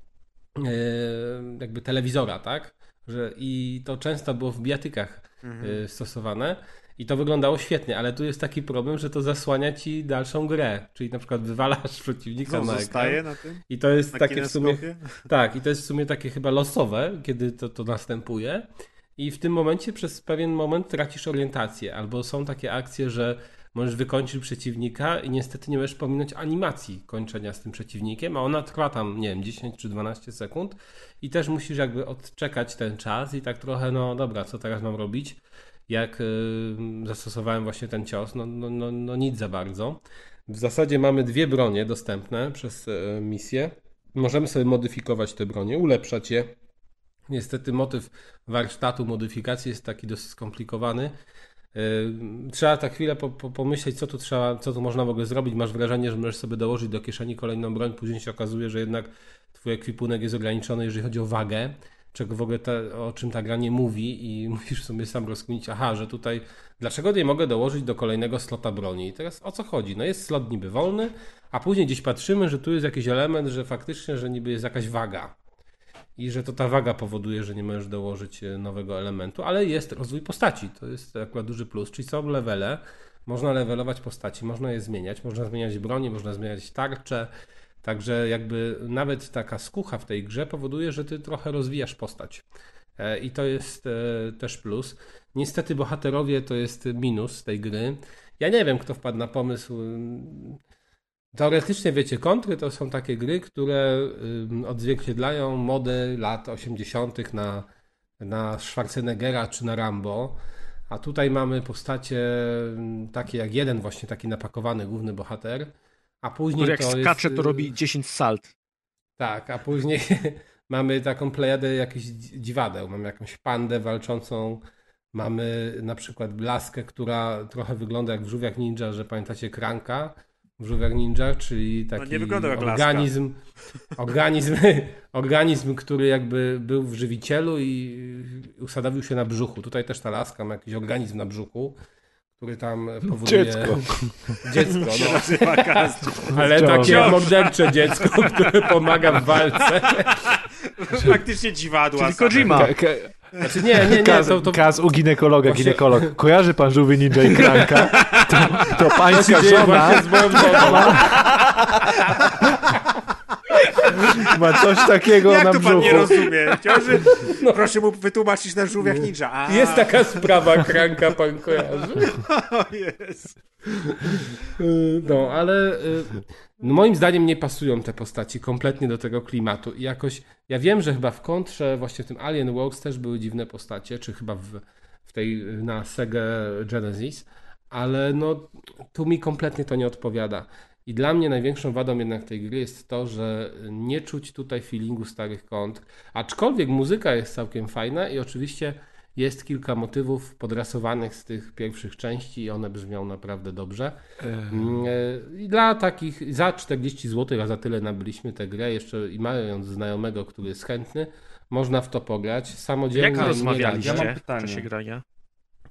jakby telewizora, tak? I to często było w bijatykach stosowane. I to wyglądało świetnie, ale tu jest taki problem, że to zasłania ci dalszą grę. Czyli na przykład wywalasz przeciwnika na ekran. Na tym? I to jest takie w sumie. Tak, i to jest w sumie takie chyba losowe, kiedy to następuje. I w tym momencie przez pewien moment tracisz orientację. Albo są takie akcje, że możesz wykończyć przeciwnika i niestety nie możesz pominąć animacji kończenia z tym przeciwnikiem, a ona trwa tam, nie wiem, 10 czy 12 sekund i też musisz jakby odczekać ten czas i tak trochę, dobra, co teraz mam robić? Jak zastosowałem właśnie ten cios, nic za bardzo. W zasadzie mamy 2 bronie dostępne przez misję. Możemy sobie modyfikować te bronie, ulepszać je. Niestety motyw warsztatu modyfikacji jest taki dosyć skomplikowany. Trzeba tak chwilę pomyśleć, co tu można w ogóle zrobić. Masz wrażenie, że możesz sobie dołożyć do kieszeni kolejną broń, później się okazuje, że jednak twój ekwipunek jest ograniczony, jeżeli chodzi o wagę, czego w ogóle o czym ta gra nie mówi i musisz sobie sam rozkminić, że tutaj dlaczego nie mogę dołożyć do kolejnego slota broni? I teraz o co chodzi? Jest slot niby wolny, a później gdzieś patrzymy, że tu jest jakiś element, że faktycznie, że niby jest jakaś waga i że to ta waga powoduje, że nie możesz dołożyć nowego elementu, ale jest rozwój postaci, to jest akurat duży plus, czyli są levele, można levelować postaci, można je zmieniać, można zmieniać broni, można zmieniać tarcze. Także jakby nawet taka skucha w tej grze powoduje, że ty trochę rozwijasz postać. I to jest też plus. Niestety bohaterowie to jest minus tej gry. Ja nie wiem, kto wpadł na pomysł. Teoretycznie, wiecie, kontry to są takie gry, które odzwierciedlają modę lat 80. na Schwarzeneggera czy na Rambo. A tutaj mamy postacie takie jak jeden właśnie taki napakowany główny bohater. A później jak skacze, to robi 10 salt. Tak, a później mamy taką plejadę jakichś dziwadeł. Mamy jakąś pandę walczącą, mamy na przykład blaskę, która trochę wygląda jak w Żółwiach Ninja, że pamiętacie Kranka w Żółwiach Ninja, czyli taki nie wygląda jak organizm, który jakby był w żywicielu i usadowił się na brzuchu. Tutaj też ta laska ma jakiś organizm na brzuchu, który tam powoduje... Dziecko, ale takie mordercze dziecko, które pomaga w walce. Faktycznie dziwadła. Czyli Kojima. Znaczy nie. Kaz u ginekologa, właśnie... ginekolog. Kojarzy pan Żółwie Ninja i Kranka? To pańska żona... Ma coś takiego jak na brzuchu. Jak to pan nie rozumie? Ciąży? Proszę mu wytłumaczyć na Żółwiach Ninja. Jest taka sprawa, Kranka pan kojarzy. Jest. Ale moim zdaniem nie pasują te postaci kompletnie do tego klimatu. I jakoś, ja wiem, że chyba w kontrze, właśnie w tym Alien Works też były dziwne postacie, czy chyba w tej na Sega Genesis, ale tu mi kompletnie to nie odpowiada. I dla mnie największą wadą jednak tej gry jest to, że nie czuć tutaj feelingu starych kontr, aczkolwiek muzyka jest całkiem fajna i oczywiście jest kilka motywów podrasowanych z tych pierwszych części i one brzmią naprawdę dobrze. I dla takich, za 40 zł, a za tyle nabyliśmy tę grę, jeszcze i mając znajomego, który jest chętny, można w to pograć. Samodzielnie. Jak rozmawialiście ja mam pytanie. w czasie grania?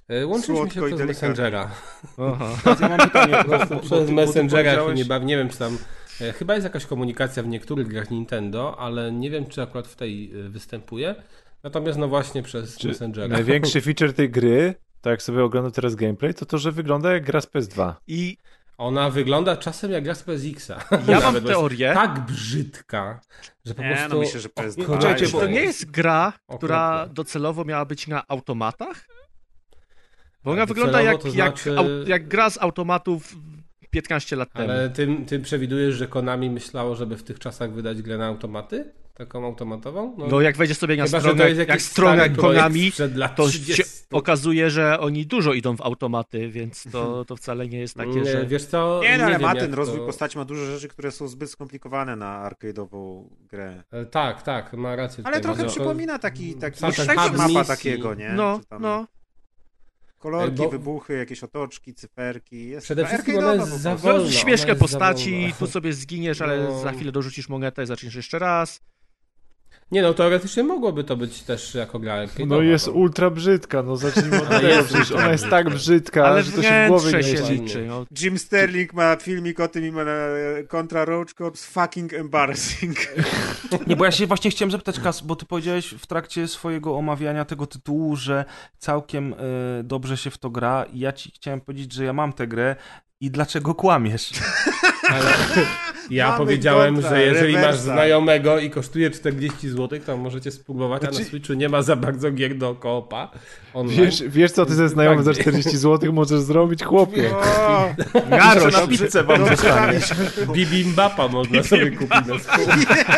Łączyliśmy się przez Messengera. Aha. Ja mam pytanie, przez Messengera nie wiem, czy tam... Chyba jest jakaś komunikacja w niektórych grach Nintendo, ale nie wiem, czy akurat w tej występuje. Natomiast no właśnie przez Messengera. Największy feature tej gry, tak jak sobie oglądam teraz gameplay, to, że wygląda jak gra z PS2. I ona wygląda czasem jak gra z PSX-a. Ja mam teorię. Tak brzydka, że po prostu... No myślę, że PS2. Czy to nie jest gra, która docelowo miała być na automatach? Bo ona wygląda jak gra z automatów 15 lat temu. Ale ty przewidujesz, że Konami myślało, żeby w tych czasach wydać grę na automaty? Taką automatową? No jak wejdziesz sobie na stronę Konami, to się okazuje, że oni dużo idą w automaty, więc to wcale nie jest takie, że... Wiesz co? Ale ma ten rozwój postaci, ma dużo rzeczy, które są zbyt skomplikowane na arcade'ową grę. Tak, ma rację. Ale trochę przypomina taki hub mapa takiego, nie? No. Kolorki, wybuchy, jakieś otoczki, cyferki. Przede wszystkim ona jest za wolna. Śmieszne postaci, tu sobie zginiesz, ale za chwilę dorzucisz monetę i zaczniesz jeszcze raz. Nie no, teoretycznie mogłoby to być też jako gra arcade'owa. No jest ultra brzydka, no zacznijmy od tego, przecież ona jest tak brzydka, ale że to się w głowie nie się liczy. No. Jim Sterling ma filmik o tym i ma na kontra Roach Cops fucking embarrassing. Nie, bo ja się właśnie chciałem zapytać, Kas, bo ty powiedziałeś w trakcie swojego omawiania tego tytułu, że całkiem dobrze się w to gra i ja ci chciałem powiedzieć, że ja mam tę grę i dlaczego kłamiesz? Ale ja powiedziałem, że jeżeli masz znajomego i kosztuje 40 zł, to możecie spróbować, a na Switchu nie ma za bardzo gier do koopa. Wiesz co ty ze znajomym za 40 zł możesz zrobić, chłopie? Garoś na pizzę wam dostanie. Bibimbapa można sobie kupić na Switchu.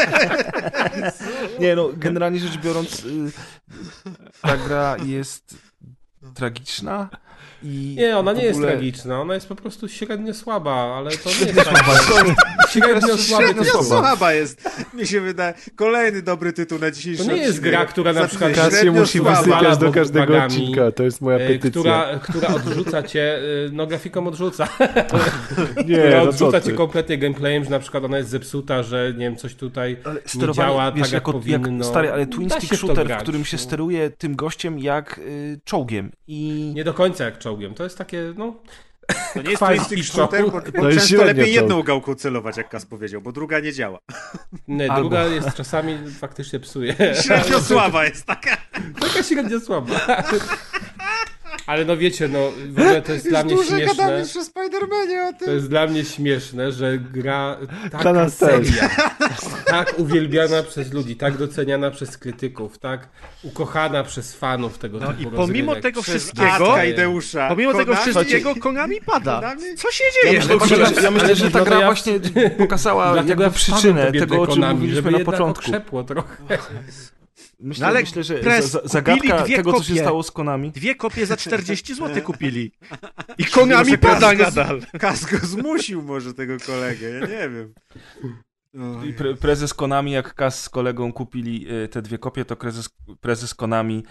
Nie no, generalnie rzecz biorąc, ta gra jest tragiczna. Nie, ona nie jest tragiczna, ona jest po prostu średnio słaba, ale to nie jest średnio słaba jest, mi się wydaje. Kolejny dobry tytuł na dzisiejszy odcinek. To nie jest gra, która na przykład Kasję musi wysypiać do każdego odcinka, to jest moja petycja. Która odrzuca cię, no grafiką odrzuca. Nie, odrzuca cię kompletnie gameplayem, że na przykład ona jest zepsuta, że nie wiem, coś tutaj nie działa tak jak powinno. Stary, ale twin stick shooter, w którym się steruje tym gościem jak czołgiem. I nie do końca jak czołgiem. To jest takie, no... To nie jest twin stick shooter, bo często lepiej jedną gałką celować, jak Kas powiedział, bo druga nie działa. Nie, druga jest czasami faktycznie psuje. Średnio słaba jest taka. Taka średnio słaba. Ale no wiecie, no w ogóle to jest dla mnie śmieszne. To jest dla mnie śmieszne, że gra taka seria, tak uwielbiana przez ludzi, tak doceniana przez krytyków, tak ukochana przez fanów tego typu i pomimo tego wszystkiego, Konami pada. Co się dzieje? Ja myślę, że ta gra właśnie pokazała jakby przyczynę tego, o czym mówiliśmy na początku. Okrzepło trochę. Myślę, że zagadka tego, co się stało z Konami. 2 kopie za 40 zł kupili. I Konami pada nadal. Kas go zmusił może tego kolegę, ja nie wiem. I prezes Konami, jak Kas z kolegą kupili te 2 kopie, to prezes Konami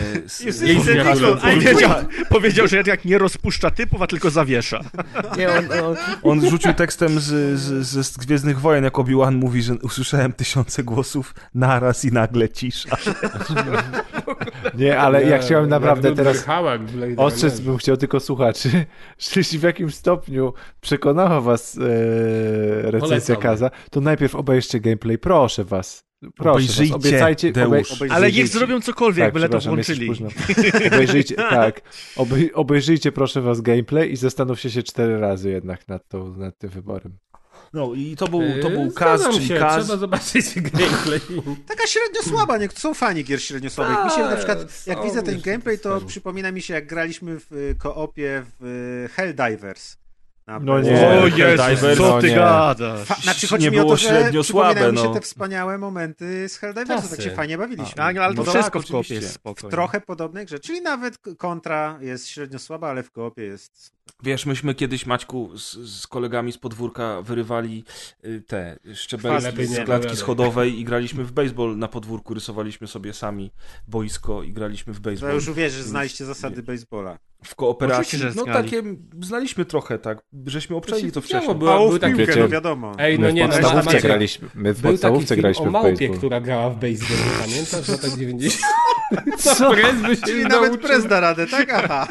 powiedział, że jak nie rozpuszcza typów, a tylko zawiesza. Nie, on rzucił tekstem z Gwiezdnych Wojen, jak Obi-Wan mówi, że usłyszałem 1000 głosów naraz i nagle cisza. Nie, ale ja chciałem naprawdę teraz ostrzec, bym chciał tylko słuchaczy, jeśli w jakimś stopniu przekonała was recenzja Kaza, to najpierw obejrzcie gameplay, proszę was. Obejrzyjcie, obiecajcie, ale niech zrobią cokolwiek, byle to włączyli. Obejrzyjcie proszę was gameplay i zastanówcie się 4 razy jednak nad tym wyborem. No i to był Kaz, czyli Kaz. Trzeba zobaczyć gameplay. Taka średnio słaba, nie? Są fani gier średnio słabych. Mi się na przykład, jak widzę ten gameplay, to przypomina mi się, jak graliśmy w koopie w Helldivers. No nie, o Jezus, co ty gadasz? Znaczy chodzi mi o to, że przypominają mi się te wspaniałe momenty z Helldiversu, tak się fajnie bawiliśmy. Tak, ale to wszystko w koopie jest spokojnie. W trochę podobnej grze, czyli nawet kontra jest średnio słaba, ale w koopie jest super. Wiesz, myśmy kiedyś, Maćku, z kolegami z podwórka wyrywali te szczebelki z klatki schodowej i graliśmy w baseball na podwórku, rysowaliśmy sobie sami boisko i graliśmy w baseball. Ja już uwierzę, że znaliście zasady baseballa. W kooperacji. Oczywiście, no takie znaliśmy trochę, tak. Żeśmy obczajili to wcześniej. Były tak, wiecie, no wiadomo. Ej, no nie, my w podstawówce graliśmy w małpie, baseball. która grała w baseball, pamiętasz? W latach 90. Co? Czyli nawet prez da radę, tak? Aha.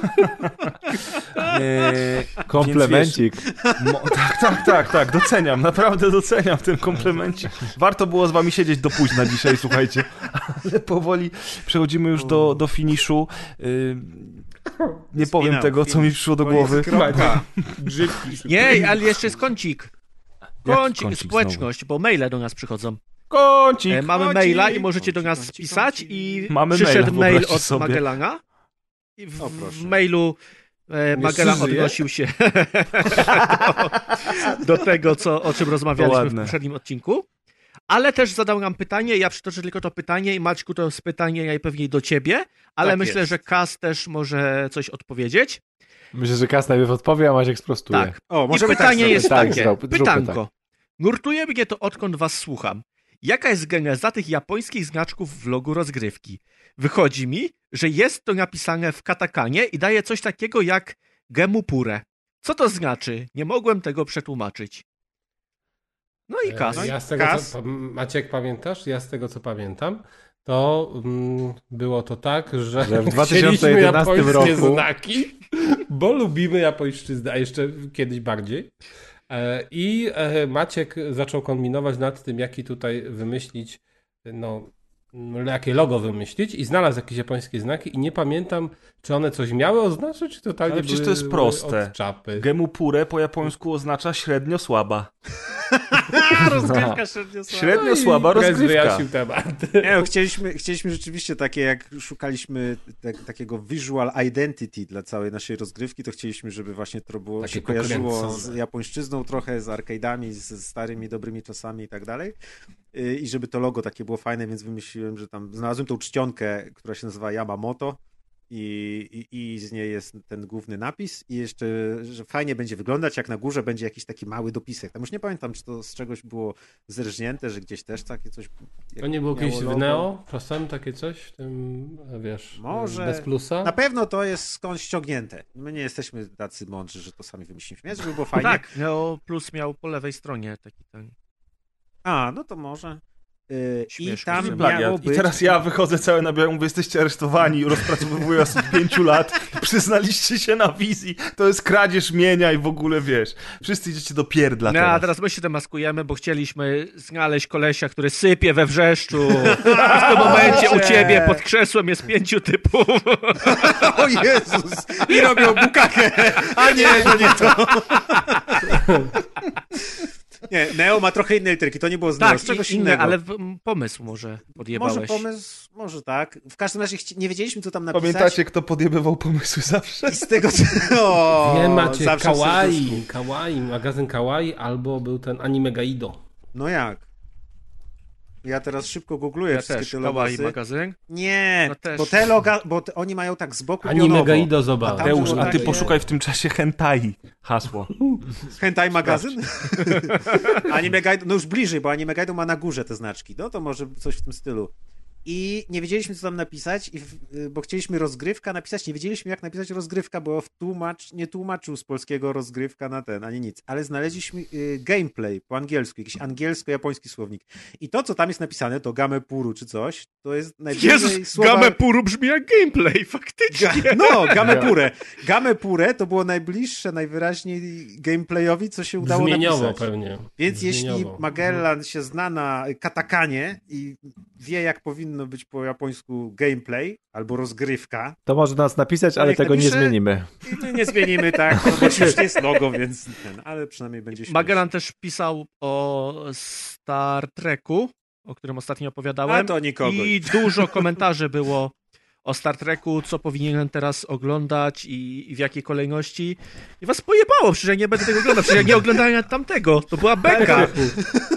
Komplemencik. Tak, doceniam, naprawdę doceniam ten komplemencik. Warto było z wami siedzieć do późna dzisiaj, słuchajcie. Ale powoli przechodzimy już do finiszu. Nie powiem tego, co mi przyszło do głowy. Nie, ale jeszcze jest kącik. Kącik, społeczność, znowu? Bo maile do nas przychodzą. Kącik! Mamy maila i możecie do nas pisać i przyszedł mail od sobie. Magellana i w mailu Magellan odnosił się do tego, o czym rozmawialiśmy w poprzednim odcinku. Ale też zadał nam pytanie, ja przytoczę tylko to pytanie i Maćku, to jest pytanie najpewniej do ciebie, ale tak myślę, że Kas też może coś odpowiedzieć. Myślę, że Kas najpierw odpowie, a Maciek sprostuje. Tak. I pytanie jest takie, pytanko. Nurtuje mnie to, odkąd was słucham. Jaka jest geneza tych japońskich znaczków w logu rozgrywki? Wychodzi mi, że jest to napisane w katakanie i daje coś takiego jak gemupure. Co to znaczy? Nie mogłem tego przetłumaczyć. No i Kas. Ja z tego, Maciek, pamiętasz? Ja z tego, co pamiętam, to było to tak, że w 2011 roku znaki, bo lubimy japońszczyznę, a jeszcze kiedyś bardziej. I Maciek zaczął kombinować nad tym, jaki tutaj wymyślić, jakie logo wymyślić i znalazł jakieś japońskie znaki i nie pamiętam, czy one coś miały oznaczać, czy totalnie ale przecież to jest proste. Od czapy. Gemupure po japońsku oznacza średnio słaba. Rozgrywka średnio słaba. Średnio słaba rozgrywka. Wyjaśnił temat. Nie, chcieliśmy rzeczywiście takie, jak szukaliśmy takiego visual identity dla całej naszej rozgrywki, to chcieliśmy, żeby właśnie to było, takie się kojarzyło z japońszczyzną trochę, z arcade'ami, z starymi, dobrymi czasami i tak dalej. I żeby to logo takie było fajne, więc wymyśliłem, że tam znalazłem tą czcionkę, która się nazywa Yamamoto i z niej jest ten główny napis i jeszcze, że fajnie będzie wyglądać, jak na górze będzie jakiś taki mały dopisek. Tam już nie pamiętam, czy to z czegoś było zerżnięte, że gdzieś też takie coś... To nie było kiedyś w Neo? Czasem takie coś? W tym, wiesz, może bez plusa? Na pewno to jest skądś ściągnięte. My nie jesteśmy tacy mądrzy, że to sami wymyśliliśmy. Żeby było fajnie. Tak, Neo Plus miał po lewej stronie taki ten... A, no to może... I tam I teraz ja wychodzę cały na białą, bo jesteście aresztowani, rozpracowuję was od 5 lat, przyznaliście się na wizji, to jest kradzież mienia i w ogóle wiesz, wszyscy idziecie do pierdla teraz. A teraz my się demaskujemy, bo chcieliśmy znaleźć kolesia, który sypie we wrzeszczu. W tym momencie u ciebie pod krzesłem jest 5 typów. O Jezus! I robią bukakę! A nie, to nie to. Nie, Neo ma trochę inne literki, to nie było z Neo, z czegoś innego. Ale pomysł może podjebałeś. Może pomysł, może tak. W każdym razie nie wiedzieliśmy, co tam napisać. Pamiętacie, kto podjebywał pomysły zawsze? I z tego, nie macie Kawaii, magazyn Kawaii, albo był ten Anime Gaido. No jak? Ja teraz szybko googluję wszystkie te Kawaii magazyn? Nie, no bo te loga, bo oni mają tak z boku Anime Gaido, zobacz. Mateusz, a ty poszukaj w tym czasie hentai. Hasło. Hentai magazyn? Anime Gaido, no już bliżej, bo Anime Gaido ma na górze te znaczki. No to może coś w tym stylu. I nie wiedzieliśmy, co tam napisać, bo chcieliśmy rozgrywka napisać, nie wiedzieliśmy, jak napisać rozgrywka, bo nie tłumaczył z polskiego rozgrywka na ten, ani nic. Ale znaleźliśmy gameplay po angielsku, jakiś angielsko-japoński słownik. I to, co tam jest napisane, to gamepuru czy coś, to jest najbliżej słowa... Gamepuru brzmi jak gameplay, faktycznie. Gamepure. Gamepure to było najbliższe, najwyraźniej gameplayowi, co się udało napisać. Pewnie. Więc jeśli Magellan się zna na katakanie i wie, jak powinno być po japońsku gameplay albo rozgrywka, to może nas napisać, ale tego nie zmienimy. I my nie zmienimy, tak, no bo już jest logo, więc ale przynajmniej będzie śmieszne. Magellan też pisał o Star Treku, o którym ostatnio opowiadałem. A to nikogo. I dużo komentarzy było o Star Treku, co powinienem teraz oglądać i w jakiej kolejności. I was pojebało, przecież ja nie będę tego oglądał, przecież ja nie oglądałem tamtego. To była beka.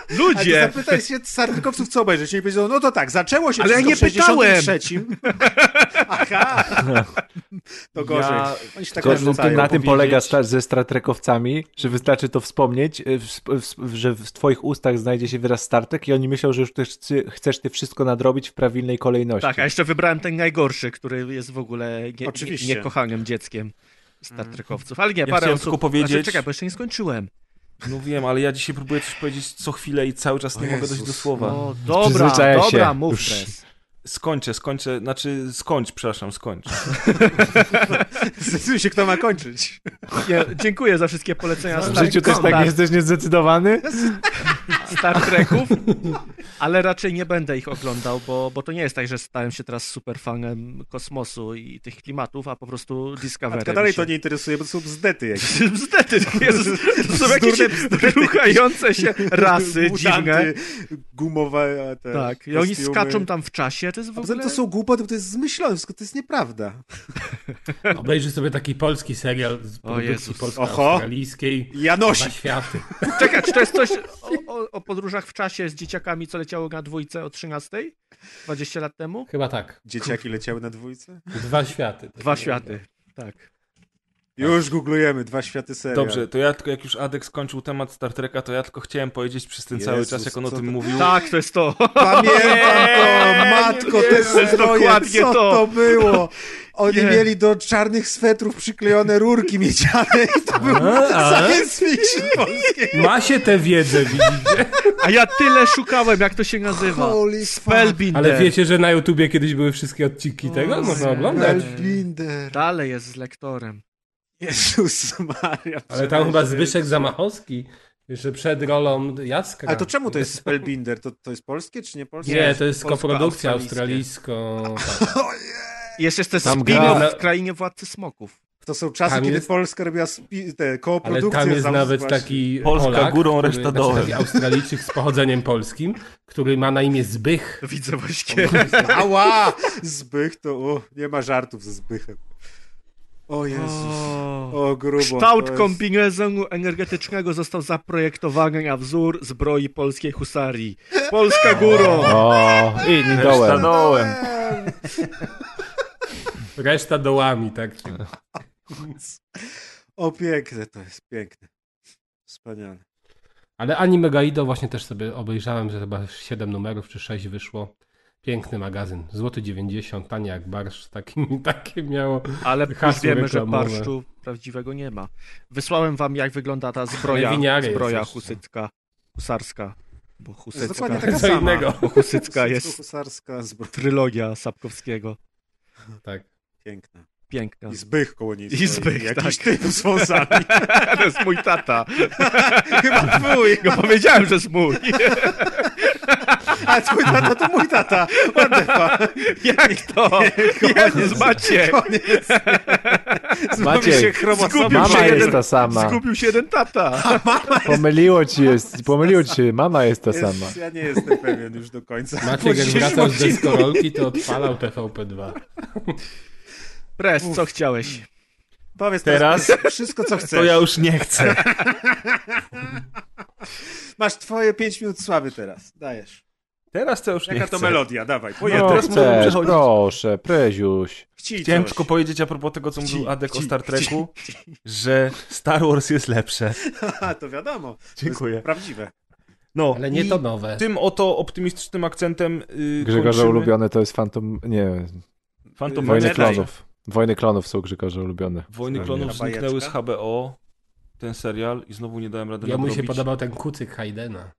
Ludzie! Ale zapytaj się Star Trekowców, co obejrzeć. I powiedzą, no to tak, zaczęło się ale ja nie w 63. Aha! To gorzej. Oni się tak na tym polega ze Star Trekowcami, że wystarczy to wspomnieć, że w twoich ustach znajdzie się wyraz Star Trek i oni myślą, że już chcesz ty wszystko nadrobić w prawilnej kolejności. Tak, a jeszcze wybrałem ten najgorszy, który jest w ogóle niekochanym dzieckiem Star Trekowców. Ale nie, parę osób... tylko powiedzieć... Znaczy, czekaj, bo jeszcze nie skończyłem. No wiem, ale ja dzisiaj próbuję coś powiedzieć co chwilę i cały czas nie mogę dojść do słowa. No, dobra, mów Press. Skończ. Zdecyduj się, kto ma kończyć. Dziękuję za wszystkie polecenia. W życiu też tak jesteś niezdecydowany? Star Treków, ale raczej nie będę ich oglądał, bo to nie jest tak, że stałem się teraz super fanem kosmosu i tych klimatów, a po prostu Discovery. A dalej to nie interesuje, bo to są bzdety jakieś. Bzdety, to są jakieś ruchające się rasy dziwne. Gumowe. Tak, i oni skaczą tam w czasie, to jest w ogóle... To są głupoty, bo to jest zmyślone, wszystko to jest nieprawda. Obejrzyj sobie taki polski serial z produkcji polsko-australijskiej. Janosi. 2 światy. Czekaj, czy to jest coś o podróżach w czasie z dzieciakami, co leciało na 2 o 13? 20 lat temu? Chyba tak. Dzieciaki leciały na 2? 2 światy. 2 światy, tak. Już googlujemy 2 światy serial. Dobrze, to ja tylko jak już Adek skończył temat Star Treka, to ja tylko chciałem powiedzieć przez ten cały czas, jak on o tym mówił. Tak, to jest to. Pamiętam to, matko, to jest dokładnie co to było. Oni mieli do czarnych swetrów przyklejone rurki miedziane i to był science fiction polski. Ma się tę wiedzę, widzicie? A ja tyle szukałem, jak to się nazywa. Spellbinder. Ale wiecie, że na YouTubie kiedyś były wszystkie odcinki tego? Można oglądać. Spellbinder. Dalej jest z lektorem. Jezus Maria. Ale tam chyba Zbyszek Zamachowski jeszcze przed rolą Jacka. Ale to czemu to jest Spellbinder? To jest polskie czy nie polskie? Nie, to jest koprodukcja australijsko... Tak. Jeszcze jest spin-off w Krainie Władcy Smoków. To są czasy, kiedy Polska robiła te koprodukcje. Ale tam jest nawet taki Polska Polak, górą, reszta dołem. Taki Australijczyk z pochodzeniem polskim, który ma na imię Zbych. Widzę właśnie. Ała! Zbych to... nie ma żartów ze Zbychem. O Jezus. O grubo. Kształt kombinezonu energetycznego został zaprojektowany na wzór zbroi polskiej husarii. Polska górą. O, inni dołem. Reszta dołami, tak. O, piękne to jest, piękne. Wspaniale. Ale Anime Gaido właśnie też sobie obejrzałem, że chyba 7 numerów czy 6 wyszło. Piękny magazyn. Złoty 90, tanie jak barszcz. Takie miało. Ale już wiemy, że barszczu prawdziwego nie ma. Wysłałem wam, jak wygląda ta zbroja husarska. Bo husycka. To dokładnie taka sama. Innego. Bo husycka jest husarska zbroja. Trylogia Sapkowskiego. Tak. Piękna. Piękna. I Zbych koło niej I Zbych, jakiś tak. typ z wąsami. To jest mój tata. Chyba twój. No powiedziałem, że jest mój. A twój tata to mój tata. What the fuck? Jak to? Jezus, Maciek. Maciek, mama jest ta sama. Zgubił się jeden tata. Pomyliło ci się, mama jest ta sama. Ja nie jestem pewien już do końca. Maciek, jak wracał z deskorolki, to odpalał TVP2. Press, co chciałeś? Powiedz teraz wszystko, co chcesz. To ja już nie chcę. Masz twoje 5 minut sławy teraz. Dajesz. Teraz to już nie chcę. Jaka to melodia? Dawaj. Teraz możemy przechodzić. Proszę, Preziuś. Chciałem tylko powiedzieć a propos tego, co mówił Adek o Star Treku, że Star Wars jest lepsze. To wiadomo. Dziękuję. To jest prawdziwe. No, ale nie to nowe. Tym oto optymistycznym akcentem Grzegorza ulubione to jest Wojny Klonów. Wojny Klonów są Grzegorza ulubione. Wojny Klonów zniknęły z HBO, ten serial, i znowu nie dałem rady nadrobić. Mu się podobał ten kucyk Haydena.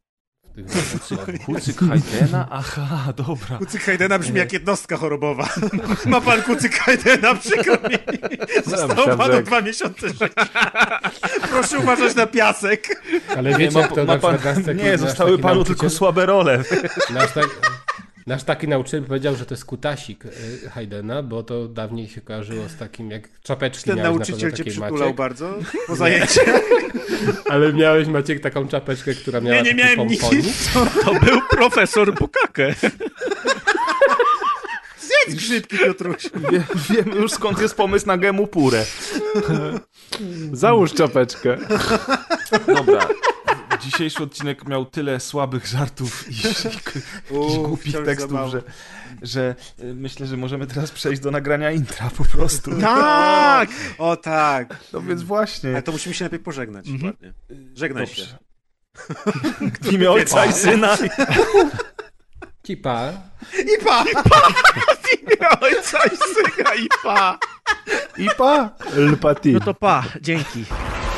Kucyk Haydena? Aha, dobra. Kucyk Haydena brzmi jak jednostka chorobowa. Ma pan kucyk Haydena, przykro mi. Zostało panu 2 miesiące życia. Proszę uważać na piasek. Ale wiecie, jak to nie, zostały panu tylko słabe role. Nasz taki nauczyciel powiedział, że to jest kutasik Haydena, bo to dawniej się kojarzyło z takim, jak czapeczki ten miałeś nauczyciel na cię Maciek. przytulał bardzo po zajęciach. Ale miałeś, Maciek, taką czapeczkę, która miała nie taki pomponik. To był profesor Bukake. Zjedz grzybki, Piotruś. Wiem już, skąd jest pomysł na Gemu Purę. Załóż czapeczkę. Dobra. Dzisiejszy odcinek miał tyle słabych żartów i głupich tekstów, że myślę, że możemy teraz przejść do nagrania intra po prostu. Tak! O tak! No więc właśnie. Ale to musimy się najpierw pożegnać. Żegnaj się. W imię Ojca i Syna. Kipa. Ipa! W imię Ojca i Syna i pa! Ipa? Lpati. No to pa, dzięki.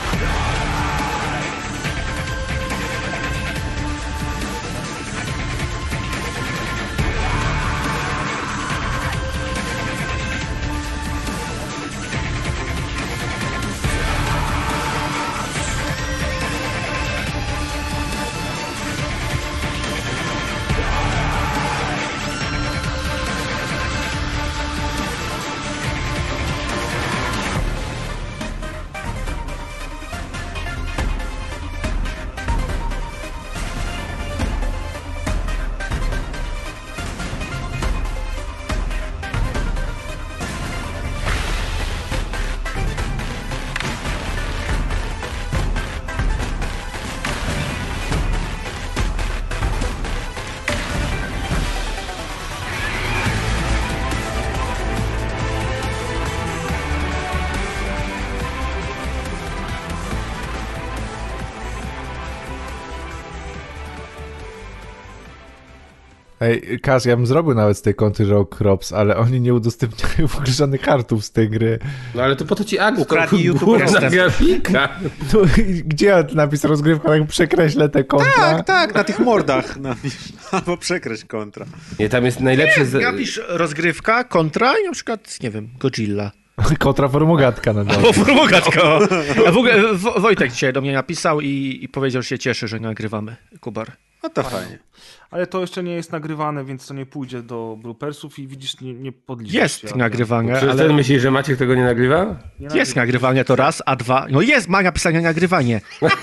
Ej, Kaz, ja bym zrobił nawet z tej konty Rock Crops, ale oni nie udostępniają w ogóle żadnych kartów z tej gry. No ale to po to ci akt, ukradli YouTube'a grafika. No, gdzie ja napis rozgrywka, tak przekreślę te kontra? Tak, na tych mordach napisz. Albo przekreśl kontra. Nie, tam jest najlepsze... Napisz rozgrywka, kontra i na przykład, nie wiem, Godzilla. Kontra formogatka na dole. O, formogatka. A w ogóle Wojtek dzisiaj do mnie napisał i powiedział, że się cieszy, że nagrywamy, Kubar. No to fajnie. Ale to jeszcze nie jest nagrywane, więc to nie pójdzie do bloopersów i widzisz, nie podliczysz. Jest nagrywanie, Czy ale... ten myśli, że Maciek tego nie nagrywa? Jest nagrywanie, to raz, a dwa... No jest, ma napisane nagrywanie.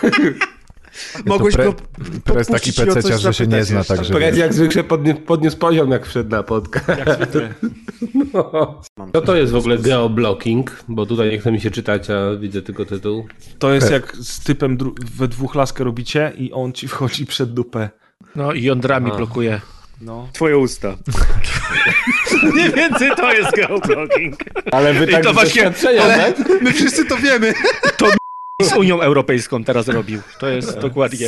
Mogłeś go to jest taki pececiarz, że się nie zna, także... Powiedz, jak zwykle podniósł poziom, jak wszedł na podcast. No. Co to jest w ogóle geoblocking? Bo tutaj nie chce mi się czytać, a widzę tylko tytuł. To jest jak z typem we dwóch laskę robicie i on ci wchodzi przed dupę. No i jądrami blokuje. No. Twoje usta. Mniej więcej to jest geoblocking. Ale wy tak to właśnie, tak? My wszyscy to wiemy. To z Unią Europejską teraz robił. To jest dokładnie.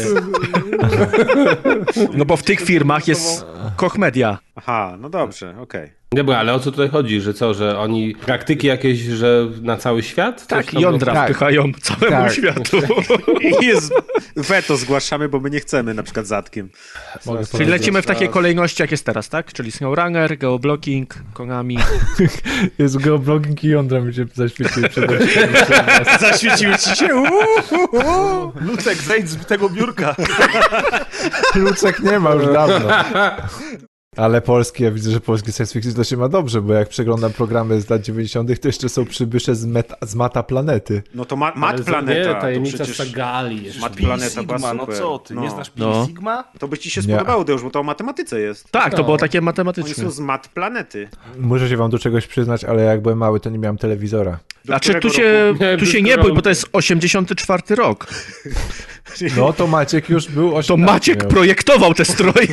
No bo w tych firmach jest Koch Media. Aha, no dobrze, okej. Dobra, ale o co tutaj chodzi? Że co, że oni praktyki jakieś, że na cały świat? Tak, jądra wpychają całemu światu. I jest weto zgłaszamy, bo my nie chcemy, na przykład Zatkiem. Czyli lecimy w takiej kolejności, jak jest teraz, tak? Czyli SnowRunner, geoblocking, Konami. Jest geoblocking i jądra mi się zaświeciły przed oczami. Zaświeciły ci się? Lucek, zejdź z tego biurka. Lucek nie ma już dawno. Ale polski, ja widzę, że polski science fiction to się ma dobrze, bo jak przeglądam programy z lat 90., to jeszcze są przybysze z Mata Planety. No to Mat Planeta. Nie, tajemnica to przecież... Sagali. Mat Planeta Sigma, no co ty, nie znasz Pi Sigma? To by ci się spodobało, Deusz, bo to o matematyce jest. Tak, to było takie Oni matematyczne. są z Mat Planety. Muszę się wam do czegoś przyznać, ale jak byłem mały, to nie miałem telewizora. Znaczy tu się nie bój, bo to jest 84 rok. No to Maciek już był 18. To Maciek projektował te stroje.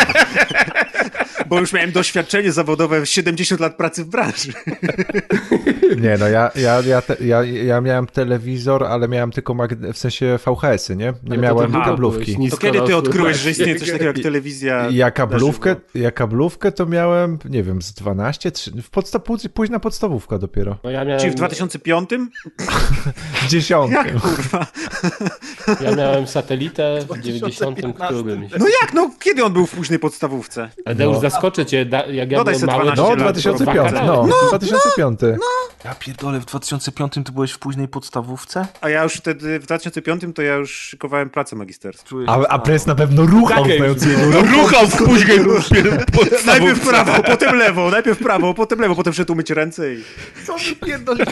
Bo już miałem doświadczenie zawodowe, 70 lat pracy w branży. Nie, no ja miałem telewizor, ale miałem tylko w sensie VHS-y, nie? Nie miałem kablówki. To kiedy ty odkryłeś, że istnieje coś takiego jak telewizja? Ja kablówkę to miałem, nie wiem, z 12, 3, późna podstawówka dopiero. No ja miałem... Czyli w 2005? 10. Jak, kurwa? Ja miałem satelitę w 90 którymś. No jak, no kiedy on był w późnej podstawówce? Deusz, zaskoczę cię, jak ja byłem mały... No, 2005, 2005. Ja pierdolę, w 2005 ty byłeś w późnej podstawówce? A ja już wtedy, w 2005 to ja już szykowałem pracę magisterską. A Press na pewno ruchał znając jego. Ruchał w później podstawówce. Najpierw prawo, potem lewo, najpierw prawo, potem lewo, potem szedł umyć ręce i... Co ty pierdolisz?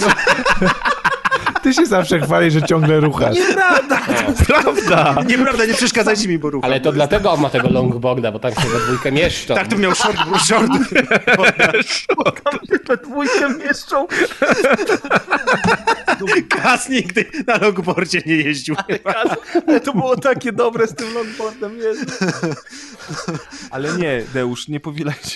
Ty się zawsze chwalisz, że ciągle ruchasz. Nieprawda! Prawda! Nieprawda, nie przeszkadzajcie mi, bo rucham. Ale to dlatego on ma tego longboarda, bo tam się we dwójkę mieszczą. Tak, tu miał short. We dwójkę mieszczą. Gaz nigdy na longboardzie nie jeździł. Ale to było takie dobre z tym longboardem, wiesz. Ale nie, Deusz, nie powielajcie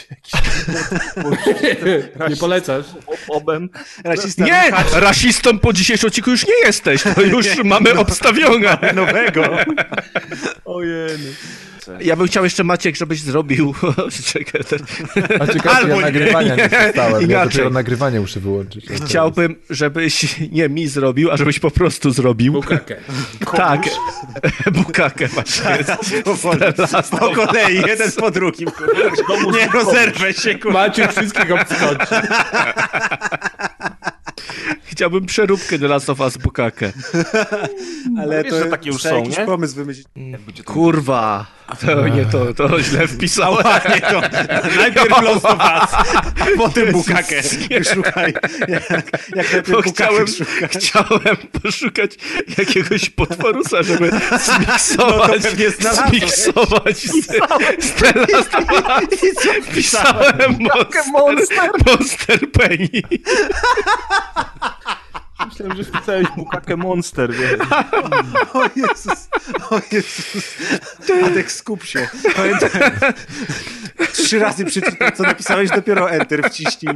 Nie polecasz? Nie! Rasistą po dzisiejszym odcinku już nie jesteś. To już mamy obstawione. Nowego. Ojej. Ja bym chciał jeszcze, Maciek, żebyś zrobił... Czekaj, A ciekawe, ja nagrywania nie przestałem. Ja dopiero nagrywanie muszę wyłączyć. Chciałbym, żebyś nie mi zrobił, a żebyś po prostu zrobił. Bukakę. Tak. Bukakę właśnie. Po kolei, jeden po drugim. Nie rozerwę się, kurwa. Maciek wszystkich obskoczy. Chciałbym przeróbkę do Last of Us Bukakę. Ale wiesz, to że takie już są, jakiś nie? pomysł wymyślić. Kurwa. To nie to źle wpisałem. Nie to. Najpierw Lost of Us, a potem Bukakę. Szukaj. Jak najpierw Bukakę szukać. Chciałem poszukać jakiegoś potworusa, żeby zmiksować. Z The Last of Us. Wpisałem Monster Penny. Myślałem, że wpisałeś Bukakę Monster, wiesz. O Jezus. Adek, skup się. Pamiętam. 3 razy przeczytaj, co napisałeś, dopiero Enter wciśnij.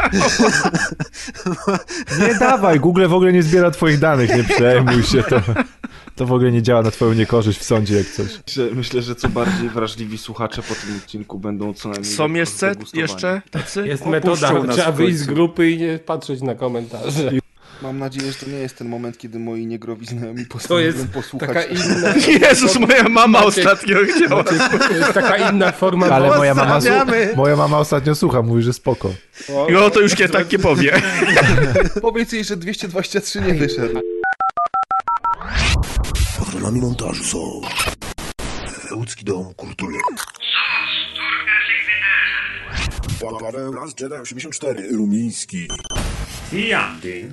Nie dawaj, Google w ogóle nie zbiera twoich danych, nie przejmuj się. To w ogóle nie działa na twoją niekorzyść w sądzie, jak coś. Myślę, że co bardziej wrażliwi słuchacze po tym odcinku będą co najmniej... Są jeszcze tacy? Jest metoda, trzeba wyjść z grupy i nie patrzeć na komentarze. Mam nadzieję, że to nie jest ten moment, kiedy moi niegrowi znajomi postanowią posłuchać. Taka inna... Jezus, moja mama ostatnio chciała. To jest taka inna forma... Ale moja mama ostatnio słucha, mówi, że spoko. No to już nie tak nie powie. Powiedz jej, że 223 nie wyszedł. Patronami montażu są Łódzki Dom Kultury, Paweł Las Jedi 84 Rumiński, Jandy.